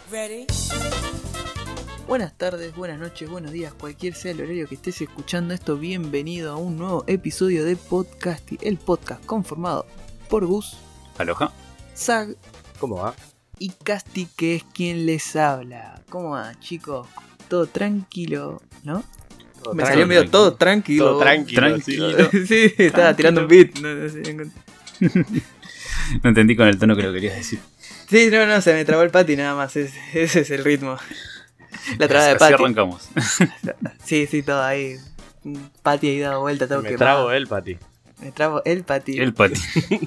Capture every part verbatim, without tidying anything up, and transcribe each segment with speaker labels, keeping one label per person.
Speaker 1: Ready?
Speaker 2: Buenas tardes, buenas noches, buenos días, cualquier sea el horario que estés escuchando esto, bienvenido a un nuevo episodio de Podcasty, el podcast conformado por Gus,
Speaker 3: Aloha,
Speaker 2: Zag,
Speaker 3: ¿cómo va?
Speaker 2: Y Casti, que es quien les habla. ¿Cómo va, chicos? Todo tranquilo, ¿no?
Speaker 3: Todo
Speaker 2: Me
Speaker 3: tranquilo,
Speaker 2: salió medio
Speaker 3: tranquilo.
Speaker 2: todo tranquilo.
Speaker 3: Todo tranquilo,
Speaker 2: tranquilo.
Speaker 3: sí.
Speaker 2: Sí, estaba tirando un beat. No, no sé.
Speaker 3: No entendí con el tono que lo querías decir.
Speaker 2: Sí, no, no, se me trabó el pati nada más. Ese, ese es el ritmo. La traba de
Speaker 3: Así
Speaker 2: pati.
Speaker 3: arrancamos.
Speaker 2: Sí, sí, todo ahí. Pati ahí dado vuelta, todo
Speaker 4: Me
Speaker 2: quemado.
Speaker 4: trago el pati.
Speaker 2: Me trago el pati.
Speaker 3: El pati.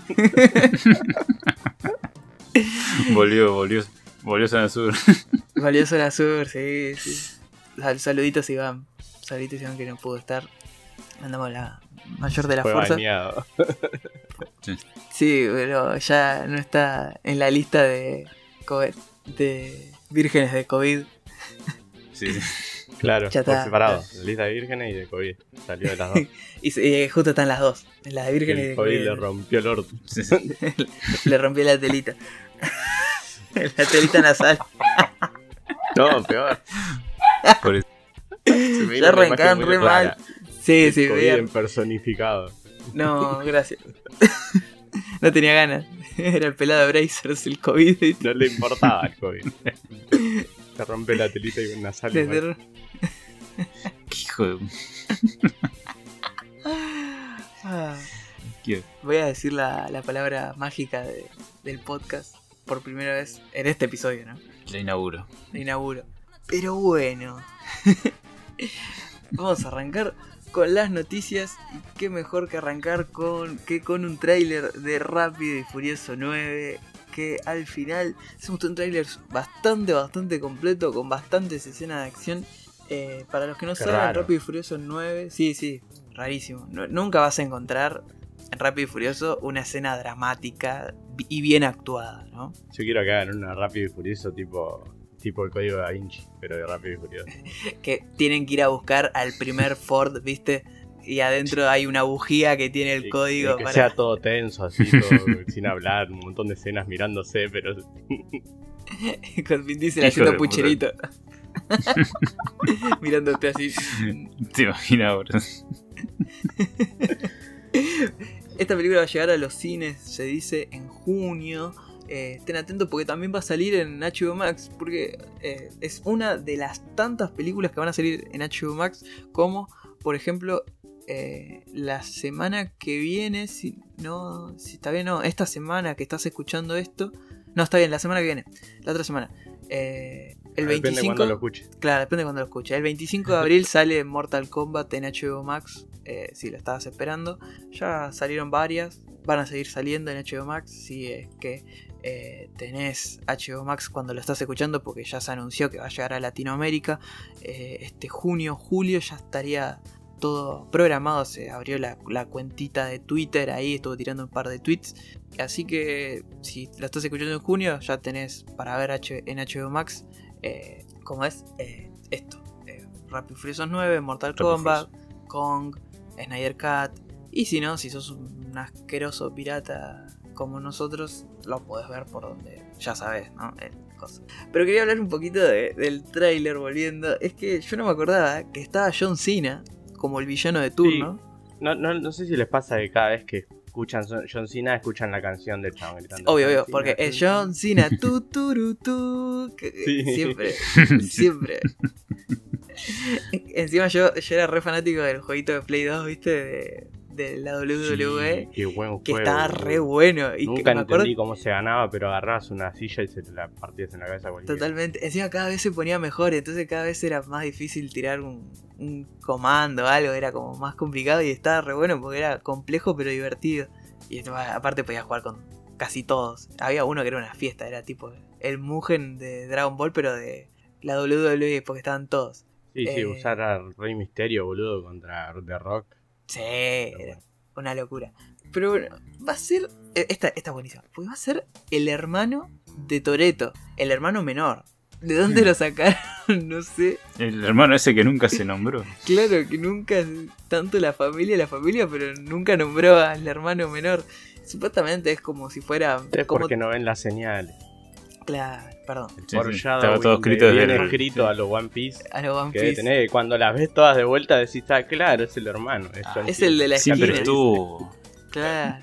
Speaker 3: volvió, volvió. Volvió Zona Sur.
Speaker 2: Valió Zona Sur, sí, sí. Sal- saluditos Iván. Saluditos Iván que no pudo estar. Mandamos la mayor de la
Speaker 4: Fue
Speaker 2: fuerza.
Speaker 4: bañado.
Speaker 2: Sí, pero ya no está en la lista de, COVID, de vírgenes de COVID.
Speaker 3: Sí, sí.
Speaker 4: Claro,
Speaker 2: Ya
Speaker 4: por
Speaker 2: está.
Speaker 4: separado. La lista de vírgenes y de COVID. Salió de las dos.
Speaker 2: Y se- eh, justo están las dos. En la de vírgenes y
Speaker 4: El
Speaker 2: de
Speaker 4: COVID
Speaker 2: COVID.
Speaker 4: le rompió el orto.
Speaker 3: Sí, sí.
Speaker 2: Le rompió la telita. La telita nasal.
Speaker 4: No, peor.
Speaker 3: Por eso.
Speaker 4: Se me vino
Speaker 2: Ya
Speaker 4: una
Speaker 2: arrancaban
Speaker 4: imagen muy
Speaker 2: re
Speaker 4: rara.
Speaker 2: mal. Sí,
Speaker 4: El
Speaker 2: sí,
Speaker 4: COVID
Speaker 2: veía.
Speaker 4: en personificado.
Speaker 2: No, gracias. No tenía ganas. Era el pelado de Brazers, el COVID.
Speaker 4: No le importaba el COVID. Se rompe la telita y una sal.
Speaker 2: Desde-
Speaker 3: Qué hijo de...
Speaker 2: Ah,
Speaker 3: Qué-
Speaker 2: voy a decir la, la palabra mágica de- del podcast por primera vez en este episodio, ¿no?
Speaker 3: La inauguro.
Speaker 2: Lo inauguro. Pero bueno. Vamos a arrancar con las noticias. Y qué mejor que arrancar con que con un tráiler de Rápido y Furioso nueve. Que al final es un tráiler bastante, bastante completo. Con bastantes escenas de acción. Eh, para los que no
Speaker 4: Qué
Speaker 2: saben,
Speaker 4: raro.
Speaker 2: Rápido y Furioso nueve. Sí, sí, rarísimo. No- nunca vas a encontrar en Rápido y Furioso una escena dramática y bien actuada, ¿no?
Speaker 4: Yo quiero que hagan una Rápido y Furioso tipo, tipo el código Da Vinci, pero de Rápido y Furioso.
Speaker 2: Que tienen que ir a buscar al primer Ford, ¿viste? Y adentro hay una bujía que tiene el
Speaker 4: Y-
Speaker 2: código
Speaker 4: y que
Speaker 2: para...
Speaker 4: sea todo tenso, así, todo sin hablar, un montón de escenas mirándose, pero
Speaker 2: con Vin Diesel
Speaker 3: Hijo
Speaker 2: haciendo
Speaker 3: de puta.
Speaker 2: pucherito. Mirándote así.
Speaker 3: Te imaginas ahora.
Speaker 2: Esta película va a llegar a los cines, se dice, en junio. Eh, estén atentos porque también va a salir en H B O Max. Porque eh, es una de las tantas películas que van a salir en H B O Max. Como, por ejemplo, eh, la semana que viene. Si no, si está bien, no. Esta semana que estás escuchando esto. No, está bien, la semana que viene. La otra semana. Eh, el
Speaker 4: depende
Speaker 2: veinticinco.
Speaker 4: cuando lo escuche.
Speaker 2: Claro, depende de cuando lo escuche. El veinticinco de abril sale Mortal Kombat en H B O Max. Eh, si lo estabas esperando. Ya salieron varias. Van a seguir saliendo en H B O Max. Si es que eh, tenés H B O Max cuando lo estás escuchando. Porque ya se anunció que va a llegar a Latinoamérica. Eh, este junio, julio ya estaría todo programado. Se abrió la, la cuentita de Twitter ahí. Estuvo tirando un par de tweets. Así que si lo estás escuchando en junio. Ya tenés para ver H- en H B O Max. Eh, ¿Cómo es? Eh, esto. Eh, Rápido y Furioso nueve, Mortal
Speaker 3: Rápido y
Speaker 2: Kombat, Kong, Snyder Cut. Y si no, si sos un asqueroso pirata como nosotros, lo podés ver por donde ya sabés, ¿no? Eh, cosa. Pero quería hablar un poquito de- del tráiler volviendo. Es que yo no me acordaba que estaba John Cena como el villano de turno.
Speaker 4: No, no, no sé si les pasa que cada vez que escuchan Son- John Cena, escuchan la canción del chabón gritando.
Speaker 2: Obvio,
Speaker 4: John
Speaker 2: obvio,
Speaker 4: Cena,
Speaker 2: porque es John Cena, tu, tu, ru, tu, que-
Speaker 4: Sí.
Speaker 2: siempre, siempre. Encima yo, yo era re fanático del jueguito de Play dos, ¿viste? De, de la W W E,
Speaker 4: Sí, qué buen
Speaker 2: que
Speaker 4: juego,
Speaker 2: estaba
Speaker 4: boludo.
Speaker 2: re bueno. Y
Speaker 4: Nunca
Speaker 2: que me acuerdo
Speaker 4: entendí cómo se ganaba, pero agarrabas una silla y se te la partías en la cabeza a cualquiera.
Speaker 2: totalmente. Encima cada vez se ponía mejor, entonces cada vez era más difícil tirar un, un comando o algo, era como más complicado y estaba re bueno porque era complejo pero divertido. Y esto, aparte podías jugar con casi todos. Había uno que era una fiesta, era tipo el Mugen de Dragon Ball, pero de la W W E, porque estaban todos.
Speaker 4: Sí, sí,
Speaker 2: Eh,
Speaker 4: usar al Rey Misterio, boludo, contra The Rock.
Speaker 2: Sí, era una locura. Pero bueno, va a ser. eh, Esta, esta es buenísima. Porque va a ser el hermano de Toretto, el hermano menor. ¿De dónde lo sacaron? No sé.
Speaker 3: El hermano ese que nunca se nombró.
Speaker 2: Claro que nunca, tanto la familia, la familia, pero nunca nombró al hermano menor. Supuestamente es como si fuera.
Speaker 4: Es
Speaker 2: como,
Speaker 4: porque no ven las señales.
Speaker 2: Claro, perdón.
Speaker 3: Sí,
Speaker 4: Por
Speaker 3: sí,
Speaker 4: Shadow
Speaker 3: estaba todo
Speaker 4: Wind,
Speaker 3: escrito
Speaker 4: bien
Speaker 3: desde el-
Speaker 4: escrito a lo One Piece.
Speaker 2: A lo One
Speaker 4: Que debe
Speaker 2: Piece.
Speaker 4: tener, cuando las ves todas de vuelta decís, ah, claro, es el hermano. Es,
Speaker 3: Ah,
Speaker 4: John
Speaker 2: es
Speaker 4: Cena.
Speaker 2: el de la
Speaker 3: Siempre
Speaker 2: esquina.
Speaker 3: estuvo.
Speaker 2: Claro.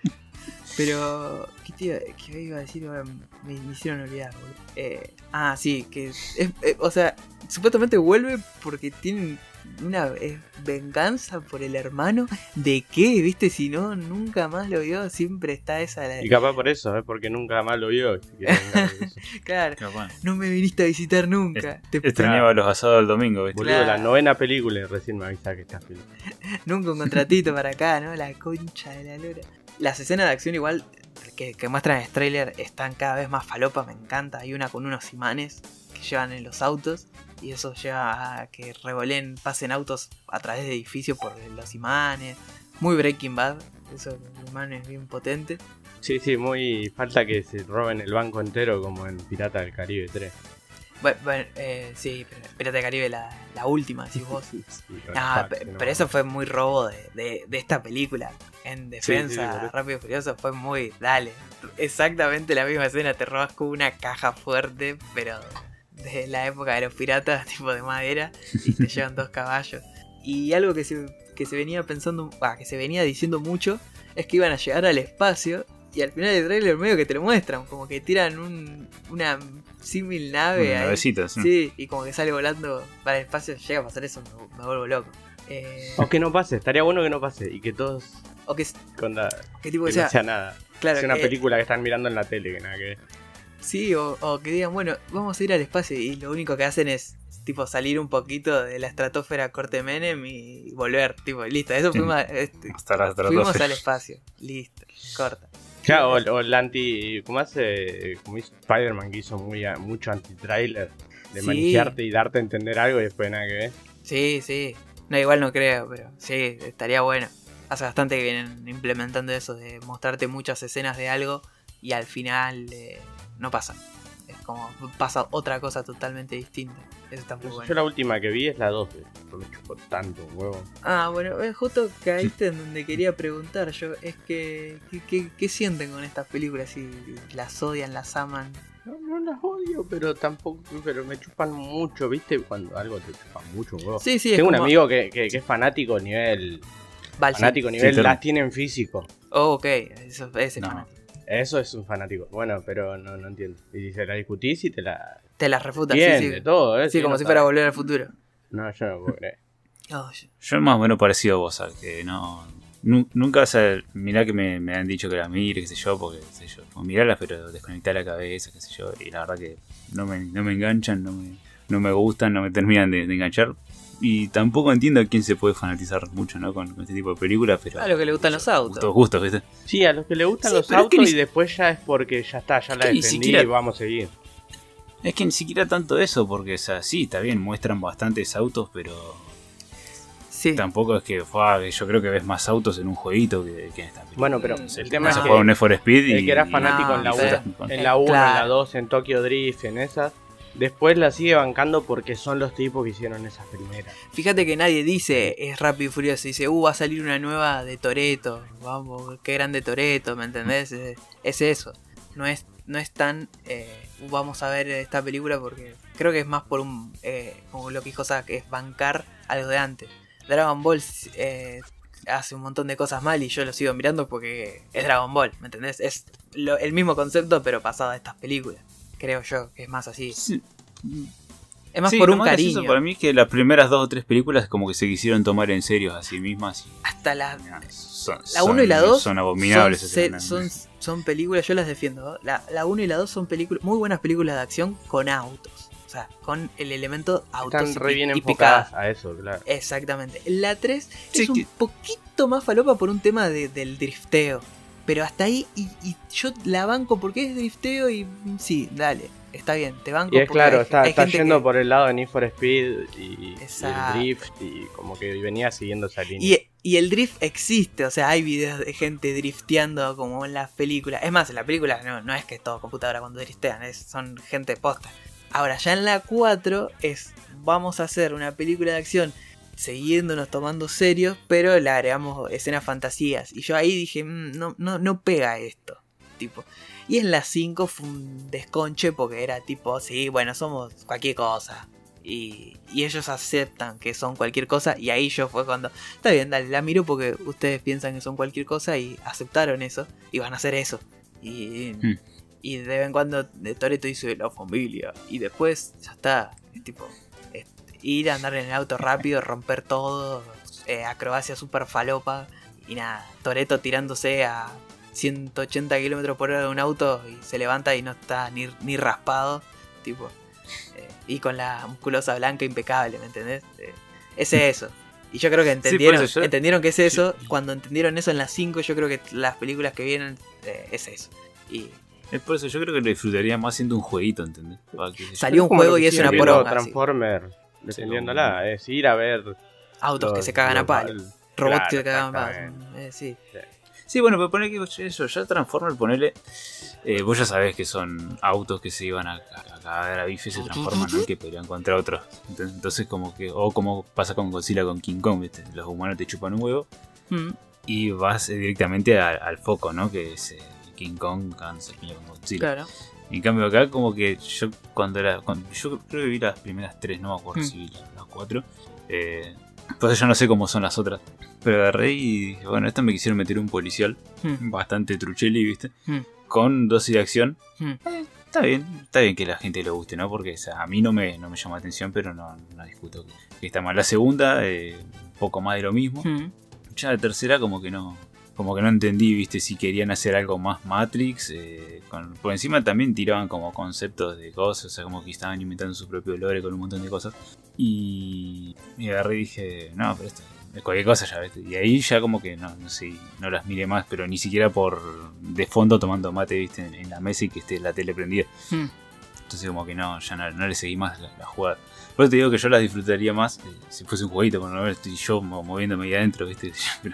Speaker 2: Pero, ¿qué, te iba, qué iba a decir? Ahora me, me hicieron olvidar, boludo. Eh, ah, sí, que es, eh, o sea, supuestamente vuelve porque tienen una es venganza por el hermano. ¿De qué? ¿Viste? Si no, nunca más lo vio. Siempre está esa. La...
Speaker 4: Y capaz por eso, ¿eh? Porque nunca más lo vio. y se quiere vengar de eso.
Speaker 2: Claro,
Speaker 3: Capaz.
Speaker 2: no me viniste a visitar nunca. Te-
Speaker 3: Extrañaba los asados del domingo, ¿viste?
Speaker 4: Boludo,
Speaker 2: Claro.
Speaker 4: la novena película y recién me avisa que está filmando.
Speaker 2: Nunca un contratito para acá, ¿no? La concha de la lora. Las escenas de acción igual que, que muestran en el trailer están cada vez más falopas, me encanta. Hay una con unos imanes que llevan en los autos y eso lleva a que revoleen, pasen autos a través de edificios por los imanes. Muy Breaking Bad, eso, los imanes bien potentes.
Speaker 4: Sí, sí, muy. Falta que se roben el banco entero como en Pirata del Caribe tres.
Speaker 2: Bueno, bueno eh, sí, pero Pirata del Caribe, la, la última, decís vos.
Speaker 4: Sí,
Speaker 2: Ah,
Speaker 4: fuck,
Speaker 2: pe-
Speaker 4: no.
Speaker 2: pero eso fue muy robo de, de, de esta película. En defensa,
Speaker 4: sí, por eso.
Speaker 2: Rápido y Furioso fue muy. Dale, exactamente la misma escena. Te robas con una caja fuerte, pero de la época de los piratas, tipo de madera, y te llevan dos caballos. Y algo que se, que se venía pensando, ah, que se venía diciendo mucho, es que iban a llegar al espacio. Y al final del trailer medio que te lo muestran, como que tiran un, una símil nave
Speaker 3: Una
Speaker 2: ahí.
Speaker 3: navecita, sí.
Speaker 2: Sí, y como que sale volando para el espacio. Llega a pasar eso, me, me vuelvo loco. Eh,
Speaker 4: O que no pase, estaría bueno que no pase. Y que todos.
Speaker 2: o que,
Speaker 4: Con la,
Speaker 2: que tipo
Speaker 4: que
Speaker 2: que sea,
Speaker 4: no sea nada.
Speaker 2: claro,
Speaker 4: sea una
Speaker 2: que-
Speaker 4: película que están mirando en la tele, que nada que ver.
Speaker 2: sí, o, o que digan, bueno, vamos a ir al espacio y lo único que hacen es tipo salir un poquito de la estratosfera corte Menem y volver, tipo, listo, eso fuimos, a- este,
Speaker 3: Hasta la
Speaker 2: fuimos
Speaker 3: estratosfera.
Speaker 2: al espacio, listo, corta.
Speaker 4: Claro, o, o el anti. ¿Cómo hace? Como hizo Spider-Man, que hizo muy, mucho anti-trailer. De
Speaker 2: Sí.
Speaker 4: manejarte y darte a entender algo y después nada que ver.
Speaker 2: Sí, sí, no, igual no creo, pero sí, estaría bueno. Hace bastante que vienen implementando eso de mostrarte muchas escenas de algo y al final eh, no pasa. Es como pasa otra cosa totalmente distinta. Eso está muy
Speaker 4: Yo
Speaker 2: bueno.
Speaker 4: la última que vi es la dos. No me chupó tanto un huevo.
Speaker 2: Ah, bueno, eh, justo caíste en donde quería preguntar yo. Es que, ¿qué, qué, qué sienten con estas películas? Si las odian, las aman.
Speaker 4: No, no las odio, pero tampoco. Pero me chupan mucho, ¿viste? Cuando algo te chupa mucho un huevo.
Speaker 2: Sí, sí, es
Speaker 4: Tengo un
Speaker 2: como-
Speaker 4: amigo que, que, que es fanático nivel.
Speaker 2: Balsi.
Speaker 4: Fanático nivel,
Speaker 3: sí,
Speaker 4: las tiene en físico.
Speaker 2: Oh, ok, eso, ese
Speaker 3: No.
Speaker 2: fanático.
Speaker 4: Eso es un fanático. Bueno, pero no, no entiendo. Y se la discutís y te la.
Speaker 2: Te las refuta,
Speaker 4: Bien,
Speaker 2: sí,
Speaker 4: de
Speaker 2: sí.
Speaker 4: todo, ¿eh?
Speaker 2: Sí, como
Speaker 4: no
Speaker 2: si fuera
Speaker 4: sabe.
Speaker 2: Volver al Futuro.
Speaker 4: No, yo no puedo creer.
Speaker 2: Oh, yo-
Speaker 3: Yo más o menos parecido a vos, al que no. nu- Nunca, o sea, mirá que me, me han dicho que las mire, qué sé yo, porque, qué sé yo, o mirarlas, pero desconectar la cabeza, qué sé yo, y la verdad que no me, no me enganchan, no me, no me gustan, no me terminan de, de enganchar. Y tampoco entiendo a quién se puede fanatizar mucho, ¿no? Con, con este tipo de películas, pero.
Speaker 2: A los que le gustan los autos.
Speaker 3: Gustos, gustos, ¿viste?
Speaker 4: Sí, a los que le gustan
Speaker 3: Sí,
Speaker 4: los
Speaker 3: pero es que
Speaker 4: autos
Speaker 3: ni-
Speaker 4: y después ya es porque ya está, ya
Speaker 3: Es
Speaker 4: la
Speaker 3: que ni
Speaker 4: defendí
Speaker 3: siquiera-
Speaker 4: y vamos a seguir.
Speaker 3: Es que ni siquiera tanto eso, porque, o sea, sí, está bien, muestran bastantes autos, pero
Speaker 2: Sí.
Speaker 3: tampoco es que, fue, yo creo que ves más autos en un jueguito que, que en esta película.
Speaker 4: Bueno, pero
Speaker 2: Mm,
Speaker 4: el
Speaker 3: No
Speaker 4: tema
Speaker 3: se
Speaker 4: es
Speaker 3: juega
Speaker 4: que
Speaker 3: un Need for Speed y.
Speaker 4: el que era
Speaker 3: y-
Speaker 4: fanático
Speaker 2: No,
Speaker 4: en la
Speaker 3: y
Speaker 2: pero-
Speaker 3: disfrutas con-
Speaker 4: en la uno, en
Speaker 2: Claro.
Speaker 4: la dos, en Tokyo Drift, en esas, después la sigue bancando porque son los tipos que hicieron esas primeras.
Speaker 2: Fíjate que nadie dice es Rápido y Furioso. Dice, uh, va a salir una nueva de Toretto. Vamos, qué grande Toretto, ¿me entendés? Es, es eso. No es, no es tan. Eh, uh, vamos a ver esta película porque creo que es más por un. Eh, como lo que dijo Zack, es bancar algo de antes. Dragon Ball eh, hace un montón de cosas mal y yo lo sigo mirando porque es Dragon Ball, ¿me entendés? Es lo- el mismo concepto, pero pasado a estas películas. Creo yo que es más así.
Speaker 3: Sí.
Speaker 2: Es más
Speaker 3: Sí,
Speaker 2: por
Speaker 3: lo
Speaker 2: un
Speaker 3: más gracioso
Speaker 2: cariño.
Speaker 3: para mí es que las primeras dos o tres películas como que se quisieron tomar en serio a sí mismas. Y,
Speaker 2: Hasta la.
Speaker 3: son,
Speaker 2: La uno y la
Speaker 3: son-
Speaker 2: dos
Speaker 3: son abominables.
Speaker 2: son,
Speaker 3: o sea,
Speaker 2: se-
Speaker 3: no-
Speaker 2: son, son películas, yo las defiendo. ¿no? La, la uno y la dos son películas, muy buenas películas de acción con autos. O sea, con el elemento autos
Speaker 4: Están
Speaker 2: y,
Speaker 4: re bien
Speaker 2: y
Speaker 4: enfocadas
Speaker 2: picadas.
Speaker 4: a eso, claro.
Speaker 2: Exactamente. La tres
Speaker 3: Sí,
Speaker 2: es un
Speaker 3: que-
Speaker 2: poquito más falopa por un tema de- del drifteo. Pero hasta ahí, y, y yo la banco porque es drifteo y mm, sí, dale, está bien, te banco.
Speaker 4: Y es
Speaker 2: porque
Speaker 4: claro,
Speaker 2: hay-
Speaker 4: está,
Speaker 2: hay
Speaker 4: está
Speaker 2: gente
Speaker 4: yendo
Speaker 2: que-
Speaker 4: por el lado de Need for Speed y, y el
Speaker 2: Exacto.
Speaker 4: drift y como que venía siguiendo esa línea.
Speaker 2: Y, y el drift existe, o sea, hay videos de gente drifteando como en las películas. Es más, en la película no, no es que es todo computadora cuando driftean, es, son gente posta. Ahora, ya en la cuatro es, vamos a hacer una película de acción siguiéndonos tomando serios, pero le agregamos escenas fantasías. Y yo ahí dije, "Mm, no, no, no pega esto. tipo. Y en la cinco fue un desconche porque era tipo, sí, bueno, somos cualquier cosa. Y, y ellos aceptan que son cualquier cosa. Y ahí yo fue cuando, está bien, dale, la miro porque ustedes piensan que son cualquier cosa y aceptaron eso y van a hacer eso. Y,
Speaker 3: Hmm.
Speaker 2: y de vez en cuando Toretto dice la familia. Y después ya está, es tipo, es ir a andar en el auto rápido, romper todo, eh, acrobacia super falopa. Y nada, Toretto tirándose a ciento ochenta kilómetros por hora de un auto y se levanta y no está ni, ni raspado. Tipo, eh, y con la musculosa blanca impecable, ¿me entendés? Eh, ese es eso. Y yo creo que entendieron,
Speaker 3: eso yo-
Speaker 2: entendieron que es eso.
Speaker 3: Sí.
Speaker 2: Cuando entendieron eso en las cinco, yo creo que las películas que vienen eh, es eso. Y
Speaker 3: Es por eso yo creo que lo disfrutaría más siendo un jueguito, ¿entendés? Para que-
Speaker 2: Salió un
Speaker 4: como
Speaker 2: juego
Speaker 4: lo que
Speaker 2: y es
Speaker 4: sigue
Speaker 2: una
Speaker 4: viendo
Speaker 2: poronga,
Speaker 4: Transformer, defendiéndola, es ir a ver
Speaker 2: autos que
Speaker 4: los-
Speaker 2: se cagan a
Speaker 4: los-
Speaker 2: palo. Robots
Speaker 4: Claro,
Speaker 2: que se cagan a
Speaker 4: exactamente.
Speaker 2: palo. Eh, sí.
Speaker 3: Sí, bueno, pero poner que eso, ya Transformer, ponele. Eh, vos ya sabés que son autos que se iban a, a, a cagar a bife, se transforman, ¿no? Que pelean contra otros. Entonces, entonces como que, o como pasa con Godzilla con King Kong, ¿viste? Los humanos te chupan un huevo
Speaker 2: Mm.
Speaker 3: y vas eh, directamente a- al foco, ¿no? Que es eh, King Kong cagándose piña con Godzilla.
Speaker 2: Claro.
Speaker 3: En cambio acá como que yo cuando era... cuando- yo creo que vi las primeras tres, no me acuerdo
Speaker 2: Mm.
Speaker 3: si vi las, las cuatro. Eh, pues ya no sé cómo son las otras. Pero agarré y dije, bueno, esta me quisieron meter un policial.
Speaker 2: Mm.
Speaker 3: Bastante trucheli, ¿viste?
Speaker 2: Mm.
Speaker 3: Con dosis de acción.
Speaker 2: Mm.
Speaker 3: Eh, está bien, está bien que la gente le guste, ¿no? Porque o sea, a mí no me, no me llama atención, pero no, no discuto que, que está mal. La segunda, eh, un poco más de lo mismo.
Speaker 2: Mm.
Speaker 3: Ya la tercera como que no... Como que no entendí, viste, si querían hacer algo más Matrix. Eh, con, por encima también tiraban como conceptos de cosas, o sea, como que estaban inventando su propio lore con un montón de cosas. Y, y agarré y dije, no, pero esto es cualquier cosa ya, ¿viste? Y ahí ya como que no, no sé, no las miré más, pero ni siquiera por de fondo tomando mate, viste, en, en la mesa y que esté la tele prendida.
Speaker 2: Mm.
Speaker 3: Entonces como que no, ya no, no le seguí más la, la jugada. Por eso te digo que yo las disfrutaría más eh, si fuese un jueguito, por no ver, estoy yo mo- moviéndome ahí adentro, viste. Pero,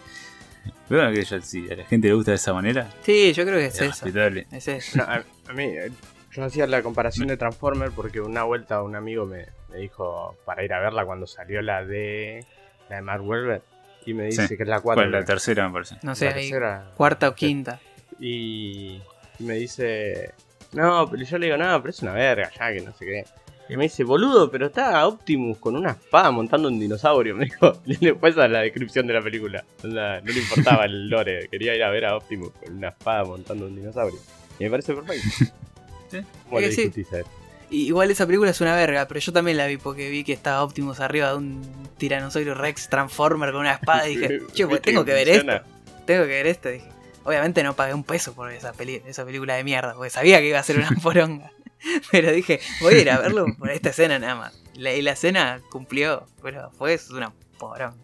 Speaker 3: pero bueno, que ya, si a la gente le gusta de esa manera,
Speaker 2: Sí, yo creo que es
Speaker 3: es
Speaker 2: eso.
Speaker 3: respetable.
Speaker 2: Es eso.
Speaker 4: No, a, a mí, eh, yo hacía la comparación de Transformer porque una vuelta un amigo me, me dijo para ir a verla cuando salió la de la de Mark Wahlberg y me dice
Speaker 3: Sí.
Speaker 4: que es la cuatro.
Speaker 3: ¿Cuál? La tercera me parece.
Speaker 2: No sé,
Speaker 4: la
Speaker 2: ahí,
Speaker 4: tercera.
Speaker 2: cuarta o quinta.
Speaker 4: Y, y me dice, no, pero yo le digo, no, pero es una verga ya, que no sé qué. Y me dice, boludo, pero está Optimus con una espada montando un dinosaurio. Me dijo, y después a la descripción de la película. Onda, no le importaba el lore, quería ir a ver a Optimus con una espada montando un dinosaurio. Y me parece perfecto.
Speaker 3: Sí.
Speaker 4: ¿Cómo le
Speaker 2: Es que sí.
Speaker 4: discutís a él?
Speaker 2: Y igual esa película es una verga, pero yo también la vi porque vi que estaba Optimus arriba de un tiranosaurio Rex Transformer con una espada y dije, che, pues
Speaker 4: ¿Viste
Speaker 2: tengo
Speaker 4: que
Speaker 2: que ver
Speaker 4: funciona?
Speaker 2: esto. Tengo que ver esto. Dije, obviamente no pagué un peso por esa, peli esa película de mierda, porque sabía que iba a ser una poronga. Pero dije, voy a ir a verlo por esta escena nada más. La- y la escena cumplió, pero fue una poronga.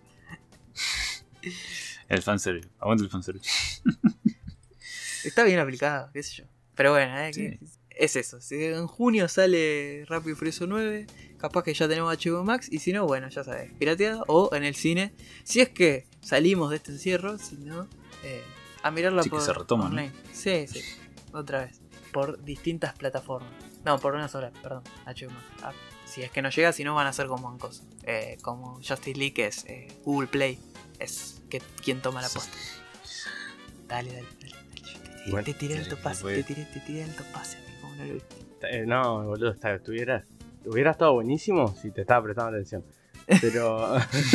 Speaker 3: El fanservice. Aguanta el fanservice.
Speaker 2: Está bien aplicado, qué sé yo. Pero bueno, eh,
Speaker 3: Sí.
Speaker 2: que- es eso. Si en junio sale Rápido y Furioso nueve, capaz que ya tenemos H B O Max. Y si no, bueno, ya sabes, pirateada o en el cine. Si es que salimos de este encierro, si no, eh, a mirarla
Speaker 3: Sí, que
Speaker 2: por
Speaker 3: se retoma, ¿no?
Speaker 2: online. Sí, sí, otra vez. Por distintas plataformas. No, por una sola, perdón, H B O Max. Ah, si es que no llega, si no van a ser como en cosas. Eh, como Justice League, que es eh, Google Play. Es que quien toma la posta. Dale, dale, dale. dale. Te,
Speaker 4: Bueno,
Speaker 2: te tiré el
Speaker 3: dale, se
Speaker 2: topase,
Speaker 3: puede.
Speaker 2: te tiré, te tiré el topase, amigo, no lo viste.
Speaker 4: Eh, no, boludo, está, estuviera, hubiera estado buenísimo si te estaba prestando atención. Pero.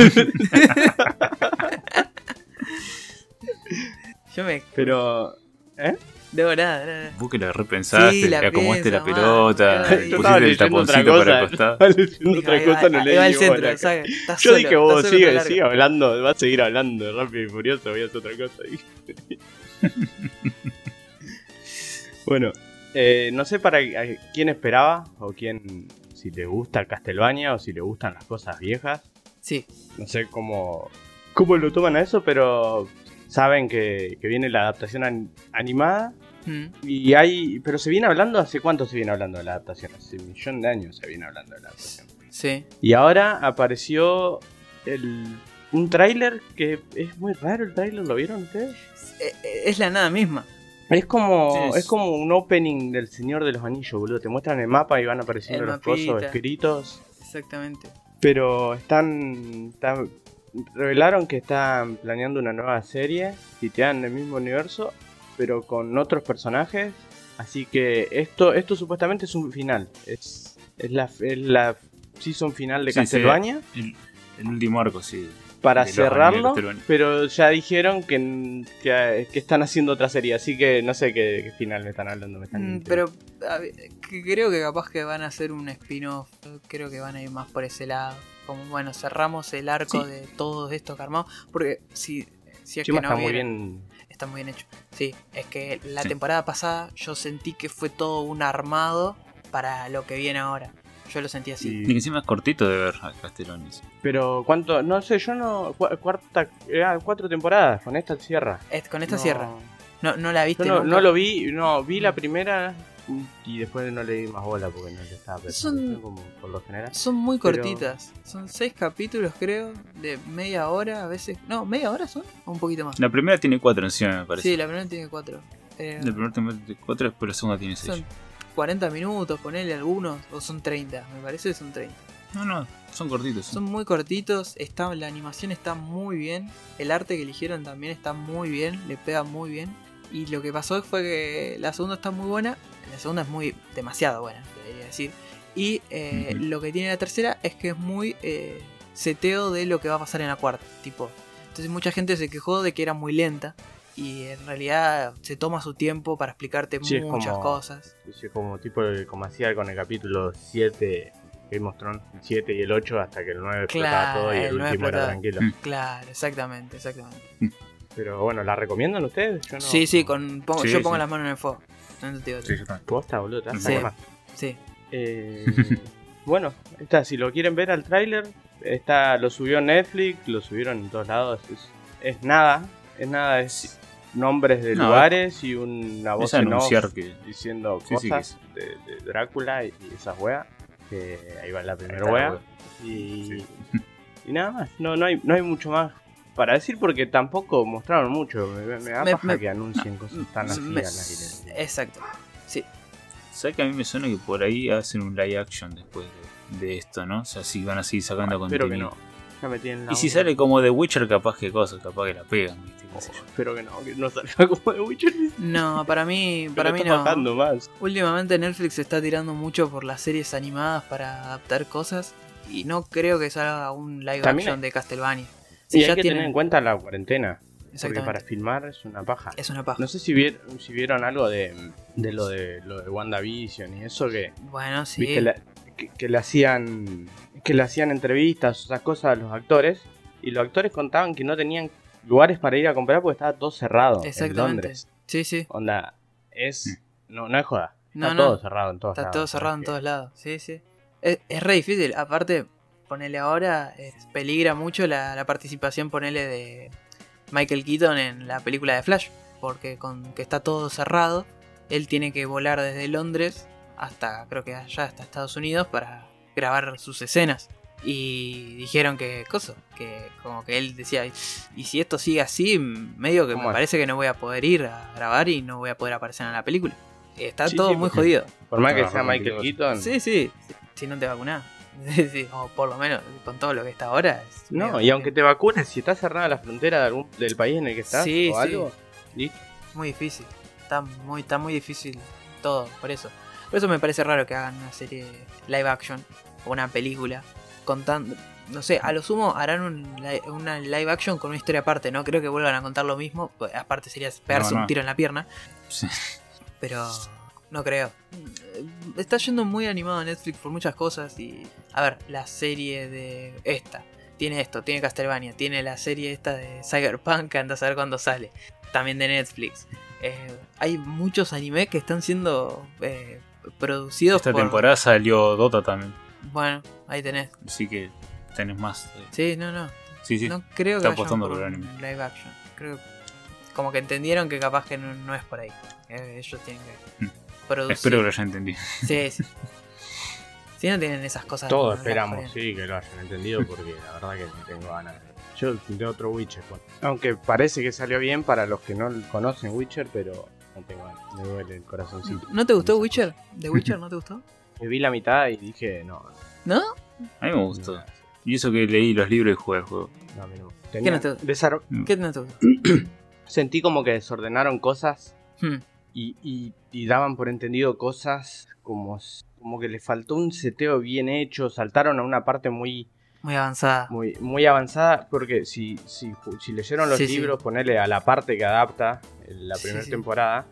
Speaker 2: Yo me.
Speaker 4: pero. ¿Eh?
Speaker 2: No, nada, nada.
Speaker 3: Vos que la repensaste,
Speaker 2: Sí, la
Speaker 3: le acomodaste la
Speaker 2: pienso,
Speaker 3: pelota,
Speaker 2: man.
Speaker 3: le
Speaker 2: Yo
Speaker 4: estaba
Speaker 3: pusiste el
Speaker 4: leyendo otra
Speaker 3: taponcito para el
Speaker 4: cosa.
Speaker 3: costado.
Speaker 4: Estaba leyendo
Speaker 2: Dijo,
Speaker 4: otra
Speaker 2: ahí va,
Speaker 4: cosa, no
Speaker 2: ahí
Speaker 4: le
Speaker 2: va
Speaker 4: di
Speaker 2: el centro,
Speaker 4: bola.
Speaker 2: saca, estás
Speaker 4: Yo
Speaker 2: solo,
Speaker 4: dije,
Speaker 2: estás
Speaker 4: vos
Speaker 2: solo
Speaker 4: sigue,
Speaker 2: con largo.
Speaker 4: sigue hablando, vas a seguir hablando de Rápido y Furioso, voy a hacer otra cosa. Bueno, eh, no sé para a quién esperaba o quién, si le gusta el Castlevania o si le gustan las cosas viejas.
Speaker 2: Sí,
Speaker 4: No sé cómo, cómo lo toman a eso, pero saben que, que viene la adaptación an- animada.
Speaker 2: mm,
Speaker 4: Y hay, pero se viene hablando, ¿hace cuánto se viene hablando de la adaptación? Hace un millón de años se viene hablando de la adaptación.
Speaker 2: sí.
Speaker 4: Y ahora apareció el, un tráiler que es muy raro el tráiler, ¿lo vieron ustedes?
Speaker 2: Eh, eh, Es la nada misma.
Speaker 4: Es como,
Speaker 3: Sí, es-
Speaker 4: es como un opening del Señor de los Anillos, boludo. Te muestran el mapa y van apareciendo
Speaker 2: El
Speaker 4: los cosas
Speaker 2: mapita.
Speaker 4: escritos.
Speaker 2: Exactamente.
Speaker 4: Pero están, están- revelaron que están planeando una nueva serie, sitiada en el mismo universo. pero con otros personajes. Así que esto esto supuestamente es un final. Es, es, la, es la season final de
Speaker 3: Sí,
Speaker 4: Castlevania.
Speaker 3: sí, el, el último arco, sí.
Speaker 4: Para
Speaker 3: de los
Speaker 4: cerrarlo,
Speaker 3: animes de Castlevania.
Speaker 4: pero ya dijeron que, que, que están haciendo otra serie, así que no sé qué, qué final me están hablando. Me están
Speaker 2: Mm, pero a ver, que creo que capaz que van a hacer un spin-off. Creo que van a ir más por ese lado. Como bueno, cerramos el arco
Speaker 3: Sí.
Speaker 2: de todos estos que armamos. Porque si, si es
Speaker 4: Chima
Speaker 2: que no
Speaker 4: está muy
Speaker 2: vieron-
Speaker 4: bien.
Speaker 2: está muy bien hecho. Sí, es que la
Speaker 3: Sí.
Speaker 2: temporada pasada yo sentí que fue todo un armado para lo que viene ahora. Yo lo sentí así.
Speaker 3: Y que encima es cortito de ver a Castlevania. sí.
Speaker 4: Pero cuánto, no sé, yo no. cu- Cuarta, ah, cuatro temporadas, con esta cierra.
Speaker 2: Es- con esta
Speaker 4: No.
Speaker 2: cierra. No, no la
Speaker 4: Yo
Speaker 2: viste.
Speaker 4: no,
Speaker 2: nunca?
Speaker 4: no lo vi, no, vi la primera y después no le di más bola porque no le estaba prestando
Speaker 2: Son-
Speaker 4: atención como por lo general.
Speaker 2: Son muy
Speaker 4: Pero-
Speaker 2: cortitas. Son seis capítulos, creo, de media hora a veces. No, media hora son o un poquito más.
Speaker 3: La primera tiene cuatro encima, me parece.
Speaker 2: Sí, la primera tiene cuatro. Eh,
Speaker 3: La primera temporada tiene cuatro, después la segunda tiene seis.
Speaker 2: son cuarenta minutos, ponele algunos, o son treinta. Me parece que son treinta.
Speaker 3: No, no, son cortitos. sí.
Speaker 2: Son muy cortitos, está, la animación está muy bien, el arte que eligieron también está muy bien, le pega muy bien. Y lo que pasó fue que la segunda está muy buena, la segunda es muy demasiado buena, debería decir. Y eh,
Speaker 3: Ujú.
Speaker 2: lo que tiene la tercera es que es muy eh, seteo de lo que va a pasar en la cuarta, tipo. Entonces mucha gente se quejó de que era muy lenta y en realidad se toma su tiempo para explicarte
Speaker 4: Sí, es
Speaker 2: muchas
Speaker 4: como-
Speaker 2: cosas.
Speaker 4: Sí, como tipo como hacía con el capítulo siete Game of Thrones, el siete y el ocho hasta que el nueve explotaba
Speaker 2: Claro,
Speaker 4: todo y el,
Speaker 2: el nueve
Speaker 4: último era
Speaker 2: explotaba.
Speaker 4: tranquilo.
Speaker 3: Mm.
Speaker 2: Claro, exactamente, exactamente.
Speaker 4: Pero bueno, ¿la recomiendan ustedes? Yo no.
Speaker 2: Sí, sí, con, pongo-
Speaker 3: Sí,
Speaker 2: yo pongo
Speaker 3: sí.
Speaker 2: las manos en el fuego. No te digo
Speaker 3: Sí, yo también.
Speaker 4: Posta, boludo, te vas a
Speaker 2: Sí.
Speaker 4: quemar.
Speaker 2: Sí.
Speaker 4: Eh, bueno, está, si lo quieren ver al tráiler, está, lo subió Netflix, lo subieron en todos lados. Es, es nada, es nada, es nombres de
Speaker 3: No,
Speaker 4: lugares y una voz
Speaker 3: Es
Speaker 4: en off
Speaker 3: anunciar que.
Speaker 4: diciendo
Speaker 3: Sí, sí,
Speaker 4: cosas de, de Drácula y, y esas weas. Que ahí va la primera
Speaker 3: Está la
Speaker 4: wea.
Speaker 3: wea.
Speaker 4: Y,
Speaker 3: Sí.
Speaker 4: y nada más, no, no, hay, no hay mucho más para decir porque tampoco mostraron mucho. Me, me da
Speaker 2: Me-
Speaker 4: paja
Speaker 2: me-
Speaker 4: que anuncien cosas tan así
Speaker 2: Me-
Speaker 4: al aire.
Speaker 2: Exacto. Sí.
Speaker 3: ¿Sabes que a mí me suena que por ahí hacen un live action después de, de esto, ¿no? O sea, si van a seguir sacando
Speaker 4: Espero
Speaker 3: contenido.
Speaker 4: que no. Ya me tienen la
Speaker 3: Y si
Speaker 4: boca.
Speaker 3: sale como The Witcher, capaz que cosas, capaz que la pegan, ¿viste? Qué sé yo.
Speaker 4: Espero que no, que no salga como de Witcher.
Speaker 2: No, para mí,
Speaker 4: Pero
Speaker 2: para mí
Speaker 4: está
Speaker 2: no.
Speaker 4: bajando más.
Speaker 2: Últimamente Netflix se está tirando mucho por las series animadas para adaptar cosas y no creo que salga un live
Speaker 4: También
Speaker 2: action
Speaker 4: hay-
Speaker 2: de Castlevania.
Speaker 4: Y
Speaker 2: Si
Speaker 4: hay
Speaker 2: ya
Speaker 4: que
Speaker 2: tienen,
Speaker 4: tener en cuenta la cuarentena. Porque
Speaker 2: exactamente.
Speaker 4: para filmar es una paja.
Speaker 2: Es una paja.
Speaker 4: No sé si vieron, si vieron algo de, de lo de lo de WandaVision y eso que,
Speaker 2: Bueno, sí.
Speaker 4: viste, la- que, que le hacían que le hacían entrevistas, esas cosas a los actores y los actores contaban que no tenían lugares para ir a comprar porque estaba todo cerrado en
Speaker 2: Exactamente.
Speaker 4: Londres.
Speaker 2: Sí, sí.
Speaker 4: Onda, es no no es joda. Está
Speaker 2: No, no.
Speaker 4: todo cerrado en todos
Speaker 2: Está
Speaker 4: lados.
Speaker 2: todo cerrado en
Speaker 4: que-
Speaker 2: todos lados. Sí, sí. Es, es re difícil. Aparte, ponele ahora, es- peligra mucho la, la participación, ponele, de Michael Keaton en la película de Flash. Porque con que está todo cerrado, él tiene que volar desde Londres hasta, creo que allá, hasta Estados Unidos para grabar sus escenas. Y dijeron que, cosa, que como que él decía, y si esto sigue así, medio que me
Speaker 4: ¿Cómo es?
Speaker 2: parece que no voy a poder ir a grabar y no voy a poder aparecer en la película. Está
Speaker 4: Sí,
Speaker 2: todo
Speaker 4: sí,
Speaker 2: muy
Speaker 4: porque-
Speaker 2: jodido.
Speaker 4: Por más que
Speaker 3: Trabajar
Speaker 4: sea Michael
Speaker 3: veinticuatro.
Speaker 4: Keaton.
Speaker 2: Sí, sí, si no te vacunás. Sí, sí, o por lo menos con todo lo que está ahora. es
Speaker 4: No,
Speaker 2: medio-
Speaker 4: y aunque te vacunes, si está cerrada la frontera de algún, del país en el que estás
Speaker 2: Sí,
Speaker 4: o
Speaker 2: sí.
Speaker 4: algo, listo.
Speaker 2: Muy difícil. Está muy, está muy difícil todo, por eso. Por eso me parece raro que hagan una serie live action o una película contando. No sé, a lo sumo harán un li- una live action con una historia aparte, ¿no? Creo que vuelvan a contar lo mismo. Pues, aparte sería pegarse
Speaker 3: No, no.
Speaker 2: un tiro en la pierna.
Speaker 3: Sí.
Speaker 2: Pero no creo. Está yendo muy animado Netflix por muchas cosas. Y a ver, la serie de esta tiene esto, tiene Castlevania, tiene la serie esta de Cyberpunk, que anda a saber cuándo sale. También de Netflix. Eh, hay muchos animes que están siendo eh, producidos
Speaker 3: Esta
Speaker 2: por...
Speaker 3: temporada salió Dota también.
Speaker 2: Bueno, ahí tenés.
Speaker 3: Así que tenés más. eh,
Speaker 2: Sí, no, no.
Speaker 3: Sí, sí.
Speaker 2: No creo que
Speaker 3: está
Speaker 2: vayan
Speaker 3: apostando
Speaker 2: por
Speaker 3: por el
Speaker 2: un
Speaker 3: anime.
Speaker 2: live action. Creo como que entendieron que capaz que no, no es por ahí. Eh, ellos tienen que
Speaker 3: Mm.
Speaker 2: producir.
Speaker 3: Espero que lo hayan entendido.
Speaker 2: Sí, sí. Si no tienen esas cosas.
Speaker 4: Todos
Speaker 2: no las
Speaker 4: esperamos,
Speaker 2: ponen.
Speaker 4: sí, que lo hayan entendido porque la verdad que no tengo ganas. Yo de otro Witcher, pues. Aunque parece que salió bien para los que no conocen Witcher, pero no tengo ganas. Me duele el corazoncito.
Speaker 2: ¿No te gustó
Speaker 4: Esas
Speaker 2: Witcher?
Speaker 4: cosas.
Speaker 2: ¿The Witcher no te gustó?
Speaker 4: Me vi la mitad y dije, no,
Speaker 2: ¿No?
Speaker 3: A mí me gustó. Y eso que leí los libros y jugué el juego.
Speaker 4: no, a mí no.
Speaker 2: ¿Qué no te-
Speaker 4: Desar-
Speaker 3: Mm.
Speaker 2: ¿Qué no te gustó?
Speaker 4: Sentí como que desordenaron cosas
Speaker 2: Hmm.
Speaker 4: Y, y, y daban por entendido cosas como, como que le faltó un seteo bien hecho. Saltaron a una parte muy,
Speaker 2: Muy avanzada.
Speaker 4: muy, muy avanzada. Porque si, si, si leyeron los
Speaker 2: Sí, sí.
Speaker 4: libros, ponele a la parte que adapta en la primera
Speaker 2: Sí, sí.
Speaker 4: temporada.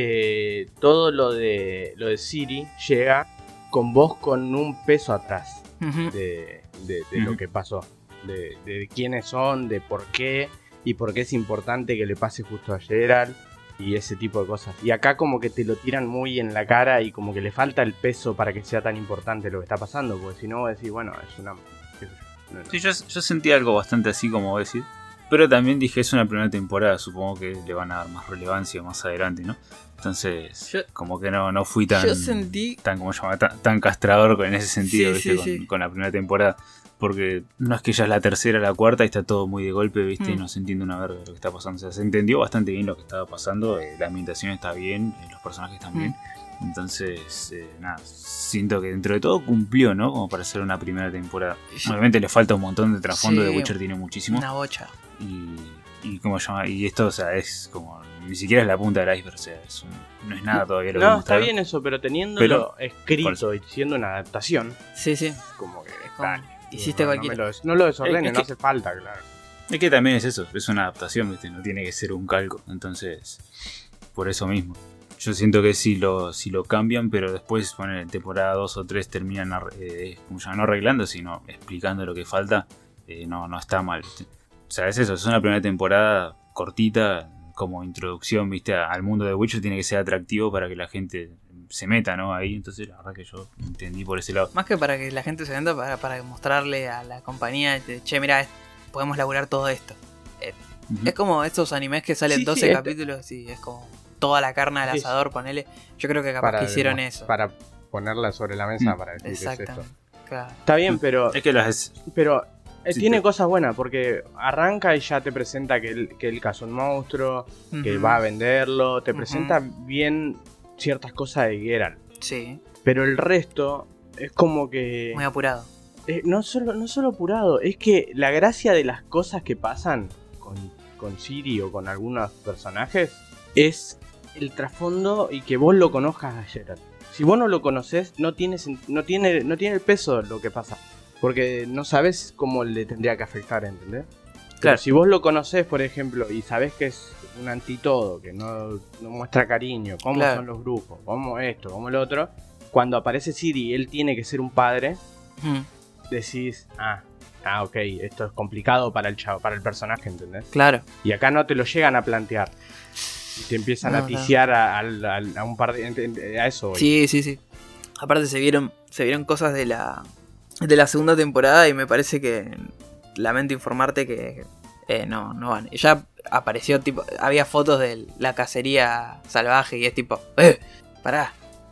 Speaker 4: Eh, todo lo de, lo de Ciri llega con vos con un peso atrás
Speaker 2: Ujú.
Speaker 4: de, de, de
Speaker 3: Ujú.
Speaker 4: lo que pasó. De, de quiénes son, de por qué. Y por qué es importante que le pase justo a Geralt. Y ese tipo de cosas. Y acá como que te lo tiran muy en la cara y como que le falta el peso para que sea tan importante lo que está pasando. Porque si no, vos decís, bueno, es una... qué sé yo, no, no.
Speaker 3: Sí, yo, yo sentí algo bastante así como vos decís. Pero también dije, es una primera temporada, supongo que le van a dar más relevancia más adelante, ¿no? Entonces,
Speaker 2: Yo-
Speaker 3: como que no, no fui tan,
Speaker 2: yo sentí-
Speaker 3: tan, como se llama, tan, tan castrador con- en ese sentido,
Speaker 2: Sí,
Speaker 3: ¿viste?
Speaker 2: sí,
Speaker 3: con,
Speaker 2: sí.
Speaker 3: con la primera temporada. Porque no es que ya es la tercera, la cuarta y está todo muy de golpe, ¿viste? Y
Speaker 2: Mm.
Speaker 3: no se entiende una verga de lo que está pasando. O sea, se entendió bastante bien lo que estaba pasando, eh, la ambientación está bien, eh, los personajes están
Speaker 2: Mm.
Speaker 3: bien. Entonces, eh, nada, siento que dentro de todo cumplió, ¿no? Como para ser una primera temporada.
Speaker 2: Sí.
Speaker 3: Obviamente le falta un montón de trasfondo,
Speaker 2: Sí,
Speaker 3: de Witcher tiene muchísimo.
Speaker 2: Una bocha.
Speaker 3: Y, y como llama, y esto, o sea, es como, ni siquiera es la punta del iceberg, o sea, es un- no es nada todavía lo que
Speaker 4: No, está
Speaker 3: mostraron.
Speaker 4: bien eso, pero teniéndolo
Speaker 3: Pero-
Speaker 4: escrito y siendo una adaptación,
Speaker 2: Sí, sí.
Speaker 4: como que
Speaker 2: Es como-
Speaker 4: dale,
Speaker 2: hiciste
Speaker 4: no, no
Speaker 2: cualquiera.
Speaker 4: me lo, no lo desordenen,
Speaker 3: Es que-
Speaker 4: no hace falta, claro.
Speaker 3: Es que también es eso, es una adaptación, ¿viste? No tiene que ser un calco, entonces, por eso mismo. Yo siento que sí lo, sí lo cambian, pero después, bueno, en temporada dos o tres terminan, ar- eh, como ya no arreglando, sino explicando lo que falta, eh, no, no está mal, ¿viste? O sea, es eso, es una primera temporada cortita, como introducción, ¿viste? Al mundo de Witcher tiene que ser atractivo para que la gente se meta, ¿no? Ahí, entonces la verdad que yo entendí por ese lado.
Speaker 2: Más que para que la gente se venda, para, para mostrarle a la compañía, de, che, mira, podemos laburar todo esto.
Speaker 3: Ujú.
Speaker 2: Es como estos animes que salen
Speaker 4: Sí, sí,
Speaker 2: doce
Speaker 4: este-
Speaker 2: capítulos y es como toda la carne al
Speaker 4: Sí.
Speaker 2: asador, ponele. Yo creo que capaz que hicieron
Speaker 4: demo-
Speaker 2: eso.
Speaker 4: Para ponerla sobre la mesa
Speaker 3: Mm.
Speaker 4: para decir es esto.
Speaker 2: Exactamente. Claro.
Speaker 4: Está bien, pero,
Speaker 3: Es que las...
Speaker 4: pero eh,
Speaker 3: Sí,
Speaker 4: tiene
Speaker 3: te-
Speaker 4: cosas buenas porque arranca y ya te presenta que él, que él cazó un monstruo, que
Speaker 2: Ujú.
Speaker 4: va a venderlo, te
Speaker 2: Ujú.
Speaker 4: presenta bien ciertas cosas de Geralt.
Speaker 2: Sí,
Speaker 4: Pero el resto es como que...
Speaker 2: muy apurado.
Speaker 4: Eh, no, solo, no solo apurado, es que la gracia de las cosas que pasan con, con Ciri o con algunos personajes es el trasfondo y que vos lo conozcas a Geralt. Si vos no lo conoces, no tiene, sen- no tiene, no tiene el peso lo que pasa. Porque no sabes cómo le tendría que afectar, ¿entendés? Pero
Speaker 2: Claro.
Speaker 4: si vos lo conocés, por ejemplo, y sabés que es un antitodo, que no, no muestra cariño, cómo
Speaker 2: Claro.
Speaker 4: son los grupos, cómo esto, cómo lo otro, cuando aparece Ciri y él tiene que ser un padre,
Speaker 2: Ujú.
Speaker 4: decís, ah, ah, ok, esto es complicado para el chavo, para el personaje, ¿entendés?
Speaker 2: Claro.
Speaker 4: Y acá no te lo llegan a plantear. Y te empiezan
Speaker 2: No,
Speaker 4: a
Speaker 2: no.
Speaker 4: ticiar a, al- al- a un par de... ent- ent- A eso, voy.
Speaker 2: Sí, sí, sí. Aparte se vieron, se vieron cosas de la de la segunda temporada y me parece que lamento informarte que eh, no, no van. Ya apareció tipo, había fotos de la cacería salvaje y es tipo, eh, pará.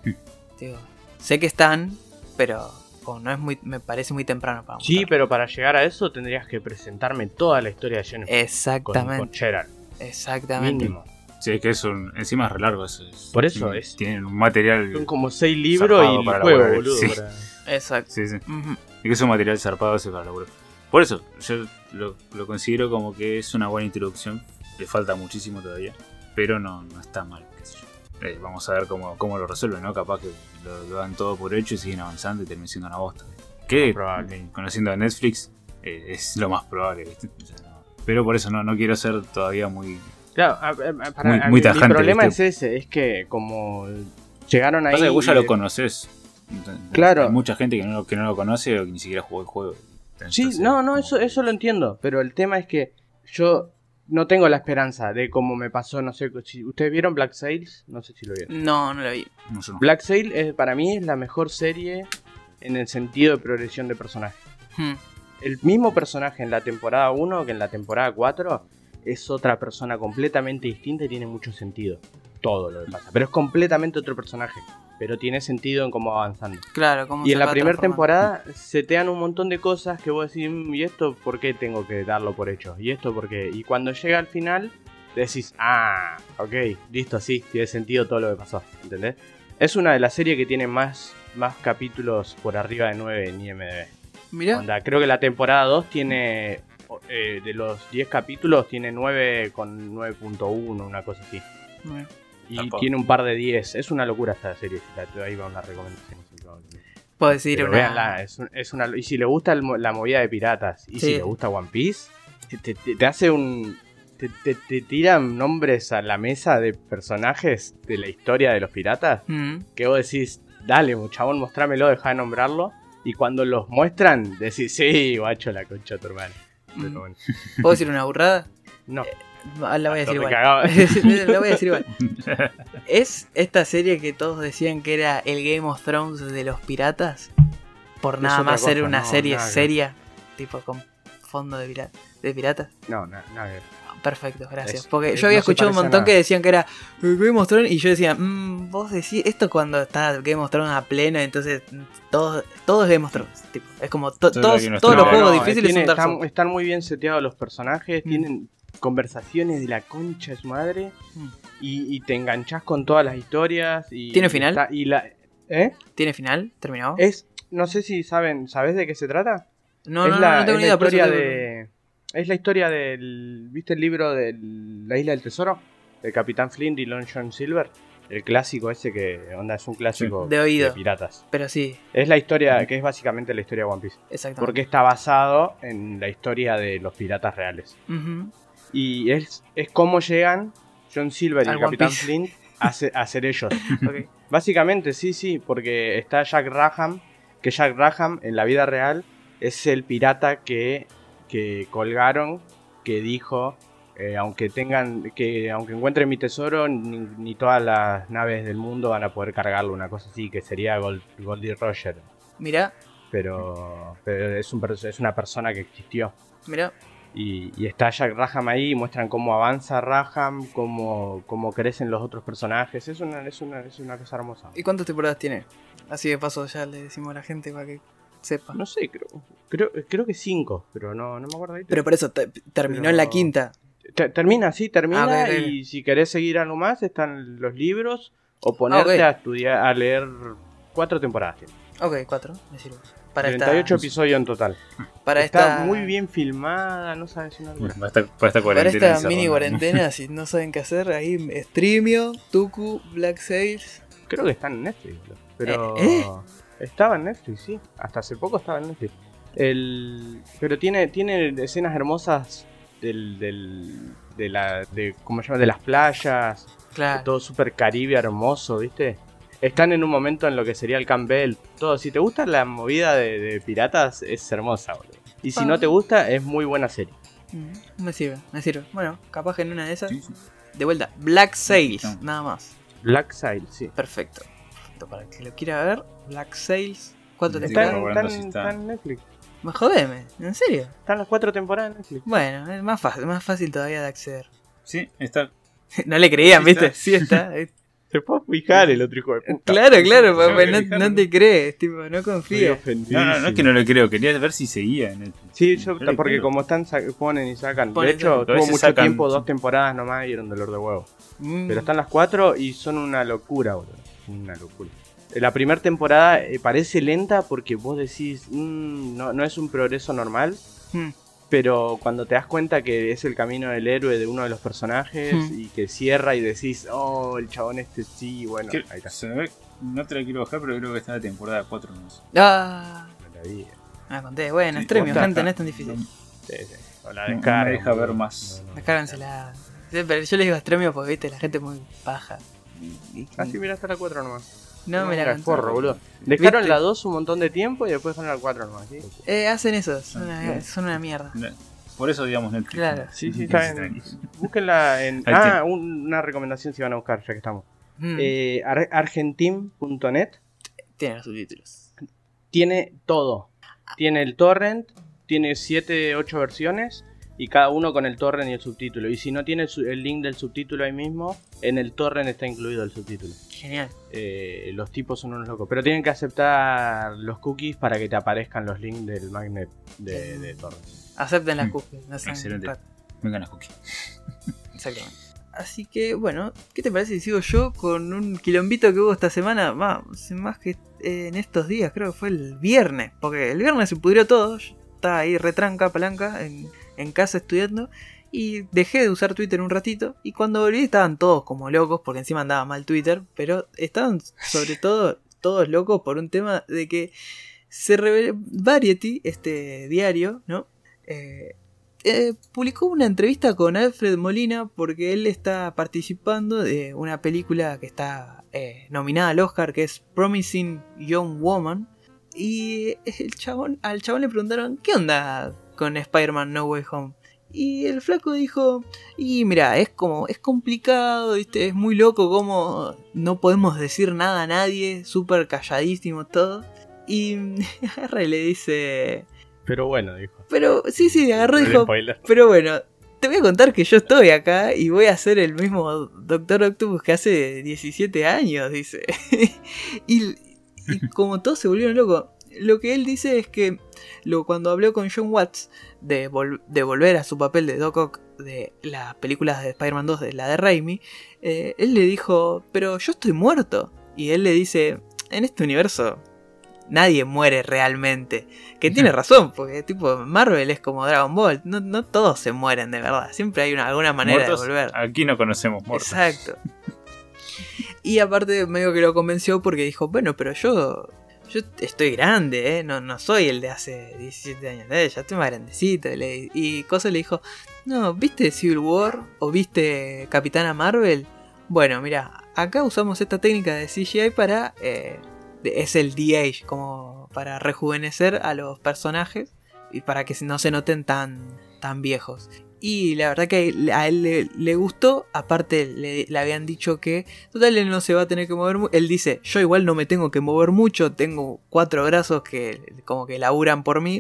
Speaker 2: Digo, sé que están, pero como no es muy, me parece muy temprano para
Speaker 4: Sí,
Speaker 2: mostrar.
Speaker 4: pero para llegar a eso tendrías que presentarme toda la historia de Jennifer con, con
Speaker 2: Exactamente,
Speaker 4: Geralt.
Speaker 2: exactamente.
Speaker 4: Mínimo.
Speaker 3: Sí, es que es un, encima es re largo eso. es-
Speaker 4: Por eso
Speaker 3: tienen-
Speaker 4: es-
Speaker 3: Tienen un material...
Speaker 4: Son como seis libros
Speaker 3: Zarpado
Speaker 4: y el
Speaker 3: para
Speaker 4: juego,
Speaker 3: laburar,
Speaker 4: boludo.
Speaker 3: sí.
Speaker 4: para-
Speaker 2: Exacto.
Speaker 3: Sí, sí.
Speaker 2: Ujú.
Speaker 3: Es que es un material zarpado ese para laburo. Por eso, yo lo, lo considero como que es una buena introducción. Le falta muchísimo todavía, pero no, no está mal, qué sé yo. Eh, vamos a ver cómo, cómo lo resuelven, ¿no? Capaz que lo, lo dan todo por hecho y siguen avanzando y termina siendo una bosta. Que,
Speaker 4: Probable.
Speaker 3: eh, conociendo a Netflix, eh, es lo más probable, ¿viste? O sea, no- pero por eso no, no quiero ser todavía muy...
Speaker 4: Claro, a- a- a- para-
Speaker 3: Muy-
Speaker 4: a-
Speaker 3: muy
Speaker 4: mi-
Speaker 3: tajante,
Speaker 4: mi problema
Speaker 3: ¿viste?
Speaker 4: es ese, es que como llegaron ahí...
Speaker 3: Pasa que vos ya
Speaker 4: y-
Speaker 3: lo conoces. Entonces,
Speaker 4: Claro.
Speaker 3: Hay mucha gente que no, lo- que no lo conoce o que ni siquiera jugó el juego.
Speaker 4: Sí,
Speaker 3: Entonces,
Speaker 4: no, no,
Speaker 3: como
Speaker 4: eso,
Speaker 3: que-
Speaker 4: eso lo entiendo, pero el tema es que yo no tengo la esperanza de cómo me pasó, no sé, si ustedes vieron Black Sails, no sé si lo vieron.
Speaker 2: No, no lo vi.
Speaker 3: no, yo no.
Speaker 4: Black Sail es, para mí es la mejor serie en el sentido de progresión de personaje.
Speaker 2: Hmm.
Speaker 4: El mismo personaje en la temporada uno que en la temporada cuatro es otra persona completamente distinta y tiene mucho sentido. Todo lo que pasa, pero es completamente otro personaje, pero tiene sentido en cómo va avanzando.
Speaker 2: Claro, ¿cómo
Speaker 4: Y
Speaker 2: se
Speaker 4: en la
Speaker 2: va
Speaker 4: primera
Speaker 2: transformando?
Speaker 4: temporada setean un montón de cosas que vos decís, "Mm, ¿y esto por qué tengo que darlo por hecho? ¿Y esto por qué?" Y cuando llega al final, decís, ah, ok, listo, sí, tiene sentido todo lo que pasó, ¿entendés? Es una de las series que tiene más, más capítulos por arriba de nueve en I M D B.
Speaker 2: Mirá,
Speaker 4: Onda, creo que la temporada dos tiene, eh, de los diez capítulos, tiene nueve con nueve punto uno, una cosa así.
Speaker 2: Mirá.
Speaker 4: Y
Speaker 3: Tampoco.
Speaker 4: tiene un par de diez. Es una locura esta serie. Ahí va una recomendación.
Speaker 2: Puedo decir
Speaker 4: Pero
Speaker 2: una.
Speaker 4: véanla, es, un- es una. Y si le gusta el mo- la movida de piratas, y
Speaker 2: Sí.
Speaker 4: si le gusta One Piece, te, te- te- te hace un. Te, te, te tiran nombres a la mesa de personajes de la historia de los piratas.
Speaker 2: Mm.
Speaker 4: Que vos decís, dale, chabón, mostrámelo, deja de nombrarlo. Y cuando los muestran, decís, sí, guacho, la concha de tu hermano. Pero
Speaker 2: Mm.
Speaker 4: bueno,
Speaker 2: ¿Puedo decir una burrada?
Speaker 4: no.
Speaker 2: Ah, La voy a decir
Speaker 4: Torre
Speaker 2: igual.
Speaker 4: cagado.
Speaker 2: La voy a decir igual. ¿Es esta serie que todos decían que era el Game of Thrones de los piratas? Por
Speaker 4: Es
Speaker 2: nada
Speaker 4: otra
Speaker 2: más ser
Speaker 4: cosa,
Speaker 2: una
Speaker 4: no,
Speaker 2: serie
Speaker 4: nada que-
Speaker 2: seria, tipo con fondo de, pira- de piratas.
Speaker 4: No, na- nada que ver.
Speaker 2: Perfecto, gracias.
Speaker 4: Es-
Speaker 2: Porque
Speaker 4: es-
Speaker 2: yo había
Speaker 4: no se
Speaker 2: escuchado un
Speaker 4: parece a
Speaker 2: montón
Speaker 4: nada.
Speaker 2: que decían que era el Game of Thrones y yo decía, mmm, vos decís esto cuando está Game of Thrones a pleno, entonces mm, todo, todo es Game of Thrones. Tipo, es como to-
Speaker 3: Todo
Speaker 2: todos,
Speaker 3: Game of
Speaker 2: todos los
Speaker 3: Thrones.
Speaker 2: juegos
Speaker 4: No, no,
Speaker 2: difíciles
Speaker 4: tiene-
Speaker 2: son Dark
Speaker 4: están,
Speaker 2: Souls.
Speaker 4: están muy bien seteados los personajes,
Speaker 2: Mm.
Speaker 4: tienen conversaciones de la concha de su madre
Speaker 2: Mm.
Speaker 4: y, y te enganchás con todas las historias. Y
Speaker 2: ¿Tiene final?
Speaker 4: está- y la, ¿Eh?
Speaker 2: ¿Tiene final? ¿Terminó?
Speaker 4: Es, no sé si saben, ¿sabés de qué se trata?
Speaker 2: no,
Speaker 4: es
Speaker 2: no,
Speaker 4: la,
Speaker 2: no, no tengo
Speaker 4: es
Speaker 2: ni
Speaker 4: la
Speaker 2: idea. por eso
Speaker 4: historia
Speaker 2: te-
Speaker 4: de, es la historia del, ¿viste el libro de La Isla del Tesoro? De Capitán Flint y Long John Silver. El clásico ese que, onda, es un clásico
Speaker 2: Sí. De oído.
Speaker 4: piratas.
Speaker 2: Pero sí,
Speaker 4: Es la historia, que es básicamente la historia de One Piece.
Speaker 2: exactamente.
Speaker 4: Porque está basado en la historia de los piratas reales.
Speaker 2: Ujú.
Speaker 4: Y es, es cómo llegan John Silver y
Speaker 2: Al
Speaker 4: el
Speaker 2: One
Speaker 4: Capitán
Speaker 2: Piece.
Speaker 4: Flint a ser, a ser ellos.
Speaker 2: Ok.
Speaker 4: Básicamente, sí, sí, porque está Jack Raham, que Jack Raham en la vida real es el pirata que, que colgaron, que dijo, eh, aunque tengan, que aunque encuentren mi tesoro, ni, ni todas las naves del mundo van a poder cargarlo, una cosa así, que sería Gold, Goldie Roger.
Speaker 2: Mirá,
Speaker 4: Pero, pero es, un, per- es una persona que existió.
Speaker 2: mirá.
Speaker 4: Y, y está Jack Raham ahí, muestran cómo avanza Raham, cómo, cómo crecen los otros personajes. Es una, es una, es una cosa hermosa.
Speaker 2: ¿Y cuántas temporadas tiene? Así de paso ya le decimos a la gente para que sepa.
Speaker 4: No sé, creo, creo, creo que cinco, pero no, no me acuerdo.
Speaker 2: Pero por eso, te- terminó
Speaker 4: Pero-
Speaker 2: en la quinta.
Speaker 4: Te- termina, sí, termina.
Speaker 2: Ah, ok, ok.
Speaker 4: Y si querés seguir algo más, están los libros. O ponerte
Speaker 2: Ah, ok.
Speaker 4: a estudiar, a leer cuatro temporadas. tiene.
Speaker 2: Ok, cuatro, me sirve. Para
Speaker 4: treinta y ocho
Speaker 2: esta,
Speaker 4: episodios en total.
Speaker 2: para
Speaker 4: Está
Speaker 2: esta,
Speaker 4: muy bien filmada, no sabes una locura.
Speaker 3: Para esta, para esta
Speaker 2: Para
Speaker 3: cuarentena.
Speaker 2: esta
Speaker 3: esa
Speaker 2: mini
Speaker 3: ronda.
Speaker 2: cuarentena, si no saben qué hacer, ahí Streamio, Tuku, Black Sails.
Speaker 4: Creo que está en Netflix, pero
Speaker 2: ¿Eh?
Speaker 4: estaba en Netflix, sí. Hasta hace poco estaba en Netflix. El, pero tiene, tiene escenas hermosas del, del, de la, de, ¿cómo se llama? De las playas,
Speaker 2: Claro.
Speaker 4: todo súper caribe hermoso, ¿viste? Están en un momento en lo que sería el Campbell. Todo, si te gusta la movida de, de piratas, es hermosa, boludo. Y si
Speaker 2: Ah.
Speaker 4: no te gusta, es muy buena serie.
Speaker 2: Mm, me sirve, me sirve. Bueno, capaz que en una de esas.
Speaker 3: Sí, sí.
Speaker 2: De vuelta, Black Sails,
Speaker 3: No.
Speaker 2: nada más.
Speaker 4: Black Sail, sí.
Speaker 2: Perfecto. Perfecto, para el que lo quiera ver, Black Sails, cuatro
Speaker 3: Sí,
Speaker 4: Está,
Speaker 2: temporadas.
Speaker 4: en,
Speaker 3: bueno,
Speaker 4: está
Speaker 3: sí
Speaker 4: en-
Speaker 3: está.
Speaker 4: está en Netflix.
Speaker 2: Me jodeme, ¿en serio?
Speaker 4: Están las cuatro temporadas en Netflix.
Speaker 2: Bueno, es más fácil, más fácil todavía de acceder.
Speaker 3: Sí, está.
Speaker 2: No le creían,
Speaker 3: Sí
Speaker 2: ¿viste?
Speaker 3: está.
Speaker 2: Sí está.
Speaker 4: Se puede fijar el otro hijo de puta.
Speaker 2: Claro, claro,
Speaker 3: Sí,
Speaker 2: papá,
Speaker 3: sí,
Speaker 2: no,
Speaker 3: sí,
Speaker 2: no
Speaker 3: claro.
Speaker 2: te crees, tipo, no
Speaker 4: Estoy
Speaker 2: confío.
Speaker 4: ofendidísimo.
Speaker 3: No, no, no es que no lo creo, quería ver si seguía en el.
Speaker 4: Sí, yo,
Speaker 3: Yo le
Speaker 4: porque
Speaker 3: creo.
Speaker 4: como están sa- ponen y sacan.
Speaker 2: Ponen,
Speaker 4: de hecho,
Speaker 3: sacan. A
Speaker 4: tuvo
Speaker 3: veces
Speaker 4: mucho
Speaker 3: sacan,
Speaker 4: tiempo,
Speaker 3: sí.
Speaker 4: dos temporadas nomás y era un dolor de huevo.
Speaker 2: Mm.
Speaker 4: Pero están las cuatro y son una locura, boludo. Una locura. La primera temporada eh, parece lenta porque vos decís, "Mm, no, no es un progreso normal.
Speaker 2: Mm.
Speaker 4: Pero cuando te das cuenta que es el camino del héroe de uno de los personajes
Speaker 2: Hmm.
Speaker 4: y que cierra y decís, oh, el chabón este sí, bueno,
Speaker 3: Que-
Speaker 4: ahí está.
Speaker 3: se ve- no te la quiero bajar, pero creo que está en la temporada cuatro. No sé.
Speaker 2: Ah,
Speaker 4: No la vi.
Speaker 2: me conté. Bueno,
Speaker 3: Sí,
Speaker 2: Streamio,
Speaker 4: posta,
Speaker 2: gente,
Speaker 4: está.
Speaker 2: no es tan difícil.
Speaker 3: No,
Speaker 4: Sí, sí. O la
Speaker 3: No- no me
Speaker 4: descargo,
Speaker 3: deja
Speaker 4: boludo.
Speaker 3: ver más.
Speaker 4: No, no.
Speaker 2: Descárgansela. Sí, pero yo les digo Streamio porque, viste, la gente es muy paja. Y- y-
Speaker 4: Ah, sí, mira, hasta la cuatro nomás.
Speaker 2: no me la
Speaker 4: Venga,
Speaker 2: conté.
Speaker 4: forro, boludo. Dejaron
Speaker 2: ¿Viste?
Speaker 4: la dos un montón de tiempo y después dejaron la cuatro nomás. ¿sí?
Speaker 2: Eh, hacen eso, son una,
Speaker 3: Bien.
Speaker 2: son una mierda.
Speaker 3: No, por eso digamos Netflix.
Speaker 2: Claro.
Speaker 4: Sí, sí,
Speaker 3: Sí,
Speaker 4: está
Speaker 3: sí,
Speaker 4: bien.
Speaker 3: tranquilo.
Speaker 4: Búsquenla en.
Speaker 3: Ahí
Speaker 4: Ah,
Speaker 3: tiene.
Speaker 4: un- una recomendación si van a buscar, ya que estamos.
Speaker 2: Mm,
Speaker 4: Eh, ar- argentim punto net
Speaker 2: Tiene los subtítulos.
Speaker 4: tiene todo. Tiene el torrent, tiene siete, ocho versiones y cada uno con el torrent y el subtítulo. Y si no tiene el, su- el link del subtítulo ahí mismo, en el torrent está incluido el subtítulo.
Speaker 2: Genial.
Speaker 4: Eh, los tipos son unos locos. Pero tienen que aceptar los cookies para que te aparezcan los links del magnet de, de torrent.
Speaker 2: Acepten las
Speaker 3: Mm,
Speaker 2: cookies. No sean
Speaker 3: excelente.
Speaker 2: rat-
Speaker 3: Vengan a cookie.
Speaker 2: Exactamente. Así que, bueno, ¿qué te parece si sigo yo con un quilombito que hubo esta semana? Va, más que eh, en estos días, creo que fue el viernes. Porque el viernes se pudrió todo. Yo estaba ahí retranca, palanca, en, en casa estudiando. Y dejé de usar Twitter un ratito. Y cuando volví estaban todos como locos. Porque encima andaba mal Twitter. Pero estaban sobre todo todos locos por un tema de que se reveló. Variety, este diario, ¿no? Eh, eh, publicó una entrevista con Alfred Molina. Porque él está participando de una película que está eh, nominada al Oscar. Que es Promising Young Woman. Y el chabón, al chabón le preguntaron: ¿qué onda con Spider-Man No Way Home? Y el flaco dijo: y mira, es como, es complicado, ¿viste? Es muy loco como no podemos decir nada a nadie, súper calladísimo todo. Y agarra y le dice:
Speaker 4: pero bueno, dijo.
Speaker 2: Pero, sí, sí, agarró y
Speaker 4: No
Speaker 2: dijo:
Speaker 4: spoiler.
Speaker 2: pero bueno, te voy a contar que yo estoy acá y voy a ser el mismo Doctor Octopus que hace diecisiete años, dice. y, y como todos se volvieron locos. Lo que él dice es que lo, cuando habló con John Watts de, vol- de volver a su papel de Doc Ock de las películas de Spider-Man dos, de la de Raimi, eh, él le dijo: pero yo estoy muerto. Y él le dice: en este universo nadie muere realmente. Que tiene razón, porque tipo Marvel es como Dragon Ball, no, no todos se mueren de verdad, siempre hay una, alguna manera
Speaker 3: Muertos,
Speaker 2: de volver.
Speaker 3: Aquí no conocemos muertos.
Speaker 2: Exacto. Y aparte medio que lo convenció porque dijo: bueno, pero yo... Yo estoy grande, ¿eh? No, no soy el de hace diecisiete años, ¿eh? Ya estoy más grandecito. Y, le, y Cosa le dijo: no, ¿viste Civil War? ¿O viste Capitana Marvel? Bueno, mira, acá usamos esta técnica de C G I para... Eh, es el de-age, como para rejuvenecer a los personajes y para que no se noten tan, tan viejos. Y la verdad que a él le, le gustó. Aparte le, le habían dicho que total él no se va a tener que mover mucho. Él dice: yo igual no me tengo que mover mucho. Tengo cuatro brazos que como que laburan por mí.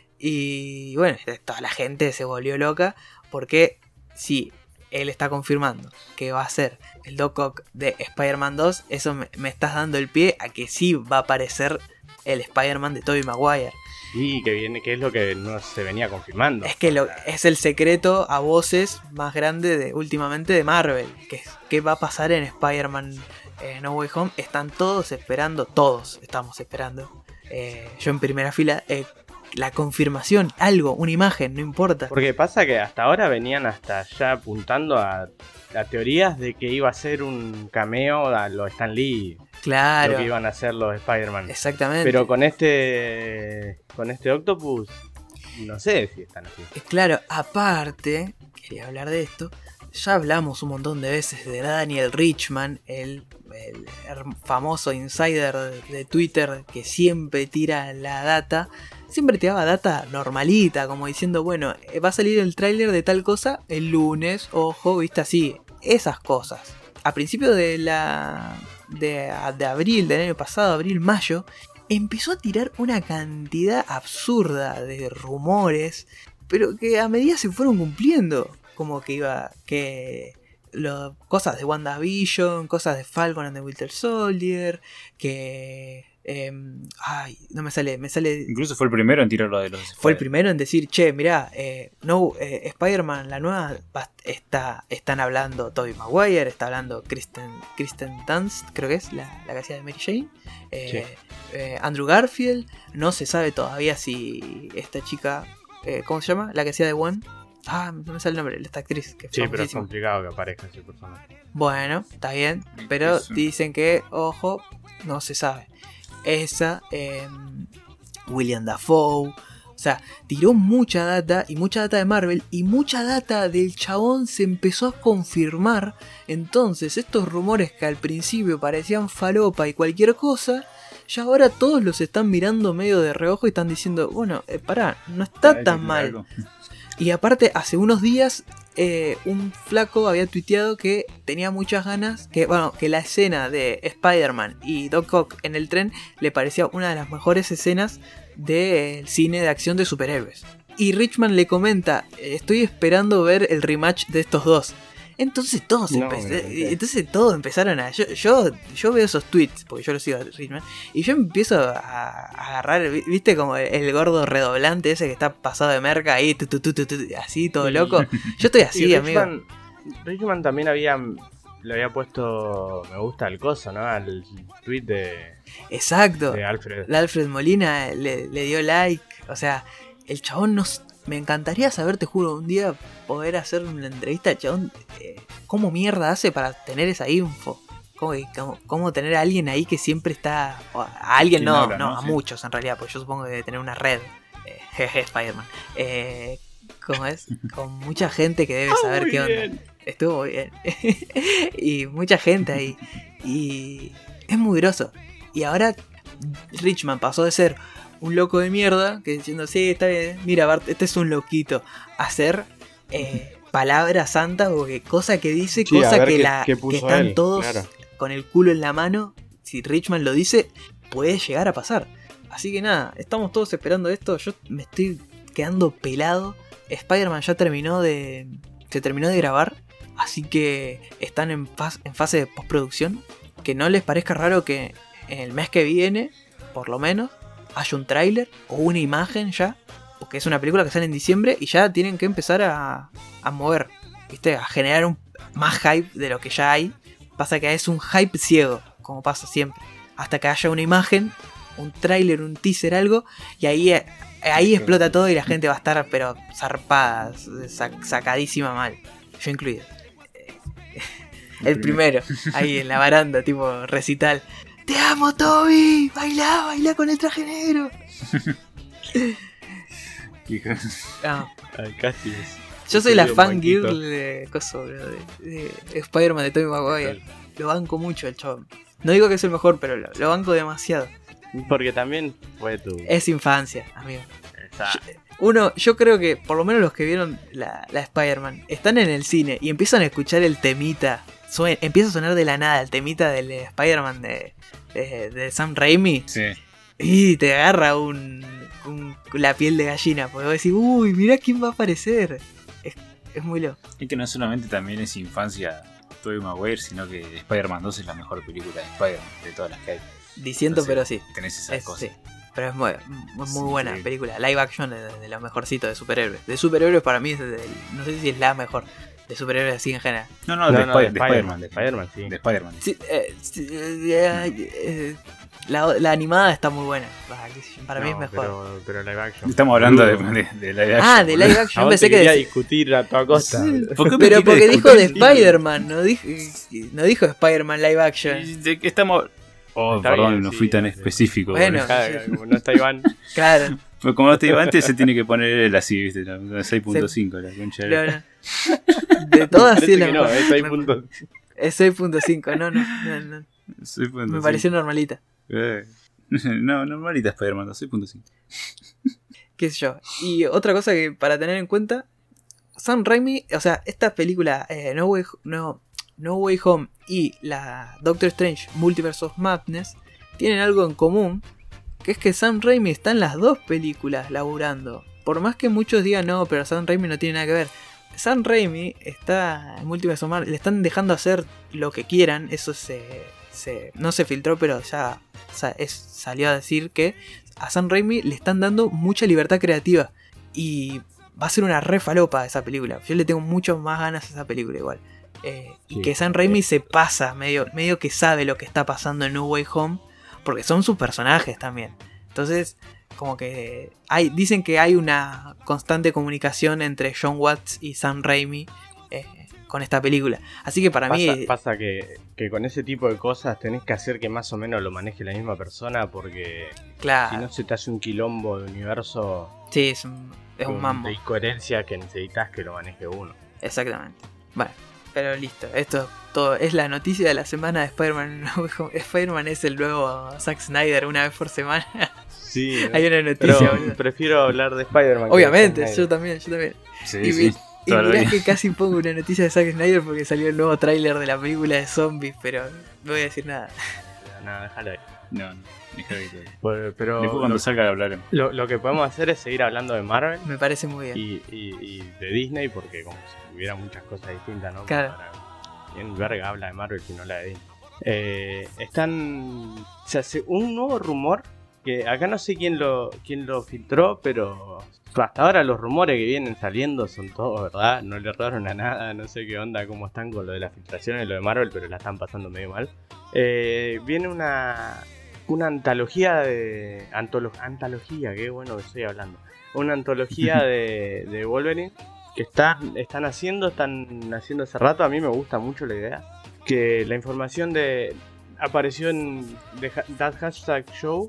Speaker 2: Y bueno, toda la gente se volvió loca. Porque sí, él está confirmando que va a ser el Doc Ock de Spider-Man dos. Eso me, me estás dando el pie a que sí va a aparecer el Spider-Man de Tobey Maguire.
Speaker 4: Sí, que viene, que es lo que no se venía confirmando.
Speaker 2: Es que lo, es el secreto a voces más grande de últimamente de Marvel. Que es qué va a pasar en Spider-Man eh, No Way Home. Están todos esperando, todos estamos esperando. Eh, yo en primera fila, eh, la confirmación, algo, una imagen, no importa.
Speaker 4: Porque pasa que hasta ahora venían hasta ya apuntando a, a teorías de que iba a ser un cameo a los Stan Lee.
Speaker 2: Claro.
Speaker 4: Lo que iban a hacer los Spider-Man.
Speaker 2: Exactamente.
Speaker 4: Pero con este con este Octopus no sé si están así.
Speaker 2: Claro, aparte, quería hablar de esto. Ya hablamos un montón de veces de Daniel Richman, el, el famoso insider de Twitter que siempre tira la data. Siempre tiraba data normalita, como diciendo: bueno, va a salir el tráiler de tal cosa el lunes, ojo, viste, así, esas cosas. A principios de la de, de abril, del año pasado, abril-mayo, empezó a tirar una cantidad absurda de rumores, pero que a medida se fueron cumpliendo. Como que iba, que lo, cosas de WandaVision, cosas de Falcon and the Winter Soldier, que... Eh, ay, no me sale, me sale...
Speaker 3: Incluso fue el primero en tirarlo de los...
Speaker 2: Fue el primero en decir: che, mirá, eh, no, eh, Spider-Man, la nueva, está, están hablando Tobey Maguire, está hablando Kristen, Kristen Dunst, creo que es, la, la que hacía de Mary Jane, eh, sí. eh, Andrew Garfield, no se sabe todavía si esta chica, eh, ¿cómo se llama? La que hacía de Gwen. Ah, no me sale el nombre, esta actriz. Que
Speaker 4: sí, pero es complicado que aparezca ese personaje.
Speaker 2: Bueno, está bien, pero Eso. Dicen que, ojo, no se sabe. Esa, eh, William Dafoe, o sea, tiró mucha data y mucha data de Marvel y mucha data del chabón se empezó a confirmar. Entonces estos rumores que al principio parecían falopa y cualquier cosa, ya ahora todos los están mirando medio de reojo y están diciendo: bueno, eh, pará, no está tan mal. Algo. Y aparte, hace unos días eh, un flaco había tuiteado que tenía muchas ganas, que bueno, que la escena de Spider-Man y Doc Ock en el tren le parecía una de las mejores escenas del cine de acción de superhéroes. Y Richman le comenta: estoy esperando ver el rematch de estos dos. Entonces todos, no, empe- no, entonces todos empezaron a... Yo, yo, yo veo esos tweets, porque yo los sigo a Richman, y yo empiezo a, a agarrar, viste, como el, el gordo redoblante ese que está pasado de merca ahí, tu, tu, tu, tu, tu, así, todo loco. Yo estoy así,
Speaker 4: y
Speaker 2: amigo.
Speaker 4: Richman, Richman también había... Le había puesto me gusta al coso, ¿no? Al tweet de...
Speaker 2: Exacto.
Speaker 4: De Alfred.
Speaker 2: La Alfred Molina le, le dio like. O sea, el chabón nos... me encantaría saber, te juro, un día poder hacer una entrevista al chabón. Eh, ¿Cómo mierda hace para tener esa info? ¿Cómo, cómo, cómo tener a alguien ahí que siempre está... A alguien no, habla, no, no, a sí. muchos en realidad, porque yo supongo que debe tener una red. Eh, jeje, Spider-Man. Eh, ¿Cómo es? Con mucha gente que debe saber oh, qué onda. Bien. Estuvo bien. Y mucha gente ahí. Y es muy groso. Y ahora Richman pasó de ser un loco de mierda, que diciendo, sí, está bien, mira Bart, este es un loquito, a ser eh, palabra santa, porque cosa que dice, sí, cosa que, qué, la, qué que están él, todos claro. con el culo en la mano. Si Richman lo dice, puede llegar a pasar. Así que nada, estamos todos esperando esto. Yo me estoy quedando pelado. Spider-Man ya terminó de... Se terminó de grabar. Así que están en, faz, en fase de postproducción. Que no les parezca raro que en el mes que viene, por lo menos, haya un tráiler o una imagen ya. Porque es una película que sale en diciembre y ya tienen que empezar a, a mover, ¿viste? A generar un, más hype de lo que ya hay. Pasa que es un hype ciego, como pasa siempre. Hasta que haya una imagen, un tráiler, un teaser, algo. Y ahí, ahí explota todo y la gente va a estar pero zarpada, sac, sacadísima mal. Yo incluido. El primero, ahí en la baranda, tipo recital. ¡Te amo, Toby! ¡Bailá, bailá con el traje negro! No.
Speaker 4: Ay, casi es.
Speaker 2: Yo soy la fangirl de, coso, bro, de, de, de Spider-Man de Tobey Maguire. Lo banco mucho el chabón. No digo que es el mejor, pero lo, lo banco demasiado.
Speaker 4: Porque también fue tu...
Speaker 2: Es infancia, amigo. Exacto. Yo, uno, yo creo que por lo menos los que vieron la, la Spider-Man están en el cine y empiezan a escuchar el temita. Suena, empieza a sonar de la nada el temita del Spider-Man de, de, de Sam Raimi.
Speaker 3: Sí.
Speaker 2: Y te agarra un, un, la piel de gallina. Porque vos decís, uy, mirá quién va a aparecer. Es, es muy loco.
Speaker 3: Es que no solamente también es infancia Tobey Maguire, sino que Spider-Man dos es la mejor película de Spider-Man de todas las que hay.
Speaker 2: Diciendo, entonces, pero sí.
Speaker 3: Tenés esas
Speaker 2: es,
Speaker 3: cosas.
Speaker 2: Sí. Pero es muy, muy, muy
Speaker 3: sí,
Speaker 2: buena
Speaker 3: sí.
Speaker 2: película. Live action de, de lo mejorcito de superhéroes. De superhéroes para mí es de, no sé si es la mejor. De superhéroes así en general.
Speaker 3: No, no, no de, no, de, de Spider-Man.
Speaker 4: De Spider-Man, sí.
Speaker 3: De Spider-Man.
Speaker 2: Sí, eh, sí, eh, eh, la, la animada está muy buena. Para no, mí es mejor.
Speaker 4: Pero, pero live action.
Speaker 3: Estamos hablando de, de, de live action.
Speaker 2: Ah, de live action. Yo pensé que
Speaker 4: quería discutir a toda costa.
Speaker 2: ¿Por qué pero porque dijo de Spider-Man. No dijo, no dijo Spider-Man live action.
Speaker 3: ¿De qué estamos...? Oh, está perdón, bien, no sí, fui tan sí. específico.
Speaker 2: Bueno,
Speaker 4: como no está Iván.
Speaker 2: Claro.
Speaker 3: Pues como no está Iván, se tiene que poner el así, ¿viste? seis punto cinco la concha.
Speaker 2: No, no. De todas sí la
Speaker 4: no, es seis punto cinco.
Speaker 2: Es seis punto cinco, no, no, no, no. seis punto cinco. Me pareció normalita.
Speaker 3: Eh. No, normalita Spider-Man, seis punto cinco.
Speaker 2: Qué sé yo. Y otra cosa que para tener en cuenta, Sam Raimi, o sea, esta película eh, No Way no No Way Home y la Doctor Strange Multiverse of Madness tienen algo en común, que es que Sam Raimi está en las dos películas laburando. Por más que muchos digan no, pero Sam Raimi no tiene nada que ver. Sam Raimi está en Multiverse of Madness, le están dejando hacer lo que quieran. Eso se, se no se filtró, pero ya es, salió a decir que a Sam Raimi le están dando mucha libertad creativa. Y va a ser una re falopa esa película. Yo le tengo muchas más ganas a esa película igual. Eh, sí, y que Sam Raimi eh. se pasa, medio, medio que sabe lo que está pasando en No Way Home, porque son sus personajes también. Entonces, como que hay, dicen que hay una constante comunicación entre John Watts y Sam Raimi eh, con esta película. Así que para
Speaker 4: pasa,
Speaker 2: mí...
Speaker 4: Pasa que, que con ese tipo de cosas tenés que hacer que más o menos lo maneje la misma persona, porque
Speaker 2: claro.
Speaker 4: si no se te hace un quilombo de universo...
Speaker 2: Sí, es un, es un mambo.
Speaker 4: De incoherencia que necesitas que lo maneje uno.
Speaker 2: Exactamente. Bueno. Pero listo, esto todo es la noticia de la semana de Spider-Man. Spider-Man es el nuevo Zack Snyder una vez por semana.
Speaker 4: Sí,
Speaker 2: hay una noticia.
Speaker 4: Pero prefiero hablar de Spider-Man.
Speaker 2: Obviamente, yo también, yo también.
Speaker 3: Sí,
Speaker 2: y
Speaker 3: sí,
Speaker 2: y mirá que casi pongo una noticia de Zack Snyder porque salió el nuevo tráiler de la película de zombies, pero no voy a decir nada.
Speaker 4: No, déjalo ahí.
Speaker 3: No, no, déjalo ahí.
Speaker 4: Bueno, pero
Speaker 3: después cuando
Speaker 4: lo,
Speaker 3: salga hablaremos.
Speaker 4: Lo, lo que podemos hacer es seguir hablando de Marvel.
Speaker 2: Me parece muy bien.
Speaker 4: Y, y, y de Disney, porque como si hubiera muchas cosas distintas, ¿no?
Speaker 2: Claro.
Speaker 4: Bien verga habla de Marvel si no la de Disney. Eh, están... Se hace un nuevo rumor, que acá no sé quién lo, quién lo filtró, pero hasta ahora los rumores que vienen saliendo son todos verdad, no le erraron a nada, no sé qué onda, cómo están con lo de las filtraciones y lo de Marvel, pero la están pasando medio mal. Eh, viene una... una antología de... Antolo, antología, qué bueno que estoy hablando. Una antología de, de Wolverine que están, están haciendo, están haciendo hace rato. A mí me gusta mucho la idea. Que la información de apareció en The That Hashtag Show,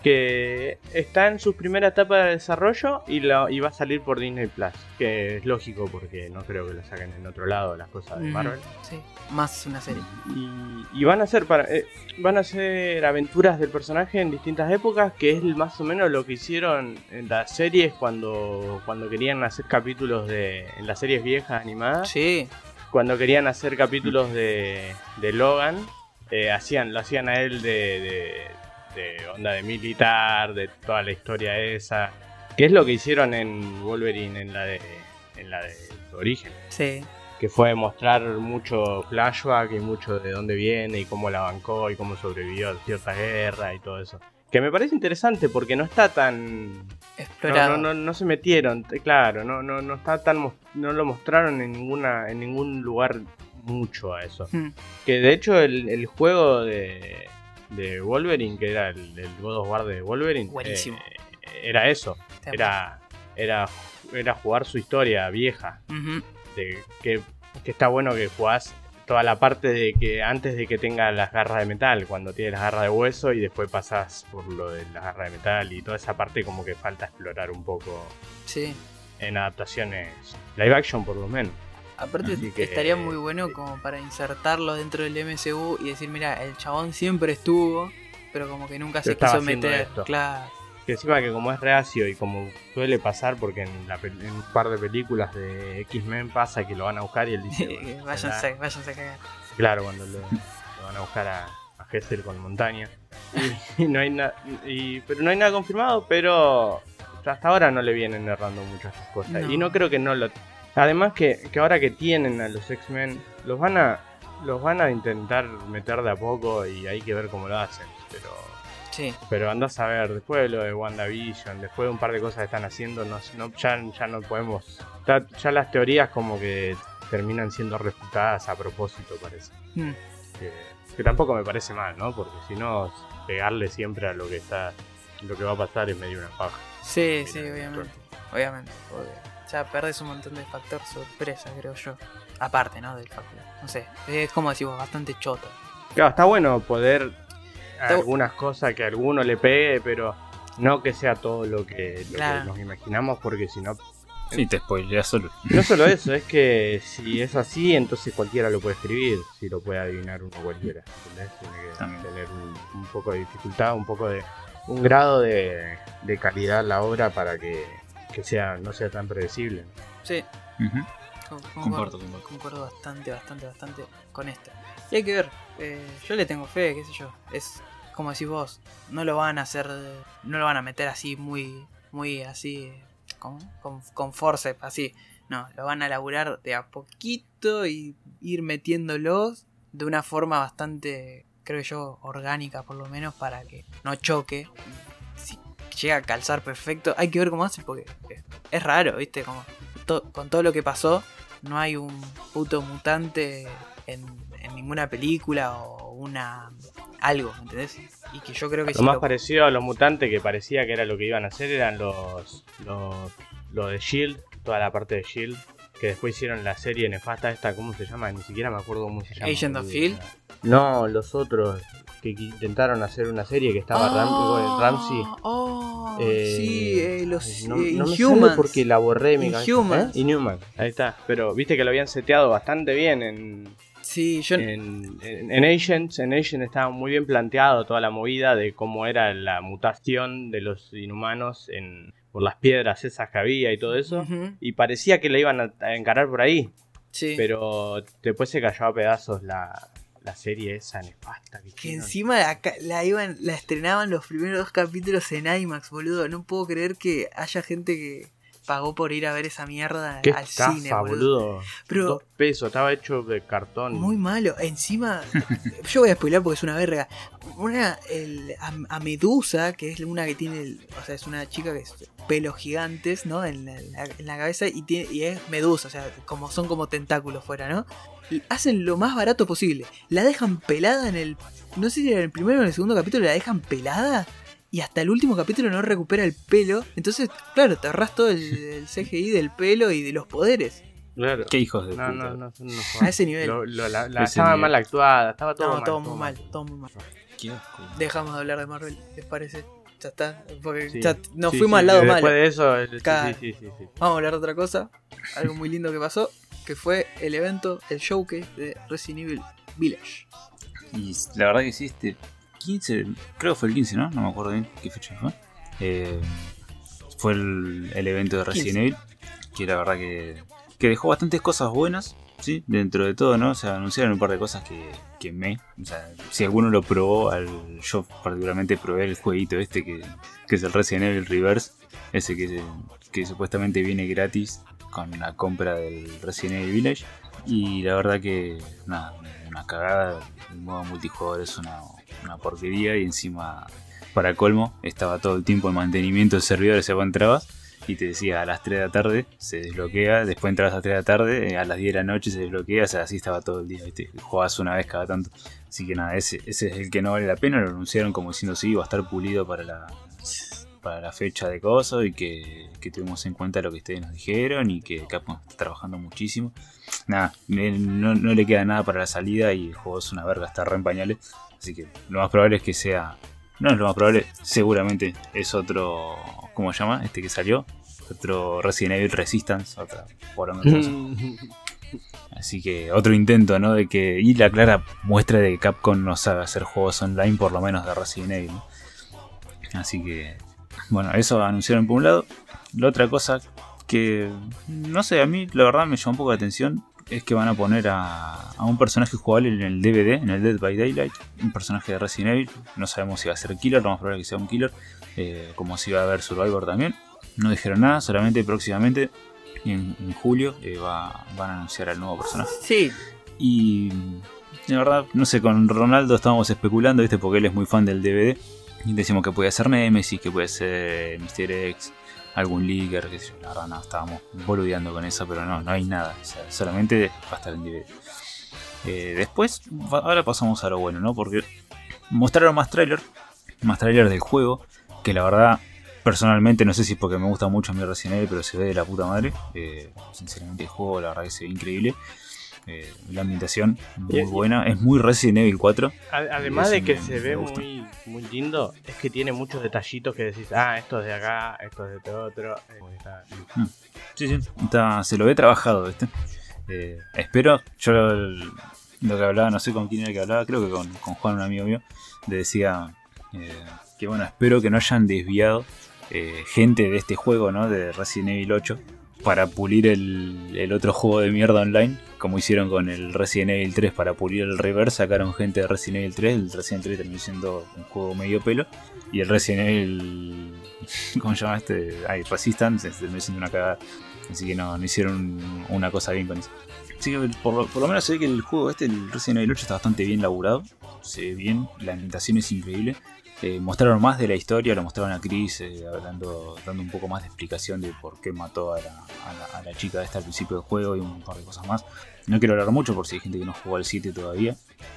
Speaker 4: que está en su primera etapa de desarrollo y, la, y va a salir por Disney Plus, que es lógico porque no creo que lo saquen en otro lado las cosas de Marvel.
Speaker 2: Mm, sí, más una serie.
Speaker 4: Y, y van a hacer para eh, van a hacer aventuras del personaje en distintas épocas, que es más o menos lo que hicieron en las series cuando cuando querían hacer capítulos de en las series viejas animadas.
Speaker 2: Sí.
Speaker 4: Cuando querían hacer capítulos de, de Logan, eh, hacían lo hacían a él de, de de onda de militar, de toda la historia esa, que es lo que hicieron en Wolverine en la de en la de Origen.
Speaker 2: Sí.
Speaker 4: Que fue mostrar mucho flashback y mucho de dónde viene y cómo la bancó y cómo sobrevivió a cierta guerra y todo eso. Que me parece interesante porque no está tan
Speaker 2: explorado.
Speaker 4: No, no, no, no se metieron, claro, no, no, no está tan no lo mostraron en ninguna en ningún lugar mucho a eso. Hmm. Que de hecho el, el juego de de Wolverine, que era el, el God of War de Wolverine,
Speaker 2: buenísimo.
Speaker 4: Eh, era eso, era, era era jugar su historia vieja, uh-huh. de que, que está bueno que jugás toda la parte de que antes de que tenga las garras de metal, cuando tiene las garras de hueso y después pasás por lo de las garras de metal y toda esa parte como que falta explorar un poco.
Speaker 2: Sí.
Speaker 4: En adaptaciones live action por lo menos.
Speaker 2: Aparte que estaría muy bueno como para insertarlo dentro del M C U y decir, mira, el chabón siempre estuvo, pero como que nunca se quiso meter.
Speaker 4: Esto.
Speaker 2: Claro.
Speaker 4: Que encima que como es reacio y como suele pasar, porque en, la, en un par de películas de X-Men pasa que lo van a buscar y él dice... Bueno,
Speaker 2: váyanse, váyanse a cagar.
Speaker 4: Claro, cuando lo, lo van a buscar a, a Hessel con Montaña. Y, y no hay nada, pero no hay nada confirmado, pero hasta ahora no le vienen errando mucho a estas cosas. No. Y no creo que no lo... Además que, que ahora que tienen a los X-Men, los van a los van a intentar meter de a poco y hay que ver cómo lo hacen. Pero
Speaker 2: sí.
Speaker 4: Pero andás a ver, después de lo de WandaVision, después de un par de cosas que están haciendo, no, no, ya, ya no podemos... Ya, ya las teorías como que terminan siendo refutadas a propósito, parece. Mm. Que, que tampoco me parece mal, ¿no? Porque si no, pegarle siempre a lo que está lo que va a pasar es medio una paja.
Speaker 2: Sí, sí, obviamente. Obviamente, obviamente. Ya perdés un montón de factor sorpresa, creo yo. Aparte, ¿no? Del factor. No sé, es como decimos, bastante choto.
Speaker 4: Claro, está bueno poder está algunas cosas que a alguno le pegue, pero no que sea todo lo que, lo claro. que nos imaginamos, porque si no...
Speaker 3: Sí, te spoileas solo.
Speaker 4: No solo eso, es que si es así, entonces cualquiera lo puede escribir, si lo puede adivinar uno cualquiera. ¿Entendés? Tiene que También. tener un, un poco de dificultad, un poco de... un grado de, de calidad la obra para que... que sea no sea tan predecible.
Speaker 2: Sí.
Speaker 3: Uh-huh.
Speaker 2: Concuerdo, concuerdo, concuerdo. concuerdo bastante, bastante, bastante con esto. Y hay que ver, eh, yo le tengo fe, qué sé yo. Es como decís vos, no lo van a hacer, no lo van a meter así muy, muy así, ¿cómo? Con, con forceps, así. No, lo van a laburar de a poquito y ir metiéndolos de una forma bastante, creo yo, orgánica por lo menos, para que no choque. Si llega a calzar perfecto, hay que ver cómo hace, porque es raro, ¿viste? Como to- con todo lo que pasó, no hay un puto mutante en, en ninguna película o una algo, ¿entendés? Y que yo creo que
Speaker 4: lo
Speaker 2: sí
Speaker 4: más
Speaker 2: lo...
Speaker 4: parecido a los mutantes que parecía que era lo que iban a hacer eran los los, los de Shield, toda la parte de Shield, que después hicieron la serie nefasta esta, ¿cómo se llama? Ni siquiera me acuerdo cómo se llama.
Speaker 2: Agent of Shield.
Speaker 4: No, los otros que intentaron hacer una serie que estaba
Speaker 2: oh,
Speaker 4: Ram- Ramsey.
Speaker 2: Oh,
Speaker 4: eh,
Speaker 2: sí, eh, los
Speaker 4: ay, no,
Speaker 2: eh,
Speaker 4: no me
Speaker 2: Inhumans.
Speaker 4: sale porque la borré mi
Speaker 2: Inhumans.
Speaker 4: ¿Eh? Inhuman, ahí está. Pero viste que lo habían seteado bastante bien en.
Speaker 2: Sí, yo...
Speaker 4: En, en, en Agents, en Agents estaba muy bien planteado toda la movida de cómo era la mutación de los inhumanos en, por las piedras esas que había y todo eso. Uh-huh. Y parecía que la iban a, a encarar por ahí.
Speaker 2: Sí.
Speaker 4: Pero después se cayó a pedazos la, la serie esa nefasta. Que,
Speaker 2: que encima la, la, iban, la estrenaban los primeros dos capítulos en IMAX, boludo. No puedo creer que haya gente que, pagó por ir a ver esa mierda
Speaker 4: Qué
Speaker 2: al
Speaker 4: estafa,
Speaker 2: cine, boludo.
Speaker 4: boludo.
Speaker 2: Pero
Speaker 4: Dos pesos, estaba hecho de cartón.
Speaker 2: muy malo. Encima, yo voy a spoiler porque es una verga. Una, el, a, a Medusa, que es una que tiene, el, o sea, es una chica que es pelos gigantes, ¿no? En la, en la, en la cabeza y, tiene, y es Medusa, o sea, como son como tentáculos fuera, ¿no? Y hacen lo más barato posible. La dejan pelada en el, no sé si era en el primero o en el segundo capítulo, la dejan pelada. Y hasta el último capítulo no recupera el pelo. Entonces, claro, te ahorras todo el, el C G I del pelo y de los poderes.
Speaker 4: Claro.
Speaker 3: Qué hijos de
Speaker 4: No,
Speaker 3: puta.
Speaker 4: no, no, no, no.
Speaker 2: A ese nivel.
Speaker 4: Lo, lo, la, la,
Speaker 3: Ese
Speaker 4: estaba
Speaker 3: nivel.
Speaker 4: mal actuada, estaba todo
Speaker 2: No,
Speaker 4: mal.
Speaker 2: todo muy mal, todo muy mal.
Speaker 3: Qué asco.
Speaker 2: Dejamos de hablar de Marvel, ¿les parece? Ya está. Porque
Speaker 4: Sí.
Speaker 2: ya nos
Speaker 4: Sí,
Speaker 2: fuimos
Speaker 4: sí,
Speaker 2: al lado
Speaker 4: después
Speaker 2: malo.
Speaker 4: de eso, el-
Speaker 2: Claro.
Speaker 4: sí, sí, sí, sí.
Speaker 2: Vamos a hablar de otra cosa. Algo muy lindo que pasó. Que fue el evento, el showcase de Resident Evil Village.
Speaker 3: Y la verdad que sí, este quince, creo que fue el quince, ¿no? No me acuerdo bien qué fecha fue. Eh, fue el, el evento de Resident
Speaker 2: quince.
Speaker 3: Evil, que la verdad que, que dejó bastantes cosas buenas, ¿sí? Dentro de todo, ¿no? O sea, anunciaron un par de cosas que, que me... O sea, si alguno lo probó, al, yo particularmente probé el jueguito este que, que es el Resident Evil Reverse, ese que, que supuestamente viene gratis con la compra del Resident Evil Village. Y la verdad que, nada, una cagada. El modo multijugador es una, una porquería y encima, para colmo, estaba todo el tiempo en mantenimiento del servidor, se entrabas y te decía a las tres de la tarde se desbloquea, después entrabas a las tres de la tarde, a las diez de la noche se desbloquea, o sea, así estaba todo el día, ¿viste? Jugabas una vez cada tanto. Así que nada, ese, ese es el que no vale la pena, lo anunciaron como diciendo sí, va a estar pulido para la... para la fecha de cosas y que, que tuvimos en cuenta lo que ustedes nos dijeron y que Capcom está trabajando muchísimo. Nada, no, no le queda nada para la salida y el juego es una verga, está re en pañales. Así que lo más probable es que sea... No es lo más probable, seguramente es otro... ¿Cómo se llama? Este que salió. Otro Resident Evil Resistance, otra poronga cosa. Así que otro intento, ¿no? De que... Y la clara muestra de que Capcom no sabe hacer juegos online, por lo menos de Resident Evil, ¿no? Así que... Bueno, eso anunciaron por un lado. La otra cosa que, no sé, a mí la verdad me llamó un poco la atención es que van a poner a, a un personaje jugable en el D V D, en el Dead by Daylight, un personaje de Resident Evil. No sabemos si va a ser killer, lo más probable es que sea un killer, eh, como si va a haber Survivor también. No dijeron nada, solamente próximamente, en, en julio, eh, va, van a anunciar al nuevo personaje.
Speaker 2: Sí.
Speaker 3: Y la verdad, no sé, con Ronaldo estábamos especulando, ¿viste? Porque él es muy fan del D V D. Y decimos que puede ser Nemesis, que puede ser mister X, algún leaker, que la verdad no, estábamos boludeando con eso, pero no, no hay nada, o sea, solamente va a estar en D V D. Eh, después, ahora pasamos a lo bueno, ¿no? Porque mostraron más trailers, más trailers del juego, que la verdad, personalmente, no sé si es porque me gusta mucho a mi Resident Evil, pero se ve de la puta madre. Eh, sinceramente el juego, la verdad que se ve increíble. Eh, la ambientación muy
Speaker 4: Y-
Speaker 3: buena, es muy Resident Evil cuatro.
Speaker 4: Además
Speaker 3: Eso
Speaker 4: de que
Speaker 3: me-
Speaker 4: se
Speaker 3: me
Speaker 4: ve
Speaker 3: gusta.
Speaker 4: muy, muy lindo, es que tiene muchos detallitos que decís, ah, esto es de acá, esto es de este otro. eh, está-
Speaker 3: Sí, sí, está, se lo ve trabajado, ¿viste? Eh, espero, yo lo, lo que hablaba, no sé con quién era que hablaba, creo que con, con Juan, un amigo mío, le decía eh, que bueno, espero que no hayan desviado eh, gente de este juego, ¿no? De Resident Evil ocho, para pulir el, el otro juego de mierda online, como hicieron con el Resident Evil tres para pulir el Reverse, sacaron gente de Resident Evil tres, el Resident Evil tres terminó siendo un juego medio pelo, y el Resident Evil, ¿cómo se llama este? Ay, Resistance, terminó siendo una cagada. Así que no, no hicieron una cosa bien con eso. Así que por lo, por lo menos se ve que el juego este, el Resident Evil ocho, está bastante bien laburado. Se ve bien, la ambientación es increíble. Eh, mostraron más de la historia, lo mostraron a Chris eh, hablando, dando un poco más de explicación de por qué mató a la, a la, a la chica esta al principio del juego y un par de cosas más. No quiero hablar mucho por si hay gente que no jugó al siete todavía,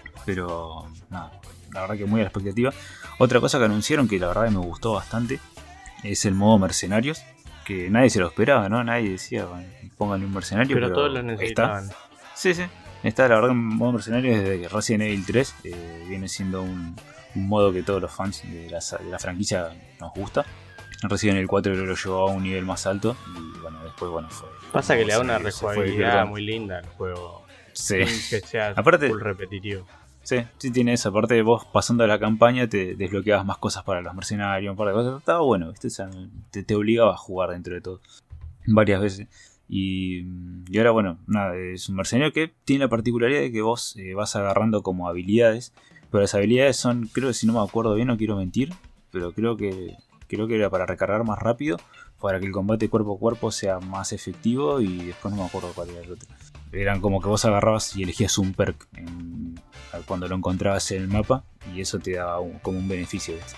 Speaker 3: pero nada, la verdad que muy a la expectativa. Otra cosa que anunciaron que la verdad que me gustó bastante es el modo mercenarios, que nadie se lo esperaba, ¿no? Nadie decía, bueno, pónganle un mercenario,
Speaker 4: Pero
Speaker 3: pero,
Speaker 4: todos lo
Speaker 3: está.
Speaker 4: necesitaban.
Speaker 3: Sí, sí. Está, la verdad, en modo mercenario desde que Resident Evil tres eh, viene siendo un, un modo que todos los fans de la, de la franquicia nos gusta. Resident Evil cuatro lo llevó a un nivel más alto y bueno, después bueno fue...
Speaker 4: Pasa que le da una
Speaker 3: se fue
Speaker 4: rejugabilidad
Speaker 3: divirtiendo.
Speaker 4: muy linda al juego.
Speaker 3: Sí.
Speaker 4: Sin que sea
Speaker 3: Aparte-
Speaker 4: full repetitivo.
Speaker 3: Sí, sí tiene eso. Aparte de vos pasando la campaña te desbloqueabas más cosas para los mercenarios, un par de cosas. Estaba bueno, ¿viste? O sea, te, te obligaba a jugar dentro de todo. Varias veces. Y, y ahora, bueno, nada, es un mercenario que tiene la particularidad de que vos eh, vas agarrando como habilidades. Pero las habilidades son, creo que si no me acuerdo bien, no quiero mentir, pero creo que creo que era para recargar más rápido para que el combate cuerpo a cuerpo sea más efectivo, y después no me acuerdo cuál era el otro. Eran como que vos agarrabas y elegías un perk en, cuando lo encontrabas en el mapa, y eso te daba un, como un beneficio, ¿viste?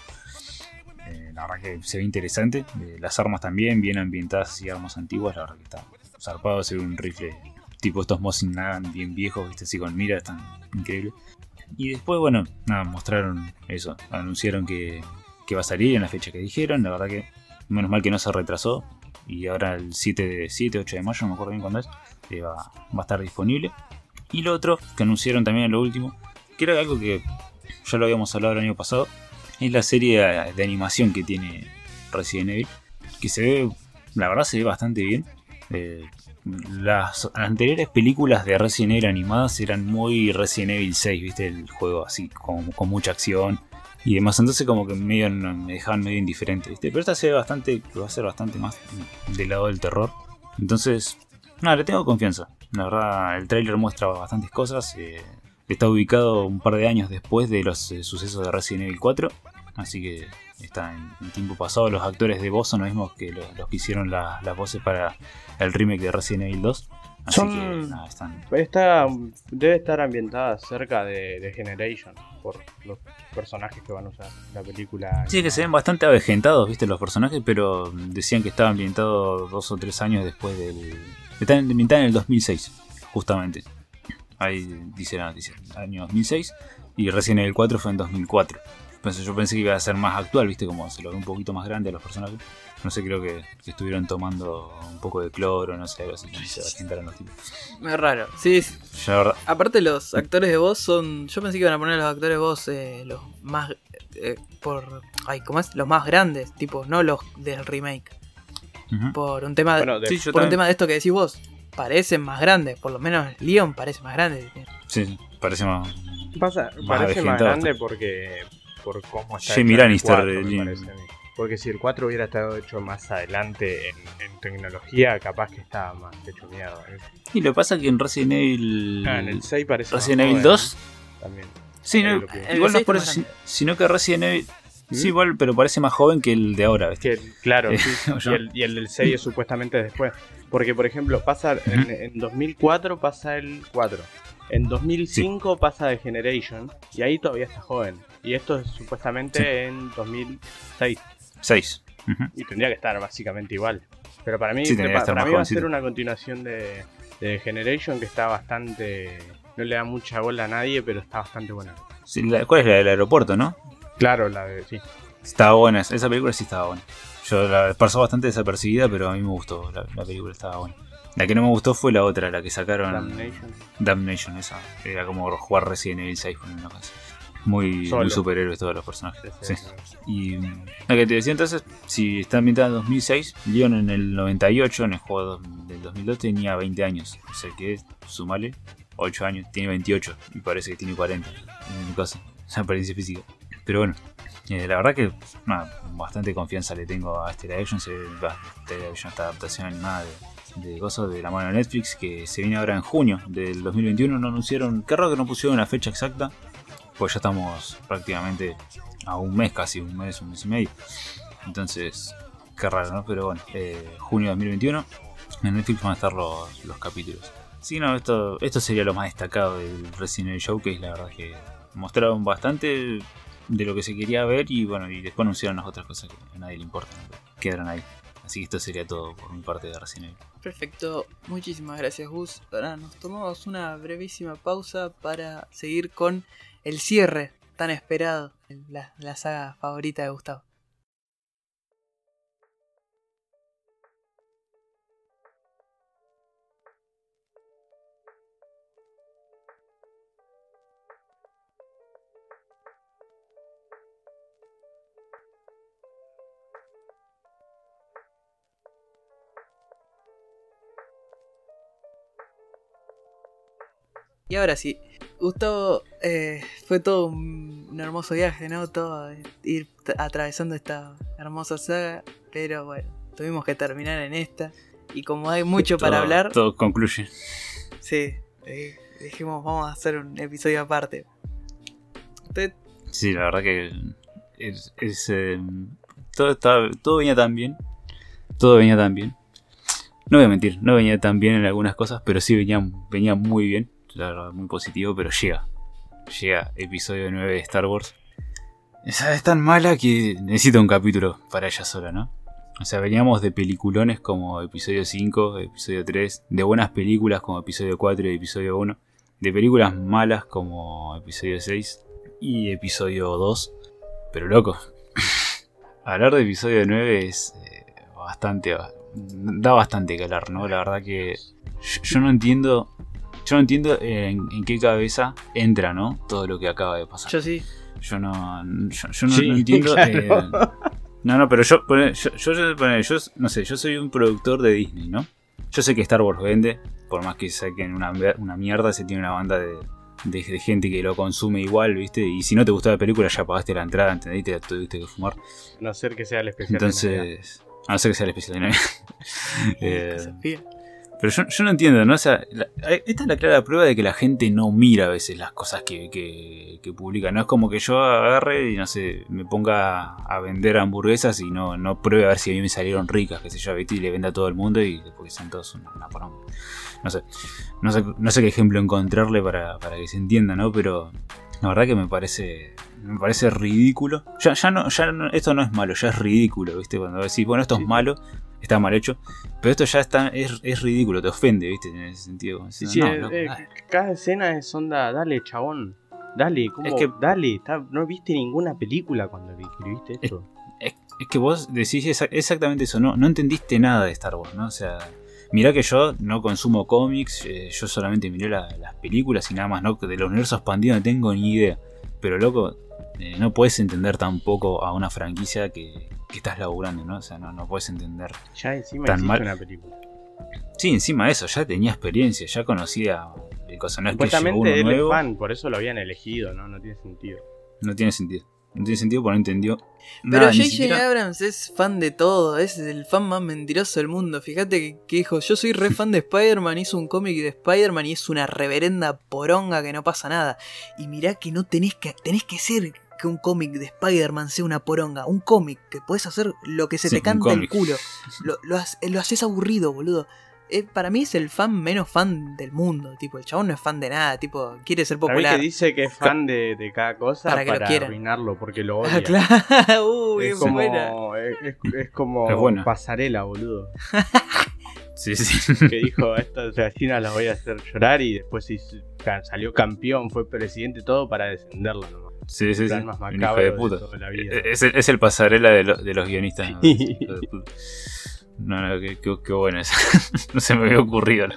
Speaker 3: Eh, la verdad que se ve interesante. Eh, las armas también, bien ambientadas y armas antiguas, la verdad que está zarpado. Se ve un rifle tipo estos Mosin Nagant bien viejos, ¿viste? Así con mira, están increíbles. Y después, bueno, nada, mostraron eso. Anunciaron que, que va a salir en la fecha que dijeron. La verdad que menos mal que no se retrasó. Y ahora el siete, ocho de mayo, no me acuerdo bien cuándo es, eh, va, va a estar disponible. Y lo otro que anunciaron también en lo último, que era algo que ya lo habíamos hablado el año pasado, es la serie de animación que tiene Resident Evil, que se ve, la verdad se ve bastante bien. Eh, las anteriores películas de Resident Evil animadas eran muy Resident Evil seis, viste, el juego así con, con mucha acción y demás, entonces como que medio, me dejaban medio indiferente, viste, pero esta se ve bastante, que va a ser bastante más del lado del terror, entonces nada, le tengo confianza. La verdad, el tráiler muestra bastantes cosas. Eh, está ubicado un par de años después de los eh, sucesos de Resident Evil cuatro, así que está en, en tiempo pasado. Los actores de voz son los mismos que los, los que hicieron la, las voces para el remake de Resident Evil dos. Así
Speaker 4: Son...
Speaker 3: que nada, están...
Speaker 4: Está, debe estar ambientada cerca de, de Generation, por los personajes que van a usar la película.
Speaker 3: Sí, que se ven bastante avejentados, viste, los personajes, pero decían que estaba ambientado dos o tres años después del... Está ambientada en el dos mil seis, justamente. Ahí dice la noticia, año dos mil seis, y Resident Evil cuatro fue en dos mil cuatro. Entonces yo pensé que iba a ser más actual, viste, como se lo ve un poquito más grande a los personajes. No sé, creo que, que estuvieron tomando un poco de cloro, no sé, algo así, y se avejentaron los tipos.
Speaker 2: Es raro, sí.
Speaker 3: Ya, la verdad.
Speaker 2: Aparte los actores de voz son... Yo pensé que iban a poner a los actores de voz eh, los más... Eh, por... Ay, ¿cómo es? Los más grandes, tipo, no los del remake.
Speaker 3: Uh-huh.
Speaker 2: Por un tema
Speaker 4: Bueno, de,
Speaker 3: sí, yo
Speaker 2: por un
Speaker 3: también.
Speaker 2: tema de esto que decís vos. Parecen más grandes, por lo menos Leon parece más grande.
Speaker 3: Sí, sí, parece más...
Speaker 4: Pasa,
Speaker 3: Más
Speaker 4: parece más
Speaker 3: avejentado.
Speaker 4: grande porque por cómo está
Speaker 3: Jamie
Speaker 4: hecho el
Speaker 3: Lannister,
Speaker 4: cuatro,
Speaker 3: eh,
Speaker 4: me
Speaker 3: Leon.
Speaker 4: parece a mí. Porque si el cuatro hubiera estado hecho más adelante en, en tecnología, capaz que estaba más hecho mierda. ¿eh?
Speaker 3: Y lo que pasa es que en Resident Evil...
Speaker 4: Ah, en el seis parece más
Speaker 3: Resident Evil
Speaker 4: joven,
Speaker 3: dos...
Speaker 4: ¿eh? También.
Speaker 3: Sí,
Speaker 4: Ahí
Speaker 3: no,
Speaker 4: lo pienso.
Speaker 2: El
Speaker 3: igual no
Speaker 2: seis
Speaker 3: es por
Speaker 2: está
Speaker 3: eso,
Speaker 2: más grande.
Speaker 3: si- sino que Resident Evil...
Speaker 4: ¿Mm?
Speaker 3: Sí, igual, pero parece más joven que el de ahora, ¿viste?
Speaker 4: Que, claro,
Speaker 3: Eh,
Speaker 4: sí, sí,
Speaker 3: yo-
Speaker 4: y, el, y el del seis es supuestamente después. Porque, por ejemplo, pasa en,
Speaker 3: Ujú.
Speaker 4: en dos mil cuatro pasa el cuatro. En dos mil cinco pasa The Generation. Y ahí todavía está joven. Y esto es supuestamente
Speaker 3: Sí.
Speaker 4: en dos mil seis.
Speaker 3: seis. Ujú.
Speaker 4: Y tendría que estar básicamente igual. Pero para mí,
Speaker 3: Sí, tendría que
Speaker 4: pa-
Speaker 3: estar
Speaker 4: para
Speaker 3: más
Speaker 4: mí va a
Speaker 3: jovencito.
Speaker 4: ser una continuación de, de Generation que está bastante... No le da mucha bola a nadie, pero está bastante buena.
Speaker 3: Sí, la- ¿cuál es la del aeropuerto, no?
Speaker 4: Claro, la de... Sí.
Speaker 3: Estaba buena, esa película sí estaba buena. Yo la pasó bastante desapercibida, pero a mí me gustó, la, la película estaba buena. La que no me gustó fue la otra, la que sacaron...
Speaker 4: Damnation.
Speaker 3: Damnation, esa. Era como jugar Resident Evil seis con una cosa. Muy,
Speaker 4: Solo.
Speaker 3: muy superhéroes todos los personajes.
Speaker 4: Sí,
Speaker 3: Sí.
Speaker 4: sí.
Speaker 3: Y mm, la que te decía entonces, si está ambientada en dos mil seis, Leon en el noventa y ocho, en el juego dos- del dos mil dos tenía veinte años. O sea que, sumale, ocho años, tiene veintiocho y parece que tiene cuarenta. En mi caso, esa apariencia física. Pero bueno, eh, la verdad que nada, bastante confianza le tengo a este live action. Se, va, este live action, esta adaptación animada de, de cosas de la mano de Netflix que se viene ahora en junio del dos mil veintiuno. No anunciaron, qué raro que no pusieron una fecha exacta, pues ya estamos prácticamente a un mes, casi un mes, un mes y medio. Entonces, qué raro, ¿no? Pero bueno, eh, junio de dos mil veintiuno, en Netflix van a estar los, los capítulos. Sí, no, esto, esto sería lo más destacado del Resident Evil Showcase. La verdad es que mostraron bastante de lo que se quería ver y bueno, y después anunciaron las otras cosas que a nadie le importan, quedaron ahí. Así que esto sería todo por mi parte de Resident Evil.
Speaker 2: Perfecto, muchísimas gracias Gus. Ahora nos tomamos una brevísima pausa para seguir con el cierre tan esperado, la, la saga favorita de Gustavo. Y ahora sí, Gustavo, eh, fue todo un, un hermoso viaje, ¿no? Todo eh, ir t- atravesando esta hermosa saga, pero bueno, tuvimos que terminar en esta. Y como hay mucho para
Speaker 3: Todo-
Speaker 2: hablar,
Speaker 3: Todo concluye.
Speaker 2: sí, eh, dijimos vamos a hacer un episodio aparte. Usted,
Speaker 3: Sí, la verdad que es, es, eh, todo, estaba- todo venía tan bien todo venía tan bien. No voy a mentir, no venía tan bien en algunas cosas, pero sí venía, venía muy bien, la verdad, muy positivo, pero llega. Llega episodio nueve de Star Wars. Esa es tan mala que necesita un capítulo para ella sola, ¿no? O sea, veníamos de peliculones como episodio cinco, episodio tres, de buenas películas como episodio cuatro y episodio uno, de películas malas como episodio seis y episodio dos. Pero loco, hablar de episodio nueve es eh, bastante... da bastante que hablar, ¿no? La verdad que yo, yo no entiendo... Yo no entiendo en, en qué cabeza entra, ¿no? Todo lo que acaba de pasar.
Speaker 2: Yo sí.
Speaker 3: Yo no, yo, yo no,
Speaker 4: Sí,
Speaker 3: no entiendo.
Speaker 4: claro.
Speaker 3: Eh, no, no, pero yo, yo, yo, yo, yo, no sé, yo soy un productor de Disney, ¿no? Yo sé que Star Wars vende, por más que saquen una, una mierda, se tiene una banda de, de, de gente que lo consume igual, ¿viste? Y si no te gustó la película, ya pagaste la entrada, ¿entendés? Te tuviste que fumar.
Speaker 4: A no ser que sea el especial. de Navidad.
Speaker 3: Entonces, a no ser que sea el especial de Navidad. eh,
Speaker 2: Que se fía.
Speaker 3: Pero yo, yo no entiendo, ¿no? O sea, la, esta es la clara prueba de que la gente no mira a veces las cosas que, que, que publica. No es como que yo agarre y, no sé, me ponga a vender hamburguesas y no, no pruebe a ver si a mí me salieron ricas, qué sé yo, ¿viste? Y le venda a todo el mundo y después sean todos una, una poronga. No sé, no sé, no sé qué ejemplo encontrarle para, para que se entienda, ¿no? Pero la verdad que me parece me parece ridículo. Ya, ya no, ya no, esto no es malo, ya es ridículo, ¿viste? Cuando decís, bueno, esto es malo, está mal hecho, pero esto ya está, es, es ridículo, te ofende, ¿viste? En ese sentido.
Speaker 4: Sí, sí,
Speaker 3: no,
Speaker 4: eh,
Speaker 3: no,
Speaker 4: eh,
Speaker 3: ay.
Speaker 4: cada escena es onda, dale, chabón. Dale, ¿cómo?
Speaker 3: Es que-
Speaker 4: Dale, está- no viste ninguna película cuando escribiste esto.
Speaker 3: Es, es que vos decís exa- exactamente eso, no, no entendiste nada de Star Wars, ¿no? O sea, mirá que yo no consumo cómics, eh, yo solamente miré la- las películas y nada más, ¿no? Del universo expandido no tengo ni idea. Pero loco, eh, no puedes entender tampoco a una franquicia que, que estás laburando, ¿no? O sea, no, no puedes entender.
Speaker 4: Ya encima
Speaker 3: Tan
Speaker 4: existe
Speaker 3: mal.
Speaker 4: una película.
Speaker 3: Sí, encima de eso, ya tenía experiencia, ya conocía el cosa, no es que llegó
Speaker 4: Supuestamente
Speaker 3: uno
Speaker 4: él
Speaker 3: nuevo.
Speaker 4: es fan, por eso lo habían elegido, ¿no? No tiene sentido.
Speaker 3: No tiene sentido. No tiene sentido porque no entendió
Speaker 2: Pero
Speaker 3: nada, ni
Speaker 2: J J
Speaker 3: siquiera-
Speaker 2: Abrams es fan de todo, es el fan más mentiroso del mundo. Fíjate que, que dijo, yo soy re fan de Spider-Man, hizo un cómic de Spider-Man y es una reverenda poronga que no pasa nada. Y mirá que no tenés que, tenés que ser que un cómic de Spider-Man sea una poronga. Un cómic que podés hacer lo que se
Speaker 3: Sí,
Speaker 2: te
Speaker 3: un
Speaker 2: canta el
Speaker 3: cómic.
Speaker 2: culo. Lo, lo, ha- lo haces aburrido, boludo. Eh, para mí es el fan menos fan del mundo. Tipo, el chabón no es fan de nada. Tipo, quiere ser
Speaker 4: Para mí
Speaker 2: popular.
Speaker 4: que dice que es fan de, de cada cosa
Speaker 2: Para
Speaker 4: para,
Speaker 2: que lo quieran.
Speaker 4: arruinarlo, porque lo odia.
Speaker 2: Ah, claro. Uy,
Speaker 4: Es
Speaker 2: es
Speaker 4: como,
Speaker 2: buena.
Speaker 4: es, es- es como
Speaker 3: Es buena.
Speaker 4: pasarela, boludo.
Speaker 3: Sí, sí.
Speaker 4: Que dijo, estas gallinas las voy a hacer llorar y después hizo- ca- salió campeón, fue presidente, todo para descenderlo nomás.
Speaker 3: Sí, sí,
Speaker 4: El
Speaker 3: sí.
Speaker 4: plan más
Speaker 3: Un hijo
Speaker 4: macabro
Speaker 3: de
Speaker 4: de
Speaker 3: puta.
Speaker 4: toda la vida.
Speaker 3: Es el, es el pasarela de, lo- de los guionistas. ¿no?
Speaker 4: Sí.
Speaker 3: Hijo de puta. No, no, qué, qué, qué bueno eso. No se me había ocurrido. ¿no?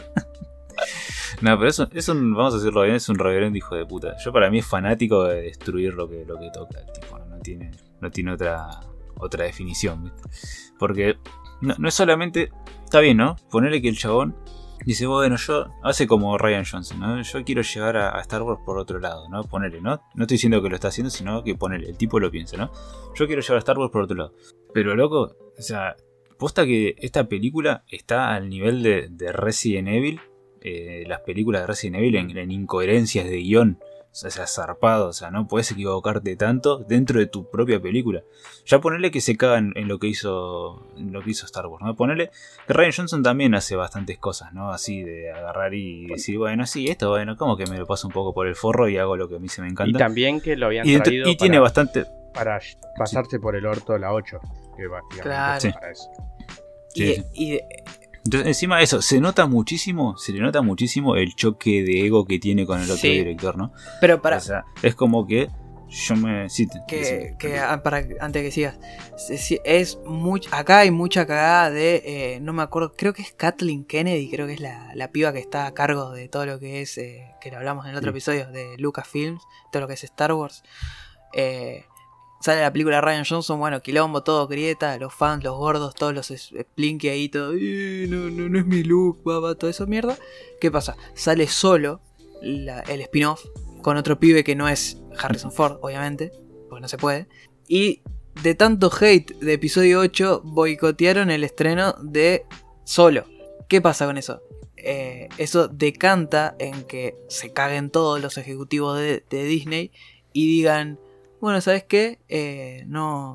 Speaker 3: No, pero es un, es un, vamos a decirlo bien, es un reverendo hijo de puta. Yo para mí es fanático de destruir lo que, lo que toca. El tipo, no, no tiene, no tiene otra, otra definición, ¿viste? Porque no, no es solamente, está bien, ¿no? Ponerle que el chabón dice, bueno, yo, hace como Ryan Johnson, ¿no? Yo quiero llevar a, a Star Wars por otro lado, ¿no? Ponerle, ¿no? No estoy diciendo que lo está haciendo, sino que ponele, el tipo lo piensa, ¿no? Yo quiero llevar a Star Wars por otro lado. Pero loco, o sea, posta que esta película está al nivel de, de Resident Evil, eh, las películas de Resident Evil en, en incoherencias de guión. O sea, zarpado, o sea, no puedes equivocarte tanto dentro de tu propia película. Ya ponerle que se cagan en lo que hizo en lo que hizo Star Wars, ¿no? Ponerle que Ryan Johnson también hace bastantes cosas, ¿no? Así de agarrar y decir, bueno, sí, esto, bueno, como que me lo paso un poco por el forro y hago lo que a mí se me
Speaker 4: Y
Speaker 3: encanta.
Speaker 4: también que lo habían
Speaker 3: Y, dentro-
Speaker 4: traído
Speaker 3: y tiene
Speaker 4: para,
Speaker 3: bastante...
Speaker 4: para pasarse por el orto la ocho. Que básicamente
Speaker 2: Claro.
Speaker 4: es
Speaker 3: Sí.
Speaker 4: para eso.
Speaker 3: Sí,
Speaker 2: Y,
Speaker 3: sí.
Speaker 2: y de-
Speaker 3: Entonces, encima de eso, se nota muchísimo, se le nota muchísimo el choque de ego que tiene con el otro
Speaker 2: Sí.
Speaker 3: director, ¿no?
Speaker 2: pero para
Speaker 3: O sea, es como que yo me... Sí, te-
Speaker 2: que,
Speaker 3: decime.
Speaker 2: que ah, para antes que sigas, se- si- es much, acá hay mucha cagada de eh, no me acuerdo, creo que es Kathleen Kennedy, creo que es la, la piba que está a cargo de todo lo que es eh, que lo hablamos en el otro
Speaker 4: Sí.
Speaker 2: episodio de Lucasfilms, todo lo que es Star Wars. Eh, sale la película de Ryan Johnson, bueno, quilombo, todo grieta, los fans, los gordos, todos los es- Splinky ahí, todo, "Eh, no, no, no es mi look, baba, todo eso mierda. ¿Qué pasa? Sale solo la- el spin-off con otro pibe que no es Harrison Ford, obviamente, porque no se puede. Y de tanto hate de episodio ocho, boicotearon el estreno de Solo. ¿Qué pasa con eso? Eh, eso decanta en que se caguen todos los ejecutivos de, de Disney y digan, bueno, ¿sabes qué? Eh, no,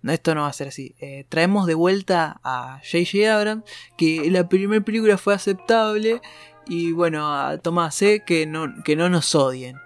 Speaker 2: no, esto no va a ser así. Eh, traemos de vuelta a J J Abrams, que la primera película fue aceptable, y bueno, a Tomás C, que no, que no nos odien.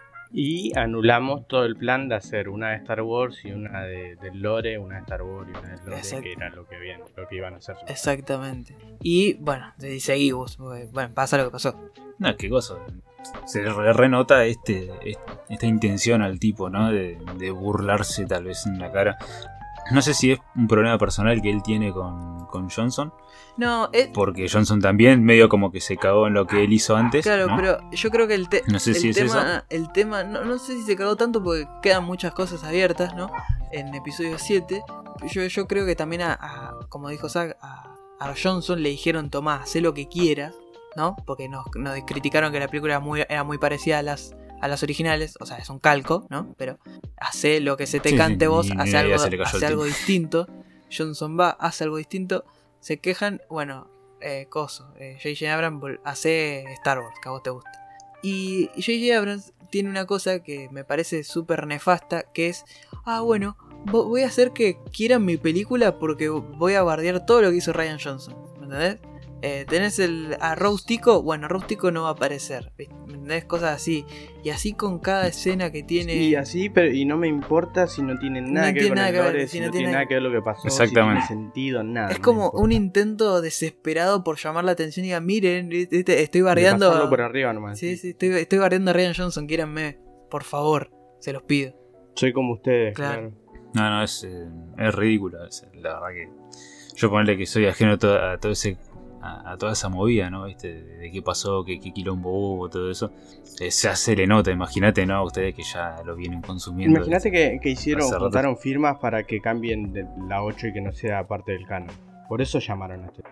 Speaker 4: Y anulamos todo el plan de hacer una de Star Wars y una de, de Lore, una de Star Wars y una de Lore,
Speaker 2: Exacto.
Speaker 4: que era lo que, habían, lo que iban a hacer.
Speaker 2: Exactamente. Y bueno, seguimos. Bueno, pasa lo que pasó.
Speaker 3: No, qué cosa. Se le renota este, esta intención al tipo, ¿no? De, de burlarse tal vez en la cara. No sé si es un problema personal que él tiene con, con Johnson.
Speaker 2: No, es...
Speaker 3: Porque Johnson también medio como que se cagó en lo que él hizo antes.
Speaker 2: Claro,
Speaker 3: ¿no?
Speaker 2: pero yo creo que el, te
Speaker 3: no sé
Speaker 2: el
Speaker 3: si es
Speaker 2: tema,
Speaker 3: eso.
Speaker 2: el tema no, no sé si se cagó tanto porque quedan muchas cosas abiertas, ¿no? En episodio siete. Yo, yo creo que también a, a como dijo Zack, a, a Johnson le dijeron: Tomás, haz lo que quieras, ¿no? Porque nos, nos criticaron que la película era muy, era muy parecida a las, a las originales. O sea, es un calco, ¿no? Pero hace lo que se te
Speaker 3: Sí,
Speaker 2: cante
Speaker 3: sí,
Speaker 2: vos,
Speaker 3: ni- ni
Speaker 2: hace
Speaker 3: idea
Speaker 2: algo,
Speaker 3: se le cayó
Speaker 2: hace
Speaker 3: el
Speaker 2: algo
Speaker 3: tiempo.
Speaker 2: distinto. Johnson va, hace algo distinto. Se quejan, bueno, eh, coso, eh, J J Abrams vol- hace Star Wars, que a vos te gusta. Y J J Abrams tiene una cosa que me parece súper nefasta, que es: ah, bueno, vo- voy a hacer que quieran mi película porque voy a bardear todo lo que hizo Rian Johnson, ¿me entendés? Eh, tenés el, a Rose Tico, bueno, Rose Tico no va a aparecer, ¿viste? ¿Me entendés? Cosas así. Y así con cada escena que tiene.
Speaker 4: Y así, pero y no me importa si no tiene nada
Speaker 2: No
Speaker 4: que ver
Speaker 2: tiene
Speaker 4: con
Speaker 2: nada
Speaker 4: el
Speaker 2: que ver,
Speaker 4: lore,
Speaker 2: si
Speaker 4: si
Speaker 2: no
Speaker 4: no
Speaker 2: tiene
Speaker 4: tiene
Speaker 2: nada-
Speaker 4: nada que ver lo que pasó,
Speaker 3: Exactamente.
Speaker 4: si tiene sentido, nada.
Speaker 2: Es
Speaker 4: no
Speaker 2: como
Speaker 4: me importa.
Speaker 2: un intento desesperado por llamar la atención y diga: miren, ¿viste? Estoy
Speaker 4: De
Speaker 2: bardeando.
Speaker 4: pasarlo por arriba nomás.
Speaker 2: Sí, sí, estoy, estoy bardeando a Rian Johnson, quírenme, por favor, se los pido.
Speaker 4: Soy como ustedes,
Speaker 2: Claro.
Speaker 4: claro.
Speaker 3: No, no, es, eh, es ridículo. Es, la verdad que yo ponerle que soy ajeno a todo, a todo ese a, a toda esa movida, ¿no? ¿Viste? De, de qué pasó, qué, qué quilombo hubo, todo eso. Eh, se hace le nota, imagínate, ¿no? Ustedes que ya lo vienen consumiendo.
Speaker 4: Imagínate que, que hicieron,
Speaker 3: hace rato.
Speaker 4: juntaron firmas para que cambien de la ocho y que no sea parte del canon. Por eso llamaron a este.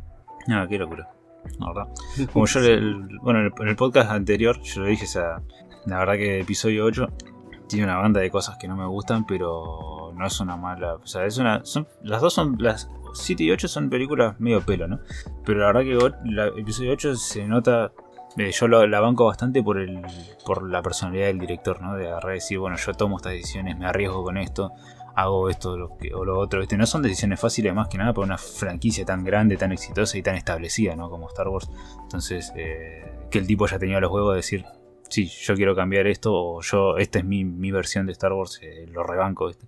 Speaker 3: No, qué locura. La verdad. Como yo, le- el- bueno, en el, en el podcast anterior, yo lo dije, o sea, la verdad que el episodio ocho tiene una banda de cosas que no me gustan, pero no es una mala. O sea, es una. Son, las dos son. Las siete y ocho son películas medio pelo, ¿no? Pero la verdad que o- la- el episodio ocho se nota. eh, yo lo- la banco bastante por el por la personalidad del director, ¿no? De agarrar y decir, bueno, yo tomo estas decisiones, me arriesgo con esto, hago esto lo que, o lo otro. ¿Viste? No son decisiones fáciles, más que nada, para una franquicia tan grande, tan exitosa y tan establecida, ¿no? Como Star Wars. Entonces, eh, que el tipo ya tenía los huevos de decir, sí, yo quiero cambiar esto, o yo, esta es mi, mi versión de Star Wars, eh, lo rebanco. ¿Viste?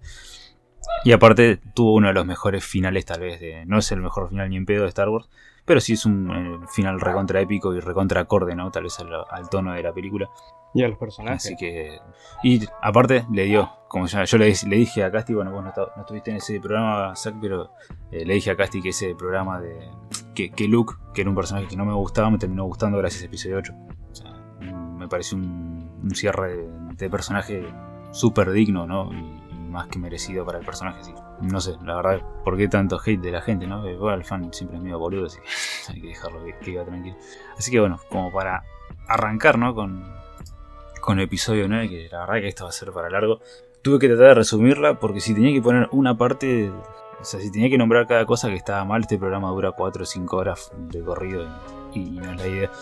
Speaker 3: Y aparte, tuvo uno de los mejores finales, tal vez, de, no es el mejor final ni en pedo de Star Wars, pero sí es un eh, final recontra épico y recontra acorde, ¿no? Tal vez al, al tono de la película.
Speaker 4: Y a los personajes.
Speaker 3: Así que. Y aparte le dio, como ya, yo le, le dije a Casti, bueno, vos no, está- no estuviste en ese programa, Zack, pero eh, le dije a Casti que ese programa de. Que, que Luke, que era un personaje que no me gustaba, me terminó gustando gracias a episodio ocho. O sea, mm, me pareció un, un cierre de, de personaje súper digno, ¿no? Y, y más que merecido para el personaje, sí. No sé, la verdad, ¿por qué tanto hate de la gente, no? Eh, Bueno, el fan siempre es medio boludo, así que hay que dejarlo que, que viva tranquilo. Así que bueno, como para arrancar, ¿no? Con, con el episodio nueve, que la verdad que esto va a ser para largo. Tuve que tratar de resumirla porque si tenía que poner una parte, o sea, si tenía que nombrar cada cosa que estaba mal, este programa dura cuatro o cinco horas de corrido y, y no es la idea.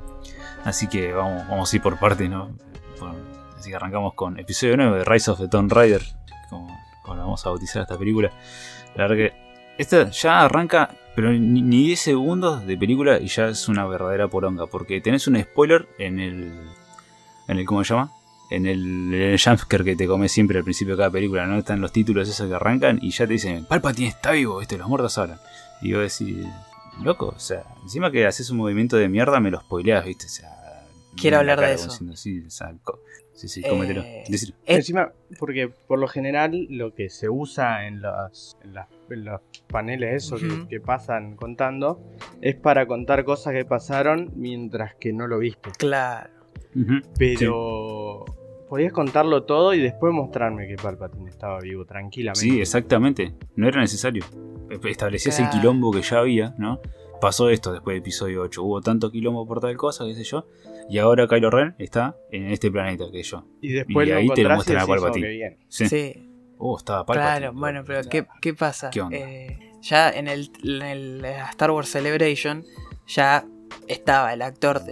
Speaker 3: Así que vamos, vamos a ir por partes, ¿no? Por- así que arrancamos con episodio nueve de Rise of the Tomb Raider, como, como la vamos a bautizar a esta película. La verdad que esta ya arranca, pero ni, ni diez segundos de película y ya es una verdadera poronga, porque tenés un spoiler en el... en el ¿cómo se llama? En el, en el jumpscare que te comes siempre al principio de cada película, ¿no? Están los títulos esos que arrancan y ya te dicen, Palpatine está vivo, ¿viste? Los muertos hablan. Y yo decís, loco, o sea, encima que haces un movimiento de mierda me lo spoileás, ¿viste? O sea,
Speaker 2: Quiero
Speaker 3: en la
Speaker 2: hablar de
Speaker 3: cara,
Speaker 2: eso.
Speaker 3: como diciendo, sí, o sea, co- sí, sí,
Speaker 2: Eh,
Speaker 3: cómetelo. Decilo.
Speaker 2: Eh,
Speaker 4: Encima, porque por lo general lo que se usa en los, en las- en los paneles esos
Speaker 2: Ujú.
Speaker 4: que, que pasan contando es para contar cosas que pasaron mientras que no lo viste.
Speaker 2: Claro.
Speaker 3: Ujú.
Speaker 4: Pero podías contarlo todo y después mostrarme que Palpatine estaba vivo tranquilamente.
Speaker 3: Sí, exactamente. No era necesario. Establecías el
Speaker 2: Claro.
Speaker 3: quilombo que ya había, ¿no? Pasó esto después del episodio ocho. Hubo tanto quilombo por tal cosa, qué sé yo. Y ahora Kylo Ren está en este planeta, que yo.
Speaker 4: Y después
Speaker 3: Y
Speaker 4: lo
Speaker 3: ahí te lo
Speaker 4: encontrás y
Speaker 3: muestran a
Speaker 4: decís, oh,
Speaker 3: Palpatine.
Speaker 4: qué bien.
Speaker 3: Sí.
Speaker 2: Sí.
Speaker 3: Oh, estaba Palpatine.
Speaker 2: Claro, bueno, pero ¿qué, qué pasa?
Speaker 3: ¿Qué onda?
Speaker 2: Eh, ya en el, en el Star Wars Celebration ya estaba el actor de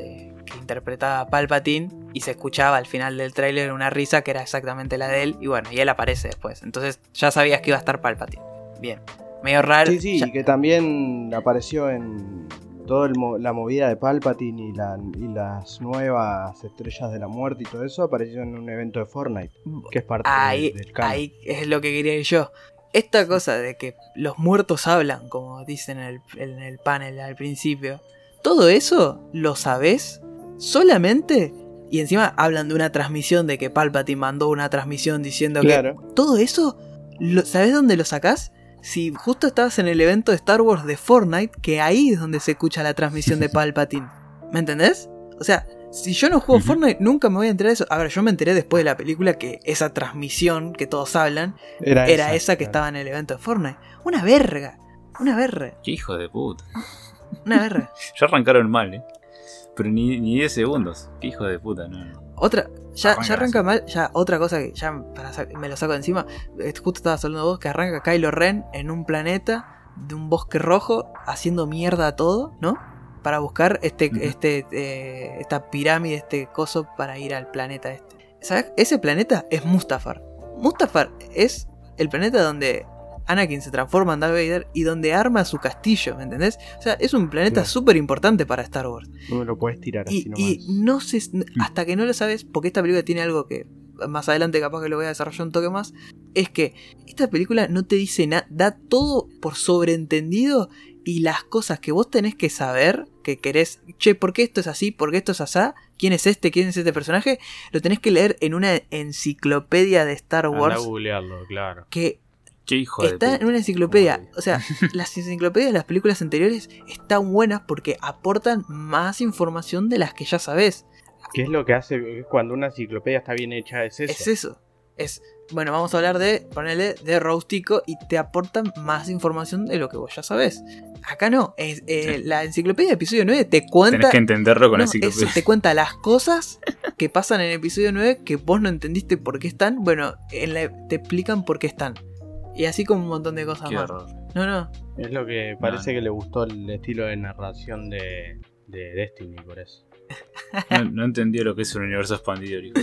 Speaker 2: que interpretaba a Palpatine y se escuchaba al final del tráiler una risa que era exactamente la de él y bueno, y él aparece después. Entonces ya sabías que iba a estar Palpatine. Bien. Medio raro.
Speaker 4: Sí, sí,
Speaker 2: ya...
Speaker 4: y que también apareció en toda la movida de Palpatine y, la, y las nuevas estrellas de la muerte y todo eso, apareció en un evento de Fortnite, que es parte
Speaker 2: ahí,
Speaker 4: de, del canon.
Speaker 2: Ahí es lo que quería ir yo. Esta cosa de que los muertos hablan, como dicen en el, en el panel al principio, todo eso lo sabés solamente, y encima hablan de una transmisión, de que Palpatine mandó una transmisión diciendo
Speaker 4: claro.
Speaker 2: que todo eso, lo, ¿sabés dónde lo sacás? Si justo estabas en el evento de Star Wars de Fortnite, que ahí es donde se escucha la transmisión de Palpatine. ¿Me entendés? O sea, si yo no juego uh-huh. Fortnite, nunca me voy a enterar de eso. A ver, yo me enteré después de la película que esa transmisión que todos hablan era, era esa, esa que claro. estaba en el evento de Fortnite. Una verga. Una verga.
Speaker 3: Qué hijo de puta.
Speaker 2: Una verga.
Speaker 3: Ya arrancaron mal, ¿eh? Pero ni, ni diez segundos. Qué hijo de puta, no.
Speaker 2: Otra, ya arranca, ya arranca mal, ya otra cosa que ya para sac- me lo saco de encima. Justo estabas hablando vos que arranca Kylo Ren en un planeta de un bosque rojo haciendo mierda a todo, ¿no? Para buscar este, uh-huh. este, eh, esta pirámide, este coso para ir al planeta este. ¿Sabes? Ese planeta es Mustafar. Mustafar es el planeta donde Anakin se transforma en Darth Vader y donde arma su castillo, ¿me entendés? O sea, es un planeta súper claro. importante para Star Wars.
Speaker 4: No me lo puedes tirar
Speaker 2: y,
Speaker 4: así nomás.
Speaker 2: Y no sé, hasta que no lo sabes, porque esta película tiene algo que más adelante capaz que lo voy a desarrollar un toque más, es que esta película no te dice nada, da todo por sobreentendido y las cosas que vos tenés que saber, que querés, che, ¿por qué esto es así? ¿Por qué esto es asá? ¿Quién es este? ¿Quién es este personaje? Lo tenés que leer en una enciclopedia de Star Wars.
Speaker 4: Anda a googlearlo, claro.
Speaker 2: Que
Speaker 3: Qué hijo
Speaker 2: está
Speaker 3: de
Speaker 2: en una enciclopedia. O sea, las enciclopedias de las películas anteriores están buenas porque aportan más información de las que ya sabés.
Speaker 4: ¿Qué es lo que hace cuando una enciclopedia está bien hecha? Es eso.
Speaker 2: Es eso. Es, bueno, vamos a hablar de, ponerle, de Roustico y te aportan más información de lo que vos ya sabés. Acá no. Es, eh, sí. La enciclopedia de episodio nueve te cuenta...
Speaker 3: Tenés que entenderlo con
Speaker 2: no,
Speaker 3: la enciclopedia.
Speaker 2: Eso, te cuenta las cosas que pasan en el episodio nueve que vos no entendiste por qué están. Bueno, en la, te explican por qué están. Y así como un montón de cosas
Speaker 3: Qué
Speaker 2: más.
Speaker 3: Horror.
Speaker 2: No, no.
Speaker 4: Es lo que parece
Speaker 3: no, no.
Speaker 4: que le gustó el estilo de narración de, de Destiny, por eso.
Speaker 3: No, no entendí lo que es un universo expandido. Hijo.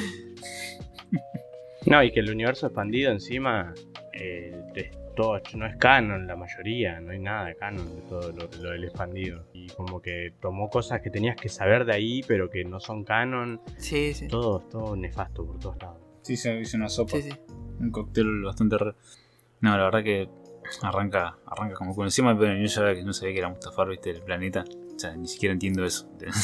Speaker 4: No, y que el universo expandido encima eh, es todo, no es canon la mayoría, no hay nada de canon de todo lo, lo del expandido. Y como que tomó cosas que tenías que saber de ahí, pero que no son canon.
Speaker 2: Sí, sí.
Speaker 4: Todo, todo nefasto por todos lados.
Speaker 3: Sí, se hizo una sopa.
Speaker 2: Sí, sí.
Speaker 3: Un cóctel bastante raro. No, la verdad que arranca arranca como con encima, pero yo ya no sabía que era Mustafar, viste, el planeta. O sea, ni siquiera entiendo eso. Pero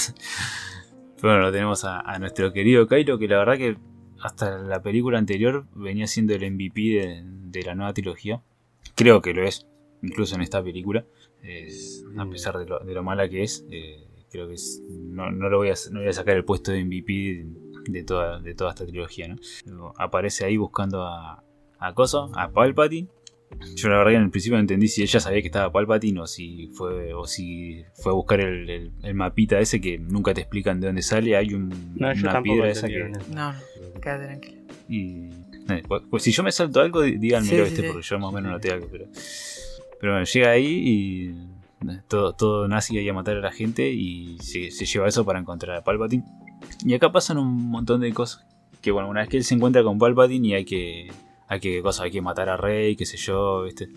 Speaker 3: bueno, lo tenemos a, a nuestro querido Kylo, que la verdad que hasta la película anterior venía siendo el M V P de, de la nueva trilogía. Creo que lo es, incluso en esta película. Es, a pesar de lo, de lo mala que es, eh, creo que es, no, no, lo voy a, no voy a sacar el puesto de M V P de, de, toda, de toda esta trilogía, ¿no? Pero aparece ahí buscando a... a Coso, a Palpatine. Yo la verdad que en el principio no entendí si ella sabía que estaba Palpatine o si fue o si fue a buscar el, el, el mapita ese que nunca te explican de dónde sale. Hay un,
Speaker 4: no,
Speaker 3: una piedra esa que...
Speaker 2: No, no, quédate tranquilo.
Speaker 3: Y... Eh, pues, pues si yo me salto algo, díganmelo,
Speaker 2: sí,
Speaker 3: este,
Speaker 2: sí,
Speaker 3: porque yo más o menos noté algo. Pero, pero bueno, llega ahí y todo, todo nazi ahí a matar a la gente y se, se lleva eso para encontrar a Palpatine. Y acá pasan un montón de cosas. Que bueno, una vez que él se encuentra con Palpatine y hay que... Hay que, cosas, hay que matar a Rey, qué sé yo, ¿viste?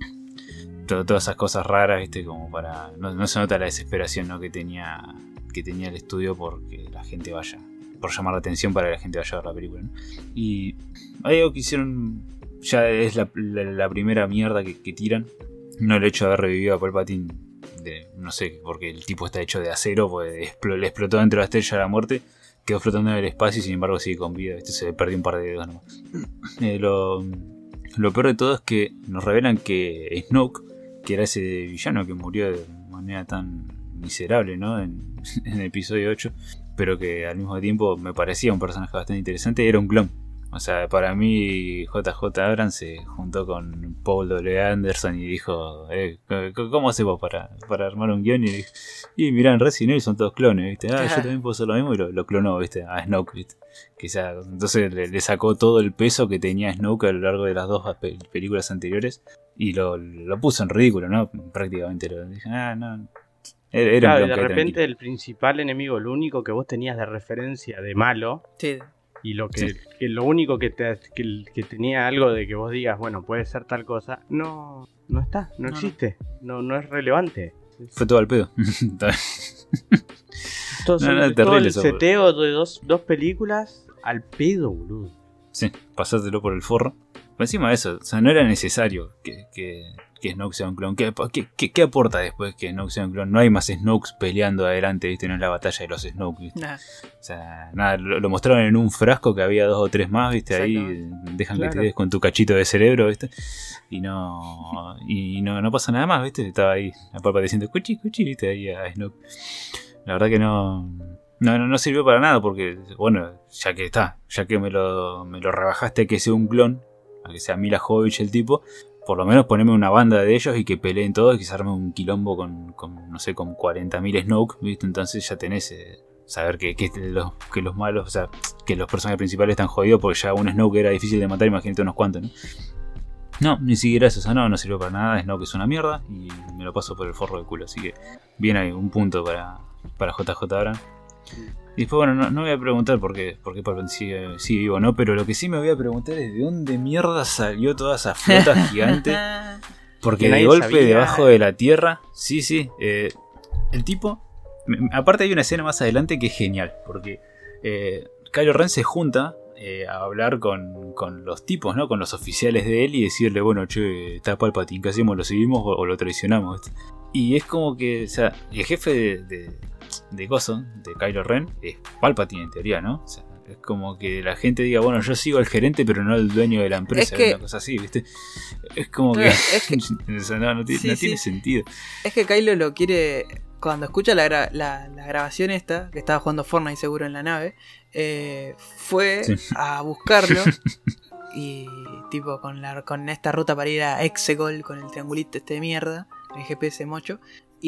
Speaker 3: Todo, todas esas cosas raras, ¿viste? Como para... No, no se nota la desesperación, ¿no? que tenía que tenía el estudio porque la gente vaya... Por llamar la atención para que la gente vaya a ver la película, ¿no? Y hay algo que hicieron... Ya es la, la, la primera mierda que, que tiran. No el hecho de haber revivido a Palpatine. De, no sé, porque el tipo está hecho de acero, pues expl- le explotó dentro de la estrella de la muerte. Quedó flotando en el espacio y sin embargo sigue con vida. Este se perdió un par de dedos nomás. Eh, lo, lo peor de todo es que nos revelan que Snoke, que era ese villano que murió de manera tan miserable, ¿no? En, en el episodio ocho, pero que al mismo tiempo me parecía un personaje bastante interesante, era un clon. O sea, para mí J J Abrams se juntó con Paul W. Anderson y dijo, eh, ¿cómo hacemos para, para armar un guión? Y, dijo, y mirá, en Resident Evil son todos clones, ¿viste? Ah, yo también puedo hacer lo mismo y lo, lo clonó, ¿viste? A Snoke, ¿viste? Quizá, entonces le, le sacó todo el peso que tenía Snoke a lo largo de las dos pe- películas anteriores y lo, lo puso en ridículo, ¿no? Prácticamente lo dije, ah, no... Era, era
Speaker 4: Claro,
Speaker 3: un
Speaker 4: y de
Speaker 3: clon que
Speaker 4: repente
Speaker 3: tranquilo.
Speaker 4: el principal enemigo, lo único que vos tenías de referencia de malo,
Speaker 2: Sí,
Speaker 4: y lo que,
Speaker 3: Sí.
Speaker 4: que lo único que, te, que, que tenía algo de que vos digas, bueno, puede ser tal cosa, no, no está, no,
Speaker 2: No, no.
Speaker 4: existe, no, no es relevante.
Speaker 3: Fue todo al pedo.
Speaker 4: Todo,
Speaker 3: No, no,
Speaker 4: todo
Speaker 3: terrible
Speaker 4: el
Speaker 3: eso,
Speaker 4: seteo de dos, dos películas al pedo, boludo.
Speaker 3: Sí, pasártelo por el forro. Pero encima de eso, o sea, no era necesario que, que, que Snoke sea un clon. ¿Qué, qué, qué, qué aporta después que Snoke sea un clon? No hay más Snokes peleando adelante, ¿viste? No es la batalla de los Snoke, ¿viste?
Speaker 2: nada.
Speaker 3: O sea, nada, lo, lo mostraron en un frasco que había dos o tres más, ¿viste? Ahí
Speaker 2: Exactamente.
Speaker 3: dejan que
Speaker 4: Claro.
Speaker 3: te des con tu cachito de cerebro, ¿viste? Y no y no, no pasa nada más, ¿viste? Estaba ahí la papa diciendo cuchi, cuchi, ¿viste? Ahí a Snoke. La verdad que no... No, no, no sirvió para nada porque, bueno, ya que está, ya que me lo, me lo rebajaste a que sea un clon, a que sea Mila Jovovich el tipo, por lo menos poneme una banda de ellos y que peleen todos y que se arme un quilombo con, con no sé, con cuarenta mil Snoke, ¿viste? Entonces ya tenés eh, saber que, que, los, que los malos, o sea, que los personajes principales están jodidos porque ya un Snoke era difícil de matar, imagínate unos cuantos, ¿no? No, ni siquiera eso, o sea, no, no sirvió para nada, Snoke es una mierda y me lo paso por el forro de culo, así que bien ahí, un punto para, para J J Abrams. Y después, bueno, no, no voy a preguntar por qué, por qué Palpatine sigue, sigue vivo, ¿no? Pero lo que sí me voy a preguntar es de dónde mierda salió toda esa flota gigante. Porque
Speaker 4: Que nadie
Speaker 3: de golpe
Speaker 4: sabía.
Speaker 3: debajo de la tierra, sí, sí, eh, el tipo... me- Aparte hay una escena más adelante que es genial, porque eh, Kylo Ren se junta eh, a hablar con, con los tipos, ¿no? Con los oficiales de él y decirle, bueno, che, está Palpatine, ¿qué hacemos? ¿Lo seguimos o, o lo traicionamos? ¿Viste? Y es como que, o sea, el jefe de... de de Gozo, de Kylo Ren, es Palpatine en teoría, ¿no? O sea, es como que la gente diga, bueno, yo sigo al gerente, pero no al dueño de la empresa,
Speaker 2: Es que-
Speaker 3: una cosa así, ¿viste? Es como
Speaker 2: Claro,
Speaker 3: que,
Speaker 2: es que-
Speaker 3: o sea, no, no tiene,
Speaker 2: Sí,
Speaker 3: no
Speaker 2: sí.
Speaker 3: tiene sentido.
Speaker 2: Es que Kylo lo quiere. Cuando escucha la, gra- la, la grabación esta, que estaba jugando Fortnite seguro en la nave, eh, fue
Speaker 3: Sí.
Speaker 2: a buscarlo. Y tipo con la con esta ruta para ir a Exegol, con el triangulito este de mierda, el G P S mocho.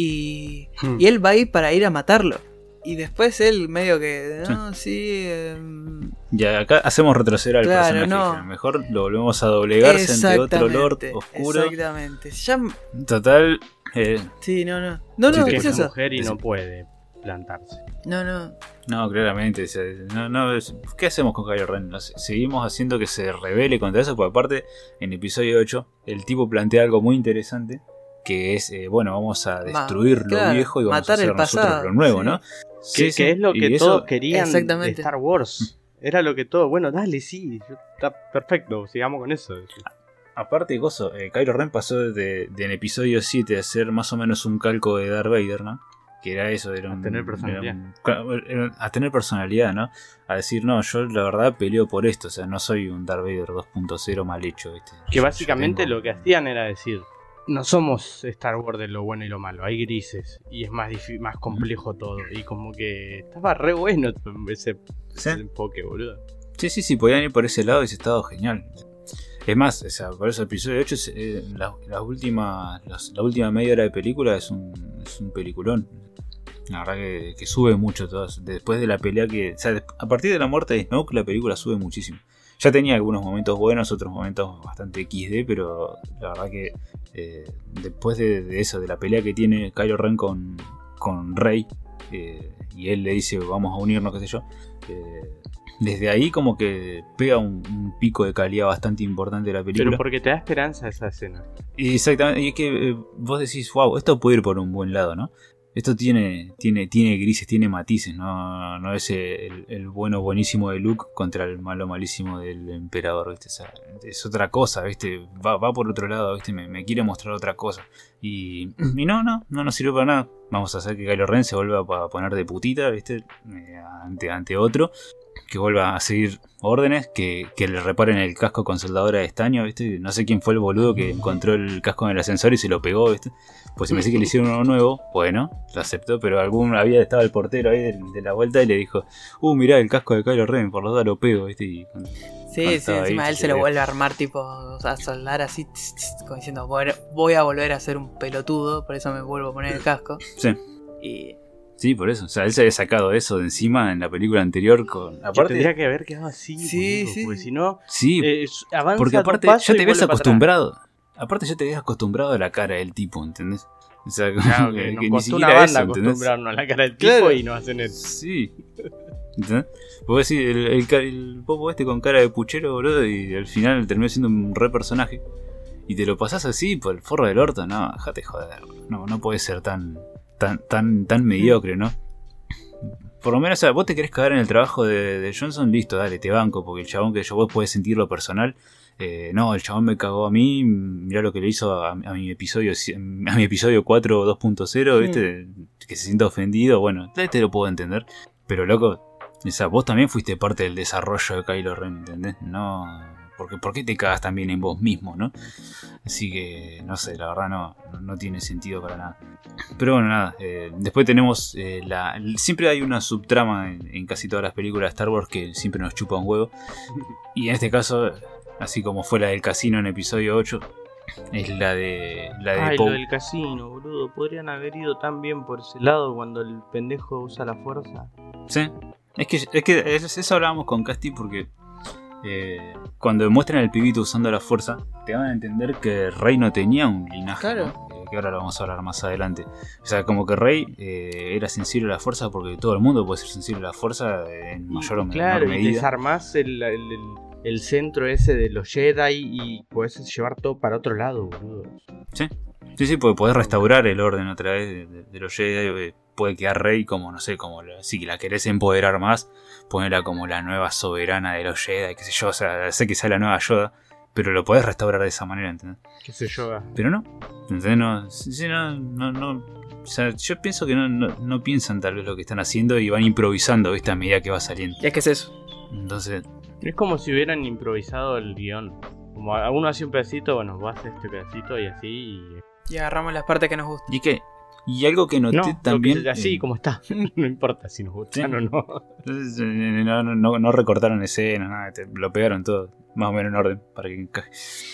Speaker 2: Y, y él va a ir para ir a matarlo. Y después él medio que, no, sí, em,
Speaker 3: Ya acá hacemos retroceder al
Speaker 2: Claro,
Speaker 3: personaje.
Speaker 2: no.
Speaker 3: A lo mejor lo volvemos a doblegarse ante otro Lord
Speaker 2: exactamente,
Speaker 3: oscuro.
Speaker 2: exactamente. Ya,
Speaker 3: Total, eh,
Speaker 2: sí, no, no. No,
Speaker 3: Sí,
Speaker 2: no,
Speaker 3: te
Speaker 2: ¿qué
Speaker 4: Es
Speaker 2: es
Speaker 3: escucho.
Speaker 2: eso?
Speaker 4: mujer y
Speaker 3: Sí.
Speaker 4: no puede plantarse.
Speaker 2: No, no.
Speaker 3: no, claramente. O sea, no, no, es- ¿qué hacemos con Kylo Ren? No sé, seguimos haciendo que se rebele contra eso, porque aparte, en episodio ocho, el tipo plantea algo muy interesante. Que es, eh, bueno, vamos a destruir lo
Speaker 2: claro,
Speaker 3: viejo y vamos
Speaker 2: matar
Speaker 3: a hacer
Speaker 2: el
Speaker 3: nosotros
Speaker 2: pasado,
Speaker 3: lo nuevo,
Speaker 2: sí.
Speaker 3: ¿no?
Speaker 4: Que,
Speaker 3: Sí, sí,
Speaker 4: que es lo
Speaker 3: y
Speaker 4: que
Speaker 3: eso-
Speaker 4: todos querían de
Speaker 2: Exactamente.
Speaker 4: Star Wars. Era lo que todo, bueno, dale, sí, está perfecto, sigamos con eso.
Speaker 3: Aparte, Gozo, eh, Kylo Ren pasó de, de en episodio siete a ser más o menos un calco de Darth Vader, ¿no? Que era eso, era
Speaker 4: A
Speaker 3: un,
Speaker 4: tener personalidad.
Speaker 3: era un- era- a tener personalidad, ¿no? A decir, no, yo la verdad peleo por esto, o sea, no soy un Darth Vader dos punto cero mal hecho, ¿viste?
Speaker 4: Que
Speaker 3: Yo-
Speaker 4: básicamente
Speaker 3: yo tengo-
Speaker 4: lo que hacían era decir, no somos Star Wars de lo bueno y lo malo, hay grises y es más difí- más complejo todo. Y como que estaba re bueno ese,
Speaker 3: ¿Sí?
Speaker 4: ese enfoque, boludo.
Speaker 3: Sí, sí, sí, podían ir por ese lado y ese estado genial. Es más, o sea, por eso el episodio ocho, es, eh, la, la última, las- la última media hora de película es un, es un peliculón. La verdad que, que sube mucho todo. Después de la pelea que... O sea, des- a partir de la muerte de Snoke la película sube muchísimo. Ya tenía algunos momentos buenos, otros momentos bastante equis de, pero la verdad que eh, después de, de eso, de la pelea que tiene Kylo Ren con, con Rey, eh, y él le dice vamos a unirnos, qué sé yo, eh, desde ahí como que pega un, un pico de calidad bastante importante de la película.
Speaker 4: Pero porque te da esperanza esa escena.
Speaker 3: Y exactamente, y es que eh, vos decís, wow, esto puede ir por un buen lado, ¿no? Esto tiene, tiene, tiene grises, tiene matices, no, no es el, el bueno buenísimo de Luke contra el malo malísimo del emperador, ¿viste? O sea, es otra cosa, ¿viste? Va, va por otro lado, ¿viste? Me, me quiere mostrar otra cosa. Y, y no, no, no nos sirve para nada. Vamos a hacer que Kylo Ren se vuelva a poner de putita, ¿viste? Eh, ante, ante otro. Que vuelva a seguir órdenes, que, que le reparen el casco con soldadora de estaño, ¿viste? No sé quién fue el boludo que encontró el casco en el ascensor y se lo pegó, ¿viste? Pues si me dice que le hicieron uno nuevo, bueno, lo aceptó, pero algún había estado el portero ahí de, de la vuelta y le dijo, uh, mirá el casco de Kylo Ren, por lo tanto lo pego, ¿viste? Y, cuando
Speaker 2: Sí, sí,
Speaker 3: estaba
Speaker 2: encima
Speaker 3: ahí,
Speaker 2: él
Speaker 3: se
Speaker 2: se lo
Speaker 3: ve.
Speaker 2: vuelve a armar, tipo, o sea, a soldar así, tss, tss, como diciendo, bueno, voy a volver a ser un pelotudo, por eso me vuelvo a poner el casco.
Speaker 3: sí,
Speaker 2: Y
Speaker 3: sí, por eso. O sea, él se había sacado eso de encima en la película anterior con...
Speaker 4: Que
Speaker 3: Aparte,
Speaker 4: tendría que haber quedado así,
Speaker 2: Sí,
Speaker 4: boludo,
Speaker 2: sí.
Speaker 4: porque si no,
Speaker 3: sí,
Speaker 4: eh, avanza
Speaker 3: porque
Speaker 4: dos
Speaker 3: aparte
Speaker 4: pasos
Speaker 3: ya
Speaker 4: y
Speaker 3: te ves
Speaker 4: vuelve para atrás.
Speaker 3: acostumbrado. Aparte ya te ves acostumbrado a la cara del tipo, ¿entendés? O sea, como
Speaker 4: Claro,
Speaker 3: que,
Speaker 4: que nos
Speaker 3: que ni
Speaker 4: costó una
Speaker 3: siquiera
Speaker 4: banda
Speaker 3: eso, ¿entendés?
Speaker 4: acostumbrarnos a la cara del tipo
Speaker 2: Claro.
Speaker 4: y nos hacen eso.
Speaker 3: Sí. ¿Entendés? Vos decís, el, el, ca- el popo este con cara de puchero, boludo, y al final terminó siendo un re personaje. Y te lo pasás así por el forro del orto, no, déjate joder. No, no puede ser tan, tan, tan, tan mediocre, ¿no? Por lo menos, o sea, vos te querés cagar en el trabajo de, de Johnson, listo, dale, te banco, porque el chabón que yo vos podés sentir lo personal. Eh, no, el chabón me cagó a mí, mirá lo que le hizo a, a mi episodio a mi episodio cuatro dos punto cero, ¿viste? Que se sienta ofendido, bueno, te lo puedo entender. Pero loco, o sea, vos también fuiste parte del desarrollo de Kylo Ren, ¿entendés? No, porque ¿por qué te cagas también en vos mismo, no? Así que, no sé, la verdad no, no, no tiene sentido para nada. Pero bueno, nada, eh, después tenemos eh, la... Siempre hay una subtrama en, en casi todas las películas de Star Wars que siempre nos chupa un huevo. Y en este caso, así como fue la del casino en episodio ocho, es la de la de
Speaker 4: Ay,
Speaker 3: Poe.
Speaker 4: lo del casino, boludo. Podrían haber ido tan bien por ese lado cuando el pendejo usa la fuerza.
Speaker 3: Sí, es que, es que eso hablábamos con Casti porque eh, cuando muestran al pibito usando la fuerza, te van a entender que Rey no tenía un linaje,
Speaker 2: Claro.
Speaker 3: ¿no? Eh, que ahora lo vamos a hablar más adelante. O sea, como que Rey eh, era sensible a la fuerza porque todo el mundo puede ser sensible a la fuerza en mayor o menor
Speaker 4: Claro, y
Speaker 3: medida.
Speaker 4: desarmás el, el, el, el centro ese de los Jedi y podés llevar todo para otro lado, boludo.
Speaker 3: Sí, sí, sí, porque podés restaurar el orden otra vez de, de, de los Jedi. eh, Puede quedar Rey como, no sé, como la- si la querés empoderar más, ponerla como la nueva soberana de los Jedi, qué sé yo. O sea, sé que sea la nueva Yoda, pero lo podés restaurar de esa manera, ¿entendés?
Speaker 4: Qué sé yo.
Speaker 3: Pero no, ¿entendés? No, sí, sí, no, no, no. O sea, yo pienso que no, no, no piensan tal vez lo que están haciendo y van improvisando, ¿viste? A medida que va saliendo.
Speaker 2: Y es que es eso.
Speaker 3: Entonces,
Speaker 4: Es como si hubieran improvisado el guión. Como a- uno hace un pedacito, bueno, vos haces este pedacito y así. Y...
Speaker 2: Y agarramos las partes que nos gustan.
Speaker 3: y que y algo que noté
Speaker 4: No, lo que
Speaker 3: también.
Speaker 4: se- así
Speaker 3: eh,
Speaker 4: como está. No importa si nos gustan
Speaker 3: Sí.
Speaker 4: o no.
Speaker 3: Entonces, eh, no, no, no, no recortaron escenas, nada, te- lo pegaron todo, más o menos en orden, para que encaje.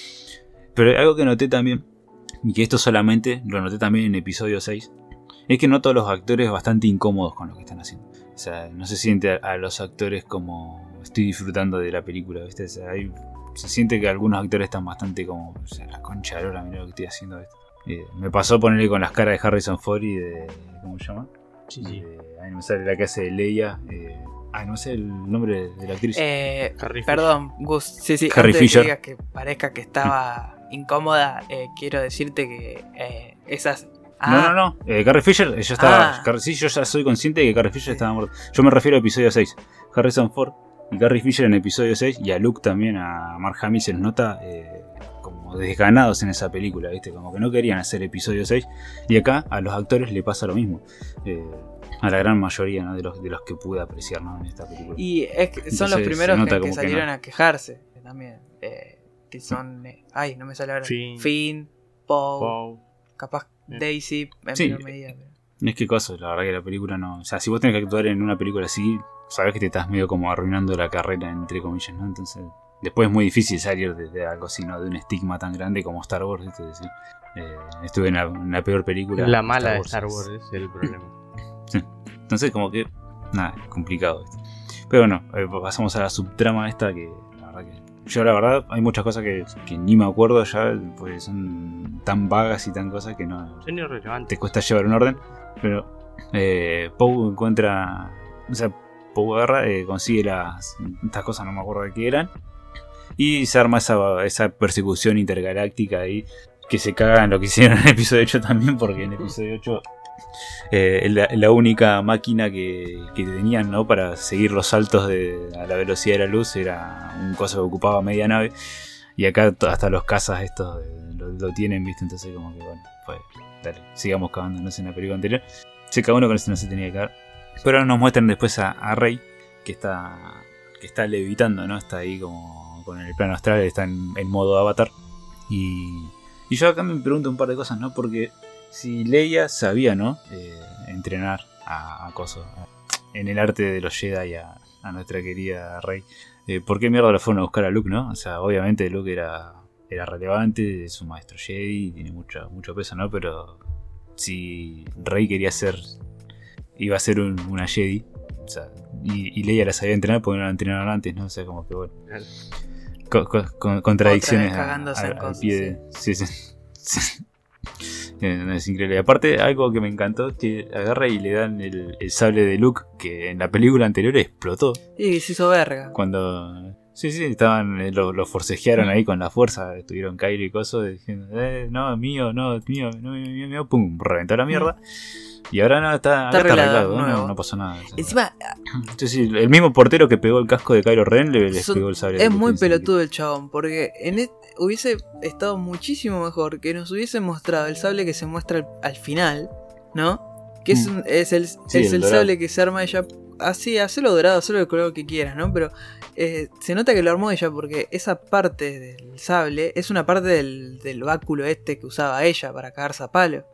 Speaker 3: Pero algo que noté también, y que esto solamente lo noté también en episodio seis, es que noto a los actores bastante incómodos con lo que están haciendo. O sea, no se siente a, a los actores como estoy disfrutando de la película, ¿viste? O sea, hay- se siente que algunos actores están bastante como, o sea, la concha de la lora, mira lo que estoy haciendo. ¿Viste? Eh, me pasó ponerle con las caras de Harrison Ford y de... ¿cómo se llama?
Speaker 4: Sí, sí.
Speaker 3: Eh, ay, no me sale la que hace de Leia. Eh, ay, no sé el nombre de la actriz.
Speaker 2: Eh,
Speaker 4: Carrie Fisher.
Speaker 2: perdón, Gus. Sí, sí,
Speaker 3: Carrie
Speaker 2: antes
Speaker 3: Fisher.
Speaker 2: de que digas que parezca que estaba incómoda, eh, quiero decirte que eh, esas.
Speaker 3: No, no, no. Eh, Carrie Fisher, ella estaba.
Speaker 2: Ah.
Speaker 3: Car- sí, yo ya soy consciente de que Carrie Fisher estaba muerta. Yo me refiero a episodio seis. Harrison Ford y Carrie Fisher en episodio seis. Y a Luke también, a Mark Hamill se les nota eh, como desganados en esa película, ¿viste? Como que no querían hacer episodio seis. Y acá a los actores le pasa lo mismo. Eh, a la gran mayoría, ¿no? de, los, de los que pude apreciar, ¿no? En esta película.
Speaker 2: Y es que son
Speaker 3: Entonces,
Speaker 2: los
Speaker 3: se
Speaker 2: primeros
Speaker 3: nota
Speaker 2: que, que
Speaker 3: como que
Speaker 2: salieron
Speaker 3: no.
Speaker 2: a quejarse eh, también. eh, que son. eh, ay, no me sale ahora.
Speaker 4: Finn.
Speaker 2: Finn, Poe,
Speaker 4: Wow.
Speaker 2: capaz
Speaker 4: Eh.
Speaker 2: Daisy en
Speaker 3: Sí.
Speaker 2: menor medida. pero-
Speaker 3: Es que cosa, la verdad que la película no. O sea, si vos tenés que actuar en una película así, sabés que te estás medio como arruinando la carrera, entre comillas, ¿no? Entonces, después es muy difícil salir de, de algo así, ¿no? De un estigma tan grande como Star Wars, ¿viste? Es decir, eh, estuve en la, en la peor película.
Speaker 4: La mala de Star Wars,
Speaker 3: es-
Speaker 4: ese es el problema.
Speaker 3: Entonces, como que. Nada, es complicado esto. Pero bueno, eh, pasamos a la subtrama esta que. La verdad que. Yo, la verdad, hay muchas cosas que, que ni me acuerdo ya, pues son tan vagas y tan cosas que no.
Speaker 4: Son irrelevantes.
Speaker 3: Te cuesta llevar un orden, pero eh, Poe encuentra, o sea, Poe agarra, eh, consigue las, estas cosas, no me acuerdo de qué eran, y se arma esa, esa persecución intergaláctica ahí, que se caga en lo que hicieron en el episodio ocho también, porque en el episodio ocho eh, la, la única máquina que, que tenían, ¿no? Para seguir los saltos de, a la velocidad de la luz era un coso que ocupaba media nave. Y acá t- hasta los cazas estos eh, lo, lo tienen, ¿viste? Entonces como que bueno, pues dale, sigamos cagándonos en la película anterior. Se cagó uno con eso, no se tenía que cagar. Pero ahora nos muestran después a, a Rey, que está que está levitando, ¿no? Está ahí como con el plano astral, está en, en modo avatar. Y, y yo acá me pregunto un par de cosas, ¿no? Porque si Leia sabía, ¿no? Eh, entrenar a, a Coso, a- en el arte de los Jedi a, a nuestra querida Rey. Eh, ¿Por qué mierda la fueron a buscar a Luke, no? O sea, obviamente Luke era, era relevante, es un maestro Jedi, tiene mucho, mucho peso, ¿no? Pero si Rey quería ser, iba a ser un- una Jedi, o sea, y, y Leia la sabía entrenar porque no la entrenaron antes, ¿no? O sea, como que bueno. Co- co- con- contradicciones
Speaker 2: Otra vez
Speaker 3: a-
Speaker 2: cagándose
Speaker 3: a-
Speaker 2: en
Speaker 3: al
Speaker 2: cosas,
Speaker 3: pie de... Sí, sí. Eh, es increíble. Y aparte, algo que me encantó, que agarra y le dan el, el sable de Luke, que en la película anterior explotó.
Speaker 2: Y se hizo verga.
Speaker 3: Cuando... Sí, sí, estaban, eh, lo, lo forcejearon ahí con la fuerza, estuvieron Kylo y Coso diciendo, eh, no, mío, no, mío, no, mío, mío, mío, pum, reventó la mierda. Y ahora no, está,
Speaker 2: Está
Speaker 3: acá está
Speaker 2: arreglado,
Speaker 3: arreglado, no,
Speaker 2: nuevo.
Speaker 3: no pasó nada. O sea,
Speaker 2: Encima,
Speaker 3: sí, sí, el mismo portero que pegó el casco de Kylo Ren le, les
Speaker 2: son-
Speaker 3: pegó el sable. de
Speaker 2: es
Speaker 3: Luke
Speaker 2: muy
Speaker 3: encima.
Speaker 2: pelotudo el chabón, porque en et- hubiese estado muchísimo mejor que nos hubiese mostrado el sable que se muestra al, al final, ¿no? Que es, un- es el,
Speaker 3: Sí,
Speaker 2: es
Speaker 3: el
Speaker 2: el
Speaker 3: dorado.
Speaker 2: sable que se arma ella. Así, hacelo dorado, hacelo del color que quieras, ¿no? Pero eh, se nota que lo armó ella porque esa parte del sable es una parte del, del báculo este que usaba ella para cagarse a palo.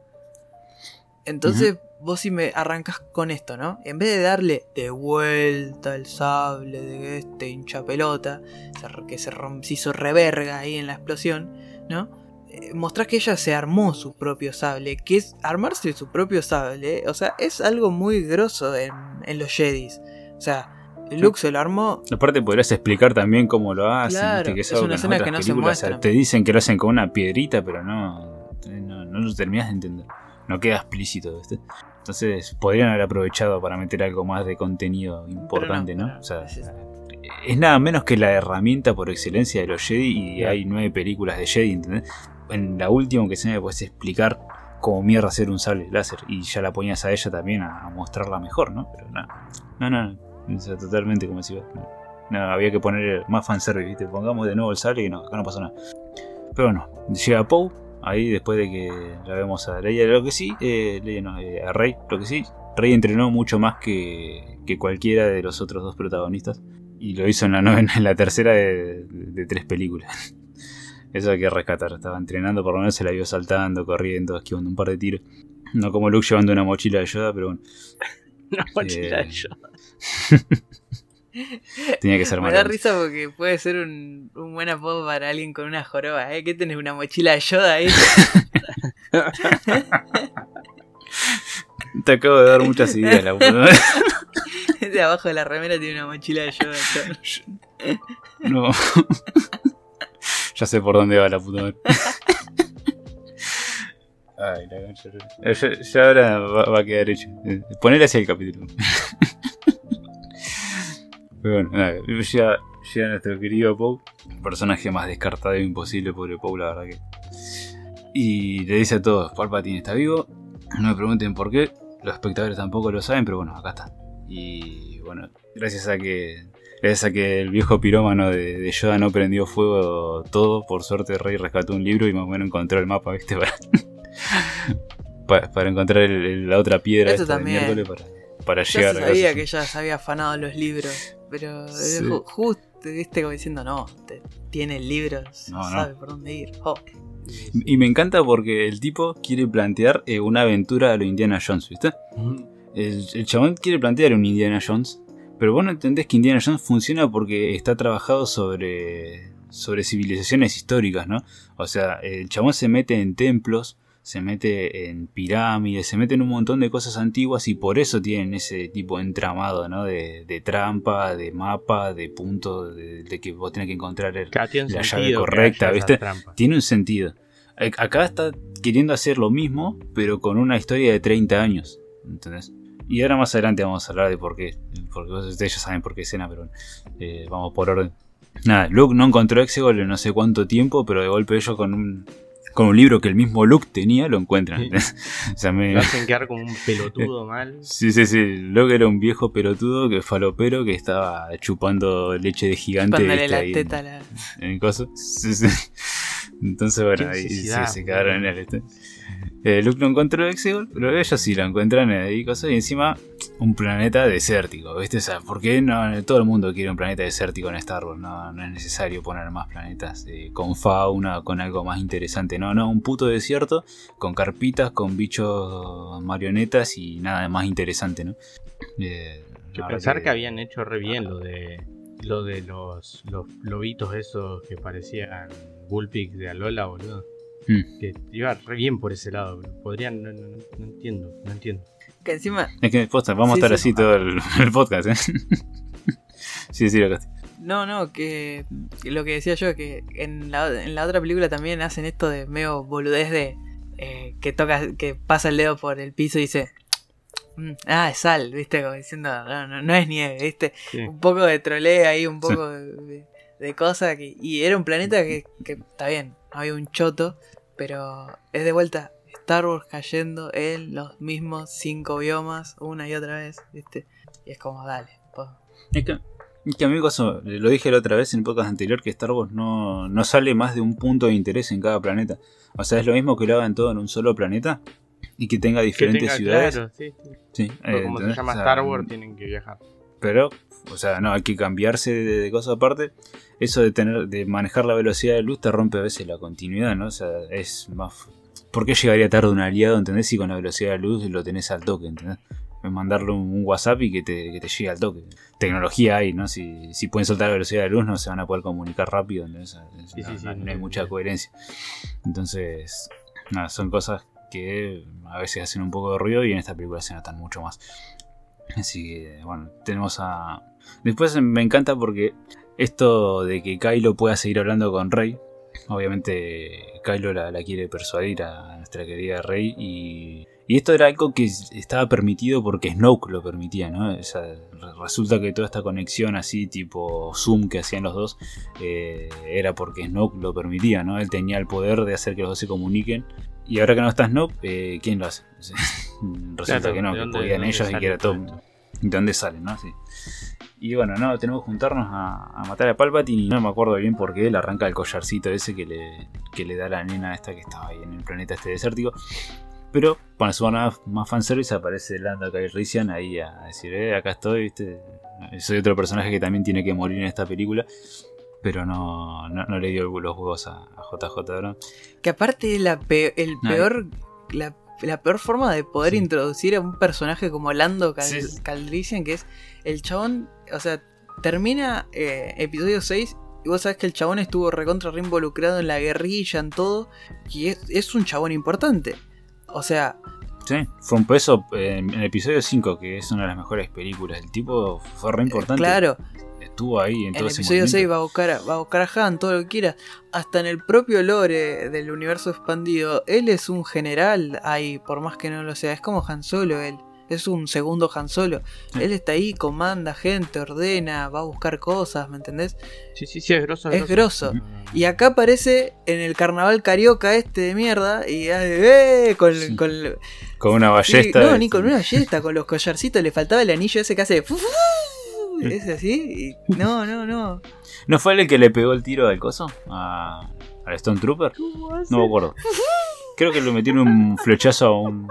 Speaker 2: Entonces, vos si me arrancas con esto, ¿no? En vez de darle de vuelta el sable de este hincha pelota, que se, rom- se hizo reverga ahí en la explosión, ¿no? Eh, mostrás que ella se armó su propio sable, que es armarse su propio sable, o sea, es algo muy grosso en, en los Jedis. O sea, Luke se lo armó.
Speaker 3: Aparte podrías explicar también cómo lo hacen,
Speaker 2: Claro,
Speaker 3: viste, que es,
Speaker 2: es
Speaker 3: algo
Speaker 2: una
Speaker 3: que en
Speaker 2: escena
Speaker 3: otras
Speaker 2: que no se
Speaker 3: películas, o sea,
Speaker 2: muestra.
Speaker 3: te dicen que lo hacen con una piedrita, pero no, no, no lo terminas de entender. No queda explícito, ¿viste? Entonces podrían haber aprovechado para meter algo más de contenido importante,
Speaker 2: Pero
Speaker 3: ¿no?
Speaker 2: no,
Speaker 3: O sea,
Speaker 2: es esto.
Speaker 3: es nada menos que la herramienta por excelencia de los Jedi y
Speaker 4: Claro.
Speaker 3: hay nueve películas de Jedi, ¿entendés? En la última que se me puedes explicar cómo mierda hacer un sable láser y ya la ponías a ella también a, a mostrarla mejor, ¿no? Pero nada, no, no, no, o sea, totalmente como si... No, no, había que poner más fanservice, ¿viste? Pongamos de nuevo el sable y no, acá no pasó nada. Pero bueno, llega Poe, ahí después de que la vemos a Leia, lo que sí, eh, Leia no, eh, a Rey, lo que sí, Rey entrenó mucho más que, que cualquiera de los otros dos protagonistas. Y lo hizo en la, novena, en la tercera de, de, de tres películas. Eso hay que rescatar. Estaba entrenando, por lo menos se la vio saltando, corriendo, esquivando un par de tiros. No como Luke llevando una mochila de Yoda, pero bueno.
Speaker 4: Una mochila
Speaker 3: Eh,
Speaker 4: de Yoda.
Speaker 3: Tenía que ser
Speaker 2: Me da
Speaker 3: malo.
Speaker 2: risa porque puede ser un, un buen apodo para alguien con una joroba, ¿eh? ¿Qué tenés, una mochila de Yoda ahí?
Speaker 3: Te acabo de dar muchas ideas, la puta madre.
Speaker 2: De abajo de la remera tiene una mochila de Yoda.
Speaker 3: No. Ya sé por dónde va la puta madre. Ay, la concha. Ya, ya ahora va, va a quedar hecho. Eh, Ponele hacia el capítulo. Pero bueno, nada, llega, llega nuestro querido Poe. Personaje más descartado e imposible, pobre Poe, la verdad que. Y le dice a todos, Palpatine está vivo. No me pregunten por qué. Los espectadores tampoco lo saben, pero bueno, acá está. Y bueno, gracias a que gracias a que el viejo pirómano de, de Yoda no prendió fuego todo, por suerte Rey rescató un libro y más o menos encontró el mapa, ¿viste? Para, para, para encontrar el- el- la otra piedra
Speaker 2: Eso
Speaker 3: esta de
Speaker 2: también.
Speaker 3: miércoles para, para
Speaker 2: Ya
Speaker 3: llegar
Speaker 2: se
Speaker 3: a
Speaker 2: sabía
Speaker 3: casa.
Speaker 2: que ella se había afanado los libros, pero
Speaker 3: Sí.
Speaker 2: ju- justo, viste, como diciendo, no, te- tiene el libro,
Speaker 3: No, no.
Speaker 2: sabe por dónde ir. Oh.
Speaker 3: Y me encanta porque el tipo quiere plantear eh, una aventura a lo Indiana Jones, ¿viste? El, el chabón quiere plantear un Indiana Jones, pero vos no entendés que Indiana Jones funciona porque está trabajado sobre, sobre civilizaciones históricas, ¿no? O sea, el chabón se mete en templos, se mete en pirámides, se mete en un montón de cosas antiguas y por eso tienen ese tipo de entramado, ¿no? De, de trampa, de mapa, de punto, de, de que vos tenés que encontrar el,
Speaker 4: Claro, tiene un
Speaker 3: la
Speaker 4: sentido
Speaker 3: llave
Speaker 4: que
Speaker 3: correcta,
Speaker 4: haya
Speaker 3: ¿viste?
Speaker 4: esas trampas.
Speaker 3: Tiene un sentido. A- Acá está queriendo hacer lo mismo, pero con una historia de treinta años. ¿Entendés? Y ahora más adelante vamos a hablar de por qué. Porque ustedes ya saben por qué escena, pero bueno, eh, vamos por orden. Nada, Luke no encontró Exegol en no sé cuánto tiempo, pero de golpe ellos con un, con un libro que el mismo Luke tenía lo encuentran.
Speaker 4: Sí.
Speaker 3: O sea, me...
Speaker 4: Lo hacen quedar como un pelotudo mal.
Speaker 3: Sí, sí, sí. Luke era un viejo pelotudo que falopero que estaba chupando leche de gigante.
Speaker 2: Pándale
Speaker 3: ¿viste?
Speaker 2: la
Speaker 3: Ahí en-
Speaker 2: teta a la...
Speaker 3: en cosas. Sí, sí. Entonces, bueno,
Speaker 4: Qué
Speaker 3: ahí sí,
Speaker 4: necesidad,
Speaker 3: se cagaron en
Speaker 4: boludo.
Speaker 3: él. ¿este? Eh, Luke no encontró Exegol, pero ellos sí lo encuentran ahí, cosas. Y encima, un planeta desértico, ¿viste? O sea, ¿por qué no? Todo el mundo quiere un planeta desértico en Star Wars. No, no es necesario poner más planetas eh, con fauna, con algo más interesante. No, no, un puto desierto con carpitas, con bichos marionetas y nada más interesante, ¿no? Eh,
Speaker 4: Que
Speaker 3: la
Speaker 4: pensar
Speaker 3: verdad
Speaker 4: que habían hecho re bien lo de lo de los, los lobitos esos que parecían bullpigs de Alola, boludo.
Speaker 3: Mm.
Speaker 4: Que iba re bien por ese lado, boludo. Podrían, no, no, no entiendo, no entiendo.
Speaker 2: Que encima,
Speaker 3: Es que posta, vamos
Speaker 2: Sí,
Speaker 3: a estar
Speaker 2: sí.
Speaker 3: así todo el, el podcast, ¿eh? Sí, sí, lo que
Speaker 2: no, no, que, que lo que decía yo, que en la, en la otra película también hacen esto de medio boludez de eh, que toca, que pasa el dedo por el piso y dice, mm, ah, es sal, viste, como diciendo, no, no, no es nieve, viste, sí. Un poco de troleo ahí, un poco sí. de, de cosas, que, y era un planeta que, que está bien, no había un choto, pero es de vuelta Star Wars cayendo en los mismos cinco biomas una y otra vez, viste, y es como, dale, pues.
Speaker 3: Es que, es que a mí eso, lo dije la otra vez en el podcast anterior, que Star Wars no, no sale más de un punto de interés en cada planeta. O sea, es lo mismo que lo hagan todo en un solo planeta y que tenga diferentes que tenga, ciudades. Claro, sí, sí. Sí,
Speaker 4: eh, como se llama, o sea, Star Wars, tienen que viajar.
Speaker 3: Pero, o sea, no, hay que cambiarse de, de cosas aparte. Eso de tener, de manejar la velocidad de luz te rompe a veces la continuidad, ¿no? O sea, es más... ¿Por qué llegaría tarde un aliado, entendés? Si con la velocidad de luz lo tenés al toque, ¿entendés? Es mandarle un, un WhatsApp y que te, que te llegue al toque. Tecnología hay, ¿no? Si, si pueden soltar la velocidad de luz no se van a poder comunicar rápido, ¿no? Es, es, sí, no, sí, sí, no, no hay sí, mucha sí. coherencia. Entonces, nada, son cosas que a veces hacen un poco de ruido y en esta película se notan mucho más. Así que, bueno, tenemos a... Después me encanta porque esto de que Kylo pueda seguir hablando con Rey, obviamente Kylo la, la quiere persuadir a nuestra querida Rey y... Y esto era algo que estaba permitido porque Snoke lo permitía, ¿no? O sea, resulta que toda esta conexión así tipo Zoom que hacían los dos eh, era porque Snoke lo permitía, ¿no? Él tenía el poder de hacer que los dos se comuniquen. Y ahora que no está Snoke, eh, ¿quién lo hace? O sea, resulta claro, que no, que dónde, podían ellos y que era todo... ¿De dónde salen, no? Sí. Y bueno, no, tenemos que juntarnos a, a matar a Palpatine y no me acuerdo bien por qué él arranca el collarcito ese que le, que le da la nena esta que estaba ahí en el planeta este desértico. Pero para sumar más, más fanservice aparece Lando Calrissian ahí a decir, eh, acá estoy, ¿viste? Soy otro personaje que también tiene que morir en esta película. Pero no, no, no le dio los huevos a, a J J, ¿no?
Speaker 2: Que aparte la pe- el peor, la, la peor forma de poder sí. introducir a un personaje como Lando Cal- sí. Calrissian, que es el chabón, o sea, termina eh, episodio seis y vos sabés que el chabón estuvo recontra re involucrado en la guerrilla, en todo, y es, es un chabón importante. O sea...
Speaker 3: Sí, fue un peso en el episodio cinco, que es una de las mejores películas. El tipo fue re importante.
Speaker 2: Eh, claro.
Speaker 3: Estuvo ahí en todo ese
Speaker 2: ese movimiento. En el episodio seis va a, buscar a, va a buscar a Han, todo lo que quiera. Hasta en el propio lore del universo expandido, él es un general ahí, por más que no lo sea. Es como Han Solo, él. Es un segundo Han Solo. Sí. Él está ahí, comanda gente, ordena, va a buscar cosas, ¿me entendés?
Speaker 4: Sí, sí, sí, es grosso.
Speaker 2: Es grosso. Uh-huh. Y acá aparece en el carnaval carioca este de mierda y eh, con, sí. con,
Speaker 3: con una ballesta.
Speaker 2: Sí, no, ni con una ballesta, con los collarcitos. Le faltaba el anillo ese que hace... Es así. Y no, no, no.
Speaker 3: ¿No fue el que le pegó el tiro al coso? A, al Stone Trooper. No me acuerdo. Creo que le metieron un flechazo a un...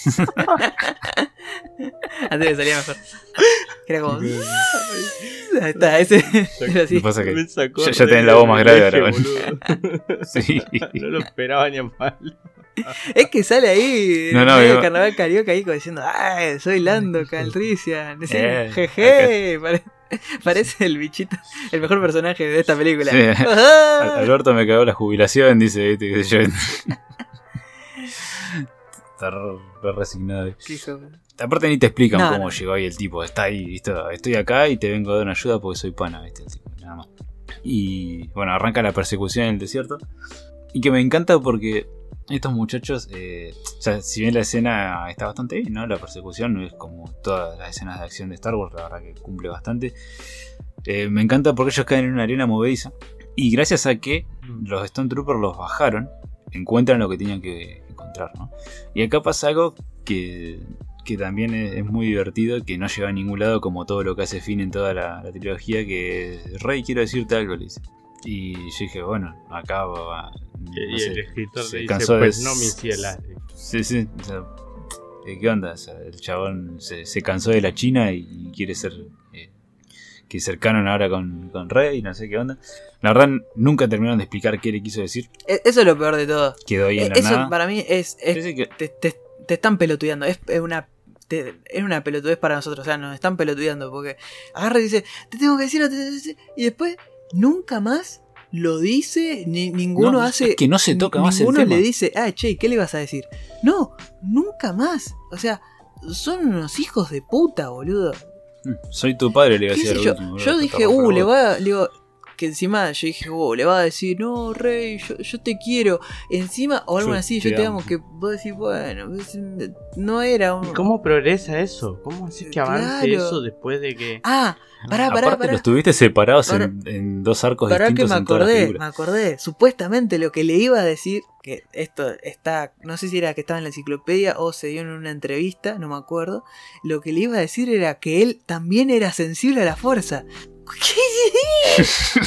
Speaker 2: Antes me salía mejor. Era como... Ahí está, ese... Era así.
Speaker 3: Pasa que ya, ya tenés la voz más grave ahora.
Speaker 4: Sí. No lo esperaba ni a mal.
Speaker 2: Es que sale ahí
Speaker 3: no,
Speaker 2: en
Speaker 3: no,
Speaker 2: el
Speaker 3: no.
Speaker 2: carnaval carioca ahí como diciendo, ¡ay, soy Lando Calrissian! Eh, jeje, pare, parece el bichito, el mejor personaje de esta película.
Speaker 3: Sí. Alberto me cagó la jubilación, dice, ¿viste? Que yo... Está re, re resignado. Aparte ni te explican no, cómo no. llegó ahí el tipo. Está ahí, ¿viste? Estoy acá y te vengo a dar una ayuda porque soy pana, ¿viste? El tipo, nada más. Y bueno, arranca la persecución en el desierto. Y que me encanta porque estos muchachos, eh, o sea, si bien la escena está bastante bien, ¿no? La persecución no es como todas las escenas de acción de Star Wars, la verdad que cumple bastante. Eh, me encanta porque ellos caen en una arena movediza. Y gracias a que los Stone Troopers los bajaron, encuentran lo que tenían que encontrar, ¿no? Y acá pasa algo que, que también es, es muy divertido, que no lleva a ningún lado, como todo lo que hace Finn en toda la, la trilogía, que es, Rey, quiero decirte algo, le dice. Y yo dije, bueno, acá va... No
Speaker 4: y
Speaker 3: sé,
Speaker 4: el escritor le dice, pues de... no, mi ciela.
Speaker 3: Sí, sí, o sea, ¿qué onda? O sea, el chabón se, se cansó de la China y, y quiere ser... Eh, que ser canon ahora con, con Rey, no sé qué onda. La verdad, nunca terminaron de explicar qué le quiso decir.
Speaker 2: Eso es lo peor de todo.
Speaker 3: Quedó ahí en la
Speaker 2: Eso
Speaker 3: nada.
Speaker 2: Para mí es... es sí, sí que... te, te, te están pelotudeando. Es, es una... Te, es una pelotudez para nosotros. O sea, nos están pelotudeando porque agarra y dice, te tengo que decir, te tengo que decir. Y después, nunca más lo dice, ni, ninguno
Speaker 3: no,
Speaker 2: hace...
Speaker 3: Es que no se toca más el tema.
Speaker 2: Ninguno le dice, ah, che, ¿qué le vas a decir? No, nunca más. O sea, son unos hijos de puta, boludo.
Speaker 3: Soy tu padre, le iba a decir.
Speaker 2: Yo,
Speaker 3: último,
Speaker 2: yo dije, uh, le va, le digo, que encima yo dije, oh, le va a decir, no, Rey, yo, yo te quiero. Encima, o algo
Speaker 3: Yo
Speaker 2: así,
Speaker 3: te
Speaker 2: yo te
Speaker 3: amo.
Speaker 2: amo. Que vos decís, bueno, es- no era un.
Speaker 4: ¿Y cómo progresa eso? ¿Cómo haces que avance
Speaker 2: Claro.
Speaker 4: eso después de que...
Speaker 2: Ah, pará, pará,
Speaker 3: Aparte
Speaker 2: pará.
Speaker 3: los tuviste separados
Speaker 2: Pará.
Speaker 3: en, en dos arcos
Speaker 2: Pará que
Speaker 3: distintos
Speaker 2: me
Speaker 3: en toda la
Speaker 2: acordé,
Speaker 3: película.
Speaker 2: me acordé. Supuestamente lo que le iba a decir, que esto está, no sé si era que estaba en la enciclopedia o se dio en una entrevista, no me acuerdo. Lo que le iba a decir era que él también era sensible a la fuerza. ¿Qué?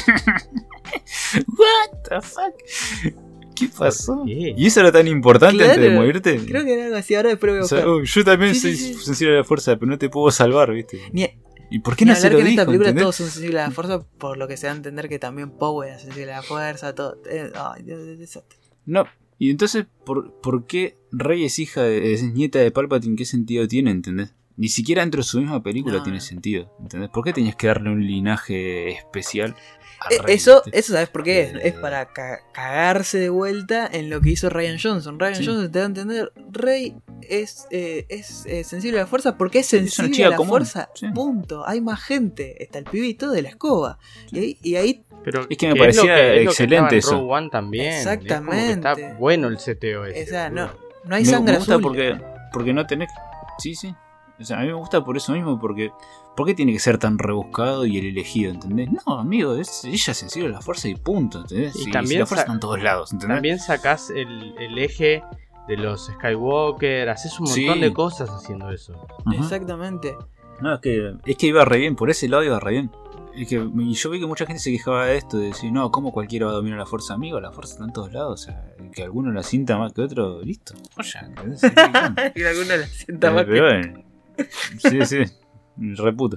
Speaker 3: What the fuck? ¿Qué pasó?
Speaker 4: ¿Por qué?
Speaker 3: ¿Y eso era tan importante
Speaker 2: Claro,
Speaker 3: antes de morirte?
Speaker 2: Creo que era algo así, ahora después lo voy a
Speaker 3: O sea,
Speaker 2: buscar.
Speaker 3: oh, yo también
Speaker 2: Sí,
Speaker 3: soy
Speaker 2: sí, sí.
Speaker 3: sensible a la fuerza, pero no te puedo salvar, ¿viste?
Speaker 2: Ni,
Speaker 3: ¿Y por qué
Speaker 2: ni
Speaker 3: no se
Speaker 2: hablar
Speaker 3: lo
Speaker 2: que en
Speaker 3: dijo?
Speaker 2: esta película
Speaker 3: ¿entendés?
Speaker 2: todos son sensibles a la fuerza, por lo que se da a entender que también Poe era sensible a la fuerza, todo. eh, ay, Dios, Dios, Dios.
Speaker 3: No. Y entonces, ¿por, ¿por qué Rey es hija, de, es nieta de Palpatine? ¿Qué sentido tiene, entendés? Ni siquiera dentro de su misma película
Speaker 2: No,
Speaker 3: tiene
Speaker 2: no.
Speaker 3: sentido, ¿entendés? ¿Por qué tenías que darle un linaje especial a
Speaker 2: Eh,
Speaker 3: Rey?
Speaker 2: Eso,
Speaker 3: ¿viste?
Speaker 2: eso ¿sabes por qué? Es,
Speaker 3: Eh.
Speaker 2: es para ca- cagarse de vuelta en lo que hizo Ryan Johnson. Ryan
Speaker 3: Sí.
Speaker 2: Johnson te da a entender, Rey es, eh, es eh, sensible a la fuerza porque es
Speaker 3: Es una
Speaker 2: sensible
Speaker 3: chica
Speaker 2: a la
Speaker 3: común,
Speaker 2: fuerza.
Speaker 3: sí.
Speaker 2: Punto. Hay más gente. Está el pibito de la escoba. Y ahí, y ahí
Speaker 4: Pero
Speaker 3: Es que me
Speaker 4: es
Speaker 3: parecía
Speaker 4: lo que- es lo que
Speaker 3: excelente
Speaker 4: estaba
Speaker 3: eso.
Speaker 4: en Rogue One también.
Speaker 2: Exactamente.
Speaker 4: Es como que está bueno el seteo ese.
Speaker 2: o sea, no,
Speaker 4: boludo.
Speaker 2: no hay
Speaker 3: me,
Speaker 2: sangre
Speaker 3: me gusta
Speaker 2: azul.
Speaker 3: porque, porque no tenés... Sí, sí. O sea, a mí me gusta por eso mismo, porque... ¿Por qué tiene que ser tan rebuscado y el elegido, entendés? No, amigo, es, ella es sensible a la fuerza y punto, ¿entendés?
Speaker 4: Y
Speaker 3: Sí,
Speaker 4: también
Speaker 3: si la fuerza
Speaker 4: sa-
Speaker 3: está en todos lados, ¿entendés?
Speaker 4: También sacás el, el eje de los Skywalker, haces un
Speaker 3: Sí.
Speaker 4: montón de cosas haciendo eso.
Speaker 3: Ajá.
Speaker 2: Exactamente.
Speaker 3: No, es que, es que iba re bien, por ese lado iba re bien. Es que, y yo vi que mucha gente se quejaba de esto, de decir, no, ¿cómo cualquiera va a dominar la fuerza? Amigo, la fuerza está en todos lados, o sea, que alguno la sienta más que otro, listo. Oye, ¿entendés? Sí, sí,
Speaker 2: Y alguno la sienta
Speaker 3: Eh,
Speaker 2: más
Speaker 3: pero
Speaker 2: que-
Speaker 3: bueno, sí, sí, reputo.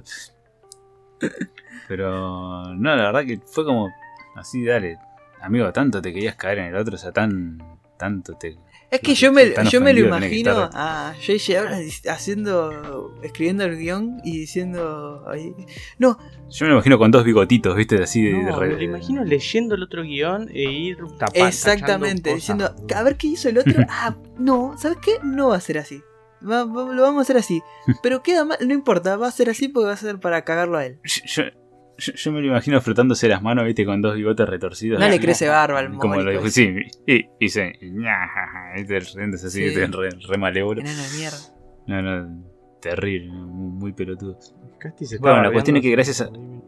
Speaker 3: Pero no, la verdad que fue como así, dale, amigo, tanto te querías caer en el otro, o sea, tan tanto te...
Speaker 2: Es que
Speaker 3: no,
Speaker 2: yo me,
Speaker 3: tan
Speaker 2: yo me lo
Speaker 3: ofendido tenés que
Speaker 2: imagino
Speaker 3: estar.
Speaker 2: a J J Abrams haciendo, escribiendo el guión y diciendo, ahí, no,
Speaker 3: Yo me lo imagino con dos bigotitos, viste, así de...
Speaker 4: No,
Speaker 3: re-
Speaker 4: me lo imagino leyendo el otro guión e ir tapando.
Speaker 2: exactamente, diciendo, a ver qué hizo el otro, ah, no, ¿sabes qué? No va a ser así, Va- va- lo vamos a hacer así, pero queda mal, no importa, va a ser así porque va a ser para cagarlo a él.
Speaker 3: Yo, yo, yo me lo imagino frotándose las manos, viste, con dos bigotes retorcidos.
Speaker 2: No le
Speaker 3: así,
Speaker 2: crece barba al
Speaker 3: como lo
Speaker 2: mogólico
Speaker 3: dijo, sí, y, y se... Viste, riéndose así,
Speaker 2: Sí.
Speaker 3: viste, re, re malévolo.
Speaker 2: Enano de mierda.
Speaker 3: No, no, terrible, muy, muy pelotudo.
Speaker 4: Casti se
Speaker 3: Bueno,
Speaker 4: estaba
Speaker 3: la cuestión es que
Speaker 4: riendo.
Speaker 3: gracias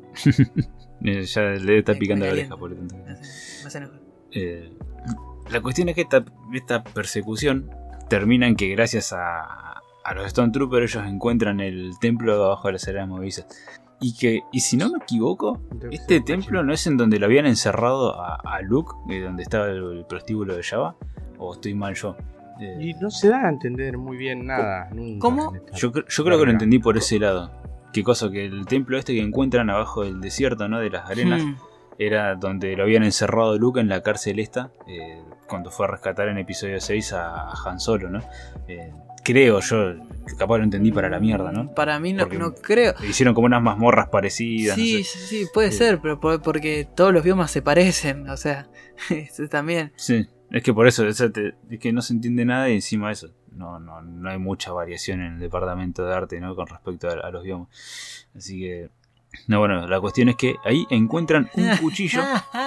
Speaker 3: a- Eh, ya le debe estar
Speaker 2: Me-
Speaker 3: picando
Speaker 2: me
Speaker 3: la oreja,
Speaker 2: calienta.
Speaker 3: por lo tanto.
Speaker 2: Me hace- me hace enojar.
Speaker 3: Eh, la cuestión es que esta, esta persecución termina en que gracias a, a los Stormtroopers ellos encuentran el templo abajo de las arenas movedizas. Y que, y si no me equivoco,
Speaker 4: Creo que
Speaker 3: este
Speaker 4: sí,
Speaker 3: templo no es en donde lo habían encerrado a, a Luke, eh, donde estaba el, el prostíbulo de Jabba, o estoy mal yo. Eh,
Speaker 4: Y no se da a entender muy bien nada. Nunca
Speaker 2: ¿Cómo?
Speaker 4: en esta
Speaker 3: yo, cre- yo creo que lo
Speaker 4: larga.
Speaker 3: entendí por ese lado. Qué cosa, que el templo este que encuentran abajo del desierto, ¿no? De las arenas,
Speaker 2: Hmm.
Speaker 3: era donde lo habían encerrado Luke en la cárcel esta, eh, cuando fue a rescatar en episodio seis a, a Han Solo, ¿no? Eh, creo yo, que capaz lo entendí para la mierda, ¿no?
Speaker 2: Para mí no,
Speaker 3: Porque-
Speaker 2: no creo.
Speaker 3: Hicieron como unas mazmorras parecidas,
Speaker 2: Sí,
Speaker 3: no sé.
Speaker 2: sí, sí, puede
Speaker 3: Sí.
Speaker 2: ser, pero por- porque todos los biomas se parecen, o sea, eso también.
Speaker 3: Sí, es que por eso, o sea, te- es que no se entiende nada y encima de eso, no, no, no hay mucha variación en el departamento de arte, ¿no? Con respecto a, a los biomas. Así que, no, bueno, la cuestión es que ahí encuentran un cuchillo.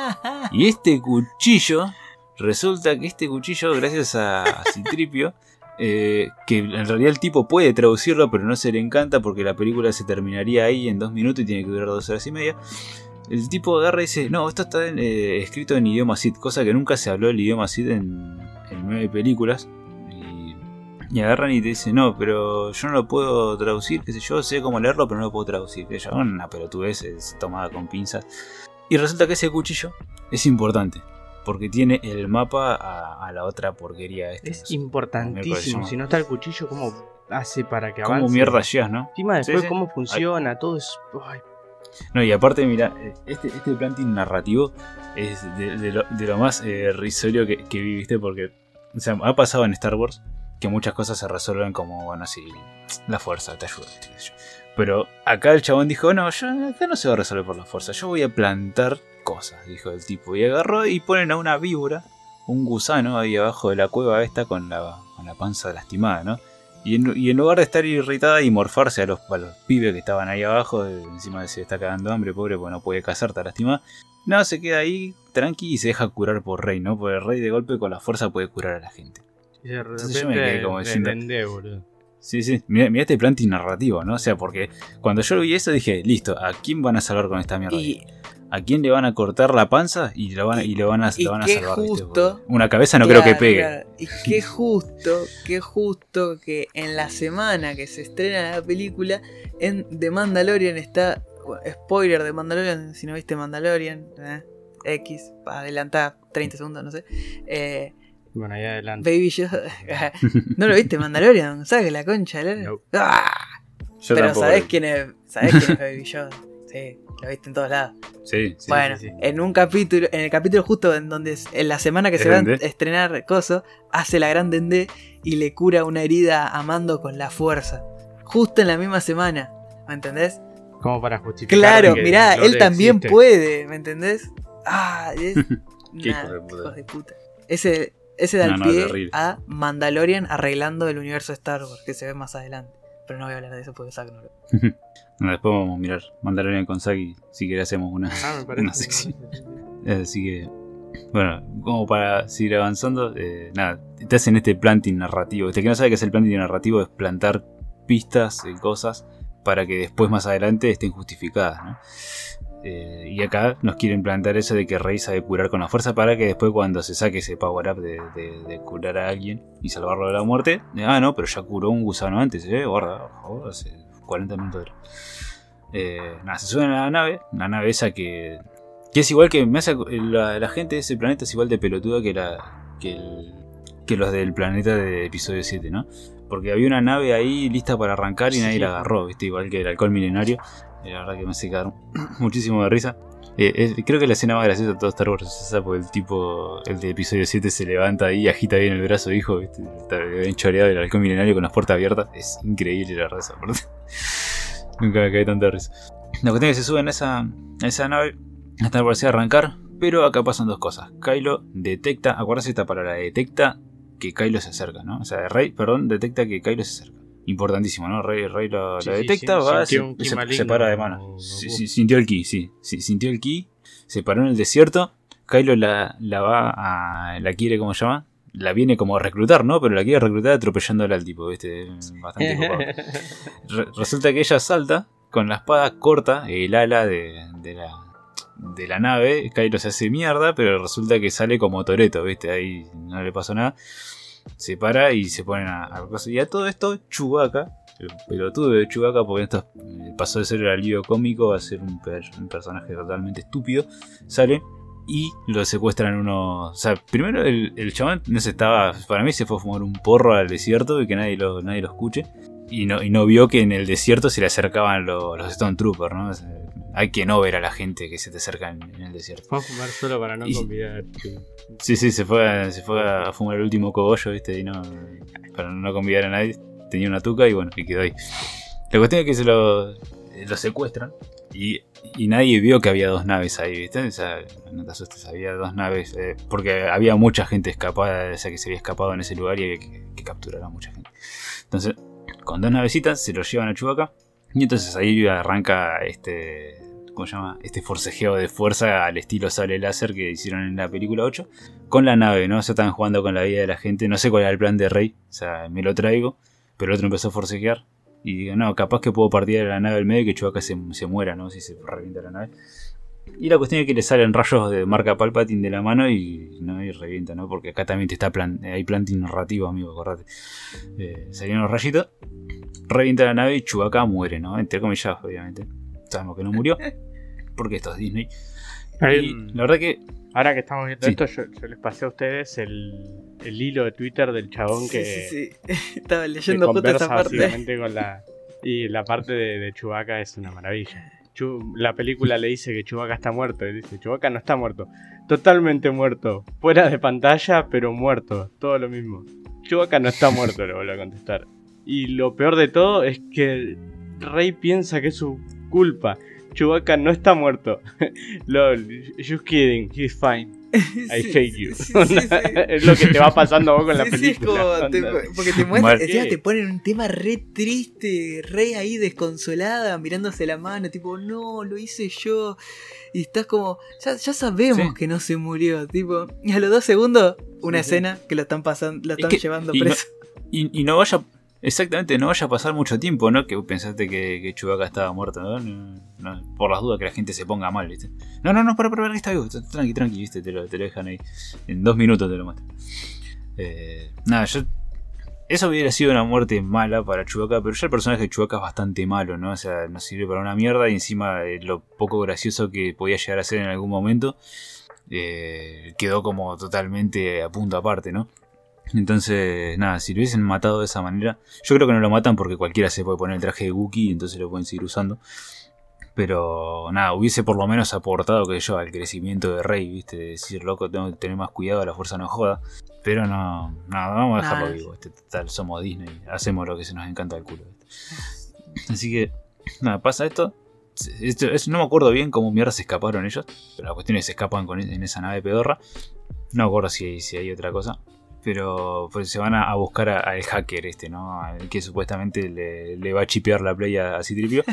Speaker 3: Y este cuchillo, resulta que este cuchillo, gracias a, a Citripio, eh, que en realidad el tipo puede traducirlo, pero no se le encanta porque la película se terminaría ahí en dos minutos y tiene que durar dos horas y media. El tipo agarra y dice, no, esto está en, eh, escrito en idioma Sith, cosa que nunca se habló del idioma Sith en, en nueve películas. Y, y agarran y te dicen, no, pero yo no lo puedo traducir, qué sé yo, sé cómo leerlo, pero no lo puedo traducir. Que ya, una pelotudez es tomada con pinzas. Y resulta que ese cuchillo es importante, porque tiene el mapa a, a la otra porquería esta. no
Speaker 4: Es
Speaker 3: sé,
Speaker 4: importantísimo.
Speaker 3: llama.
Speaker 4: Si no está el cuchillo, ¿cómo hace para que
Speaker 3: ¿Cómo
Speaker 4: avance?
Speaker 3: mierda llegas, no?
Speaker 4: Encima después
Speaker 3: Sí, sí.
Speaker 4: cómo funciona, todo es... Ay,
Speaker 3: No, y aparte, mira, este, este planting narrativo es de, de lo, de lo más eh, risorio que, que vi, ¿viste? Porque, o sea, ha pasado en Star Wars que muchas cosas se resuelven como, bueno, así, la fuerza te ayuda, qué sé yo. Pero acá el chabón dijo, no, yo, acá no se va a resolver por la fuerza, yo voy a plantar cosas, dijo el tipo. Y agarró y ponen a una víbora, un gusano ahí abajo de la cueva esta con la, con la panza lastimada, ¿no? Y en, y en lugar de estar irritada y morfarse a los, a los pibes que estaban ahí abajo, eh, encima se está cagando hambre, pobre, porque no puede cazar, está lastimada. No, se queda ahí tranqui y se deja curar por Rey, ¿no? Porque el Rey de golpe con la fuerza puede curar a la gente.
Speaker 4: Y de
Speaker 3: Entonces yo me quedé como diciendo...
Speaker 4: Vendé, boludo.
Speaker 3: Sí, sí, mira, mira este plan narrativo, ¿no? O sea, porque cuando yo vi eso dije, listo, ¿a quién van a salvar con esta mierda?
Speaker 2: Y,
Speaker 3: ¿A quién le van a cortar la panza y lo van a, y lo van a,
Speaker 2: y
Speaker 3: lo van a
Speaker 2: qué
Speaker 3: salvar? ¿viste?
Speaker 2: justo,
Speaker 3: Porque una cabeza no
Speaker 2: claro,
Speaker 3: creo que pegue.
Speaker 2: claro. Y qué justo, qué justo que en la semana que se estrena la película, en The Mandalorian está, spoiler de Mandalorian, si no viste Mandalorian, eh, X, para adelantar treinta segundos, no sé. Eh,
Speaker 4: Bueno, ahí adelante.
Speaker 2: Baby Yoda. ¿No lo viste Mandalorian? ¿Sabes la concha? La...
Speaker 4: No.
Speaker 2: ¡Ah!
Speaker 3: Yo
Speaker 2: Pero
Speaker 3: tampoco.
Speaker 2: ¿sabés quién es? ¿Sabés quién es Baby Yoda? Sí, lo viste en todos lados.
Speaker 3: Sí, sí.
Speaker 2: Bueno,
Speaker 4: sí, sí.
Speaker 2: en un capítulo, en el capítulo justo en donde es- en la semana que
Speaker 3: ¿Es
Speaker 2: se va a
Speaker 3: Dendé?
Speaker 2: estrenar Coso, hace la gran Dendé y le cura una herida a Mando con la fuerza. Justo en la misma semana, ¿me entendés?
Speaker 4: Como para justificar.
Speaker 2: Claro,
Speaker 4: que
Speaker 2: mirá,
Speaker 4: no
Speaker 2: él
Speaker 4: le
Speaker 2: también
Speaker 4: existe.
Speaker 2: puede, ¿me entendés? Ah, es...
Speaker 3: Qué
Speaker 2: Nah,
Speaker 3: hijo de puta.
Speaker 2: hijos de puta. Ese, ese da
Speaker 3: No,
Speaker 2: el
Speaker 3: no,
Speaker 2: pie
Speaker 3: terrible.
Speaker 2: a Mandalorian arreglando el universo de Star Wars, que se ve más adelante. Pero no voy a hablar de eso porque Zack no lo...
Speaker 3: No, después vamos a mirar Mandalorian con Saki. Si querés hacemos una,
Speaker 4: Ah, me parece.
Speaker 3: una sección. Así que, bueno, como para seguir avanzando, eh, nada, te hacen este planting narrativo. Este que no sabe qué es el planting narrativo es plantar pistas de cosas para que después más adelante estén justificadas, ¿no? Eh, y acá nos quieren plantar eso de que Rey sabe curar con la fuerza para que después cuando se saque ese power up de, de, de curar a alguien y salvarlo de la muerte, ah no, pero ya curó un gusano antes, eh, guarda, oh, hace cuarenta minutos. Eh, nada, se suben a la nave, la nave esa que que es igual que me hace la, la gente de ese planeta es igual de pelotuda que la que, el, que los del planeta de episodio siete, ¿no? Porque había una nave ahí lista para arrancar y nadie
Speaker 4: Sí.
Speaker 3: la agarró, ¿viste? Igual que el halcón milenario. Eh, La verdad que me hace cagar muchísimo de risa. Eh, es- creo que la escena más graciosa de todo Star Wars es esa, porque el tipo, el de episodio siete se levanta ahí y agita bien el brazo, hijo, ¿viste? Está bien choreado el halcón milenario con las puertas abiertas. Es increíble la raza, aparte. Nunca me caí tanta risa. La cuestión es que se suben a esa, a esa nave hasta parecer arrancar, pero acá pasan dos cosas. Kylo detecta, acuérdate esta palabra, detecta que Kylo se acerca, ¿no? O sea, Rey, perdón, detecta que Kylo se acerca. Importantísimo, ¿no? Rey, Rey lo,
Speaker 4: Sí,
Speaker 3: lo
Speaker 4: sí,
Speaker 3: detecta,
Speaker 4: sí,
Speaker 3: va,
Speaker 4: sintió
Speaker 3: se,
Speaker 4: un ki
Speaker 3: se-
Speaker 4: maligno,
Speaker 3: se para de
Speaker 4: no-
Speaker 3: mano.
Speaker 4: no
Speaker 3: Sí,
Speaker 4: hubo.
Speaker 3: sí, sintió el ki, sí, sí. Sintió el ki, se paró en el desierto. Kylo la, la va a. La quiere, ¿cómo se llama? La viene como a reclutar, ¿no? Pero la quiere reclutar atropellándola al tipo, ¿viste? Bastante copado. Re- resulta que ella salta con la espada corta el ala de, de la de la nave. Kylo se hace mierda, pero resulta que sale como Toretto, ¿viste? Ahí no le pasó nada. Se para y se ponen a, a y a todo esto Chewbacca, el pelotudo de Chewbacca, porque esto eh, pasó de ser el alivio cómico a ser un, per- un personaje totalmente estúpido, sale y lo secuestran unos... O sea, primero el, el chabón no se estaba... Para mí se fue a fumar un porro al desierto y que nadie lo, nadie lo escuche. Y no, y no vio que en el desierto se le acercaban los, los Stone Troopers, ¿no? O sea, hay que no ver a la gente que se te acerca en, en el desierto.
Speaker 4: Fue a fumar solo para no
Speaker 3: Y-
Speaker 4: convidar. tío.
Speaker 3: Sí, sí, se fue, a, se fue a fumar el último cogollo, ¿viste? Y no, para no convidar a nadie. Tenía una tuca y bueno, y quedó ahí. La cuestión es que se lo, lo secuestran y, y nadie vio que había dos naves ahí, ¿viste? O sea, no te asustes, había dos naves. Eh, porque había mucha gente escapada, o sea, que se había escapado en ese lugar y había que, que capturar a mucha gente. Entonces, con dos navecitas se lo llevan a Chewbacca y entonces ahí arranca este... ¿Cómo se llama? Este forcejeo de fuerza al estilo sable láser que hicieron en la película ocho. Con la nave, ¿no? Se estaban jugando con la vida de la gente. No sé cuál era el plan de Rey. O sea, me lo traigo. Pero el otro empezó a forcejear. Y digo, no, capaz que puedo partir de la nave al medio y que Chewbacca se, se muera, ¿no? Si se revienta la nave. Y la cuestión es que le salen rayos de marca Palpatine de la mano y, ¿no? Y revienta, ¿no? Porque acá también te está plan, hay planting narrativo, amigo, acordate. Eh, salieron los rayitos. Revienta la nave y Chewbacca muere, ¿no? Entre comillas, obviamente. Sabemos que no murió. Porque esto es Disney.
Speaker 4: Hay
Speaker 3: Y
Speaker 4: un-
Speaker 3: la verdad que
Speaker 4: Ahora que estamos viendo
Speaker 3: Sí.
Speaker 4: esto, yo, yo les pasé a ustedes el, el hilo de Twitter del chabón que,
Speaker 2: Sí, sí, sí. Estaba
Speaker 4: que
Speaker 2: leyendo justo
Speaker 4: conversa
Speaker 2: esa parte.
Speaker 4: básicamente con la... Y la parte de, de Chewbacca es una maravilla. Chu- la película le dice que Chewbacca está muerto. Y dice, Chewbacca no está muerto. Totalmente muerto. Fuera de pantalla, pero muerto. Todo lo mismo. Chewbacca no está muerto, le vuelvo a contestar. Y lo peor de todo es que Rey piensa que es su culpa. Chewbacca no está muerto. Lol, just kidding, he's fine. I
Speaker 2: Sí,
Speaker 4: hate you.
Speaker 2: sí, sí, sí.
Speaker 4: Es lo que te va pasando a vos con la
Speaker 2: Sí, sí, es
Speaker 4: película.
Speaker 2: como te-
Speaker 4: Onda.
Speaker 2: porque te muestran,
Speaker 3: Mal.
Speaker 2: encima te ponen un tema re triste, re ahí desconsolada, mirándose la mano, tipo, no, lo hice yo. Y estás como, ya, ya sabemos
Speaker 3: Sí.
Speaker 2: que no se murió, tipo, y a los dos segundos, una
Speaker 4: Sí, sí.
Speaker 2: escena que lo están pasando, lo
Speaker 3: Es
Speaker 2: están
Speaker 3: que-
Speaker 2: llevando
Speaker 3: y no-
Speaker 2: preso.
Speaker 3: Y, y no vaya, exactamente, no vaya a pasar mucho tiempo, ¿no? Que pensaste que, que Chewbacca estaba muerto, ¿no? No, no, por las dudas que la gente se ponga mal, ¿viste? No, no, no, para, para, para, que está vivo. Tranqui, tranqui, ¿viste? Te lo, te lo dejan ahí. En dos minutos te lo muestran. Eh, nada, yo... Eso hubiera sido una muerte mala para Chewbacca, pero ya el personaje de Chewbacca es bastante malo, ¿no? O sea, no sirve para una mierda y encima eh, lo poco gracioso que podía llegar a ser en algún momento eh, quedó como totalmente a punto aparte, ¿no? Entonces, nada, si lo hubiesen matado de esa manera, yo creo que no lo matan porque cualquiera se puede poner el traje de Wookiee y entonces lo pueden seguir usando. Pero nada, hubiese por lo menos aportado, que yo, al crecimiento de Rey, ¿viste? De decir, loco, tengo que tener más cuidado, la fuerza no joda. Pero no, nada, vamos a dejarlo
Speaker 2: Nah.
Speaker 3: vivo. Este, total, somos Disney, hacemos lo que se nos encanta el culo. ¿Viste? Así que, nada, pasa esto. Esto- es- no me acuerdo bien cómo mierda se escaparon ellos, pero la cuestión es que se escapan con, en esa nave pedorra. No me acuerdo si hay, si hay otra cosa. Pero pues se van a, a buscar a- al hacker este, ¿no? Al que supuestamente le, le va a chipear la play a, a Citripio.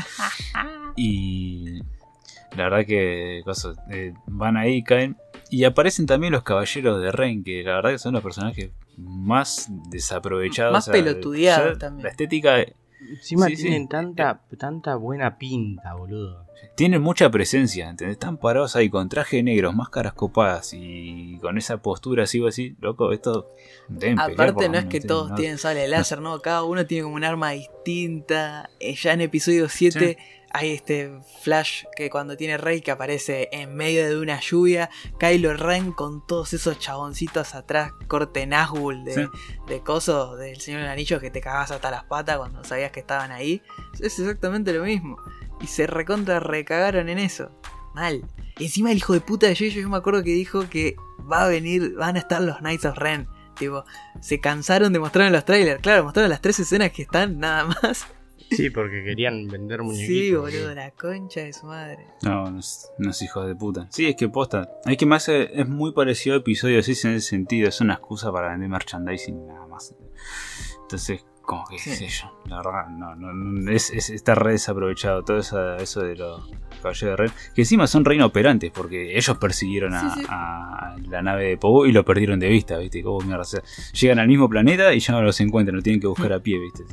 Speaker 3: Y la verdad que cosas, eh, van ahí, caen. Y aparecen también los caballeros de Ren, que la verdad que son los personajes más desaprovechados.
Speaker 2: Más
Speaker 3: o sea,
Speaker 2: pelotudeados
Speaker 3: ya
Speaker 2: también.
Speaker 3: La estética...
Speaker 4: Encima
Speaker 3: Sí, sí.
Speaker 4: tienen tanta, tanta buena pinta, boludo.
Speaker 3: Tienen mucha presencia, ¿entendés? Están parados ahí con traje negros, máscaras copadas y con esa postura así o así, loco, esto deben pelear por
Speaker 2: Aparte
Speaker 3: lo
Speaker 2: no es
Speaker 3: menos,
Speaker 2: que
Speaker 3: ¿viste?
Speaker 2: todos
Speaker 3: No-
Speaker 2: tienen sable láser, ¿no? Cada uno tiene como un arma distinta. Eh, Ya en episodio siete hay este flash que cuando tiene Rey que aparece en medio de una lluvia, Kylo Ren con todos esos chaboncitos atrás, corte Nazgûl de,
Speaker 3: Sí.
Speaker 2: de cosos del Señor del Anillo que te cagabas hasta las patas cuando sabías que estaban ahí. Es exactamente lo mismo. Y se recontra recagaron en eso. Mal. Y encima el hijo de puta de J J, yo me acuerdo que dijo que va a venir, van a estar los Knights of Ren. Tipo, se cansaron de mostrar en los trailers. Claro, mostraron las tres escenas que están, nada más.
Speaker 4: Sí, porque querían vender muñequitos.
Speaker 2: Sí, boludo, la concha de su madre.
Speaker 3: No, no es, no es hijos de puta. Sí, es que posta. Es que más es, es muy parecido a episodio seis en ese sentido. Es una excusa para vender merchandising nada más. Entonces, como que
Speaker 2: Sí.
Speaker 3: qué sé yo. La verdad, no, no, no, es, es- está re desaprovechado todo eso, eso de los caballeros de Ren. Que encima son re inoperantes porque ellos persiguieron a,
Speaker 2: Sí, sí.
Speaker 3: a la nave de Poe y lo perdieron de vista, ¿viste? Como mierda. O sea, llegan al mismo planeta y ya no los encuentran. Lo tienen que buscar a pie, ¿viste?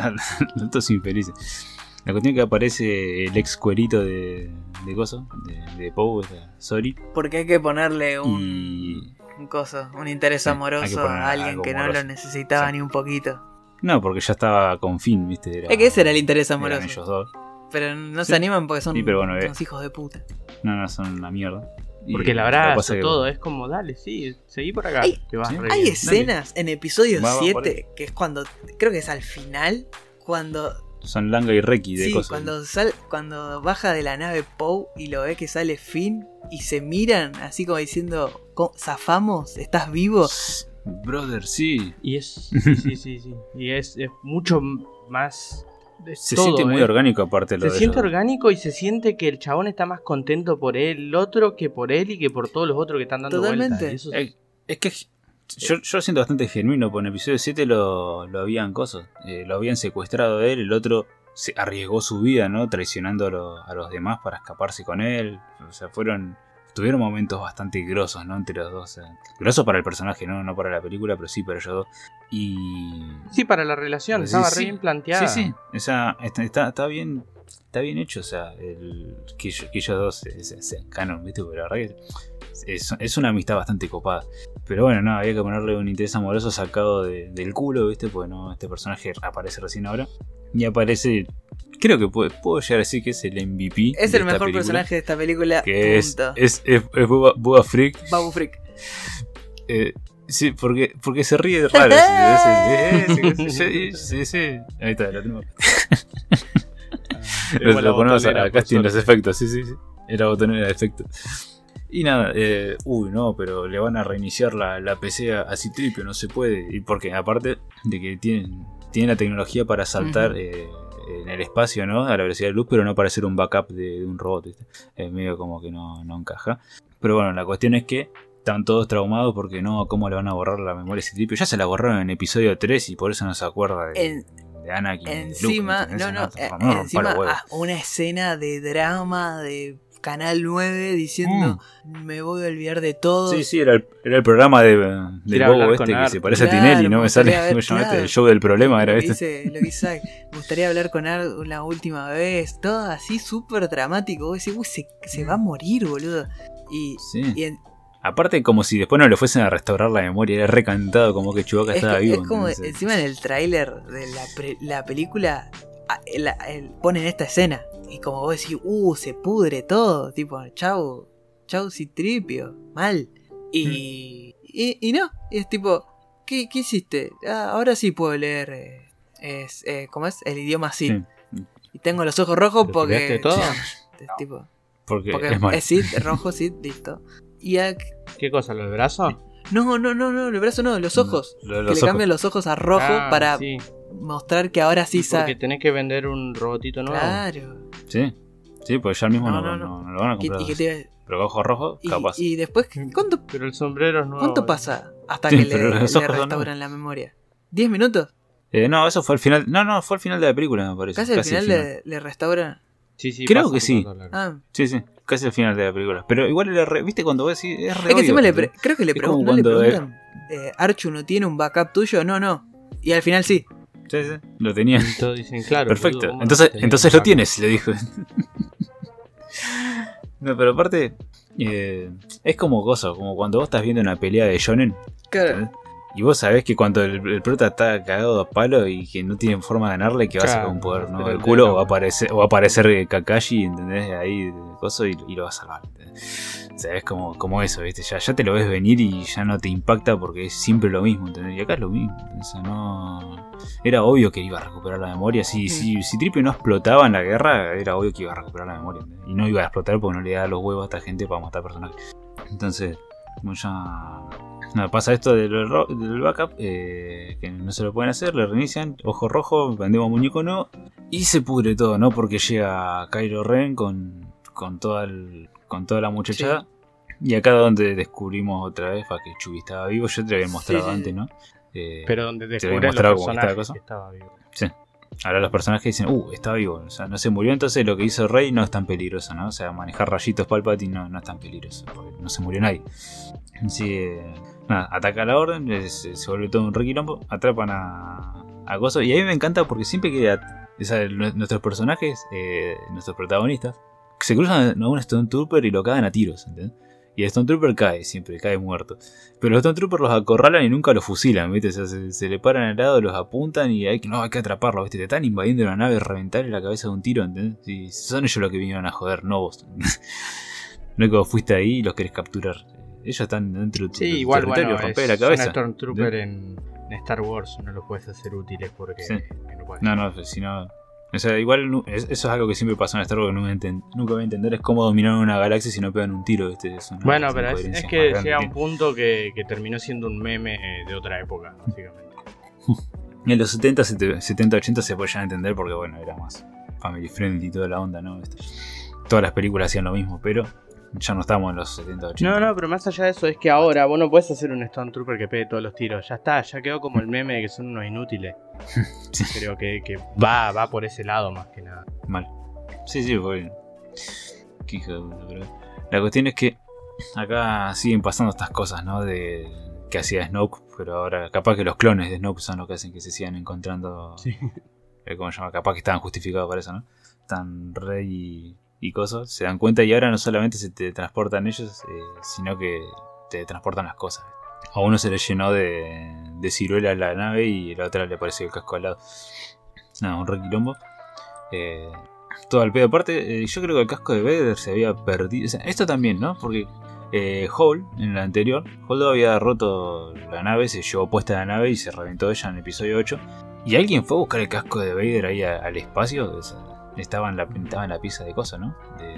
Speaker 3: Los dos infelices. La cuestión es que aparece el ex cuerito de, de Coso, de, de Poe, esta Sori.
Speaker 2: Porque hay que ponerle un,
Speaker 3: Y.
Speaker 2: un coso, un interés
Speaker 3: Sí, hay
Speaker 2: amoroso
Speaker 3: que ponerle
Speaker 2: a alguien
Speaker 3: algo
Speaker 2: que no
Speaker 3: amoroso.
Speaker 2: lo necesitaba
Speaker 3: Sí.
Speaker 2: ni un poquito.
Speaker 3: No, porque ya estaba con Finn, ¿viste? Era,
Speaker 2: Es que ese era el interés
Speaker 3: eran
Speaker 2: amoroso.
Speaker 3: ellos dos.
Speaker 2: Pero no
Speaker 3: Sí.
Speaker 2: se animan porque son
Speaker 3: Sí, pero bueno, eh.
Speaker 2: unos hijos de puta.
Speaker 3: No, no, son una mierda. Y
Speaker 4: Porque el
Speaker 3: lo que
Speaker 4: abrazo,
Speaker 3: pasa es que,
Speaker 4: todo,
Speaker 3: bueno,
Speaker 4: es como, dale, sí, seguí por acá.
Speaker 2: Hay-
Speaker 4: que vas
Speaker 3: sí,
Speaker 4: re
Speaker 2: Hay
Speaker 4: bien.
Speaker 2: escenas en episodio
Speaker 3: Va, va, por
Speaker 2: siete, que es cuando, creo que es al final, cuando
Speaker 3: son Langa y Reki de
Speaker 2: sí,
Speaker 3: cosas.
Speaker 2: cuando sal, cuando baja de la nave Poe y lo ve que sale Finn y se miran así como diciendo, "¿Cómo- ¿zafamos? ¿Estás vivo?"
Speaker 3: Brother, sí.
Speaker 4: Y es, sí, sí, sí, sí. Y es, es mucho más... es
Speaker 3: Se
Speaker 4: todo,
Speaker 3: siente muy
Speaker 4: ¿eh?
Speaker 3: orgánico aparte lo
Speaker 4: Se
Speaker 3: de
Speaker 4: siente
Speaker 3: ellos.
Speaker 4: orgánico y se siente que el chabón está más contento por el otro que por él y que por todos los otros que están dando
Speaker 2: Totalmente.
Speaker 4: vueltas. Y eso es-
Speaker 3: Eh, Es que yo, yo lo siento bastante genuino, porque en el episodio siete lo, lo habían cosas. eh, lo habían secuestrado a él, el otro se arriesgó su vida, ¿no? Traicionando a, lo- a los demás para escaparse con él. O sea, fueron. Tuvieron momentos bastante grosos, ¿no? Entre los dos. O sea, grosos para el personaje, ¿no? No para la película, pero sí para ellos dos. Y.
Speaker 4: Sí, para la relación,
Speaker 3: Sí,
Speaker 4: estaba
Speaker 3: sí.
Speaker 4: re bien planteada.
Speaker 3: Sí, sí. O sea, está, está, está bien. Está bien hecho, o sea, el, que, ellos, que ellos dos se- se- sean canon, ¿viste? Pero la verdad que es, es una amistad bastante copada. Pero bueno, no, había que ponerle un interés amoroso sacado de- del culo, ¿viste? Porque no, este personaje aparece recién ahora. Y aparece, creo que puedo, puedo llegar a decir que es el M V P.
Speaker 2: Es
Speaker 3: de
Speaker 2: el
Speaker 3: esta
Speaker 2: mejor
Speaker 3: película,
Speaker 2: personaje de esta película.
Speaker 3: Que es,
Speaker 2: punto.
Speaker 3: es, es, es Bubba, Bubba Freak.
Speaker 2: Babu Freak.
Speaker 3: Eh, sí, porque, porque se ríe raro. sí, sí, sí, sí, sí, sí. Ahí está, lo tenemos.
Speaker 4: Tenemos
Speaker 3: Lo,
Speaker 4: la
Speaker 3: lo ponemos
Speaker 4: botonera,
Speaker 3: acá
Speaker 4: por
Speaker 3: en los
Speaker 4: suerte.
Speaker 3: efectos, sí, sí, sí. Era botonera de efectos. Y nada, eh, uy, no, pero le van a reiniciar la, la P C a, a Citripio, no se puede. Y porque aparte de que tienen, tienen la tecnología para saltar
Speaker 2: Ujú.
Speaker 3: eh, en el espacio, ¿no? A la velocidad de luz, pero no para hacer un backup de, de un robot, ¿viste? Es medio como que no, no encaja. Pero bueno, la cuestión es que están todos traumados porque no, ¿cómo le van a borrar la memoria a Citripio? Ya se la borraron en episodio tres y por eso no se acuerda de,
Speaker 2: En-
Speaker 3: de Anakin.
Speaker 2: Encima,
Speaker 3: de Luke,
Speaker 2: no, no,
Speaker 3: ¿entendés?
Speaker 2: eh,
Speaker 3: no, no, no,
Speaker 2: encima
Speaker 3: rompa los huevos.
Speaker 2: ah, una escena de drama de Canal nueve diciendo me voy a olvidar de todo.
Speaker 3: Sí, sí, era el, era el programa de, del
Speaker 4: Quiere
Speaker 3: bobo
Speaker 4: hablar
Speaker 3: este
Speaker 4: con
Speaker 3: que
Speaker 4: Art.
Speaker 3: se parece
Speaker 2: Claro,
Speaker 3: a Tinelli, no
Speaker 2: me
Speaker 3: me sale.
Speaker 2: gustaría ver,
Speaker 3: ¿Cómo se llama este?
Speaker 2: claro.
Speaker 3: El show del problema era
Speaker 2: lo
Speaker 3: este.
Speaker 2: que dice, lo que dice Zack, me gustaría hablar con Art una última vez. Todo así súper dramático. Vos decís, uy, se, se va a morir, boludo. Y,
Speaker 3: Sí.
Speaker 2: y en-
Speaker 3: Aparte, como si después no le fuesen a restaurar la memoria, era recantado como que Chewbacca
Speaker 2: es,
Speaker 3: estaba
Speaker 2: que-
Speaker 3: vivo.
Speaker 2: es como
Speaker 3: ¿entendés?
Speaker 2: encima en el tráiler de la, pre- la película ah, el- el- ponen esta escena. Y como vos decís, uh, se pudre todo. Tipo, chau, chau Citripio, mal. Y, y, y no, es tipo, ¿qué, qué hiciste? Ah, ahora sí puedo leer, eh, es, eh, ¿cómo es? El idioma Sith.
Speaker 3: Sí.
Speaker 2: Y tengo los ojos rojos
Speaker 4: ¿Pero
Speaker 2: porque...
Speaker 4: tiraste todo?
Speaker 2: Es tipo,
Speaker 3: Porque,
Speaker 2: porque
Speaker 3: es mal.
Speaker 2: es Sith, rojo Sith, listo. Y a-
Speaker 4: ¿Qué cosa? ¿Lo del brazo?
Speaker 2: no, no, no, no, el brazo no, los ojos.
Speaker 3: Lo de
Speaker 2: Que
Speaker 3: los
Speaker 2: le
Speaker 3: ojos.
Speaker 2: cambian los ojos a rojo
Speaker 4: Ah,
Speaker 2: para
Speaker 4: sí.
Speaker 2: mostrar que ahora sí
Speaker 4: Y porque
Speaker 2: sabe.
Speaker 4: tenés que vender un robotito nuevo.
Speaker 2: Claro.
Speaker 3: Sí, sí, porque ya mismo
Speaker 2: No,
Speaker 3: no,
Speaker 2: no,
Speaker 3: no,
Speaker 2: no.
Speaker 3: no lo van a
Speaker 2: ¿Qué-
Speaker 3: comprar.
Speaker 2: ¿Y, qué te-
Speaker 3: Pero con ojos rojos,
Speaker 2: y-
Speaker 3: capaz.
Speaker 2: y después, ¿cuánto,
Speaker 4: Pero el sombrero es nuevo.
Speaker 2: cuánto pasa hasta
Speaker 3: Sí,
Speaker 2: que le,
Speaker 3: pero los
Speaker 2: le
Speaker 3: ojos son
Speaker 2: restauran la memoria? ¿diez minutos?
Speaker 3: Eh, no, eso fue al final. No, no, fue al final de la película, me parece.
Speaker 2: Casi al final, Le, le restauran.
Speaker 4: Sí, sí,
Speaker 3: Creo
Speaker 4: pasa
Speaker 3: que
Speaker 4: un
Speaker 3: sí.
Speaker 4: rato largo.
Speaker 2: Ah,
Speaker 3: Sí, sí, casi al final de la película. Pero igual era re, ¿viste cuando vos decís? Es re
Speaker 2: es que encima
Speaker 3: obvio,
Speaker 2: le pre- creo que le,
Speaker 3: Es
Speaker 2: pregun-
Speaker 3: como
Speaker 2: no le
Speaker 3: cuando, eh,
Speaker 2: preguntan, eh, Archu no tiene un backup tuyo, no, no. Y al final sí.
Speaker 3: Sí, sí, lo tenía.
Speaker 4: Y todos dicen, claro.
Speaker 3: Perfecto.
Speaker 4: boludo, ¿cómo
Speaker 3: Entonces,
Speaker 4: no tenés
Speaker 3: entonces lo
Speaker 4: backup?
Speaker 3: tienes, le dijo. No, pero aparte, eh, es como cosa, como cuando vos estás viendo una pelea de shonen, ¿entendés? Y vos sabés que cuando el, el prota está cagado a palo y que no tiene forma de ganarle, que va a sacar
Speaker 4: Claro,
Speaker 3: un poder nuevo
Speaker 4: pero
Speaker 3: del
Speaker 4: el
Speaker 3: culo,
Speaker 4: de-
Speaker 3: o va a aparecer, o va a aparecer Kakashi, ¿entendés? Ahí de coso y, y lo va a salvar. ¿entendés? O sea, es como, como eso, ¿viste? Ya, ya te lo ves venir y ya no te impacta porque es siempre lo mismo, ¿entendés? Y acá es lo mismo. O sea, no... Era obvio que iba a recuperar la memoria. Si, si, si Tripio no explotaba en la guerra, era obvio que iba a recuperar la memoria. ¿entendés? Y no iba a explotar porque no le da los huevos a esta gente para matar personajes. Entonces, como ya... Nada, pasa esto del, ro- del backup, eh, que no se lo pueden hacer, le reinician, ojo rojo, vendemos muñeco nuevo, y se pudre todo, ¿no? Porque llega Kylo Ren con, con, toda, el, con toda la muchachada. Y acá donde descubrimos otra vez para que Chubby estaba vivo, yo te lo había mostrado
Speaker 2: Sí, sí, sí.
Speaker 3: antes, ¿no? Eh,
Speaker 4: Pero donde
Speaker 3: te había
Speaker 4: descubren los
Speaker 3: mostrado cómo estaba la
Speaker 4: personajes
Speaker 3: cosa.
Speaker 4: que estaba vivo.
Speaker 3: Sí. Ahora los personajes dicen, uh, está vivo, o sea, no se murió, entonces lo que hizo Rey no es tan peligroso, ¿no? O sea, manejar rayitos Palpatine no, no es tan peligroso, porque no se murió nadie. Así que, nada, ataca la orden, es- se vuelve todo un requilombo, atrapan a, a Gozo, y a mí me encanta porque siempre que a- o sea, nue- nuestros personajes, eh, nuestros protagonistas, se cruzan a un Stone Trooper y lo cagan a tiros, ¿entendés? Y el Stone Trooper cae siempre, cae muerto. Pero los Stone Troopers los acorralan y nunca los fusilan, ¿viste? O sea, se, se le paran al lado, los apuntan y hay que, no, hay que atraparlos, ¿viste? Te están invadiendo una nave, reventarle la cabeza de un tiro, ¿entendés? Y son ellos los que vinieron a joder, no vos. No es que vos fuiste ahí y los querés capturar. Ellos están dentro de tu,
Speaker 4: Sí,
Speaker 3: de tu
Speaker 4: igual,
Speaker 3: territorio,
Speaker 4: bueno,
Speaker 3: rompé
Speaker 4: es,
Speaker 3: la cabeza.
Speaker 4: son Stormtrooper en, en Star Wars, no los puedes hacer útiles porque
Speaker 3: Sí.
Speaker 4: que no puedes.
Speaker 3: No, no, si no... O sea, igual nu- es- eso es algo que siempre pasó en Star Wars que nunca, enten- nunca voy a entender. Es cómo dominar una galaxia si no pegan un tiro, ¿viste? Es una
Speaker 4: Bueno,
Speaker 3: de las
Speaker 4: pero es,
Speaker 3: incoherencias
Speaker 4: es
Speaker 3: más
Speaker 4: que
Speaker 3: grandes
Speaker 4: llega
Speaker 3: que
Speaker 4: un punto que, que terminó siendo un meme de otra época, básicamente.
Speaker 3: Y en los setenta, setenta, ochenta se podían entender porque, bueno, era más family friendly y toda la onda, ¿no? Esto- Todas las películas hacían lo mismo, pero ya no estamos en los setenta, ochenta.
Speaker 4: No, no, pero más allá de eso es que ahora vos no podés hacer un Stormtrooper que pegue todos los tiros. Ya está, ya quedó como el meme de que son unos inútiles.
Speaker 3: Sí.
Speaker 4: Creo que, que va, va por ese lado más que nada.
Speaker 3: Mal. Sí, sí, fue. Qué hijo de puta, pero- La cuestión es que acá siguen pasando estas cosas, ¿no? De que hacía Snoke, pero ahora capaz que los clones de Snoke son los que hacen que se sigan encontrando.
Speaker 4: Sí.
Speaker 3: eh, ¿Cómo se llama? Capaz que estaban justificados para eso, ¿no? Están Rey y, y cosas. Se dan cuenta y ahora no solamente se te transportan ellos, eh, sino que te transportan las cosas. A uno se le llenó de, de ciruela la nave y a la otra le apareció el casco al lado. Nada, un requilombo. Eh, todo al pedo. Aparte, eh, yo creo que el casco de Vader se había perdido. O sea, esto también, ¿no? Porque eh, Hall, en la anterior, Holdo había roto la nave, se llevó puesta la nave y se reventó ella en el episodio ocho. Y alguien fue a buscar el casco de Vader ahí a- al espacio. O sea, estaba, en la, estaba en la pieza de cosas, ¿no? De,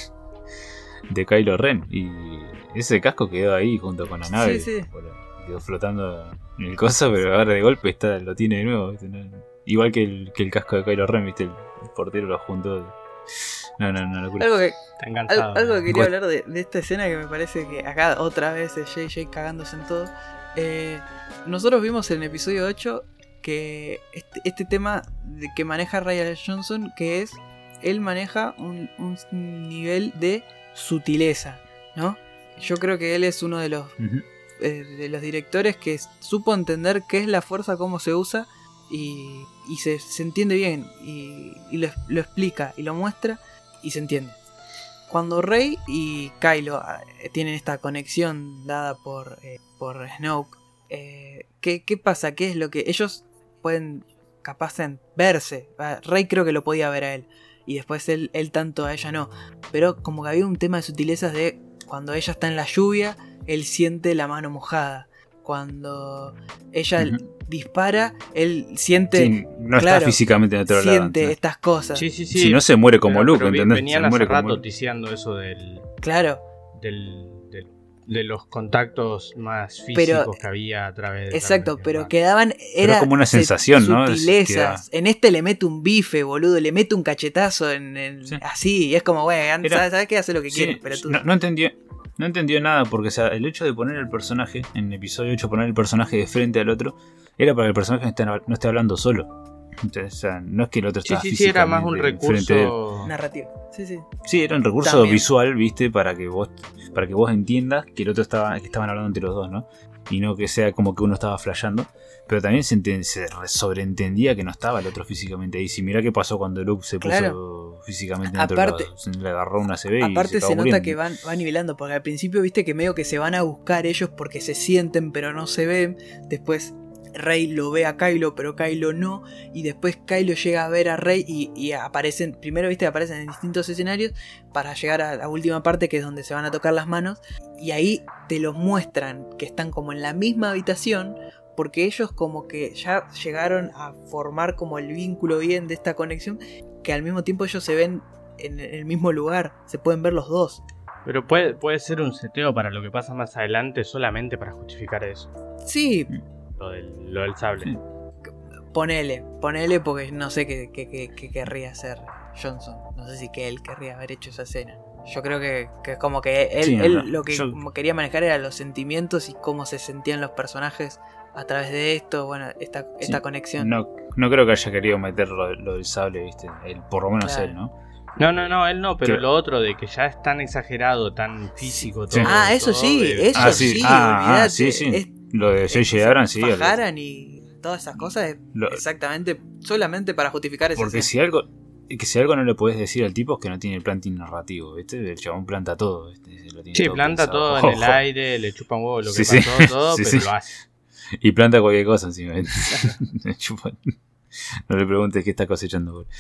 Speaker 3: de Kylo Ren. Y ese casco quedó ahí junto con la nave.
Speaker 2: Sí, sí.
Speaker 3: Bueno, quedó flotando en el coso, pero ahora de golpe está, lo tiene de nuevo. ¿viste? No- Igual que el, que el casco de Kylo Ren, ¿viste? El, el portero lo juntó. No, no, no, locura.
Speaker 2: Algo que,
Speaker 4: Está enganchado.
Speaker 2: al- algo que quería
Speaker 3: Bueno.
Speaker 2: hablar de, de esta escena que me parece que acá otra vez es J J cagándose en todo. Eh, nosotros vimos en el episodio ocho que este, este tema de que maneja Ryan Johnson, que es, él maneja un, un nivel de sutileza, ¿no? Yo creo que él es uno de los,
Speaker 3: Ujú.
Speaker 2: eh, de los directores que supo entender qué es la fuerza, cómo se usa y, y se, se entiende bien y, y lo, lo explica y lo muestra y se entiende. Cuando Rey y Kylo eh, tienen esta conexión dada por, eh, por Snoke, eh, ¿qué, ¿qué pasa? ¿Qué es lo que ellos pueden capaz en verse? Ah, Rey creo que lo podía ver a él y después él, él tanto a ella no, pero como que había un tema de sutilezas de cuando ella está en la lluvia, él siente la mano mojada. Cuando ella
Speaker 3: Ujú.
Speaker 2: dispara, él siente,
Speaker 3: Sí, no
Speaker 2: claro,
Speaker 3: está físicamente en otro lado.
Speaker 2: siente
Speaker 3: ¿no?
Speaker 2: estas cosas.
Speaker 4: Sí, sí, sí.
Speaker 3: Si no se muere como
Speaker 4: Pero-
Speaker 3: Luke,
Speaker 4: pero vi-
Speaker 3: ¿entendés?
Speaker 4: Venían
Speaker 3: Se
Speaker 4: hace
Speaker 3: muere como
Speaker 4: rato
Speaker 3: Luke.
Speaker 4: ticiando eso del,
Speaker 2: Claro,
Speaker 4: del, del- de los contactos más físicos
Speaker 2: Pero-
Speaker 4: que había a través de...
Speaker 2: exacto,
Speaker 4: de-
Speaker 2: pero quedaban era
Speaker 3: como una
Speaker 2: se-
Speaker 3: sensación, ¿no? Es-
Speaker 2: sutilezas. En este le mete un bife, boludo, le mete un cachetazo en, en-
Speaker 3: Sí.
Speaker 2: así, y es como, güey,
Speaker 3: Era-
Speaker 2: ¿sabes, ¿sabes qué? Hace lo que
Speaker 3: Sí,
Speaker 2: quieres, pero tú.
Speaker 3: no, no entendió. No entendió nada, porque o sea, el hecho de poner el personaje, en el episodio ocho, poner el personaje de frente al otro, era para que el personaje no esté, no esté hablando solo. Entonces, o sea, no es que el otro
Speaker 4: Sí,
Speaker 3: estaba
Speaker 4: sí, sí, era más un
Speaker 3: físicamente frente a él.
Speaker 4: recurso...
Speaker 2: Narrativo. Sí, sí.
Speaker 3: Sí, era un recurso
Speaker 2: También.
Speaker 3: visual, viste, para que vos para que vos entiendas que el otro estaba que estaban hablando entre los dos, ¿no? Y no que sea como que uno estaba flasheando. Pero también se, enten- se re- sobreentendía que no estaba el otro físicamente ahí. Si mirá qué pasó cuando Luke se puso
Speaker 2: Claro.
Speaker 3: físicamente en otro
Speaker 2: Aparte-
Speaker 3: lado. Se le agarró una C B y
Speaker 2: Aparte
Speaker 3: se,
Speaker 2: se,
Speaker 3: acabó
Speaker 2: nota
Speaker 3: muriendo.
Speaker 2: que van, van nivelando, porque al principio viste que medio que se van a buscar ellos porque se sienten pero no se ven. Después Rey lo ve a Kylo pero Kylo no. Y después Kylo llega a ver a Rey y, y aparecen, primero viste aparecen en distintos escenarios para llegar a la última parte que es donde se van a tocar las manos. Y ahí te los muestran que están como en la misma habitación. Porque ellos como que ya llegaron a formar como el vínculo bien de esta conexión. Que al mismo tiempo ellos se ven en el mismo lugar. Se pueden ver los dos.
Speaker 4: Pero puede, puede ser un seteo para lo que pasa más adelante solamente para justificar eso.
Speaker 2: Sí,
Speaker 4: Lo del, lo del sable.
Speaker 3: Sí.
Speaker 2: ponele. Ponele porque no sé qué, qué, qué- qué querría hacer Johnson. No sé si que él querría haber hecho esa escena. Yo creo que, que como que él,
Speaker 3: Sí,
Speaker 2: él
Speaker 3: no,
Speaker 2: lo que
Speaker 3: yo-
Speaker 2: como quería manejar era los sentimientos y cómo se sentían los personajes a través de esto. Bueno, esta, esta
Speaker 3: Sí,
Speaker 2: conexión.
Speaker 3: No, no creo que haya querido meter lo, lo del sable, viste. Él, por lo menos
Speaker 2: Claro.
Speaker 3: él, ¿no?
Speaker 4: No, no, no, él no, pero
Speaker 3: ¿Qué?
Speaker 4: lo otro de que ya es tan exagerado, tan físico
Speaker 3: Sí.
Speaker 4: todo.
Speaker 2: Ah, eso
Speaker 4: todo,
Speaker 2: sí,
Speaker 4: de-
Speaker 2: eso
Speaker 3: Ah,
Speaker 2: sí,
Speaker 3: sí, ah, ah,
Speaker 2: olvidate.
Speaker 3: sí, sí.
Speaker 2: Es-
Speaker 3: Lo de
Speaker 2: eh,
Speaker 3: J
Speaker 2: se
Speaker 3: J Abrams, sí. olvidate.
Speaker 2: fajaran y todas esas cosas es
Speaker 3: Lo-
Speaker 2: exactamente solamente para justificar esa
Speaker 3: Porque
Speaker 2: escena.
Speaker 3: si algo que si algo no le podés decir al tipo es que no tiene el planting narrativo, ¿viste? El chabón planta todo, ¿viste? Se lo tiene
Speaker 4: Sí,
Speaker 3: todo
Speaker 4: planta
Speaker 3: pensado.
Speaker 4: todo en el aire, le chupa un huevo lo que
Speaker 3: Sí, sí.
Speaker 4: pasó, todo,
Speaker 3: Sí,
Speaker 4: pero
Speaker 3: sí.
Speaker 4: lo hace.
Speaker 3: Y planta cualquier cosa encima. Le chupa- no le preguntes qué está cosechando. Boludo.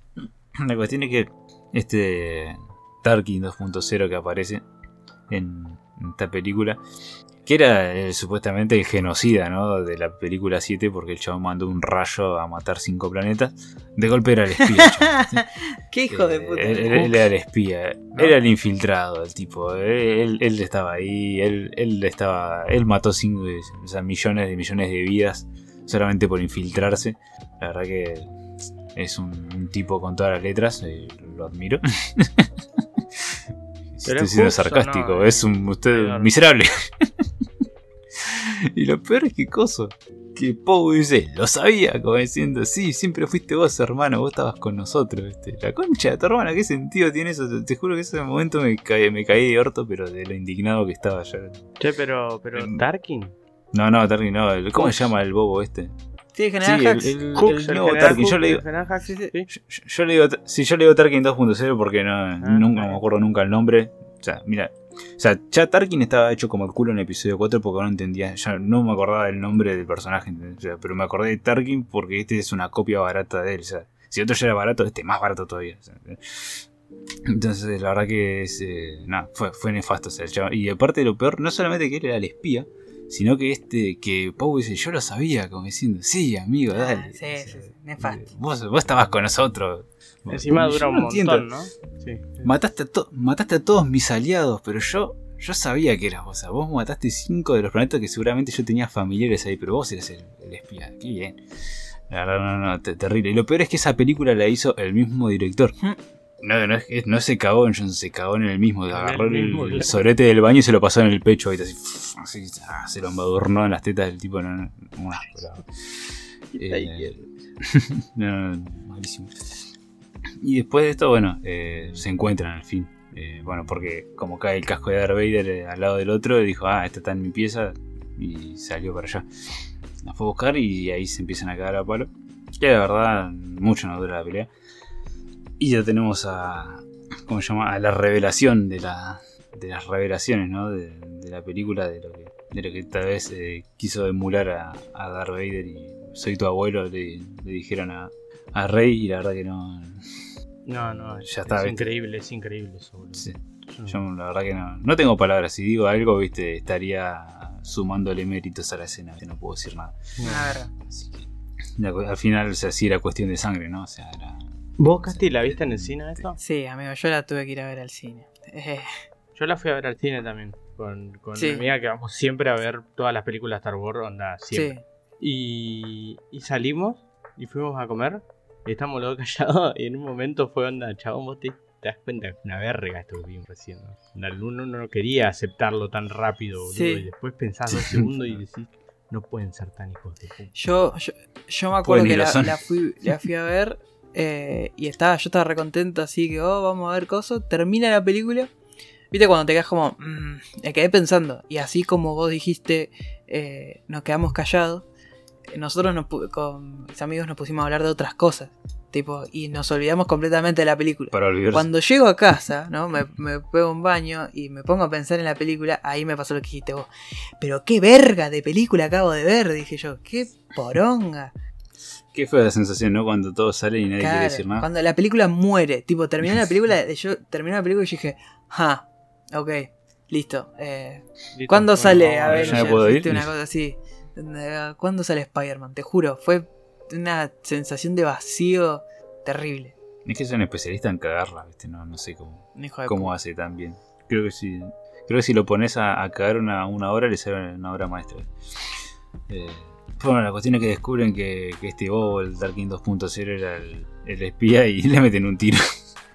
Speaker 3: La cuestión es que este Tarkin dos punto cero que aparece en esta película, que era eh, supuestamente el genocida, ¿no? De la película siete, porque el chabón mandó un rayo a matar cinco planetas. De golpe era el espía, chabón, ¿sí?
Speaker 2: Qué hijo de
Speaker 3: Eh,
Speaker 2: puta.
Speaker 3: Él, él era el espía, era el infiltrado, el tipo. Él, él estaba ahí, él, él estaba, él mató cinco, o sea, millones de millones de vidas solamente por infiltrarse. La verdad que es un, un tipo con todas las letras, eh, lo admiro.
Speaker 4: Pero
Speaker 3: Estoy
Speaker 4: es
Speaker 3: siendo
Speaker 4: justo,
Speaker 3: sarcástico,
Speaker 4: ¿no?
Speaker 3: es un usted
Speaker 4: Peor.
Speaker 3: miserable. Y lo peor es que coso, que Poe dice, lo sabía, como diciendo, sí, siempre fuiste vos, hermano, vos estabas con nosotros. Este. La concha de tu hermana, ¿qué sentido tiene eso? Te juro que ese momento me caí, me caí de orto, pero de lo indignado que estaba ya.
Speaker 4: Che, pero, pero
Speaker 3: Em,
Speaker 4: Tarkin.
Speaker 3: No, no, Tarkin, no, el- ¿cómo
Speaker 4: Hux.
Speaker 3: se llama el bobo este?
Speaker 2: Sí,
Speaker 3: Sí,
Speaker 2: General
Speaker 3: el,
Speaker 2: Hux.
Speaker 3: el-
Speaker 4: Hux,
Speaker 3: el
Speaker 4: el
Speaker 3: nuevo
Speaker 4: general
Speaker 3: Tarkin, yo
Speaker 4: Hux,
Speaker 3: le digo...
Speaker 4: el general Hux,
Speaker 2: Sí, sí.
Speaker 4: sí.
Speaker 3: Yo, yo le digo, si yo le digo Tarkin dos punto cero porque no, nunca
Speaker 4: bien.
Speaker 3: me acuerdo nunca el nombre. O sea, mira, o sea, ya Tarkin estaba hecho como el culo en el episodio cuatro porque no entendía, ya no me acordaba del nombre del personaje, ¿entendés? O sea, pero me acordé de Tarkin porque este es una copia barata de él. O sea, si otro ya era barato, este es más barato todavía. O sea, entonces, la verdad que es, eh, nada, fue, fue nefasto. O sea, el chaval- y aparte de lo peor, no solamente que él era el espía, sino que este, que Poe dice, yo lo sabía, como diciendo, sí, amigo, dale.
Speaker 2: Ah, sí,
Speaker 3: O sea,
Speaker 2: sí, sí, nefasto.
Speaker 3: Vos, vos estabas con nosotros.
Speaker 4: Encima
Speaker 3: Yo
Speaker 4: dura un
Speaker 3: no
Speaker 4: montón,
Speaker 3: entiendo.
Speaker 4: ¿no? Sí.
Speaker 3: Mataste a, to- mataste a todos mis aliados, pero yo yo sabía que eras vos. O sea, vos mataste cinco de los planetas que seguramente yo tenía familiares ahí, pero vos eras el, el espía. Qué bien. La verdad, no, no, te- terrible. Y lo peor es que esa película la hizo el mismo director. No, no, es que no se cagó en Johnson, se cagó en el mismo. Agarró
Speaker 4: el
Speaker 3: el,
Speaker 4: mismo,
Speaker 3: el
Speaker 4: claro.
Speaker 3: sorete del baño y se lo pasó en el pecho. Ahí, así, así ah, se lo embadurnó en las tetas del tipo. No, no, un asco, la verdad. Eh, no, no, malísimo. Y después de esto, bueno, eh, se encuentran al fin. Eh, bueno, porque como cae el casco de Darth Vader eh, al lado del otro, dijo, ah, esta está en mi pieza. Y salió para allá. La fue a buscar y ahí se empiezan a cagar a palo. Que la verdad, mucho no dura la pelea. Y ya tenemos a. ¿Cómo se llama? A la revelación de la. De las revelaciones, ¿no? De, de la película, de lo que, de lo que tal vez eh, quiso emular a, a Darth Vader y soy tu abuelo, le, le dijeron a, a Rey y la verdad que no.
Speaker 4: No, no,
Speaker 3: Ya
Speaker 4: es,
Speaker 3: está,
Speaker 4: es
Speaker 3: ¿viste?
Speaker 4: increíble, es increíble eso, boludo.
Speaker 3: Sí,
Speaker 4: Yo-
Speaker 3: yo la verdad que no. No tengo palabras. Si digo algo, viste, estaría sumándole méritos a la escena. Que no puedo decir nada.
Speaker 2: Una verga.
Speaker 3: Así que. la- al final, o sea, sí era cuestión de sangre, ¿no? O sea, era.
Speaker 4: ¿Vos, Casti, la viste en el cine esto?
Speaker 2: Sí, amigo, yo la tuve que ir a ver al cine. Eh,
Speaker 4: Yo la fui a ver al cine también. Con, con
Speaker 2: Sí.
Speaker 4: mi amiga que vamos siempre a ver todas las películas de Star Wars, onda, siempre.
Speaker 2: sí.
Speaker 4: Y, y salimos y fuimos a comer. Y estamos luego callados. Y en un momento fue onda, chabón, vos te, te das cuenta que es una verga esto que vimos recién. ¿no? Onda, uno no quería aceptarlo tan rápido, boludo.
Speaker 2: Sí.
Speaker 4: Y después pensás dos segundos y decís, no pueden ser tan hijos de puta.
Speaker 2: Yo, yo, yo me acuerdo
Speaker 3: Pueden y
Speaker 2: que
Speaker 3: lo
Speaker 2: la,
Speaker 3: son.
Speaker 2: la fui, la fui a ver eh, y estaba, yo estaba recontento, así que, oh, vamos a ver cosas. Termina la película. Viste cuando te quedas como, mmm, me quedé pensando. Y así como vos dijiste, eh, nos quedamos callados. Nosotros nos, pu- con mis amigos nos pusimos a hablar de otras cosas. Tipo, y nos olvidamos completamente de la película.
Speaker 3: Para olvidarse.
Speaker 2: Cuando llego a casa, ¿no? Me, me pego un baño y me pongo a pensar en la película, ahí me pasó lo que dijiste vos. Pero qué verga de película acabo de ver, dije yo. Qué poronga.
Speaker 3: ¿Qué fue la sensación, no? Cuando todos salen y nadie
Speaker 2: Claro,
Speaker 3: quiere decir nada.
Speaker 2: cuando la película muere, tipo, terminó la película, yo terminé la película y yo dije, ja, ok, listo. Eh,
Speaker 4: Listo,
Speaker 2: ¿Cuándo
Speaker 4: bueno,
Speaker 2: sale
Speaker 4: vamos a
Speaker 3: ver,
Speaker 2: Avengers?
Speaker 3: ya me puedo ir.
Speaker 2: ¿Viste? Una cosa así. Eh, ¿Cuándo sale Spider-Man? Te juro, fue una sensación de vacío terrible.
Speaker 3: Es que es un especialista en cagarla, ¿viste? No, no sé cómo,
Speaker 2: Un hijo de
Speaker 3: cómo
Speaker 2: puta.
Speaker 3: hace tan bien. Creo que si, creo que si lo pones a, a cagar una, una hora, le sale una obra maestra. Eh, bueno, la cuestión es que descubren que, que este bobo, el Darkin dos punto cero, era el, el espía y le meten un tiro.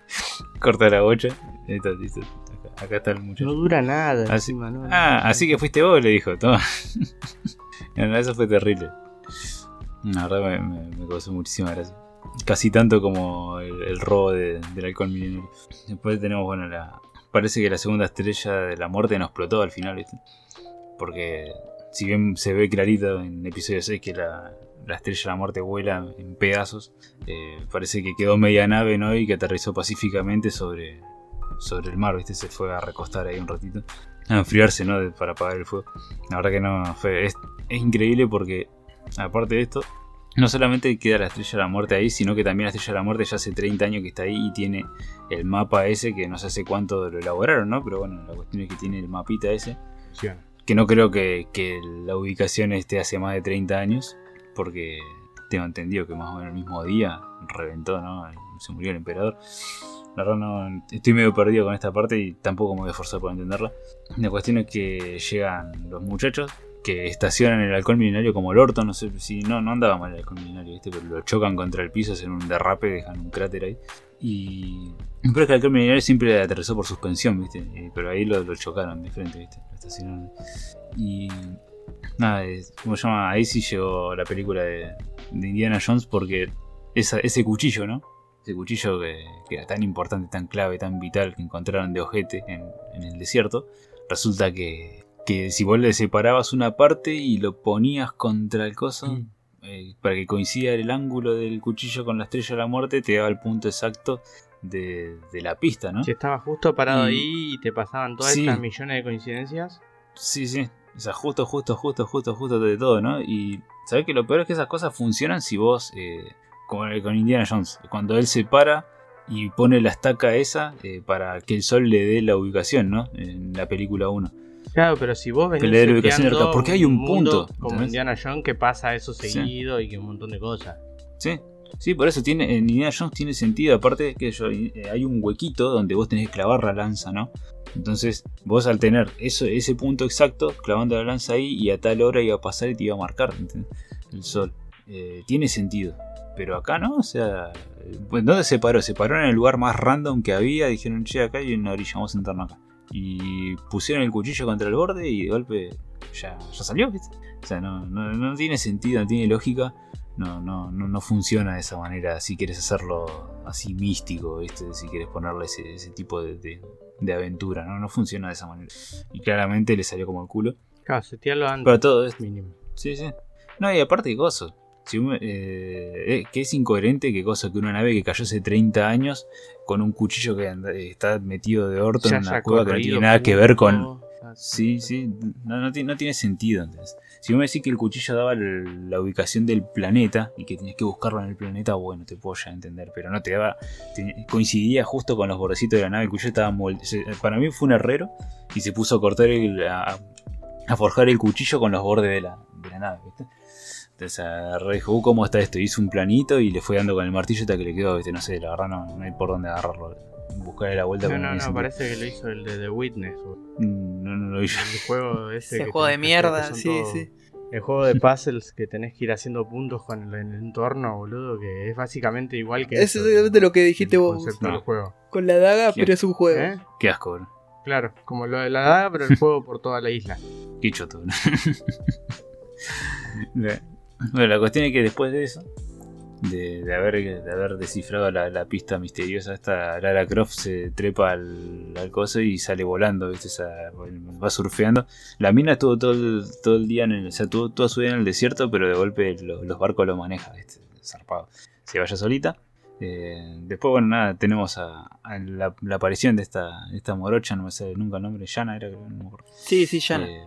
Speaker 3: Corta la bocha. Ahí está, listo. Acá, acá está el muchacho.
Speaker 4: No dura nada.
Speaker 3: Así,
Speaker 4: encima, ¿no?
Speaker 3: ah, así que fuiste vos, le dijo. Toma. No, eso fue terrible. La verdad me, me, me causó muchísima gracia. Casi tanto como el, el robo de, del halcón milenario. Después tenemos, bueno, la. Parece que la segunda estrella de la muerte nos explotó al final, ¿viste? Porque si bien se ve clarito en episodio seis que la, la estrella de la muerte vuela en pedazos, eh, parece que quedó media nave, ¿no? Y que aterrizó pacíficamente sobre, sobre el mar, ¿viste? Se fue a recostar ahí un ratito. A enfriarse, ¿no? De- para apagar el fuego. La verdad que no, fue, es, es increíble porque, aparte de esto, no solamente queda la estrella de la muerte ahí, sino que también la estrella de la muerte ya hace treinta años que está ahí y tiene el mapa ese, que no sé hace cuánto lo elaboraron, ¿no? Pero bueno, la cuestión es que tiene el mapita ese,
Speaker 4: Funciona.
Speaker 3: que no creo que, que la ubicación esté hace más de treinta años, porque tengo entendido que más o menos el mismo día reventó, ¿no? Se murió el emperador. La verdad no, estoy medio perdido con esta parte y tampoco me voy a esforzar por entenderla. La cuestión es que llegan los muchachos que estacionan el halcón milenario como el orto, no sé si no, no andaba mal el halcón milenario, ¿viste? Pero lo chocan contra el piso, hacen un derrape, dejan un cráter ahí. Y pero es que el halcón milenario siempre aterrizó por suspensión, ¿viste? Eh, pero ahí lo, lo chocaron de frente, ¿viste? Lo estacionaron. Y nada, es- ¿cómo se llama? Ahí sí llegó la película de, de Indiana Jones porque esa, ese cuchillo, ¿no? Ese cuchillo que, que era tan importante, tan clave, tan vital que encontraron de ojete en, en el desierto. Resulta que, que si vos le separabas una parte y lo ponías contra el coso,
Speaker 4: Mm.
Speaker 3: eh, para que coincida el ángulo del cuchillo con la estrella de la muerte, te daba el punto exacto de, de la pista, ¿no?
Speaker 4: Si estaba justo parado
Speaker 3: Y-
Speaker 4: ahí y te pasaban todas
Speaker 3: Sí.
Speaker 4: estas millones de coincidencias.
Speaker 3: Sí, sí. O sea, justo, justo, justo, justo, justo de todo, ¿no? Y ¿sabés que lo peor es que esas cosas funcionan si vos, eh, como con Indiana Jones, cuando él se para y pone la estaca esa eh, para que el sol le dé la ubicación, ¿no? En la película uno.
Speaker 4: Claro, pero si vos venís
Speaker 3: Que le dé la ubicación
Speaker 4: seteando
Speaker 3: acá, porque hay un
Speaker 4: mundo
Speaker 3: punto,
Speaker 4: como
Speaker 3: ¿entendés?
Speaker 4: Indiana Jones que pasa eso
Speaker 3: Sí.
Speaker 4: seguido y que un montón de cosas.
Speaker 3: Sí, sí, por eso tiene, en Indiana Jones tiene sentido, aparte que yo, eh, hay un huequito donde vos tenés que clavar la lanza, ¿no? Entonces, vos al tener eso, ese punto exacto, clavando la lanza ahí, y a tal hora iba a pasar y te iba a marcar, ¿entendés? El sol. Eh, tiene sentido. Pero acá no, o sea, Pues, ¿dónde se paró? Se paró en el lugar más random que había. Dijeron, che, acá hay una orilla, vamos a sentarnos acá. Y pusieron el cuchillo contra el borde y de golpe ya, ya salió, ¿viste? O sea, no, no, no tiene sentido, no tiene lógica. No, no, no, no funciona de esa manera. Si quieres hacerlo así místico, ¿viste? Si quieres ponerle ese, ese tipo de, de, de aventura, ¿no? No funciona de esa manera. Y claramente le salió como el culo.
Speaker 4: Claro, setearlo antes.
Speaker 3: Pero todo es
Speaker 4: mínimo.
Speaker 3: Sí, sí. No, y aparte, cosas. Si uno, eh, eh, que es incoherente que cosa que una nave que cayó hace treinta años con un cuchillo que anda, está metido de orto
Speaker 4: Ya
Speaker 3: en una
Speaker 4: haya
Speaker 3: cueva que no
Speaker 4: corrido
Speaker 3: tiene nada que ver con.
Speaker 4: punto.
Speaker 3: Sí, sí, no, no, tiene, no tiene sentido. Entonces, si vos me decís que el cuchillo daba el- la ubicación del planeta y que tenías que buscarlo en el planeta, bueno, te puedo ya entender, pero no te daba. Te- coincidía justo con los bordecitos de la nave. El cuchillo estaba molde- se- Para mí fue un herrero y se puso a cortar el, a, a forjar el cuchillo con los bordes de la, de la nave, ¿viste? Entonces agarró y dijo, uh, ¿cómo está esto? Hizo un planito y le fue dando con el martillo hasta que le quedó, ¿viste? No sé, la verdad no, no hay por dónde agarrarlo. Buscarle la vuelta.
Speaker 4: No,
Speaker 3: porque
Speaker 4: no,
Speaker 3: tiene
Speaker 4: no,
Speaker 3: sentido.
Speaker 4: parece que lo hizo el de The Witness. boludo.
Speaker 3: Mm, No, no lo vi yo.
Speaker 4: El juego ese.
Speaker 2: Ese
Speaker 4: que
Speaker 2: juego de
Speaker 4: tenés que hacer,
Speaker 2: mierda,
Speaker 4: que son
Speaker 2: sí,
Speaker 4: todo-
Speaker 2: sí.
Speaker 4: El juego de puzzles que tenés que ir haciendo puntos con el, el entorno, boludo, que es básicamente igual que
Speaker 2: Es
Speaker 4: eso,
Speaker 2: exactamente lo que dijiste
Speaker 4: el
Speaker 2: vos.
Speaker 4: concepto
Speaker 3: No.
Speaker 4: del juego.
Speaker 2: Con la daga,
Speaker 3: ¿Quién?
Speaker 2: pero es un juego.
Speaker 4: ¿Eh?
Speaker 3: Qué asco, bro.
Speaker 4: Claro, como lo de la daga, pero el juego por toda la isla.
Speaker 3: Qué choto, bro. La- Bueno, la cuestión es que después de eso, de, de haber, de haber descifrado la, la pista misteriosa, esta Lara Croft se trepa al, al coso y sale volando, ¿viste? Esa, va surfeando. La mina estuvo todo el, todo el día, en el, o sea, tuvo toda su vida en el desierto, pero de golpe los, los barcos lo maneja, ¿viste? Zarpado. Se vaya solita. Eh, después, bueno, nada, tenemos a, a la, la aparición de esta, esta morocha, no me sé nunca el nombre, Yana era, creo, no me acuerdo.
Speaker 2: Sí, sí, ya.
Speaker 3: Eh,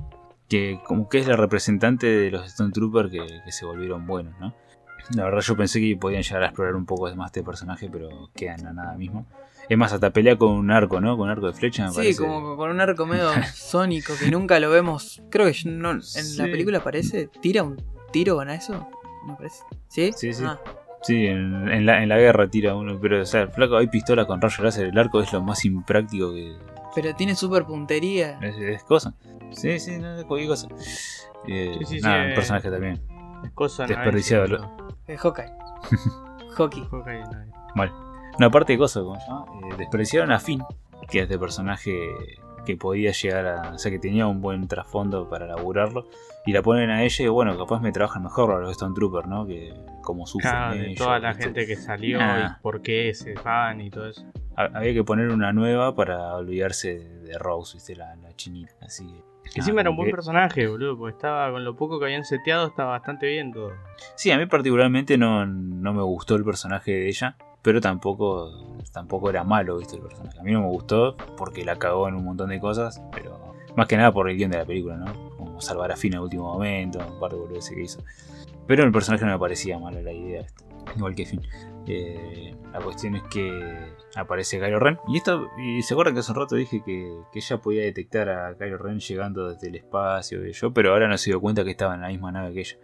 Speaker 3: que como que es la representante de los Stone Troopers que, que se volvieron buenos, ¿no? La verdad yo pensé que podían llegar a explorar un poco más este personaje, pero quedan a nada mismo. Es más, hasta pelea con un arco, ¿no? Con un arco de flecha, me
Speaker 2: Sí,
Speaker 3: parece.
Speaker 2: como con un arco medio sónico que nunca lo vemos. Creo que no, en
Speaker 3: Sí.
Speaker 2: la película aparece. ¿Tira un tiro con eso? ¿No parece? ¿Sí?
Speaker 3: Sí, sí.
Speaker 2: Ah,
Speaker 3: Sí, en, en la, en la guerra tira uno, pero o sea, el flaco hay pistolas con rayo láser, el arco es lo más impráctico que...
Speaker 2: pero tiene super puntería.
Speaker 3: Es, es cosa. Sí, sí, no es cualquier cosa. Eh,
Speaker 4: Sí, sí, sí,
Speaker 3: nada,
Speaker 4: eh.
Speaker 3: el personaje también.
Speaker 4: Es cosa
Speaker 3: Desperdiciado,
Speaker 4: nice,
Speaker 3: lo-
Speaker 4: boludo.
Speaker 2: Es Hawkeye. Hockey.
Speaker 4: Hawkeye nice.
Speaker 3: Mal. Una parte de cosas, ¿cómo se llama? Eh, despreciaron a Finn, que es este personaje que podía llegar a. O sea, que tenía un buen trasfondo para laburarlo. Y la ponen a ella y bueno, capaz me trabajan mejor a los Stone Troopers, ¿no? Que como sufren
Speaker 4: Claro, de
Speaker 3: ellos,
Speaker 4: toda la
Speaker 3: ¿viste?
Speaker 4: gente que salió
Speaker 3: Nah.
Speaker 4: y por qué se van y todo eso.
Speaker 3: Ha- Había que poner una nueva para olvidarse de Rose, ¿viste? La, la chinita. Así que.
Speaker 4: Que encima era un
Speaker 3: como
Speaker 4: buen
Speaker 3: que-
Speaker 4: personaje, boludo, porque estaba con lo poco que habían seteado, estaba bastante bien todo.
Speaker 3: Sí, a mí particularmente no, no me gustó el personaje de ella, pero tampoco, tampoco era malo, ¿viste? El personaje. A mí no me gustó porque la cagó en un montón de cosas, pero más que nada por el guión de la película, ¿no? Como salvar a Finn en el último momento, un par de boludeces que hizo. Pero el personaje no me parecía mala la idea, ¿viste? Igual que Finn. Eh, la cuestión es que aparece Kylo Ren. Y esto, y se acuerdan que hace un rato dije que, que ella podía detectar a Kylo Ren llegando desde el espacio y yo, pero ahora no se dio cuenta que estaba en la misma nave que ella.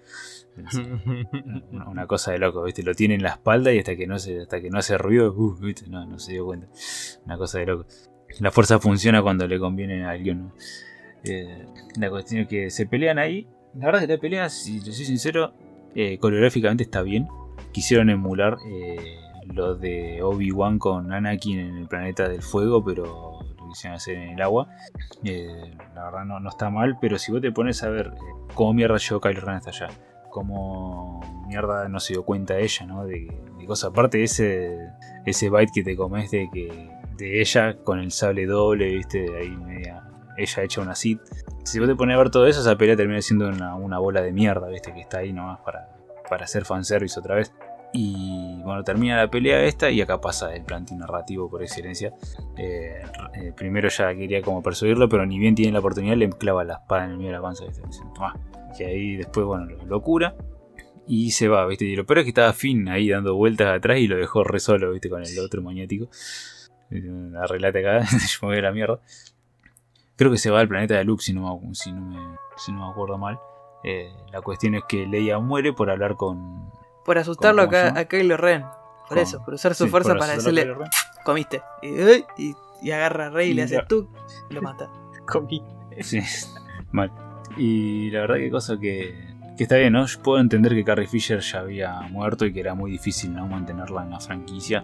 Speaker 3: Una, una cosa de loco, ¿viste? Lo tiene en la espalda y hasta que no se, hasta que no hace ruido, uh, ¿viste? No, no se dio cuenta. Una cosa de loco. La fuerza funciona cuando le conviene a alguien, ¿no? Eh, la cuestión es que se pelean ahí. La verdad es que la pelea, si te soy sincero, eh, coreográficamente está bien. Quisieron emular eh, lo de Obi-Wan con Anakin en el planeta del fuego, pero lo quisieron hacer en el agua. Eh, la verdad no, no está mal, pero si vos te pones a ver eh, cómo mierda llegó Kylo Ren hasta allá, cómo mierda no se dio cuenta ella, ¿no? De, de cosas, aparte de ese, ese bite que te comes de que de ella con el sable doble, viste, ahí media, ella hecha una Sith. Si vos te pones a ver todo eso, esa pelea termina siendo una, una bola de mierda, viste, que está ahí nomás para, para hacer fanservice otra vez. Y bueno, termina la pelea esta y acá pasa el plantín narrativo por excelencia. Eh, eh, primero ya quería como persuadirlo, pero ni bien tiene la oportunidad le clava la espada en el medio de la panza, ¿viste? Dice, tomá. Y ahí después, bueno, lo, lo cura y se va, ¿viste? Y lo peor es que estaba Finn ahí dando vueltas atrás y lo dejó re solo, ¿viste? Con el otro maniático. Arreglate acá, yo me voy a la mierda. Creo que se va al planeta de Luke, si no me, si no me, si no me acuerdo mal. Eh, la cuestión es que Leia muere por hablar con...
Speaker 2: Por asustarlo
Speaker 3: ¿Cómo se
Speaker 2: acá,
Speaker 3: llama?
Speaker 2: a Kylo Ren. Por
Speaker 3: con-
Speaker 2: eso, por usar su
Speaker 3: sí,
Speaker 2: fuerza
Speaker 3: por
Speaker 2: para
Speaker 3: asustarlo a
Speaker 2: decirle,
Speaker 3: Kylo Ren.
Speaker 2: comiste. Y, uy, y, y agarra a Rey y le
Speaker 3: Y
Speaker 2: hace
Speaker 3: la-
Speaker 2: tú y lo mata.
Speaker 4: Comí.
Speaker 3: Sí, mal. Y la verdad que cosa que, que está bien, ¿no? Yo puedo entender que Carrie Fisher ya había muerto y que era muy difícil, ¿no?, mantenerla en la franquicia.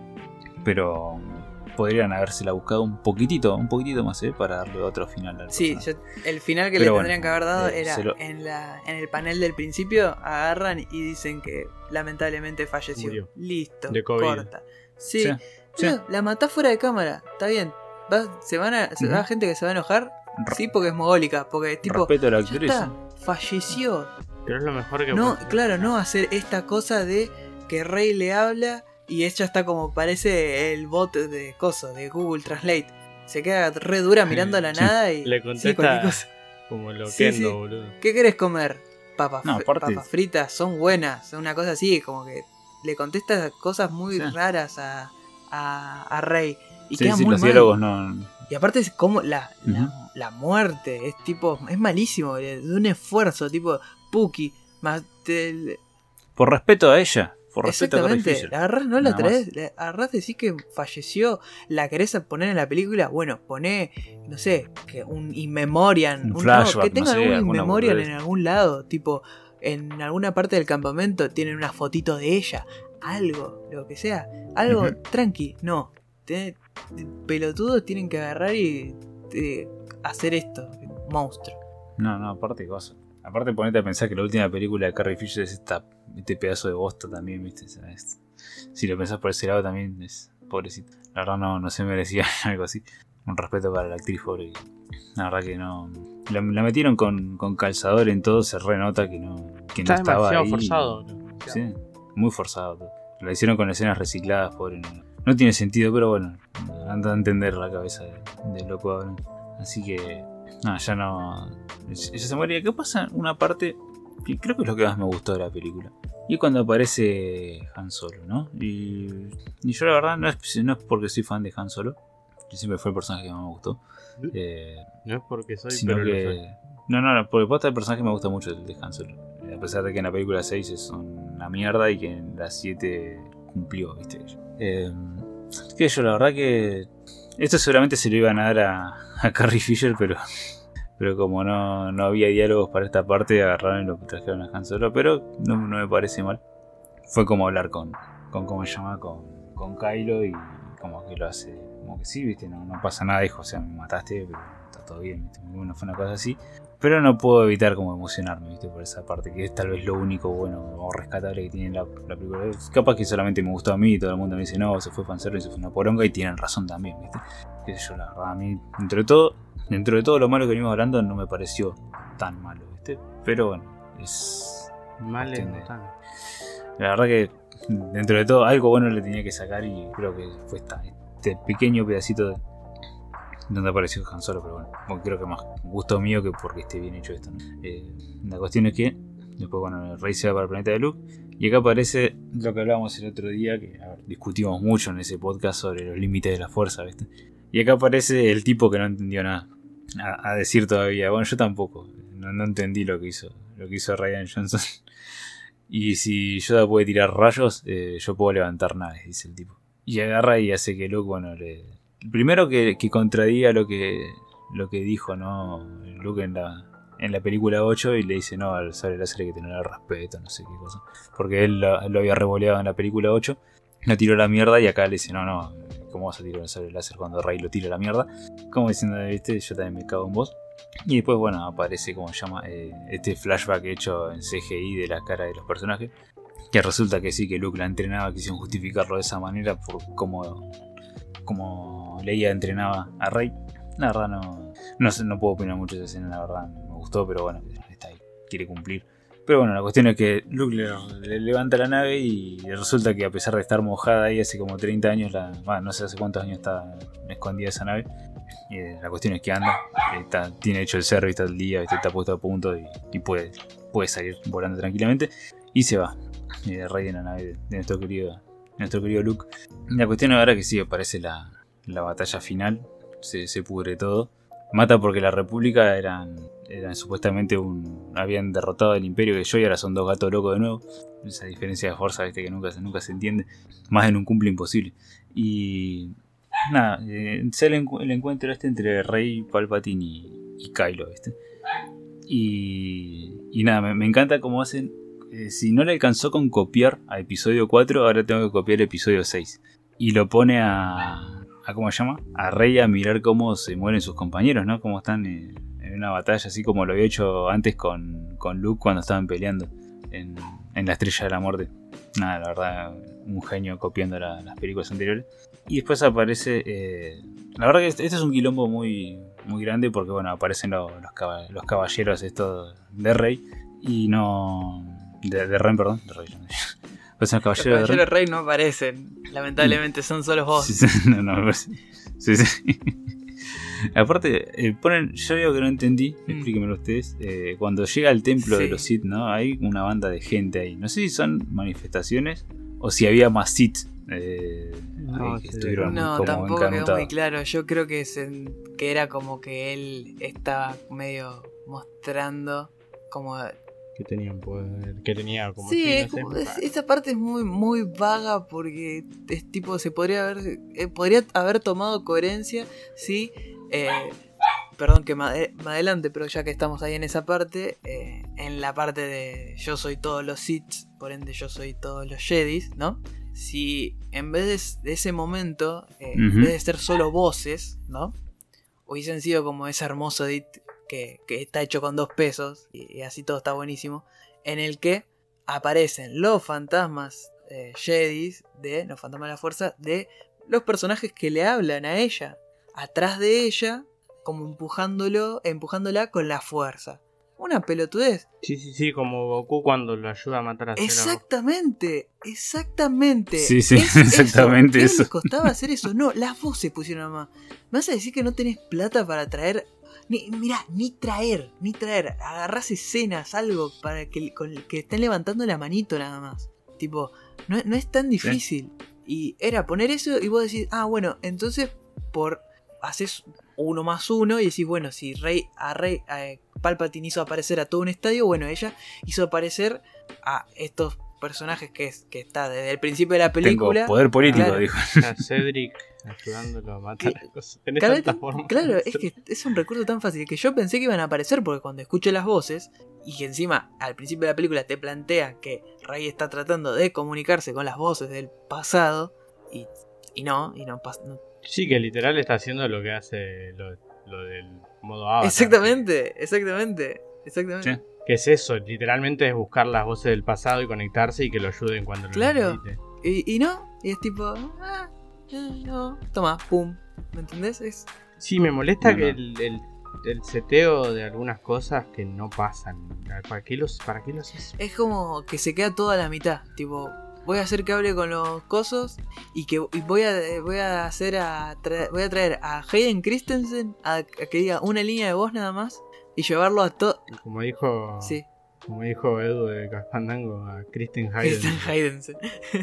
Speaker 3: Pero podrían habérsela buscado un poquitito, un poquitito más, ¿eh? Para darle otro final al
Speaker 2: Sí,
Speaker 3: personaje.
Speaker 2: yo- el final que
Speaker 3: Pero
Speaker 2: le
Speaker 3: bueno,
Speaker 2: tendrían que haber dado
Speaker 3: eh,
Speaker 2: era
Speaker 3: se lo-
Speaker 2: en, la, en el panel del principio, agarran y dicen que lamentablemente falleció.
Speaker 4: Murió.
Speaker 2: Listo,
Speaker 4: De COVID.
Speaker 2: corta. Sí,
Speaker 3: Sí, sí.
Speaker 2: no, la matás fuera de cámara, está bien. Va, se van a, se
Speaker 3: Ujú.
Speaker 2: va gente que se va a enojar, sí, porque es mogólica, porque tipo,
Speaker 3: Respeto a la
Speaker 2: ya
Speaker 3: actriz.
Speaker 2: está, falleció.
Speaker 4: Pero es lo mejor que
Speaker 2: No,
Speaker 4: puede-
Speaker 2: claro, no hacer esta cosa de que Rey le habla y ella está como parece el bot de coso, de Google Translate. Se queda re dura mirando a la
Speaker 3: Sí.
Speaker 2: nada y
Speaker 4: Le
Speaker 2: sí,
Speaker 4: contesta
Speaker 2: cualquier cosa.
Speaker 4: como lo
Speaker 2: Sí,
Speaker 4: Kendo,
Speaker 2: sí.
Speaker 4: boludo.
Speaker 2: ¿Qué querés comer? Papas,
Speaker 3: No,
Speaker 2: fr-
Speaker 3: aparte-
Speaker 2: papas fritas, son buenas, una cosa así, como que le contesta cosas muy
Speaker 3: Sí.
Speaker 2: raras a, a, a Rey. Y
Speaker 3: Sí,
Speaker 2: queda
Speaker 3: sí,
Speaker 2: muy
Speaker 3: los
Speaker 2: mal.
Speaker 3: diálogos no.
Speaker 2: Y aparte es como la, la,
Speaker 3: Ujú.
Speaker 2: la muerte, es tipo, es malísimo, de un esfuerzo, tipo, Puki, más te-
Speaker 3: Por respeto a ella. Por respeto a Carrie
Speaker 2: exactamente,
Speaker 3: Fisher.
Speaker 2: la agarrás, no la
Speaker 3: Nada
Speaker 2: traes, la agarrás, decís que falleció, la querés poner en la película, bueno, poné, no sé, que un in memoriam,
Speaker 3: Un
Speaker 2: no,
Speaker 3: flashback,
Speaker 2: que tenga
Speaker 3: no sé,
Speaker 2: algún in
Speaker 3: alguna
Speaker 2: memoriam
Speaker 3: boludez.
Speaker 2: en algún lado, tipo, en alguna parte del campamento tienen una fotito de ella, algo, lo que sea, algo
Speaker 3: Ujú.
Speaker 2: tranqui, no, te- te- pelotudos tienen que agarrar y eh, hacer esto, monstruo.
Speaker 3: No, no, aparte de cosas. Aparte ponete a pensar que la última película de Carrie Fisher es esta, este pedazo de bosta también, ¿viste? O sea, es- si lo pensás por ese lado también es pobrecito. La verdad no, no se merecía algo así. Un respeto para la actriz pobre. La verdad que no. La, la metieron con, con calzador en todo, se renota que no, que no
Speaker 4: Está
Speaker 3: estaba
Speaker 4: demasiado
Speaker 3: ahí.
Speaker 4: forzado.
Speaker 3: Sí, muy forzado todo. Lo hicieron con escenas recicladas, pobre. No, no tiene sentido, pero bueno, anda a entender la cabeza de, de loco ahora. Así que, no, ya no. Ella se muere. ¿Qué pasa? Una parte que creo que es lo que más me gustó de la película. Y es cuando aparece Han Solo, ¿no? Y, y yo la verdad no es, no es porque soy fan de Han Solo, que siempre fue el personaje que más me gustó. Eh,
Speaker 4: No es porque soy,
Speaker 3: sino
Speaker 4: pero lo soy.
Speaker 3: que. No, no, no, porque posta el personaje me gusta mucho el de Han Solo. A pesar de que en la película seis es una mierda y que en la siete cumplió, ¿viste? Eh, que yo, la verdad que. Esto seguramente se lo iban a dar a, a Carrie Fisher, pero. Pero como no, no había diálogos para esta parte, agarraron y lo trajeron a Han Solo. Pero no, no me parece mal. Fue como hablar con. con ¿Cómo se llama? Con, con Kylo y como que lo hace. Como que sí, ¿viste? No, no pasa nada, hijo. O sea, me mataste, pero está todo bien, ¿viste? Bueno, fue una cosa así. Pero no puedo evitar como emocionarme, ¿viste? Por esa parte, que es tal vez lo único bueno o rescatable que tiene la, la película. Capaz que solamente me gustó a mí y todo el mundo me dice, no, se fue fanservice, se fue una poronga, y tienen razón también, ¿viste? Qué sé yo, la verdad, a mí, dentro de todo, dentro de todo lo malo que venimos hablando, no me pareció tan malo, ¿viste? Pero bueno, es...
Speaker 4: Mal es
Speaker 3: entiende.
Speaker 4: tan.
Speaker 3: La verdad que dentro de todo algo bueno le tenía que sacar y creo que fue esta, este pequeño pedacito de donde apareció Han Solo, pero bueno, bueno, creo que más gusto mío que porque esté bien hecho esto, ¿no? Eh, la cuestión es que después, bueno, el Rey se va para el planeta de Luke y acá aparece lo que hablábamos el otro día, que a ver, discutimos mucho en ese podcast sobre los límites de la fuerza, ¿viste? Y acá aparece el tipo que no entendió nada a, a decir todavía, bueno, yo tampoco, no, no entendí lo que hizo, lo que hizo Rian Johnson. Y si Yoda puede tirar rayos, eh, yo puedo levantar naves, dice el tipo. Y agarra y hace que Luke, bueno, le... primero que, que contradiga lo que lo que dijo, ¿no? Luke en la, en la película ocho y le dice, no, al sable láser hay que tener respeto, no sé qué cosa. Porque él lo, lo había revoleado en la película ocho, no tiró la mierda y acá le dice, no, no, ¿cómo vas a tirar el sable láser cuando Rey lo tira la mierda? Como diciendo, viste, yo también me cago en vos. Y después, bueno, aparece, como se llama, eh, este flashback hecho en C G I de la cara de los personajes. Que resulta que sí, que Luke la entrenaba, quisieron justificarlo de esa manera por cómo, cómo Leia entrenaba a Rey. La verdad no, no, sé, no puedo opinar mucho de esa escena, la verdad me gustó, pero bueno, está ahí, quiere cumplir. Pero bueno, la cuestión es que Luke le, le levanta la nave y resulta que a pesar de estar mojada ahí hace como treinta años, la, bueno, no sé hace cuántos años está escondida esa nave. Eh, la cuestión es que anda, está, tiene hecho el cerro y está al día, está puesto a punto y, y puede, puede salir volando tranquilamente y se va. Eh, Rey de la nave de, de nuestro querido, de nuestro querido Luke. La cuestión ahora que sí aparece la, la batalla final, se, se pudre todo. Mata porque la República eran, eran supuestamente un. Habían derrotado al Imperio que yo y ahora son dos gatos locos de nuevo. Esa diferencia de fuerza, ¿viste? Que nunca, nunca se entiende. Más en un cumple imposible. Y. Nada, eh, sale el encuentro este entre Rey, Palpatine y, y Kylo, ¿viste? Y, y nada, me, me encanta cómo hacen. Eh, si no le alcanzó con copiar a episodio cuatro, ahora tengo que copiar episodio seis. Y lo pone a, a ¿cómo se llama? A Rey a mirar cómo se mueren sus compañeros, ¿no? Cómo están en, en una batalla, así como lo había hecho antes con, con Luke cuando estaban peleando en, en la Estrella de la Muerte. Nada, la verdad, un genio copiando la, las películas anteriores. Y después aparece... Eh, la verdad que este, este es un quilombo muy, muy grande porque, bueno, aparecen los, los, cab- los caballeros estos de Rey y no... De, de Ren, perdón. De Rey. Pues los caballeros,
Speaker 2: Los caballeros de Rey no aparecen, lamentablemente, son solo vos.
Speaker 3: Sí, sí, no, no, pues, sí, sí. Aparte, eh, ponen, yo digo que no entendí,
Speaker 2: Mm.
Speaker 3: explíquenmelo ustedes. Eh, cuando llega al templo
Speaker 2: Sí.
Speaker 3: de los Sith, ¿no? Hay una banda de gente ahí. No sé si son manifestaciones o si había más Sith. Eh,
Speaker 4: No,
Speaker 3: ahí que
Speaker 4: sí,
Speaker 3: estuvieron
Speaker 2: No,
Speaker 3: como
Speaker 2: tampoco quedó
Speaker 3: encanutados.
Speaker 2: muy claro. Yo creo que, se, que era como que él estaba medio mostrando como...
Speaker 4: Que tenían poder, que tenía como
Speaker 2: Sí,
Speaker 4: sí,
Speaker 2: es
Speaker 4: no
Speaker 2: como-
Speaker 4: sé,
Speaker 2: es- esa parte es muy, muy vaga porque es tipo, se podría haber, eh, podría haber tomado coherencia si, eh, perdón que me, ade- me adelante, pero ya que estamos ahí en esa parte, eh, en la parte de yo soy todos los Sith, por ende yo soy todos los Jedis, ¿no? Si en vez de, de ese momento, eh, en
Speaker 3: Ujú.
Speaker 2: vez de ser solo voces, ¿no? Hubiesen sido como ese hermoso edit que, que está hecho con dos pesos y, y así todo está buenísimo, en el que aparecen los fantasmas eh, Jedis de los fantasmas de la fuerza de los personajes que le hablan a ella, atrás de ella, como empujándolo, empujándola con la fuerza. Una pelotudez.
Speaker 4: Sí, sí, sí, como Goku cuando lo ayuda a matar a Cell.
Speaker 2: Exactamente, exactamente.
Speaker 3: Sí, sí,
Speaker 2: Es
Speaker 3: exactamente
Speaker 2: ¿Qué
Speaker 3: eso.
Speaker 2: les costaba hacer eso? No, las voces pusieron nomás. ¿Me vas a decir que no tenés plata para traer? Ni, mirá, ni traer, ni traer. Agarrás escenas, algo para que, con, que estén levantando la manito nada más. Tipo, no, no es tan difícil. Y era poner eso y vos decís, ah, bueno, entonces por haces uno más uno y decís, bueno, si Rey a Rey a Palpatine hizo aparecer a todo un estadio, bueno, ella hizo aparecer a estos personajes que es que está desde el principio de la película.
Speaker 3: Tengo poder político,
Speaker 2: Claro.
Speaker 3: dijo.
Speaker 4: A Cedric ayudándolo a matar
Speaker 2: Que-
Speaker 4: a cosas. Tenés
Speaker 2: Claro,
Speaker 4: tantas formas.
Speaker 2: claro, es que es un recurso tan fácil que yo pensé que iban a aparecer porque cuando escuché las voces y que encima al principio de la película te plantea que Rey está tratando de comunicarse con las voces del pasado y, y no, y no pasa. No.
Speaker 4: Sí, que literal está haciendo lo que hace lo, lo del modo Avatar.
Speaker 2: Exactamente, exactamente, exactamente.
Speaker 3: Sí.
Speaker 4: Que es eso, literalmente es buscar las voces del pasado y conectarse y que lo ayuden cuando lo
Speaker 2: Claro.
Speaker 4: necesite.
Speaker 2: Y, y no, y es tipo, ah, eh, no, toma, pum, ¿me entendés? Es,
Speaker 4: Sí, me molesta
Speaker 3: No,
Speaker 4: que
Speaker 3: no.
Speaker 4: el, el, el seteo de algunas cosas que no pasan. ¿Para qué los, para qué los haces?
Speaker 2: es como que se queda toda la mitad, tipo, voy a hacer que hable con los cosos y que y voy a voy a hacer a tra- voy a traer a Hayden Christensen a, a que diga una línea de voz nada más y llevarlo a todo.
Speaker 4: Como dijo,
Speaker 2: Sí,
Speaker 4: como dijo Edu de Caspandango a Kristen Hayden.
Speaker 2: Kristen Haydensen.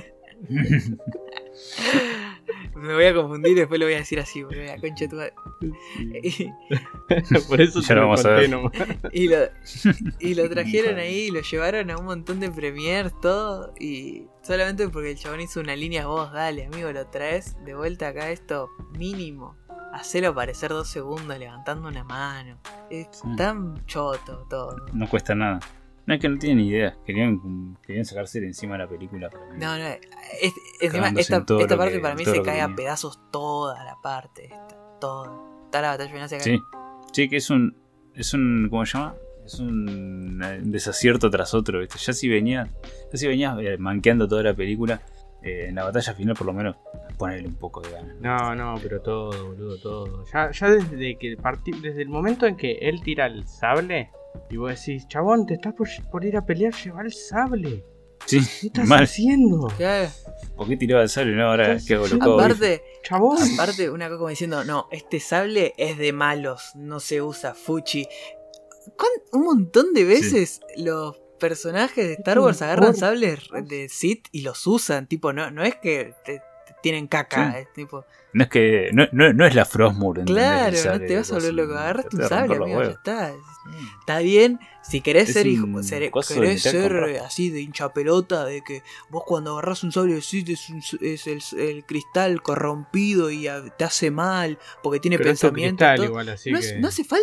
Speaker 2: Me voy a confundir y después lo voy a decir así, boludo, la concha de tu madre. Y,
Speaker 4: Por eso
Speaker 3: Ya
Speaker 4: te
Speaker 3: lo
Speaker 4: lo
Speaker 3: vamos a
Speaker 4: conté
Speaker 3: ver.
Speaker 4: nomás.
Speaker 2: y lo, y lo trajeron ahí y lo llevaron a un montón de premiers, todo. Y solamente porque el chabón hizo una línea de voz, dale, amigo, lo traes de vuelta acá, esto mínimo. Hacelo aparecer dos segundos levantando una mano. Es
Speaker 3: Sí.
Speaker 2: tan choto todo.
Speaker 3: No cuesta nada. No, es que no tienen ni idea. Querían, querían sacarse de encima de la película. para mí.
Speaker 2: No, no, es- encima
Speaker 3: Cagándose
Speaker 2: esta,
Speaker 3: en todo
Speaker 2: esta
Speaker 3: lo
Speaker 2: parte
Speaker 3: que-
Speaker 2: para mí
Speaker 3: todo
Speaker 2: se
Speaker 3: lo que
Speaker 2: cae a
Speaker 3: venía.
Speaker 2: pedazos toda la parte esta, toda. Toda la batalla final se cae.
Speaker 3: Sí. Sí, que es un. Es un. ¿Cómo se llama? Es un, un desacierto tras otro, ¿viste? Ya si venía. Ya si venías eh, manqueando toda la película. Eh, en la batalla final, por lo menos, ponerle un poco de ganas.
Speaker 4: No, no, pero todo, boludo, todo. Ya, ya desde que partí, desde el momento en que él tira el sable y vos decís, chabón, te estás por, por ir a pelear, lleva el sable.
Speaker 3: Sí,
Speaker 4: ¿Qué estás
Speaker 3: mal.
Speaker 4: haciendo?
Speaker 2: Claro.
Speaker 3: ¿Por qué tiraba el sable? No, ahora
Speaker 4: Estás
Speaker 3: qué hago
Speaker 4: haciendo-
Speaker 3: loco.
Speaker 2: Aparte,
Speaker 4: Chabón.
Speaker 2: aparte, una cosa como diciendo, no, este sable es de malos, no se usa fuchi. ¿Cuán- Un montón de veces los personajes de Star Wars
Speaker 4: Sí,
Speaker 2: agarran
Speaker 4: por-
Speaker 2: sables de Sith y los usan, tipo, no, no es que te- te tienen caca,
Speaker 3: Sí.
Speaker 2: es tipo,
Speaker 3: No es que. No, no, no es la Frostmourne. ¿entendés?
Speaker 2: claro,
Speaker 3: El
Speaker 2: no
Speaker 3: sable
Speaker 2: te vas a
Speaker 3: de
Speaker 2: volver
Speaker 3: cosas,
Speaker 2: loco, agarraste
Speaker 3: te
Speaker 2: un
Speaker 3: va a
Speaker 2: sable,
Speaker 3: romper los
Speaker 2: amigo, ya
Speaker 3: huevos.
Speaker 2: está. Está bien, si querés
Speaker 3: Es
Speaker 2: ser hijo,
Speaker 3: un
Speaker 2: ser-
Speaker 3: coso de
Speaker 2: querés
Speaker 3: metal con
Speaker 2: ser
Speaker 3: raspa.
Speaker 2: así de hincha pelota, de que vos cuando agarrás un sable de Sith es, un- es el, el cristal corrompido y a- te hace mal porque tiene
Speaker 4: Pero esto
Speaker 2: pensamiento.
Speaker 4: cristal
Speaker 2: todo.
Speaker 4: igual, así
Speaker 2: No,
Speaker 4: que...
Speaker 2: es- no hace falta.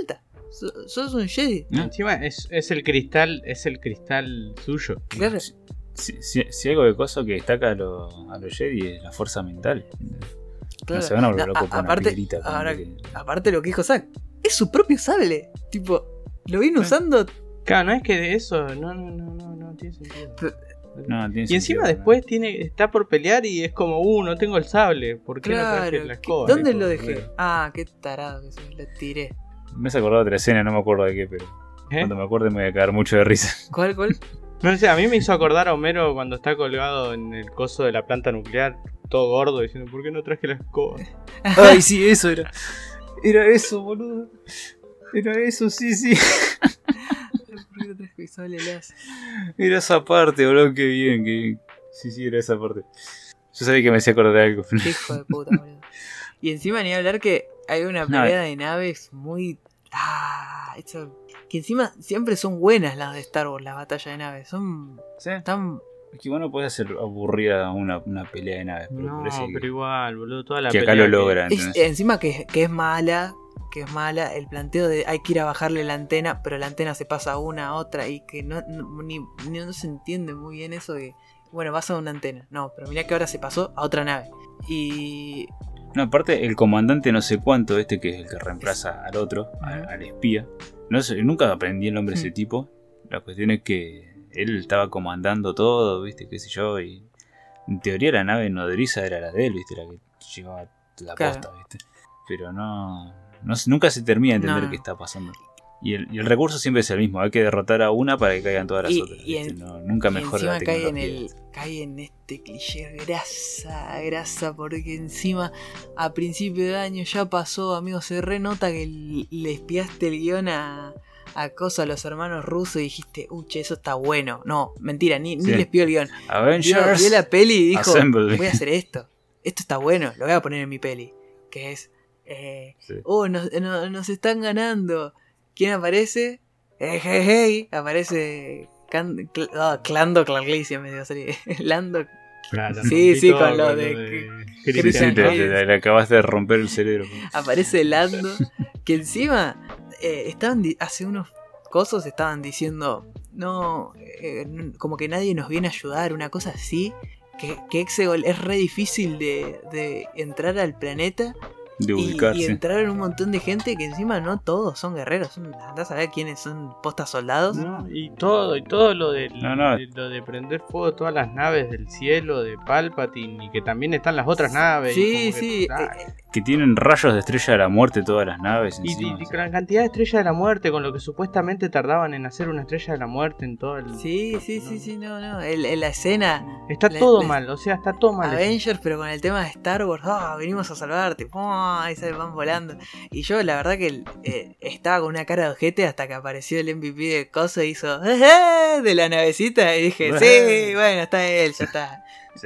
Speaker 2: So- sos un Jedi.
Speaker 3: ¿No?
Speaker 4: Encima es, es el cristal, es el cristal suyo.
Speaker 2: Claro.
Speaker 3: Si, si, si algo de coso que destaca a los a los Jedi es la fuerza mental.
Speaker 2: Claro.
Speaker 3: No se van a volver
Speaker 2: No,
Speaker 3: locos
Speaker 2: a-
Speaker 3: por una
Speaker 2: aparte,
Speaker 3: piedrita. como
Speaker 2: ahora-
Speaker 3: que-
Speaker 2: aparte lo que dijo Zack, es su propio sable. Tipo, lo viene
Speaker 4: Sí.
Speaker 2: usando.
Speaker 4: Claro, no es que de eso, no, no, no, no, no tiene sentido.
Speaker 3: No, tiene
Speaker 4: Y encima
Speaker 3: sentido,
Speaker 4: después tiene, está por pelear y es como, uh, no tengo el sable, ¿por qué no traje
Speaker 2: Claro.
Speaker 4: la
Speaker 2: ¿qué-
Speaker 4: escoba?
Speaker 2: ¿Dónde
Speaker 4: Dijo,
Speaker 2: lo dejé?
Speaker 4: "Bueno".
Speaker 2: Ah, qué tarado que soy, lo tiré.
Speaker 3: Me has acordado de otra escena, no me acuerdo de qué, pero
Speaker 4: ¿Eh?
Speaker 3: cuando me acuerde me voy a caer mucho de risa.
Speaker 2: ¿Cuál, cuál?
Speaker 4: No sé, a mí me hizo acordar a Homero cuando está colgado en el coso de la planta nuclear, todo gordo, diciendo, ¿por qué no traje la escoba?
Speaker 3: Ay, sí, eso era. Era eso, boludo. Era eso, sí, sí.
Speaker 2: ¿Por qué no traje mi sable láser?
Speaker 3: Era esa parte, boludo, qué bien, qué bien. Sí, sí, era esa parte. Yo sabía que me hacía acordar de algo.
Speaker 2: Qué hijo de puta, boludo. Y encima ni hablar que hay una
Speaker 3: No,
Speaker 2: pelea de naves muy. Ah, eso. Que encima siempre son buenas las de Star Wars, las batallas de naves. Son
Speaker 3: ¿Sí?
Speaker 2: tan.
Speaker 3: Es que vos no podés hacer aburrida una, una pelea de naves, pero
Speaker 4: No,
Speaker 3: parece que,
Speaker 4: pero igual, boludo, toda la
Speaker 3: que acá
Speaker 4: pelea
Speaker 3: lo logra,
Speaker 2: Es-
Speaker 3: ¿entendés?
Speaker 2: encima que, que es mala. Que es mala. El planteo de hay que ir a bajarle la antena. Pero la antena se pasa a una a otra. Y que no, no, ni, ni- no se entiende muy bien eso de. Bueno, vas a una antena. No, pero mirá que ahora se pasó a otra nave. Y.
Speaker 3: No, aparte, el comandante no sé cuánto, este que es el que reemplaza al otro, al,
Speaker 2: Ujú.
Speaker 3: al espía. No sé, nunca aprendí el nombre de ese
Speaker 2: Mm.
Speaker 3: tipo. La cuestión es que él estaba comandando todo, viste, qué sé yo, y en teoría la nave nodriza era la de él, viste, la que llevaba la
Speaker 2: Claro.
Speaker 3: posta, viste. Pero no, no se- nunca se termina de entender
Speaker 2: No, no.
Speaker 3: qué está pasando. Y el, y el recurso siempre es el mismo, hay que derrotar a una para que caigan todas las
Speaker 2: Y-
Speaker 3: otras.
Speaker 2: y
Speaker 3: ¿viste?
Speaker 2: en-
Speaker 3: No, nunca
Speaker 2: Y
Speaker 3: mejora la
Speaker 2: encima cae en,
Speaker 3: tecnología.
Speaker 2: el, cae en este cliché grasa, grasa, porque encima a principio de año ya pasó, amigo, se renota que l- le espiaste el guión a, a cosa a los hermanos rusos y dijiste, uche, eso está bueno. No, mentira, ni, ni
Speaker 3: Sí.
Speaker 2: le espió el guión. Vio,
Speaker 3: Avengers
Speaker 2: vio la peli y dijo,
Speaker 3: Assemble.
Speaker 2: voy a hacer esto, esto está bueno, lo voy a poner en mi peli. Que es, eh,
Speaker 3: Sí.
Speaker 2: oh, nos, no- nos están ganando. ¿Quién aparece? Eh, hey, hey, aparece Can- Cl- ah, Clando Clarlicia me dio salir. Lando.
Speaker 4: Claro,
Speaker 2: Sí, sí,
Speaker 4: y todo
Speaker 2: con lo de
Speaker 3: Sí, sí,
Speaker 2: Christian
Speaker 3: te,
Speaker 2: Bale.
Speaker 3: te- le acabaste de romper el cerebro.
Speaker 2: Aparece Lando. Que encima eh, estaban di- hace unos cosos estaban diciendo no, eh, n- como que nadie nos viene a ayudar, una cosa así. Que, que Exegol es re difícil de, de entrar al planeta.
Speaker 3: De
Speaker 2: Y,
Speaker 3: ubicarse.
Speaker 2: y entraron un montón de gente que encima no todos son guerreros. Son, andás a ver quiénes son postas soldados.
Speaker 4: No, y todo, y todo lo de,
Speaker 3: No, no.
Speaker 4: de- lo de prender fuego, todas las naves del cielo de Palpatine y que también están las otras naves. y
Speaker 2: Sí,
Speaker 4: como que-
Speaker 2: sí.
Speaker 4: ah,
Speaker 2: eh,
Speaker 3: Que tienen rayos de estrella de la muerte todas las naves.
Speaker 4: y,
Speaker 3: encima,
Speaker 4: y- y
Speaker 3: o
Speaker 4: con
Speaker 3: sea.
Speaker 4: la cantidad de estrellas de la muerte, con lo que supuestamente tardaban en hacer una estrella de la muerte en todo el.
Speaker 2: sí, sí, sí, sí, no, no. El- el- la escena.
Speaker 4: Está
Speaker 2: La-
Speaker 4: todo
Speaker 2: la-
Speaker 4: mal, o sea, está todo mal. hecho.
Speaker 2: Avengers, pero con el tema de Star Wars, ah, venimos a salvarte, ¡pum! Ahí se van volando. Y yo, la verdad, que eh, estaba con una cara de ojete hasta que apareció el M V P de Coso y hizo "Eh, de la navecita. Y dije, sí, bueno, está él, ya está.
Speaker 3: Sí.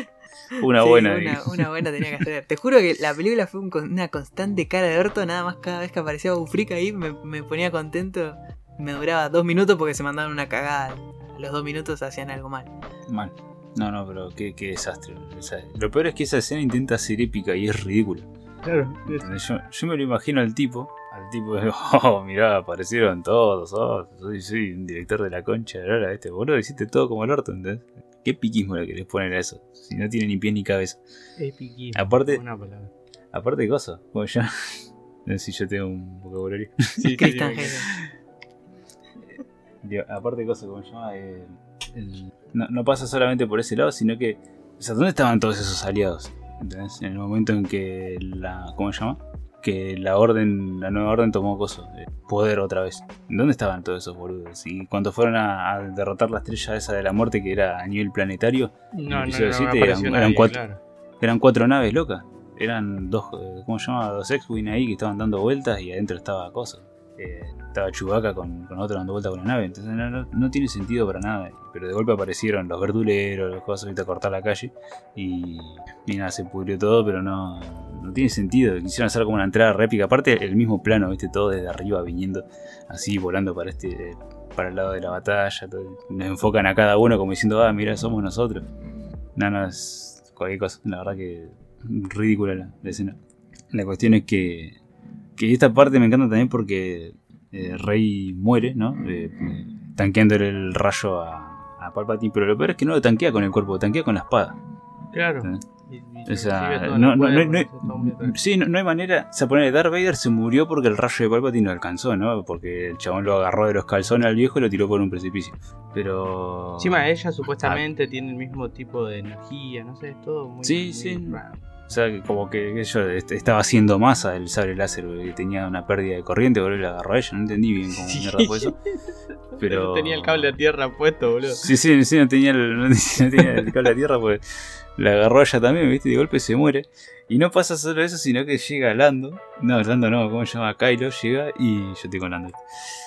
Speaker 3: Una
Speaker 2: Sí,
Speaker 3: buena.
Speaker 2: Una,
Speaker 3: digo.
Speaker 2: una buena tenía que hacer. Te juro que la película fue un con- una constante cara de orto, nada más cada vez que aparecía Bufrica ahí me, me ponía contento. Me duraba dos minutos porque se mandaban una cagada. A los dos minutos hacían algo mal.
Speaker 3: Mal. No, no, pero qué, qué desastre. O sea, lo peor es que esa escena intenta ser épica y es ridícula.
Speaker 4: Claro.
Speaker 3: ¿Entendés? Yo, yo me lo imagino al tipo. Al tipo de, oh, mirá, aparecieron todos. Oh, soy, soy un director de la concha de ahora este boludo. Hiciste todo como el orto, ¿entendés? ¿Qué piquismo le querés poner a eso? Si no tiene ni pies ni cabeza.
Speaker 4: Epiquismo,
Speaker 3: Aparte-
Speaker 4: buena palabra.
Speaker 3: Aparte de cosas, como yo. No sé si yo tengo un vocabulario.
Speaker 4: Sí, sí,
Speaker 2: Christian
Speaker 4: sí,
Speaker 2: Hale.
Speaker 3: Digo, aparte de cosas, como se llama, eh, el- no, no pasa solamente por ese lado, sino que, o sea, ¿dónde estaban todos esos aliados? ¿Entendés? En el momento en que la, ¿cómo se llama? Que la orden, la nueva orden tomó coso, eh, poder otra vez. ¿Dónde estaban todos esos boludos? Y cuando fueron a, a derrotar la estrella esa de la muerte que era a nivel planetario,
Speaker 4: No, no,
Speaker 3: episodio
Speaker 4: no, no
Speaker 3: siete
Speaker 4: apareció
Speaker 3: eran-
Speaker 4: nadie,
Speaker 3: eran cuatro.
Speaker 4: claro.
Speaker 3: eran cuatro naves locas. Eran dos, eh, ¿cómo se llama? Dos X-Wing ahí que estaban dando vueltas y adentro estaba cosa. Eh, estaba Chewbacca con, con otro dando vueltas con la nave. Entonces no, no, no tiene sentido para nada. Pero de golpe aparecieron los verduleros, los cosas, ahorita a cortar la calle. Y, y nada, se pudrió todo, pero no, no tiene sentido. Quisieron hacer como una entrada réplica. Aparte, el mismo plano, ¿viste? Todo desde arriba viniendo, así volando para este para el lado de la batalla. Todo. Nos enfocan a cada uno como diciendo, ah, mira, somos nosotros. No, no, es cualquier cosa. La verdad que ridícula la, la escena. La cuestión es que, que esta parte me encanta también porque eh, Rey muere, ¿no? Eh, eh, tanqueándole el rayo a, a Palpatine, pero lo peor es que no lo tanquea con el cuerpo, tanquea con la espada.
Speaker 4: Claro.
Speaker 3: ¿Sí?
Speaker 4: Y, y
Speaker 3: O sea,
Speaker 4: no,
Speaker 3: no, no,
Speaker 4: no,
Speaker 3: no, no, sí, no, no hay manera. O sea, poner Darth Vader se murió porque el rayo de Palpatine no alcanzó, ¿no? Porque el chabón lo agarró de los calzones al viejo y lo tiró por un precipicio. Pero.
Speaker 4: Encima ella supuestamente ah. tiene el mismo tipo de energía, no sé, es todo muy.
Speaker 3: Sí,
Speaker 4: muy
Speaker 3: sí.
Speaker 4: raro.
Speaker 3: O sea, como que, que yo estaba haciendo masa el sable láser, que tenía una pérdida de corriente, boludo, y la agarró a ella. No entendí bien cómo
Speaker 4: sí.
Speaker 3: mierda fue eso. Pero.
Speaker 4: Tenía el cable a tierra puesto, boludo.
Speaker 3: Sí, sí, sí, no tenía el, no tenía el cable a tierra, pues. La agarró ella también, ¿viste? Y de golpe se muere. Y no pasa solo eso, sino que llega Lando. No, Lando no, ¿cómo se llama? Kylo llega y yo estoy con Lando.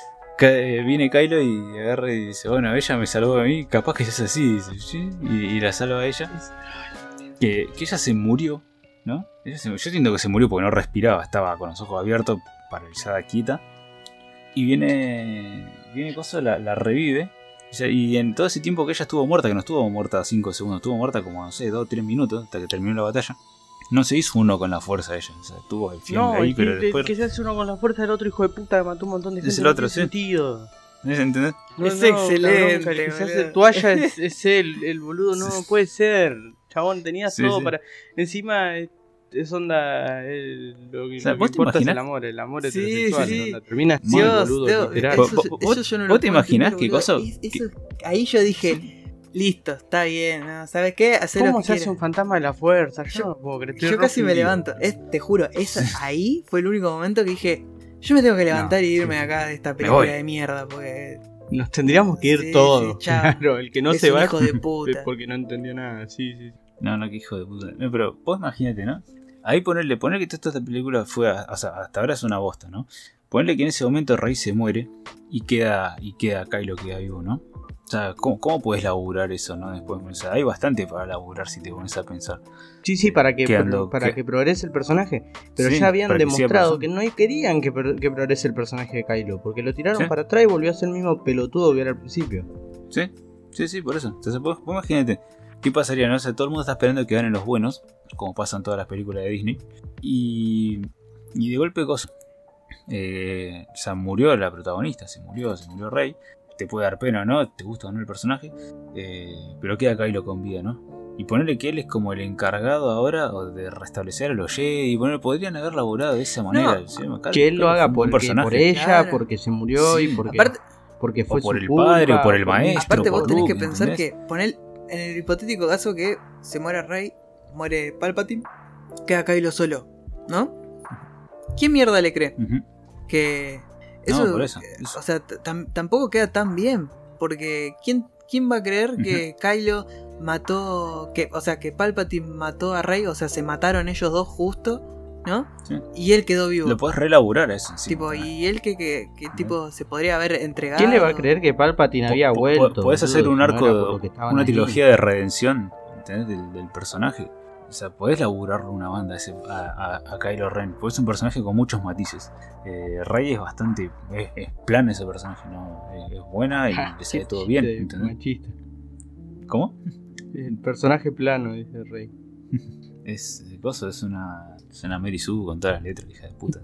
Speaker 3: Viene Kylo y agarra y dice, bueno, ella me salvó a mí, capaz que ya es así, dice, ¿sí? y, y la salva a ella. Que, que ella se murió, ¿no? Ella se, yo entiendo que se murió porque no respiraba, estaba con los ojos abiertos, paralizada, quieta. Y viene, viene cosa, la, la revive. O sea, y en todo ese tiempo que ella estuvo muerta, que no estuvo muerta cinco segundos, estuvo muerta como, no sé, dos o tres minutos hasta que terminó la batalla, no se hizo uno con la fuerza ella. O sea, estuvo el fiel
Speaker 4: no,
Speaker 3: ahí, pero
Speaker 4: que,
Speaker 3: después.
Speaker 4: Que se hace uno con la fuerza del otro hijo de puta que mató un montón de gente.
Speaker 3: Es el otro,
Speaker 4: no
Speaker 3: sí.
Speaker 4: Sentido.
Speaker 3: ¿Entendés?
Speaker 4: No,
Speaker 2: es
Speaker 4: no,
Speaker 2: excelente.
Speaker 4: Bronca, el que se hace toalla es, es él, el boludo, no
Speaker 3: Sí.
Speaker 4: puede ser. Chabón, tenías
Speaker 3: Sí,
Speaker 4: todo
Speaker 3: sí.
Speaker 4: para. Encima. Es onda, el, lo que,
Speaker 3: O sea,
Speaker 4: lo que
Speaker 3: ¿vos te
Speaker 4: importa es
Speaker 3: imaginás?
Speaker 4: el amor, el amor
Speaker 2: Sí,
Speaker 4: heterosexual.
Speaker 2: sí.
Speaker 4: Onda, termina
Speaker 3: Dios,
Speaker 4: mal, boludo,
Speaker 2: Dios,
Speaker 4: literal.
Speaker 2: eso,
Speaker 3: ¿Vos-
Speaker 2: eso
Speaker 3: vos-
Speaker 2: yo no
Speaker 3: vos
Speaker 2: lo
Speaker 3: te
Speaker 2: puedo
Speaker 3: imaginás
Speaker 2: entender,
Speaker 3: qué
Speaker 2: boludo.
Speaker 3: cosa?
Speaker 2: Y eso- ahí yo dije, listo, está bien, ¿no? ¿Sabes qué? Hacer lo
Speaker 4: ¿Cómo
Speaker 2: que
Speaker 4: se hace
Speaker 2: quieras.
Speaker 4: un fantasma de la fuerza? Yo,
Speaker 2: Yo-
Speaker 4: no puedo creer, estoy
Speaker 2: Yo
Speaker 4: re
Speaker 2: casi me
Speaker 4: ofendido.
Speaker 2: levanto, es, te juro, esa, ahí fue el único momento que dije, yo me tengo que levantar
Speaker 3: No,
Speaker 2: y irme
Speaker 4: sí.
Speaker 2: acá de esta
Speaker 3: Me
Speaker 2: película
Speaker 3: voy.
Speaker 2: de mierda, porque
Speaker 4: Nos tendríamos que ir
Speaker 2: Sí,
Speaker 4: todos.
Speaker 2: sí, chao.
Speaker 4: Claro, el que no
Speaker 2: es
Speaker 4: se
Speaker 2: un
Speaker 4: va
Speaker 2: hijo de
Speaker 4: es
Speaker 2: puta.
Speaker 4: porque no entendió nada. Sí, sí.
Speaker 3: No, no, que hijo de puta. No, pero vos imagínate, ¿no? Ahí ponerle, poner que toda esta película fue, a- o sea, hasta ahora es una bosta, ¿no? Ponerle que en ese momento Rey se muere y queda, y queda Kylo queda vivo, ¿no? O sea, ¿cómo, cómo puedes laburar eso, no? Después, o sea, hay bastante para laburar si te pones a pensar.
Speaker 4: Sí, sí, para que,
Speaker 3: Quedando-
Speaker 4: pro- para
Speaker 3: que-
Speaker 4: que progrese el personaje. Pero
Speaker 3: Sí,
Speaker 4: ya habían
Speaker 3: para que siga
Speaker 4: demostrado
Speaker 3: progresando.
Speaker 4: que no querían que, pro- que progrese el personaje de Kylo. Porque lo tiraron
Speaker 3: Sí.
Speaker 4: para atrás y volvió a ser el mismo pelotudo que era al principio.
Speaker 3: Sí, sí, sí, por eso. Entonces, vos, vos imagínate, ¿qué pasaría, no? O sea, todo el mundo está esperando que ganen los buenos, como pasan todas las películas de Disney. Y, y de golpe, cosa. Eh, o sea, murió la protagonista, se murió, se murió Rey. Te puede dar pena, ¿no? Te gusta o no el personaje. Eh, pero queda Kylo con vida, ¿no? Y ponerle que él es como el encargado ahora o de restablecer a los Jedi. Y ponerle, podrían haber laburado de esa manera.
Speaker 2: No,
Speaker 3: ¿sí? Kylo-
Speaker 4: Que él lo
Speaker 3: Kylo fue
Speaker 4: haga
Speaker 3: un buen
Speaker 4: porque, por ella,
Speaker 2: Claro.
Speaker 4: porque se murió
Speaker 3: Sí.
Speaker 4: y porque,
Speaker 2: Aparte,
Speaker 4: porque fue
Speaker 3: o por
Speaker 4: su
Speaker 3: el
Speaker 4: culpa,
Speaker 3: padre, o por el
Speaker 4: por-
Speaker 3: maestro.
Speaker 2: aparte vos
Speaker 3: por
Speaker 2: tenés que
Speaker 3: Luke,
Speaker 2: pensar
Speaker 3: ¿entendés?
Speaker 2: que poner en el hipotético caso que se muere Rey, muere Palpatine, queda Kylo solo, ¿no? ¿Quién mierda le cree?
Speaker 3: Ujú.
Speaker 2: Que
Speaker 3: No,
Speaker 2: eso,
Speaker 3: por eso,
Speaker 2: eh,
Speaker 3: eso.
Speaker 2: o sea, t- tam- tampoco queda tan bien, porque quién quién va a creer que Kylo mató, que, o sea, que Palpatine mató a Rey, o sea, se mataron ellos dos justo, ¿no?
Speaker 3: Sí.
Speaker 2: Y él quedó vivo.
Speaker 3: Lo podés relaburar a eso. Sí,
Speaker 2: tipo, y él que, que, que tipo se podría haber entregado.
Speaker 4: ¿Quién le va a creer que Palpatine
Speaker 3: Po-
Speaker 4: había
Speaker 3: po-
Speaker 4: vuelto?
Speaker 3: Podés hacer
Speaker 4: boludo,
Speaker 3: un
Speaker 4: si no
Speaker 3: arco,
Speaker 4: era por lo que estaban
Speaker 3: una
Speaker 4: ahí?
Speaker 3: trilogía de redención, ¿entendés? Del, del personaje. O sea, podés laburarle una banda a, ese, a, a, a Kylo Ren. Porque es un personaje con muchos matices. Eh, Rey es bastante. Es, es plana ese personaje, ¿no? Es, es buena y
Speaker 4: Ja,
Speaker 3: le sale
Speaker 4: qué
Speaker 3: todo
Speaker 4: chiste
Speaker 3: bien, ¿entendés?
Speaker 4: machista.
Speaker 3: ¿Cómo?
Speaker 4: El personaje plano, dice el Rey.
Speaker 3: Es. Cosa, es una. Es una Mary Sue con todas las letras, hija de puta.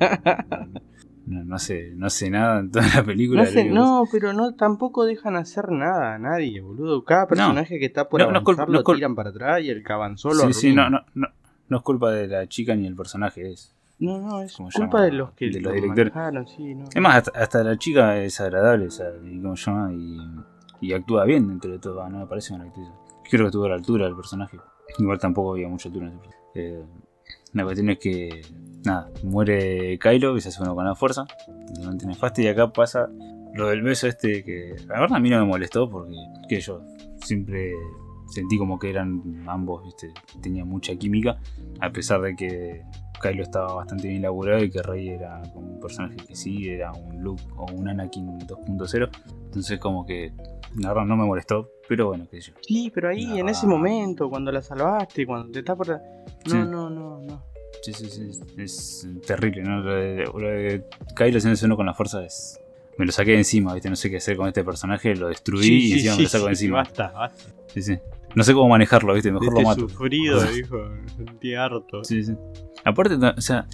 Speaker 3: No, no, sé, no sé nada en toda la película.
Speaker 4: No, sé,
Speaker 3: le digo,
Speaker 4: no, pero no tampoco dejan hacer nada a nadie, boludo. Cada personaje que está por
Speaker 3: No, no es
Speaker 4: avanzar
Speaker 3: culpa- no
Speaker 4: lo
Speaker 3: es cul-
Speaker 4: tiran para atrás y el que avanzó lo
Speaker 3: Sí, sí, no,
Speaker 4: arruina.
Speaker 3: no, no, no es culpa de la chica ni del personaje, es.
Speaker 4: No, no, es
Speaker 3: ¿Cómo se
Speaker 4: culpa
Speaker 3: llama?
Speaker 4: de los que
Speaker 3: De los
Speaker 4: lo
Speaker 3: directores.
Speaker 4: manejaron, sí, no.
Speaker 3: Es más, hasta, hasta la chica es agradable, o sea, y, ¿cómo se llama? Y, y actúa bien dentro de todo. Ah, no me parece una actriz. Creo que estuvo a la altura del personaje. Igual tampoco había mucha altura en ese personaje. Eh, la cuestión es que, nada, muere Kylo, que se hace uno con la fuerza. Totalmente nefasto. Y acá pasa lo del beso este que, la verdad, a mí no me molestó porque, que yo siempre sentí como que eran ambos, ¿viste? Tenían mucha química, a pesar de que Kylo estaba bastante bien elaborado y que Rey era como un personaje que sí, era un Luke o un Anakin dos punto cero. Entonces como que la verdad no me molestó, pero bueno, qué sé yo.
Speaker 4: Sí, pero ahí
Speaker 3: No.
Speaker 4: en ese momento, cuando la salvaste, cuando te está por... No,
Speaker 3: Sí.
Speaker 4: no, no, no.
Speaker 3: Sí, sí, sí, es terrible, ¿no? Lo de, lo de Kylo haciéndose uno con la fuerza es... Me lo saqué de encima, ¿viste? No sé qué hacer con este personaje, lo destruí y encima me lo saco de encima.
Speaker 4: Basta, basta.
Speaker 3: Sí, sí. No sé cómo manejarlo, ¿viste? Mejor
Speaker 4: Este
Speaker 3: lo mato.
Speaker 4: sufrido, dijo. Me sentí harto.
Speaker 3: Sí, sí. Aparte, o sea,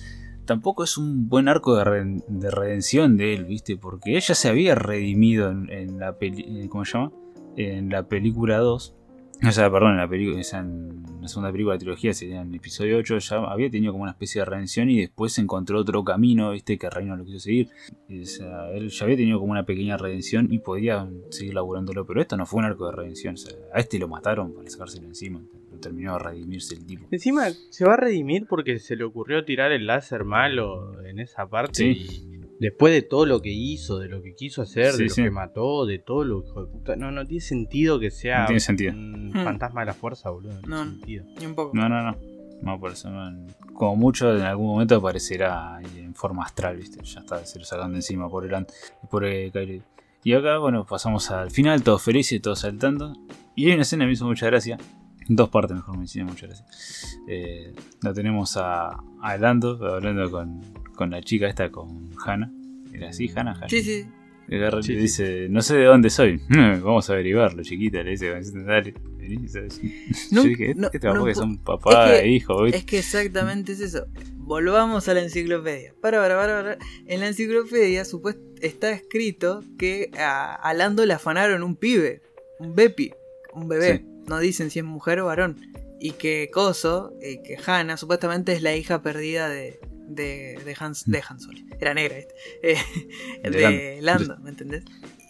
Speaker 3: tampoco es un buen arco de, re, de redención de él, ¿viste? Porque ella se había redimido en, en la peli, ¿cómo se llama? En la película dos. O sea, perdón, en la película, o sea, en la segunda película de la trilogía, sería en el episodio ocho, ya había tenido como una especie de redención y después encontró otro camino, viste, que Rey no lo quiso seguir. Y, o sea, él ya había tenido como una pequeña redención y podía seguir laburándolo, pero esto no fue un arco de redención. O sea, a este lo mataron para sacárselo encima. No terminó de redimirse el tipo.
Speaker 4: Encima se va a redimir porque se le ocurrió tirar el láser malo en esa parte.
Speaker 3: Sí.
Speaker 4: Y después de todo lo que hizo, de lo que quiso hacer,
Speaker 3: Sí,
Speaker 4: de lo
Speaker 3: sí.
Speaker 4: que mató, de todo lo hijo de puta. No, no tiene sentido que sea
Speaker 3: No tiene sentido.
Speaker 4: un
Speaker 2: Hmm.
Speaker 4: fantasma de la fuerza, boludo. No,
Speaker 2: No.
Speaker 4: tiene sentido.
Speaker 2: Ni un poco.
Speaker 3: No, no, no. No, por eso no. Como mucho en algún momento aparecerá ahí en forma astral, viste. Ya está, se lo sacan de encima por el por el Kylo. Y acá, bueno, pasamos al final, todos felices, todos saltando. Y hay una escena que me hizo mucha gracia. Dos partes, mejor me hicieron mucha gracia. Eh, la tenemos a, a Lando hablando con, con la chica esta, con Hannah. ¿Era así, Hannah? Hannah.
Speaker 2: Sí, sí.
Speaker 3: Le agarra y
Speaker 4: Sí,
Speaker 3: le
Speaker 4: sí.
Speaker 3: dice, no sé de dónde soy. Vamos a averiguarlo, chiquita. Le dice, dale, vení, ¿sabes?
Speaker 2: No,
Speaker 3: Yo dije,
Speaker 2: no,
Speaker 3: este
Speaker 2: no
Speaker 3: tampoco que
Speaker 2: pu-
Speaker 3: son papá
Speaker 2: es que-
Speaker 3: e hijo, ¿viste?
Speaker 2: Es que exactamente es eso. Volvamos a la enciclopedia. Para, para, para, para. En la enciclopedia supuest está escrito que a, a Lando le afanaron un pibe, un bepi, un bebé.
Speaker 3: Sí.
Speaker 2: No dicen si es mujer o varón. Y que Coso, eh, que Hannah, supuestamente es la hija perdida de, de, de, Hans, de Han Solo. Era negra, ¿viste? Eh,
Speaker 3: De
Speaker 2: de
Speaker 3: Lando.
Speaker 2: Lando, ¿me entendés?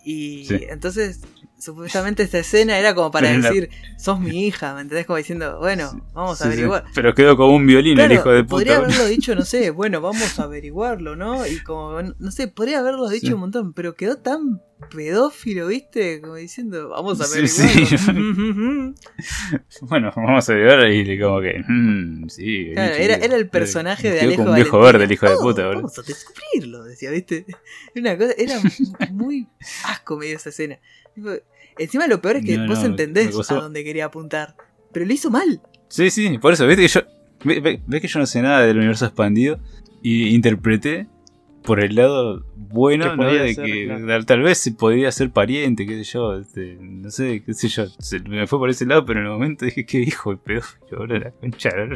Speaker 2: Y
Speaker 3: Sí.
Speaker 2: entonces, supuestamente esta escena era como para
Speaker 3: Pero la-
Speaker 2: decir, sos mi hija, ¿me entendés? Como diciendo, bueno, vamos a
Speaker 3: Sí, sí.
Speaker 2: averiguar.
Speaker 3: Pero quedó como un violín
Speaker 2: Claro,
Speaker 3: el hijo de puta.
Speaker 2: podría
Speaker 3: boludo.
Speaker 2: haberlo dicho, no sé, bueno, vamos a averiguarlo, ¿no? Y como, no sé, podría haberlo dicho
Speaker 3: Sí.
Speaker 2: un montón, pero quedó tan pedófilo, ¿viste? Como diciendo, vamos a
Speaker 3: Sí,
Speaker 2: averiguarlo.
Speaker 3: Bueno, vamos a averiguar y le como que. Mmm, sí.
Speaker 2: Claro,
Speaker 3: vení,
Speaker 2: era,
Speaker 3: chiquito.
Speaker 2: era el personaje de
Speaker 3: Quedó
Speaker 2: Alejo
Speaker 3: como un viejo
Speaker 2: Valentina.
Speaker 3: verde el hijo de
Speaker 2: Oh,
Speaker 3: puta, boludo.
Speaker 2: Vamos a descubrirlo, decía, ¿viste? Era una cosa, era muy asco medio esa escena. Tipo, encima lo peor es que
Speaker 3: No,
Speaker 2: vos
Speaker 3: no,
Speaker 2: entendés
Speaker 3: me gustó.
Speaker 2: a dónde quería apuntar, pero lo hizo mal.
Speaker 3: Sí, sí, por eso, viste que yo. ve- ve- Ves que yo no sé nada del universo expandido y interpreté por el lado bueno,
Speaker 4: Que
Speaker 3: ¿no?
Speaker 4: podía
Speaker 3: De
Speaker 4: ser,
Speaker 3: que
Speaker 4: claro.
Speaker 3: tal, tal vez se podía ser pariente, qué sé yo, este, no sé, qué sé yo. Se, me fue por ese lado, pero en el momento dije, qué hijo de pedófilo, boludo, la concha, boludo.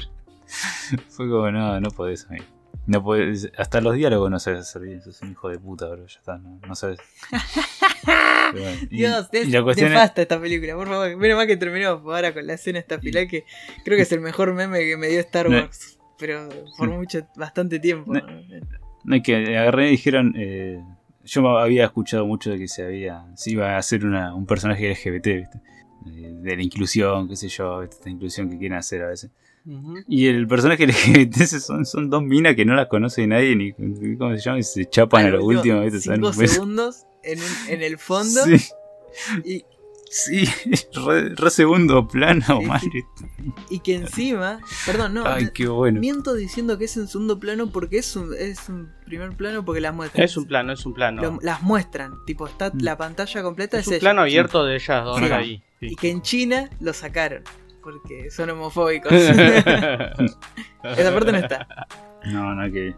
Speaker 3: Fue como, no, no podés, amigo. No podés, hasta los diálogos no sabes hacer bien, sos un hijo de puta, bro, ya está, no, no sabes. Pero bueno, y-
Speaker 2: Dios,
Speaker 3: y
Speaker 2: es
Speaker 3: la cuestión es-
Speaker 2: nefasta esta película, por favor. Menos mal que terminamos ahora con la escena esta final que creo que es el mejor meme que me dio Star
Speaker 3: No.
Speaker 2: Wars. Pero por mucho, bastante tiempo.
Speaker 3: No. No, es que agarré y dijeron. Eh, yo había escuchado mucho de que se había. Se iba a hacer una, un personaje L G B T, ¿viste? Eh, de la inclusión, qué sé yo, ¿viste? Esta inclusión que quieren hacer a veces.
Speaker 4: Ujú.
Speaker 3: Y el personaje L G B T son, son dos minas que no las conoce nadie, ni cómo se llama, y se chapan a lo último, ¿viste? Se dan
Speaker 2: Cinco
Speaker 3: un beso.
Speaker 2: segundos en, un- en el fondo.
Speaker 3: Sí,
Speaker 2: Y,
Speaker 3: sí, re, re segundo plano,
Speaker 2: Sí,
Speaker 3: madre.
Speaker 2: y que encima. Perdón, no.
Speaker 3: Ay, qué bueno.
Speaker 2: Miento diciendo que es en segundo plano porque es un, es un primer plano porque las muestran.
Speaker 4: Es un plano, es un plano.
Speaker 2: Lo- las muestran. Tipo, está
Speaker 3: Mm.
Speaker 2: la pantalla completa.
Speaker 4: Es
Speaker 2: Es
Speaker 4: un
Speaker 2: ella.
Speaker 4: plano abierto de ellas dos
Speaker 2: Sí.
Speaker 4: ahí. Sí.
Speaker 2: Y que en China lo sacaron. Porque son homofóbicos. Esa parte no está.
Speaker 3: No, no, que.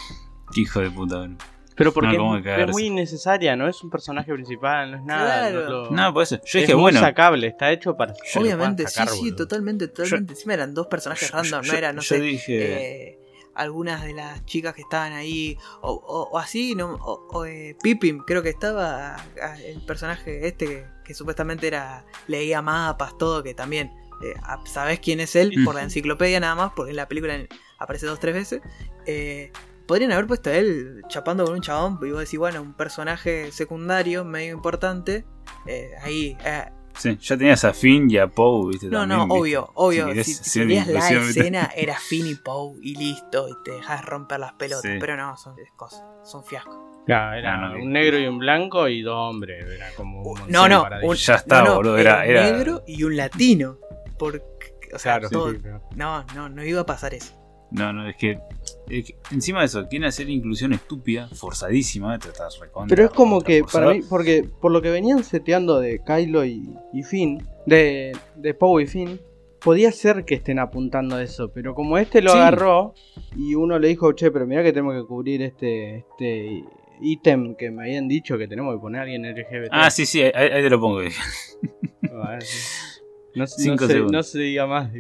Speaker 3: Qué hijo de puta, bro.
Speaker 4: Pero porque
Speaker 3: No, ¿cómo
Speaker 4: es,
Speaker 3: cagarse?
Speaker 4: es muy innecesaria, no es un personaje principal, no es nada.
Speaker 2: Claro.
Speaker 4: No, lo-
Speaker 3: No, por eso. Yo
Speaker 4: es
Speaker 3: dije,
Speaker 4: muy
Speaker 3: bueno.
Speaker 4: sacable, está hecho para que lo
Speaker 2: Obviamente,
Speaker 4: puedan
Speaker 2: sí,
Speaker 4: sacar,
Speaker 2: sí,
Speaker 4: boludo.
Speaker 2: totalmente, totalmente. Encima eran dos personajes
Speaker 3: Yo-
Speaker 2: random,
Speaker 3: yo-
Speaker 2: no eran, no
Speaker 3: yo
Speaker 2: sé,
Speaker 3: dije.
Speaker 2: eh, algunas de las chicas que estaban ahí, o, o- o así, no, o, o, eh, Pippin, creo que estaba ah, el personaje este que, que supuestamente era, leía mapas, todo, que también, eh, ah, sabés quién es él por la enciclopedia nada más, porque en la película aparece dos, tres veces. Eh, podrían haber puesto a él chapando con un chabón, y vos decís, bueno, un personaje secundario, medio importante, eh, ahí... eh,
Speaker 3: Sí, ya tenías a Finn y a Poe, ¿viste?
Speaker 2: no,
Speaker 3: También,
Speaker 2: no,
Speaker 3: ¿viste?
Speaker 2: obvio, obvio.
Speaker 3: querés
Speaker 2: Si, si
Speaker 3: hacer
Speaker 2: querías la
Speaker 3: inclusión, ¿viste?
Speaker 2: escena, era Finn y Poe y listo, y te dejas romper las pelotas.
Speaker 3: Sí.
Speaker 2: Pero no, son cosas, son fiascos.
Speaker 4: Claro, era
Speaker 3: Ah, no,
Speaker 4: un negro y un blanco y dos hombres. Era como un
Speaker 2: No,
Speaker 4: montón
Speaker 2: no,
Speaker 4: para
Speaker 2: un-
Speaker 3: Ya está,
Speaker 2: no, no,
Speaker 3: boludo, era-
Speaker 2: un
Speaker 3: era-
Speaker 2: negro y un latino. Porque, o sea,
Speaker 4: Claro,
Speaker 2: todo-
Speaker 4: sí, pero-
Speaker 2: no, no, no iba a pasar eso.
Speaker 3: No, no, es que, es que encima de eso, quieren hacer inclusión estúpida, forzadísima, esto está recontra.
Speaker 4: Pero es como
Speaker 3: recontra
Speaker 4: que,
Speaker 3: forzado.
Speaker 4: para mí, porque por lo que venían seteando de Kylo y, y Finn, de, de Poe y Finn, podía ser que estén apuntando a eso, pero como este lo
Speaker 3: Sí.
Speaker 4: agarró y uno le dijo, che, pero mirá que tenemos que cubrir este este ítem que me habían dicho que tenemos que poner a alguien L G B T.
Speaker 3: Ah, sí, sí, ahí, ahí te lo pongo.
Speaker 4: Ah, sí. No, no
Speaker 3: Cinco
Speaker 4: se,
Speaker 3: segundos.
Speaker 4: no se diga más, dijo.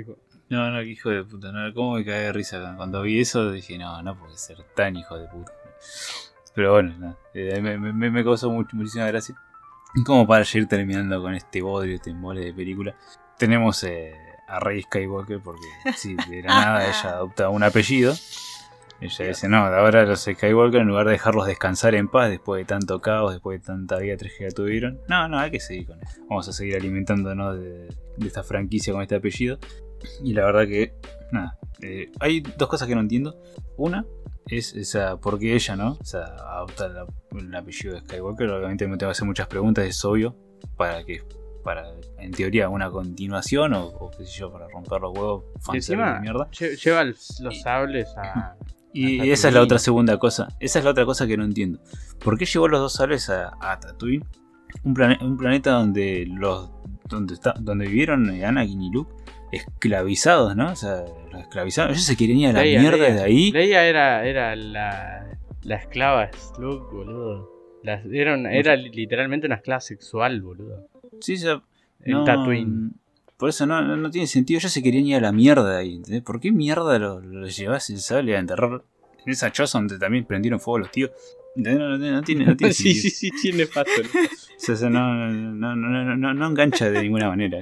Speaker 3: No, no, qué hijo de puta. No, ¿cómo me cagué de risa cuando vi eso? Dije, no, no puede ser tan hijo de puta. Pero bueno, no, eh, me, me, me causó much, muchísima gracia. Y como para ir terminando con este bodrio, este mole de película, tenemos eh, a Rey Skywalker, porque sí, de la nada ella adopta un apellido. Ella dice, no, de ahora los Skywalker, en lugar de dejarlos descansar en paz después de tanto caos, después de tanta vida trágica que tuvieron, no, no, hay que seguir con eso. Vamos a seguir alimentándonos de, de esta franquicia con este apellido. Y la verdad que, nada, eh, hay dos cosas que no entiendo. Una es esa, ¿por qué ella, no? O sea, adopta la, el apellido de Skywalker. Obviamente me tengo que hacer muchas preguntas, es obvio, para que, para, en teoría, una continuación o, o qué sé yo, para romper los huevos, fanservice de mierda.
Speaker 4: Lleva los sables a...
Speaker 3: Y
Speaker 4: a
Speaker 3: esa es la otra segunda cosa. Esa es la otra cosa que no entiendo. ¿Por qué llevó los dos sables a, a Tatooine? Un, plane, un planeta donde los donde está donde vivieron Anakin y Luke esclavizados, ¿no? O sea, los esclavizados. Ellos se querían ir a la
Speaker 4: Leia,
Speaker 3: mierda
Speaker 4: Leia.
Speaker 3: de ahí.
Speaker 4: Leia era, era la, la esclava de Luke, boludo. La, era, una, era literalmente una esclava sexual, boludo.
Speaker 3: Sí, o sea,
Speaker 4: En
Speaker 3: no,
Speaker 4: Tatooine.
Speaker 3: Por eso no, no, no tiene sentido. Ellos se querían ir a la mierda de ahí, ¿entendés? ¿Por qué mierda los lo llevas el sable a enterrar en esa choza donde también prendieron fuego los tíos? No, no, no, no tiene, no tiene
Speaker 4: sí,
Speaker 3: sentido.
Speaker 4: sí, sí, tiene paso.
Speaker 3: O sea, no, no, no, no, no, no engancha de ninguna manera.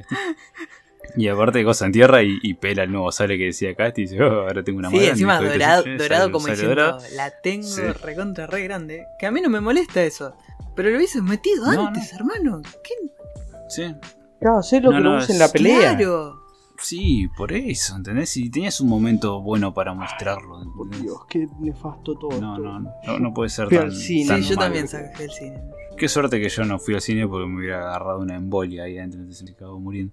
Speaker 3: Y aparte cosa en tierra y, y pela el nuevo sable que decía Casti y dice, oh, ahora tengo una
Speaker 2: Sí,
Speaker 3: madre.
Speaker 2: encima
Speaker 3: hijo de
Speaker 2: dorado,
Speaker 3: tu-
Speaker 2: dorado
Speaker 3: sale-
Speaker 2: como
Speaker 3: sale
Speaker 2: diciendo,
Speaker 3: dorado.
Speaker 2: la tengo
Speaker 3: Sí.
Speaker 2: recontra re grande. Que a mí no me molesta eso. Pero lo hubieses metido
Speaker 3: No,
Speaker 2: antes,
Speaker 3: no.
Speaker 2: hermano. ¿Qué?
Speaker 3: Sí,
Speaker 4: Claro, sé lo
Speaker 3: No,
Speaker 4: que
Speaker 3: no,
Speaker 4: lo usa en
Speaker 3: es-
Speaker 4: la pelea.
Speaker 2: Claro.
Speaker 3: sí, por eso, ¿entendés? Si tenías un momento bueno para mostrarlo.
Speaker 4: Por
Speaker 3: ¿entendés?
Speaker 4: Dios, qué nefasto todo.
Speaker 3: No,
Speaker 4: esto.
Speaker 3: no, no, no puede ser
Speaker 4: Fui
Speaker 3: tan,
Speaker 4: al cine.
Speaker 3: tan
Speaker 2: Sí, yo
Speaker 3: malo.
Speaker 2: también saqué el cine.
Speaker 3: Qué suerte que yo no fui al cine porque me hubiera agarrado una embolia ahí adentro, entonces me acabo muriendo.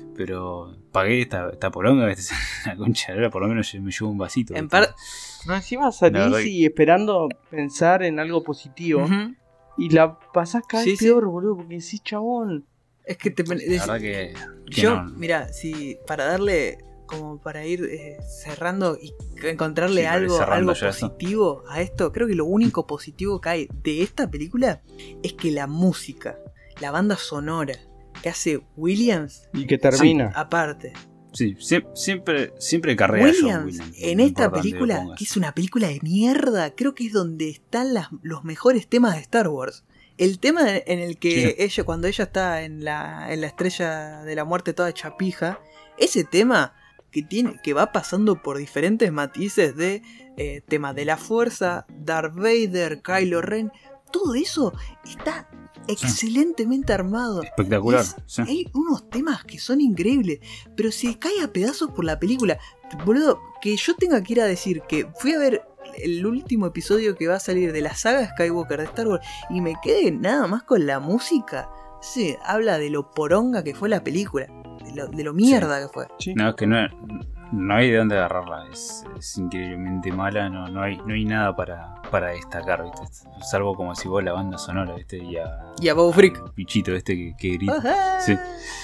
Speaker 3: Pero pagué esta, esta poronga, esta la concha de la lora, por lo menos me llevo un vasito.
Speaker 2: En
Speaker 3: ¿viste?
Speaker 2: par-
Speaker 4: No, encima
Speaker 3: La
Speaker 4: salís
Speaker 3: verdad que-
Speaker 4: y esperando pensar en algo positivo.
Speaker 2: Ujú.
Speaker 4: Y la pasás cada vez
Speaker 2: Sí, sí.
Speaker 4: peor, boludo, porque decís, chabón.
Speaker 2: Es que te.
Speaker 3: La verdad que, que
Speaker 2: Yo,
Speaker 3: no.
Speaker 2: mira, si para darle, como para ir eh, cerrando y encontrarle
Speaker 3: Sí, para ir
Speaker 2: algo,
Speaker 3: cerrando
Speaker 2: algo
Speaker 3: ya esto.
Speaker 2: positivo a esto, creo que lo único positivo que hay de esta película es que la música, la banda sonora que hace Williams,
Speaker 4: Y que termina.
Speaker 2: aparte,
Speaker 3: Sí, sie- siempre, siempre carrea John
Speaker 2: Williams
Speaker 3: Williams.
Speaker 2: en
Speaker 3: no
Speaker 2: esta
Speaker 3: importa dónde lo
Speaker 2: película,
Speaker 3: pongas.
Speaker 2: que es una película de mierda, creo que es donde están las, los mejores temas de Star Wars. El tema en el que
Speaker 3: Sí.
Speaker 2: ella, cuando ella está en la, en la estrella de la muerte toda hecha pija, ese tema que tiene, que va pasando por diferentes matices de eh, tema de la fuerza, Darth Vader, Kylo Ren, todo eso está excelentemente armado.
Speaker 3: Espectacular.
Speaker 2: Es-
Speaker 3: sí.
Speaker 2: Hay unos temas que son increíbles, pero se cae a pedazos por la película. Boludo, que yo tenga que ir a decir que fui a ver el último episodio que va a salir de la saga Skywalker de Star Wars y me quedé nada más con la música. Sí, habla de lo poronga que fue la película, de lo, de lo mierda que fue.
Speaker 3: No, es que no, no hay de dónde agarrarla. Es, es increíblemente mala. No, no, hay, no hay nada para, para destacar, ¿viste? Salvo como si vos la banda sonora, ¿viste? Y a,
Speaker 2: Y a Bobo Freak.
Speaker 3: al bichito este que, que grita.
Speaker 2: Ajá.
Speaker 3: Sí.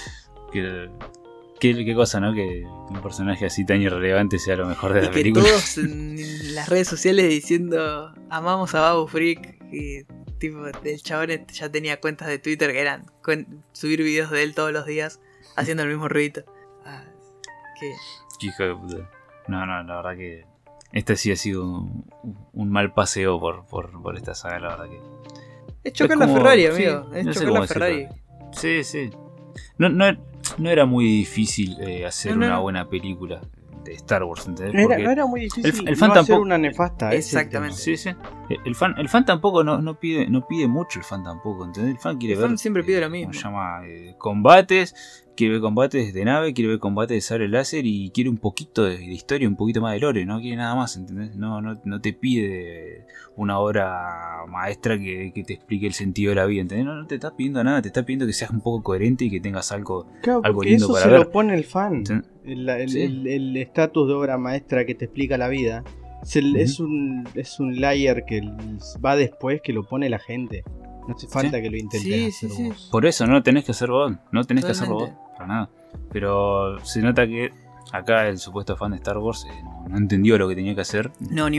Speaker 3: Que, qué, qué cosa, ¿no? Que un personaje así tan irrelevante sea lo mejor de
Speaker 2: Y
Speaker 3: la
Speaker 2: que
Speaker 3: película.
Speaker 2: todos en, en las redes sociales diciendo amamos a Babu Freak. Y tipo, el chabón este ya tenía cuentas de Twitter que eran cuen- subir videos de él todos los días haciendo el mismo ruidito. Ah, que
Speaker 3: Qué hijo de puta. No, no, la verdad que este sí ha sido un, un mal paseo por, por, por esta saga, la verdad que.
Speaker 2: es chocar
Speaker 3: Es
Speaker 2: la
Speaker 3: como-
Speaker 2: Ferrari,
Speaker 3: sí,
Speaker 2: amigo. es
Speaker 3: no sé
Speaker 2: chocar
Speaker 3: cómo
Speaker 2: la Ferrari.
Speaker 3: decirlo. Sí, sí. No, no, no era muy difícil eh, hacer
Speaker 2: No, no,
Speaker 3: una
Speaker 2: no.
Speaker 3: buena película de Star Wars, ¿entendés?
Speaker 4: No era,
Speaker 3: Porque
Speaker 4: no era muy difícil.
Speaker 3: el- el
Speaker 4: no
Speaker 3: fan
Speaker 4: hacer
Speaker 3: tampoco-
Speaker 4: una nefasta. ese es el tema.
Speaker 2: Exactamente.
Speaker 3: Sí, sí. El fan, el fan tampoco no, no pide no pide mucho, el fan tampoco, ¿entendés? El fan quiere
Speaker 2: El
Speaker 3: ver.
Speaker 2: fan siempre pide lo
Speaker 3: eh,
Speaker 2: mismo.
Speaker 3: ¿cómo se llama? Eh, combates, quiere ver combates de nave, quiere ver combates de sable láser y quiere un poquito de, de historia, un poquito más de lore, no quiere nada más, ¿entendés? No, no, no te pide una obra maestra que, que te explique el sentido de la vida, ¿entendés? No, no te está pidiendo nada, te está pidiendo que seas un poco coherente y que tengas algo.
Speaker 4: Claro,
Speaker 3: Algo
Speaker 4: porque
Speaker 3: lindo
Speaker 4: eso
Speaker 3: para
Speaker 4: se
Speaker 3: ver.
Speaker 4: lo pone el fan.
Speaker 3: ¿entendés?
Speaker 4: El el-
Speaker 3: Sí.
Speaker 4: el- el estatus de obra maestra que te explica la vida. Es, el-
Speaker 3: Ujú.
Speaker 4: es un, es un layer que el- va después que lo pone la gente. No hace falta
Speaker 3: Sí.
Speaker 4: que lo intentes
Speaker 2: Sí,
Speaker 4: hacer
Speaker 2: sí, sí.
Speaker 4: vos.
Speaker 3: Por eso no tenés que hacer vos, no tenés que hacerlo vos,
Speaker 2: Totalmente.
Speaker 3: para nada. Pero se nota que acá el supuesto fan de Star Wars eh, no, no entendió lo que tenía que hacer.
Speaker 2: No, ni un poco.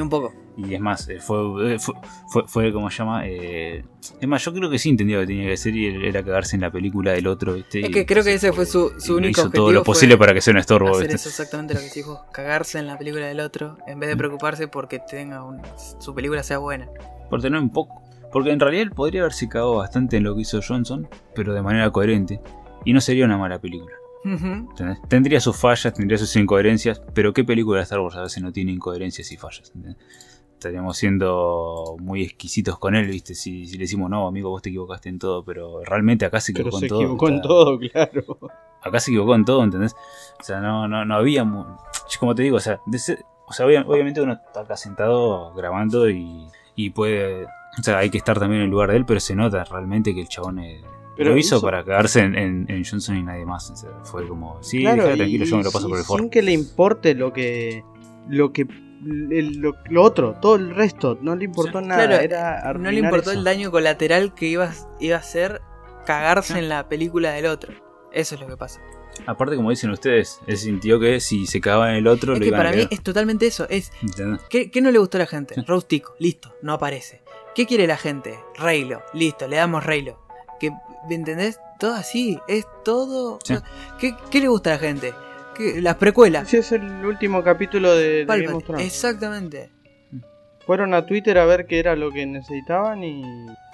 Speaker 3: Y es más, eh, fue, fue, fue, fue como se llama. Eh, es más, yo creo que sí entendió lo que tenía que hacer y era cagarse en la película del otro, ¿viste?
Speaker 2: Es que creo que ese fue su, su único
Speaker 3: hizo
Speaker 2: objetivo.
Speaker 3: Todo lo posible para que sea un estorbo,
Speaker 2: hacer
Speaker 3: ¿viste?
Speaker 2: eso exactamente lo que decís vos, cagarse en la película del otro, en vez de preocuparse porque tenga un, su película sea buena.
Speaker 3: Por tener un poco. Porque en realidad él podría haberse cagado bastante en lo que hizo Johnson, pero de manera coherente. Y no sería una mala película.
Speaker 2: Uh-huh.
Speaker 3: ¿Entendés? Tendría sus fallas, tendría sus incoherencias, pero ¿qué película de Star Wars a veces no tiene incoherencias y fallas? ¿Entendés? Estaríamos siendo muy exquisitos con él, ¿viste? Si, si le decimos, no, amigo, vos te equivocaste en todo, pero realmente acá se equivocó
Speaker 4: pero se
Speaker 3: en todo.
Speaker 4: equivocó
Speaker 3: está...
Speaker 4: en todo, claro.
Speaker 3: Acá se equivocó en todo, ¿entendés? O sea, no, no, no había... Mu... Como te digo, o sea, de ser... o sea obviamente uno está acá sentado grabando y, y puede... O sea, hay que estar también en el lugar de él, pero se nota realmente que el chabón... Es... Pero lo hizo, hizo para cagarse en, en, en Johnson y nadie más. O sea, fue como, sí,
Speaker 4: claro,
Speaker 3: dejá, tranquilo,
Speaker 4: y,
Speaker 3: yo me lo paso por el forro.
Speaker 4: Sin que le importe lo que. Lo que. El, lo, lo otro, todo el resto. No le importó sí, nada.
Speaker 2: Claro,
Speaker 4: era
Speaker 2: no le importó
Speaker 4: eso.
Speaker 2: El daño colateral que iba, iba a ser cagarse ¿sí? en la película del otro. Eso es lo que pasa.
Speaker 3: Aparte, como dicen ustedes, él sintió que si se cagaba en el otro,
Speaker 2: es
Speaker 3: lo
Speaker 2: que
Speaker 3: iban
Speaker 2: para
Speaker 3: a
Speaker 2: mí es totalmente eso. Es ¿qué, ¿Qué no le gustó a la gente? Sí. Rose Tico, listo, no aparece. ¿Qué quiere la gente? Reylo, listo, le damos Reylo. ¿Me entendés? Todo así, es todo...
Speaker 3: Sí.
Speaker 2: ¿Qué, ¿Qué le gusta a la gente? ¿Qué, las precuelas.
Speaker 4: Sí, es el último capítulo de, de Game of Thrones.
Speaker 2: Exactamente.
Speaker 4: Fueron a Twitter a ver qué era lo que necesitaban y...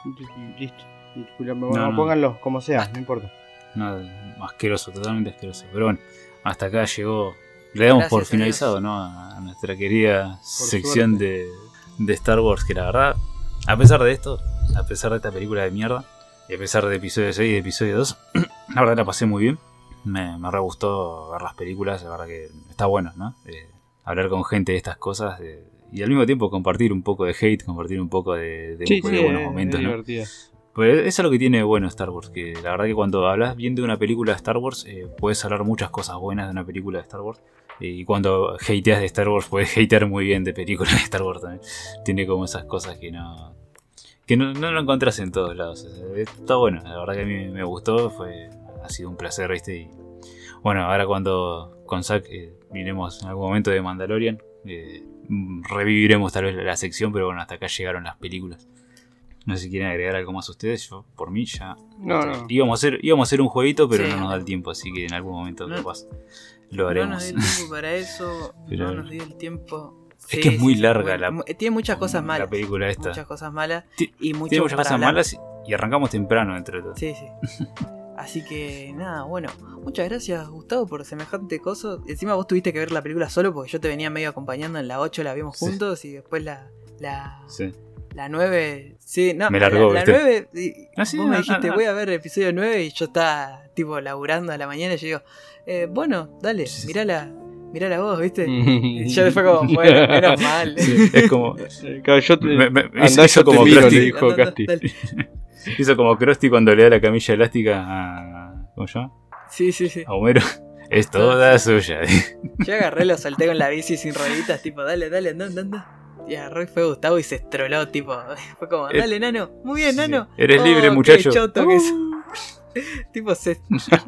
Speaker 4: y listo. Y, bueno, no, no. Pónganlo, como sea, Basta. No importa.
Speaker 3: No, asqueroso, totalmente asqueroso. Pero bueno, hasta acá llegó... Le damos Gracias por finalizado, ¿no? A nuestra querida por sección de, de Star Wars, que la verdad, a pesar de esto, a pesar de esta película de mierda, y a pesar de episodio seis y de episodio dos, la verdad la pasé muy bien. Me, me re gustó ver las películas, la verdad que está bueno, ¿no? Eh, hablar con gente de estas cosas eh, y al mismo tiempo compartir un poco de hate, compartir un poco de, de,
Speaker 4: sí,
Speaker 3: de
Speaker 4: sí,
Speaker 3: buenos
Speaker 4: es,
Speaker 3: momentos,
Speaker 4: es
Speaker 3: ¿no?
Speaker 4: Divertida.
Speaker 3: Pues eso es lo que tiene bueno Star Wars, que la verdad que cuando hablas bien de una película de Star Wars, eh, puedes hablar muchas cosas buenas de una película de Star Wars. Y cuando hateas de Star Wars, puedes hatear muy bien de películas de Star Wars también. Tiene como esas cosas que no... que no, no lo encontrás en todos lados. O sea, está bueno, la verdad que a mí me gustó, fue, ha sido un placer, ¿viste? Y bueno, ahora cuando con Zack eh, miremos en algún momento de Mandalorian, eh, reviviremos tal vez la sección, pero bueno, hasta acá llegaron las películas. No sé si quieren agregar algo más ustedes, yo por mí ya...
Speaker 4: No, no.
Speaker 3: Íbamos, a hacer, íbamos a hacer un jueguito, pero
Speaker 2: sí,
Speaker 3: no nos da el
Speaker 2: no.
Speaker 3: tiempo, así que en algún momento
Speaker 2: no,
Speaker 3: capaz lo haremos.
Speaker 2: No nos dio el tiempo para eso,
Speaker 3: pero...
Speaker 2: no nos dio el tiempo...
Speaker 3: Es que
Speaker 2: sí,
Speaker 3: es muy
Speaker 2: sí,
Speaker 3: larga
Speaker 2: muy,
Speaker 3: la...
Speaker 2: Tiene muchas cosas malas.
Speaker 3: La película esta.
Speaker 2: Muchas cosas malas y mucho
Speaker 3: Tiene muchas
Speaker 2: para
Speaker 3: cosas
Speaker 2: hablar.
Speaker 3: malas y arrancamos temprano entre todo.
Speaker 2: Sí, sí. Así que nada, bueno. Muchas gracias, Gustavo, por semejante cosa. Encima vos tuviste que ver la película solo porque yo te venía medio acompañando en la ocho, la vimos juntos sí. Y después la... la...
Speaker 3: Sí.
Speaker 2: La nueve, sí, no,
Speaker 3: me largó,
Speaker 2: la, la nueve,
Speaker 3: ah, sí,
Speaker 2: vos me
Speaker 3: no,
Speaker 2: dijiste
Speaker 3: no, no.
Speaker 2: voy a ver el episodio nueve y yo estaba tipo laburando a la mañana y yo digo, eh, bueno, dale, sí. mirala, mirala vos, ¿viste? Y yo después como, bueno, menos mal.
Speaker 3: Sí, es como,
Speaker 4: claro, yo te,
Speaker 3: me, me, hizo, hizo como
Speaker 4: miro,
Speaker 3: Krusty,
Speaker 4: le dijo Casti.
Speaker 3: Hizo como Krusty cuando le da la camilla elástica a, ¿cómo se llama?
Speaker 2: Sí, sí, sí.
Speaker 3: A Homero. Es toda ah, sí. suya.
Speaker 2: Yo agarré, lo solté con la bici sin rueditas, tipo, dale, dale, anda, anda, anda. Y agarró y fue Gustavo y se estroló, tipo, fue como, dale, nano, muy bien, nano.
Speaker 3: Sí. Eres
Speaker 2: oh,
Speaker 3: libre, muchacho.
Speaker 2: Qué choto
Speaker 3: uh.
Speaker 2: que es. Tipo, se...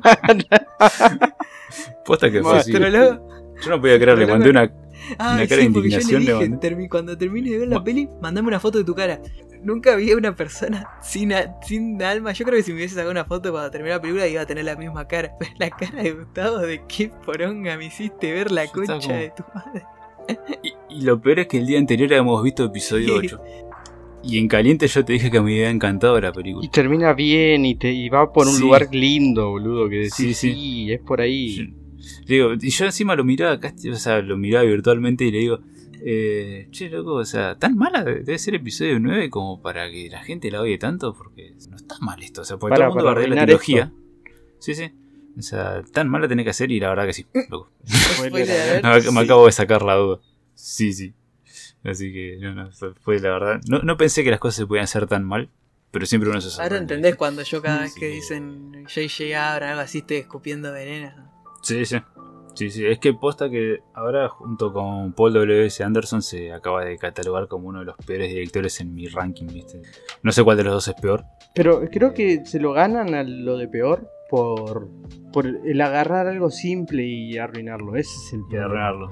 Speaker 3: Posta que
Speaker 2: se
Speaker 3: fue así.
Speaker 2: estroló.
Speaker 3: Yo no podía creer, le mandé una,
Speaker 2: ah,
Speaker 3: una cara
Speaker 2: sí,
Speaker 3: de indignación.
Speaker 2: Yo le dije, termi- cuando termine de ver la peli, mandame una foto de tu cara. Nunca vi a una persona sin, a- sin alma. Yo creo que si me hubiese sacado una foto cuando terminé la película iba a tener la misma cara. Pero la cara de Gustavo, de qué poronga me hiciste ver la concha como... de tu madre.
Speaker 3: Y, y lo peor es que el día anterior habíamos visto episodio ocho. Y en caliente yo te dije que me había encantado la película.
Speaker 4: Y termina bien y, te, y va por un
Speaker 3: sí.
Speaker 4: lugar lindo, boludo. Que decís, sí, sí. sí es por ahí.
Speaker 3: Yo, digo, y yo encima lo miraba acá, o sea, lo miraba virtualmente y le digo, eh, che, loco, o sea, tan mala debe ser episodio nueve como para que la gente la odie tanto, porque no está mal esto. O sea, porque
Speaker 4: para,
Speaker 3: todo el mundo bardea la trilogía. Esto. Sí, sí. O sea, tan mala tenés que hacer y la verdad que sí, loco. no, me, me acabo de sacar la duda. Sí, sí. Así que, no, no, fue, fue la verdad. No, no pensé que las cosas se podían hacer tan mal, pero siempre uno se sorprende.
Speaker 2: Ahora entendés cuando yo cada vez
Speaker 3: sí.
Speaker 2: que dicen J J Abrams, algo así, estoy escupiendo veneno.
Speaker 3: Sí, sí. Sí, sí. Es que posta que ahora, junto con Paul W S Anderson, se acaba de catalogar como uno de los peores directores en mi ranking, ¿viste? No sé cuál de los dos es peor.
Speaker 4: Pero creo que se lo ganan a lo de peor. Por, por el agarrar algo simple y arruinarlo. Ese es el
Speaker 3: Y arruinarlo, sí.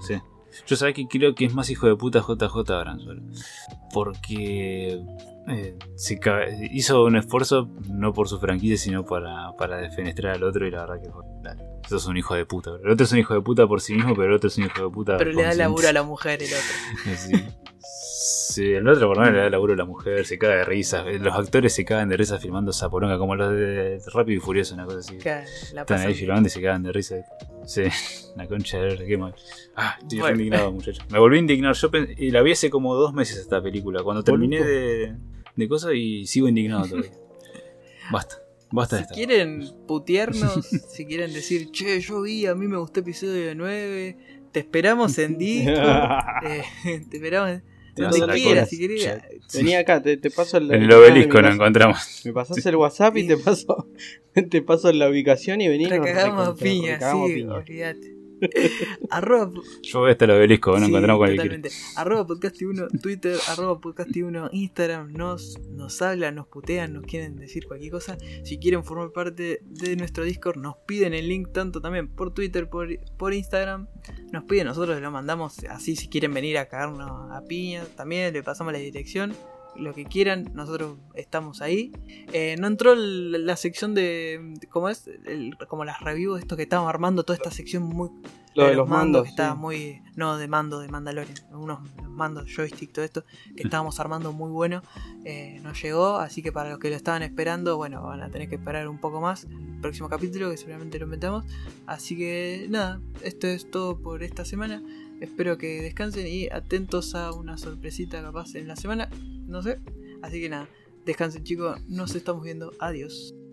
Speaker 3: Yo sabía que creo que es más hijo de puta J J Abrams solo. Porque eh, se ca- hizo un esfuerzo no por su franquicia, sino para, para defenestrar al otro. Y la verdad que fue, eso es un hijo de puta. El otro es un hijo de puta por sí mismo, pero el otro es un hijo de puta.
Speaker 2: Pero le da laburo a la mujer el otro.
Speaker 3: Sí. Sí, el otro por lo menos le da laburo a la mujer, se caga de risa. Los actores se cagan de risa filmando esa poronga, como los de Rápido y Furioso, una cosa así.
Speaker 2: Que la
Speaker 3: Están ahí
Speaker 2: pasan
Speaker 3: filmando y se cagan de risa. Sí, la concha de la qué mal. Ah, estoy
Speaker 2: Bueno.
Speaker 3: re indignado, muchacho. Me volví a indignar. Yo pen- y la vi hace como dos meses esta película. Cuando terminé
Speaker 4: Boludo.
Speaker 3: de, de cosas y sigo indignado todavía. Basta, basta de
Speaker 2: Si
Speaker 3: esta.
Speaker 2: quieren putearnos, si quieren decir, che, yo vi, a mí me gustó episodio nueve, te esperamos en Discord, eh, te esperamos en...
Speaker 3: Te vas
Speaker 2: donde
Speaker 3: a la
Speaker 2: quieras,
Speaker 3: cola.
Speaker 2: si querés.
Speaker 4: Vení acá, te, te paso el.
Speaker 3: En el obelisco nos
Speaker 4: me,
Speaker 3: encontramos.
Speaker 4: me pasás el WhatsApp y te paso te paso la ubicación y vení. nos
Speaker 2: Recagamos a
Speaker 4: recontra-
Speaker 2: piña,
Speaker 4: recagamos
Speaker 2: sí,
Speaker 4: a piña.
Speaker 2: olvídate. Arroba,
Speaker 3: Yo voy hasta el obelisco, nos
Speaker 2: sí,
Speaker 3: encontramos con el que
Speaker 2: totalmente. Arroba podcast uno, Twitter, arroba podcast uno, Instagram, nos, nos hablan, nos putean, nos quieren decir cualquier cosa. Si quieren formar parte de nuestro Discord, nos piden el link tanto también por Twitter, por, por Instagram. Nos piden, nosotros lo mandamos así. Si quieren venir a cagarnos a piña, también le pasamos la dirección. Lo que quieran, nosotros estamos ahí. Eh, no entró el- la sección de. ¿Cómo es? El- como las reviews, esto que estábamos armando, toda esta sección muy.
Speaker 4: Lo de los mandos.
Speaker 2: que estaba
Speaker 4: sí.
Speaker 2: muy. No, de mando, de Mandalorian. Unos mandos, joystick, todo esto. Que estábamos armando muy bueno. Eh, no llegó, así que para los que lo estaban esperando, bueno, van a tener que esperar un poco más. El próximo capítulo, que seguramente lo metamos. Así que nada, esto es todo por esta semana. Espero que descansen y atentos a una sorpresita capaz en la semana. No sé. Así que nada, descansen chicos, nos estamos viendo. Adiós.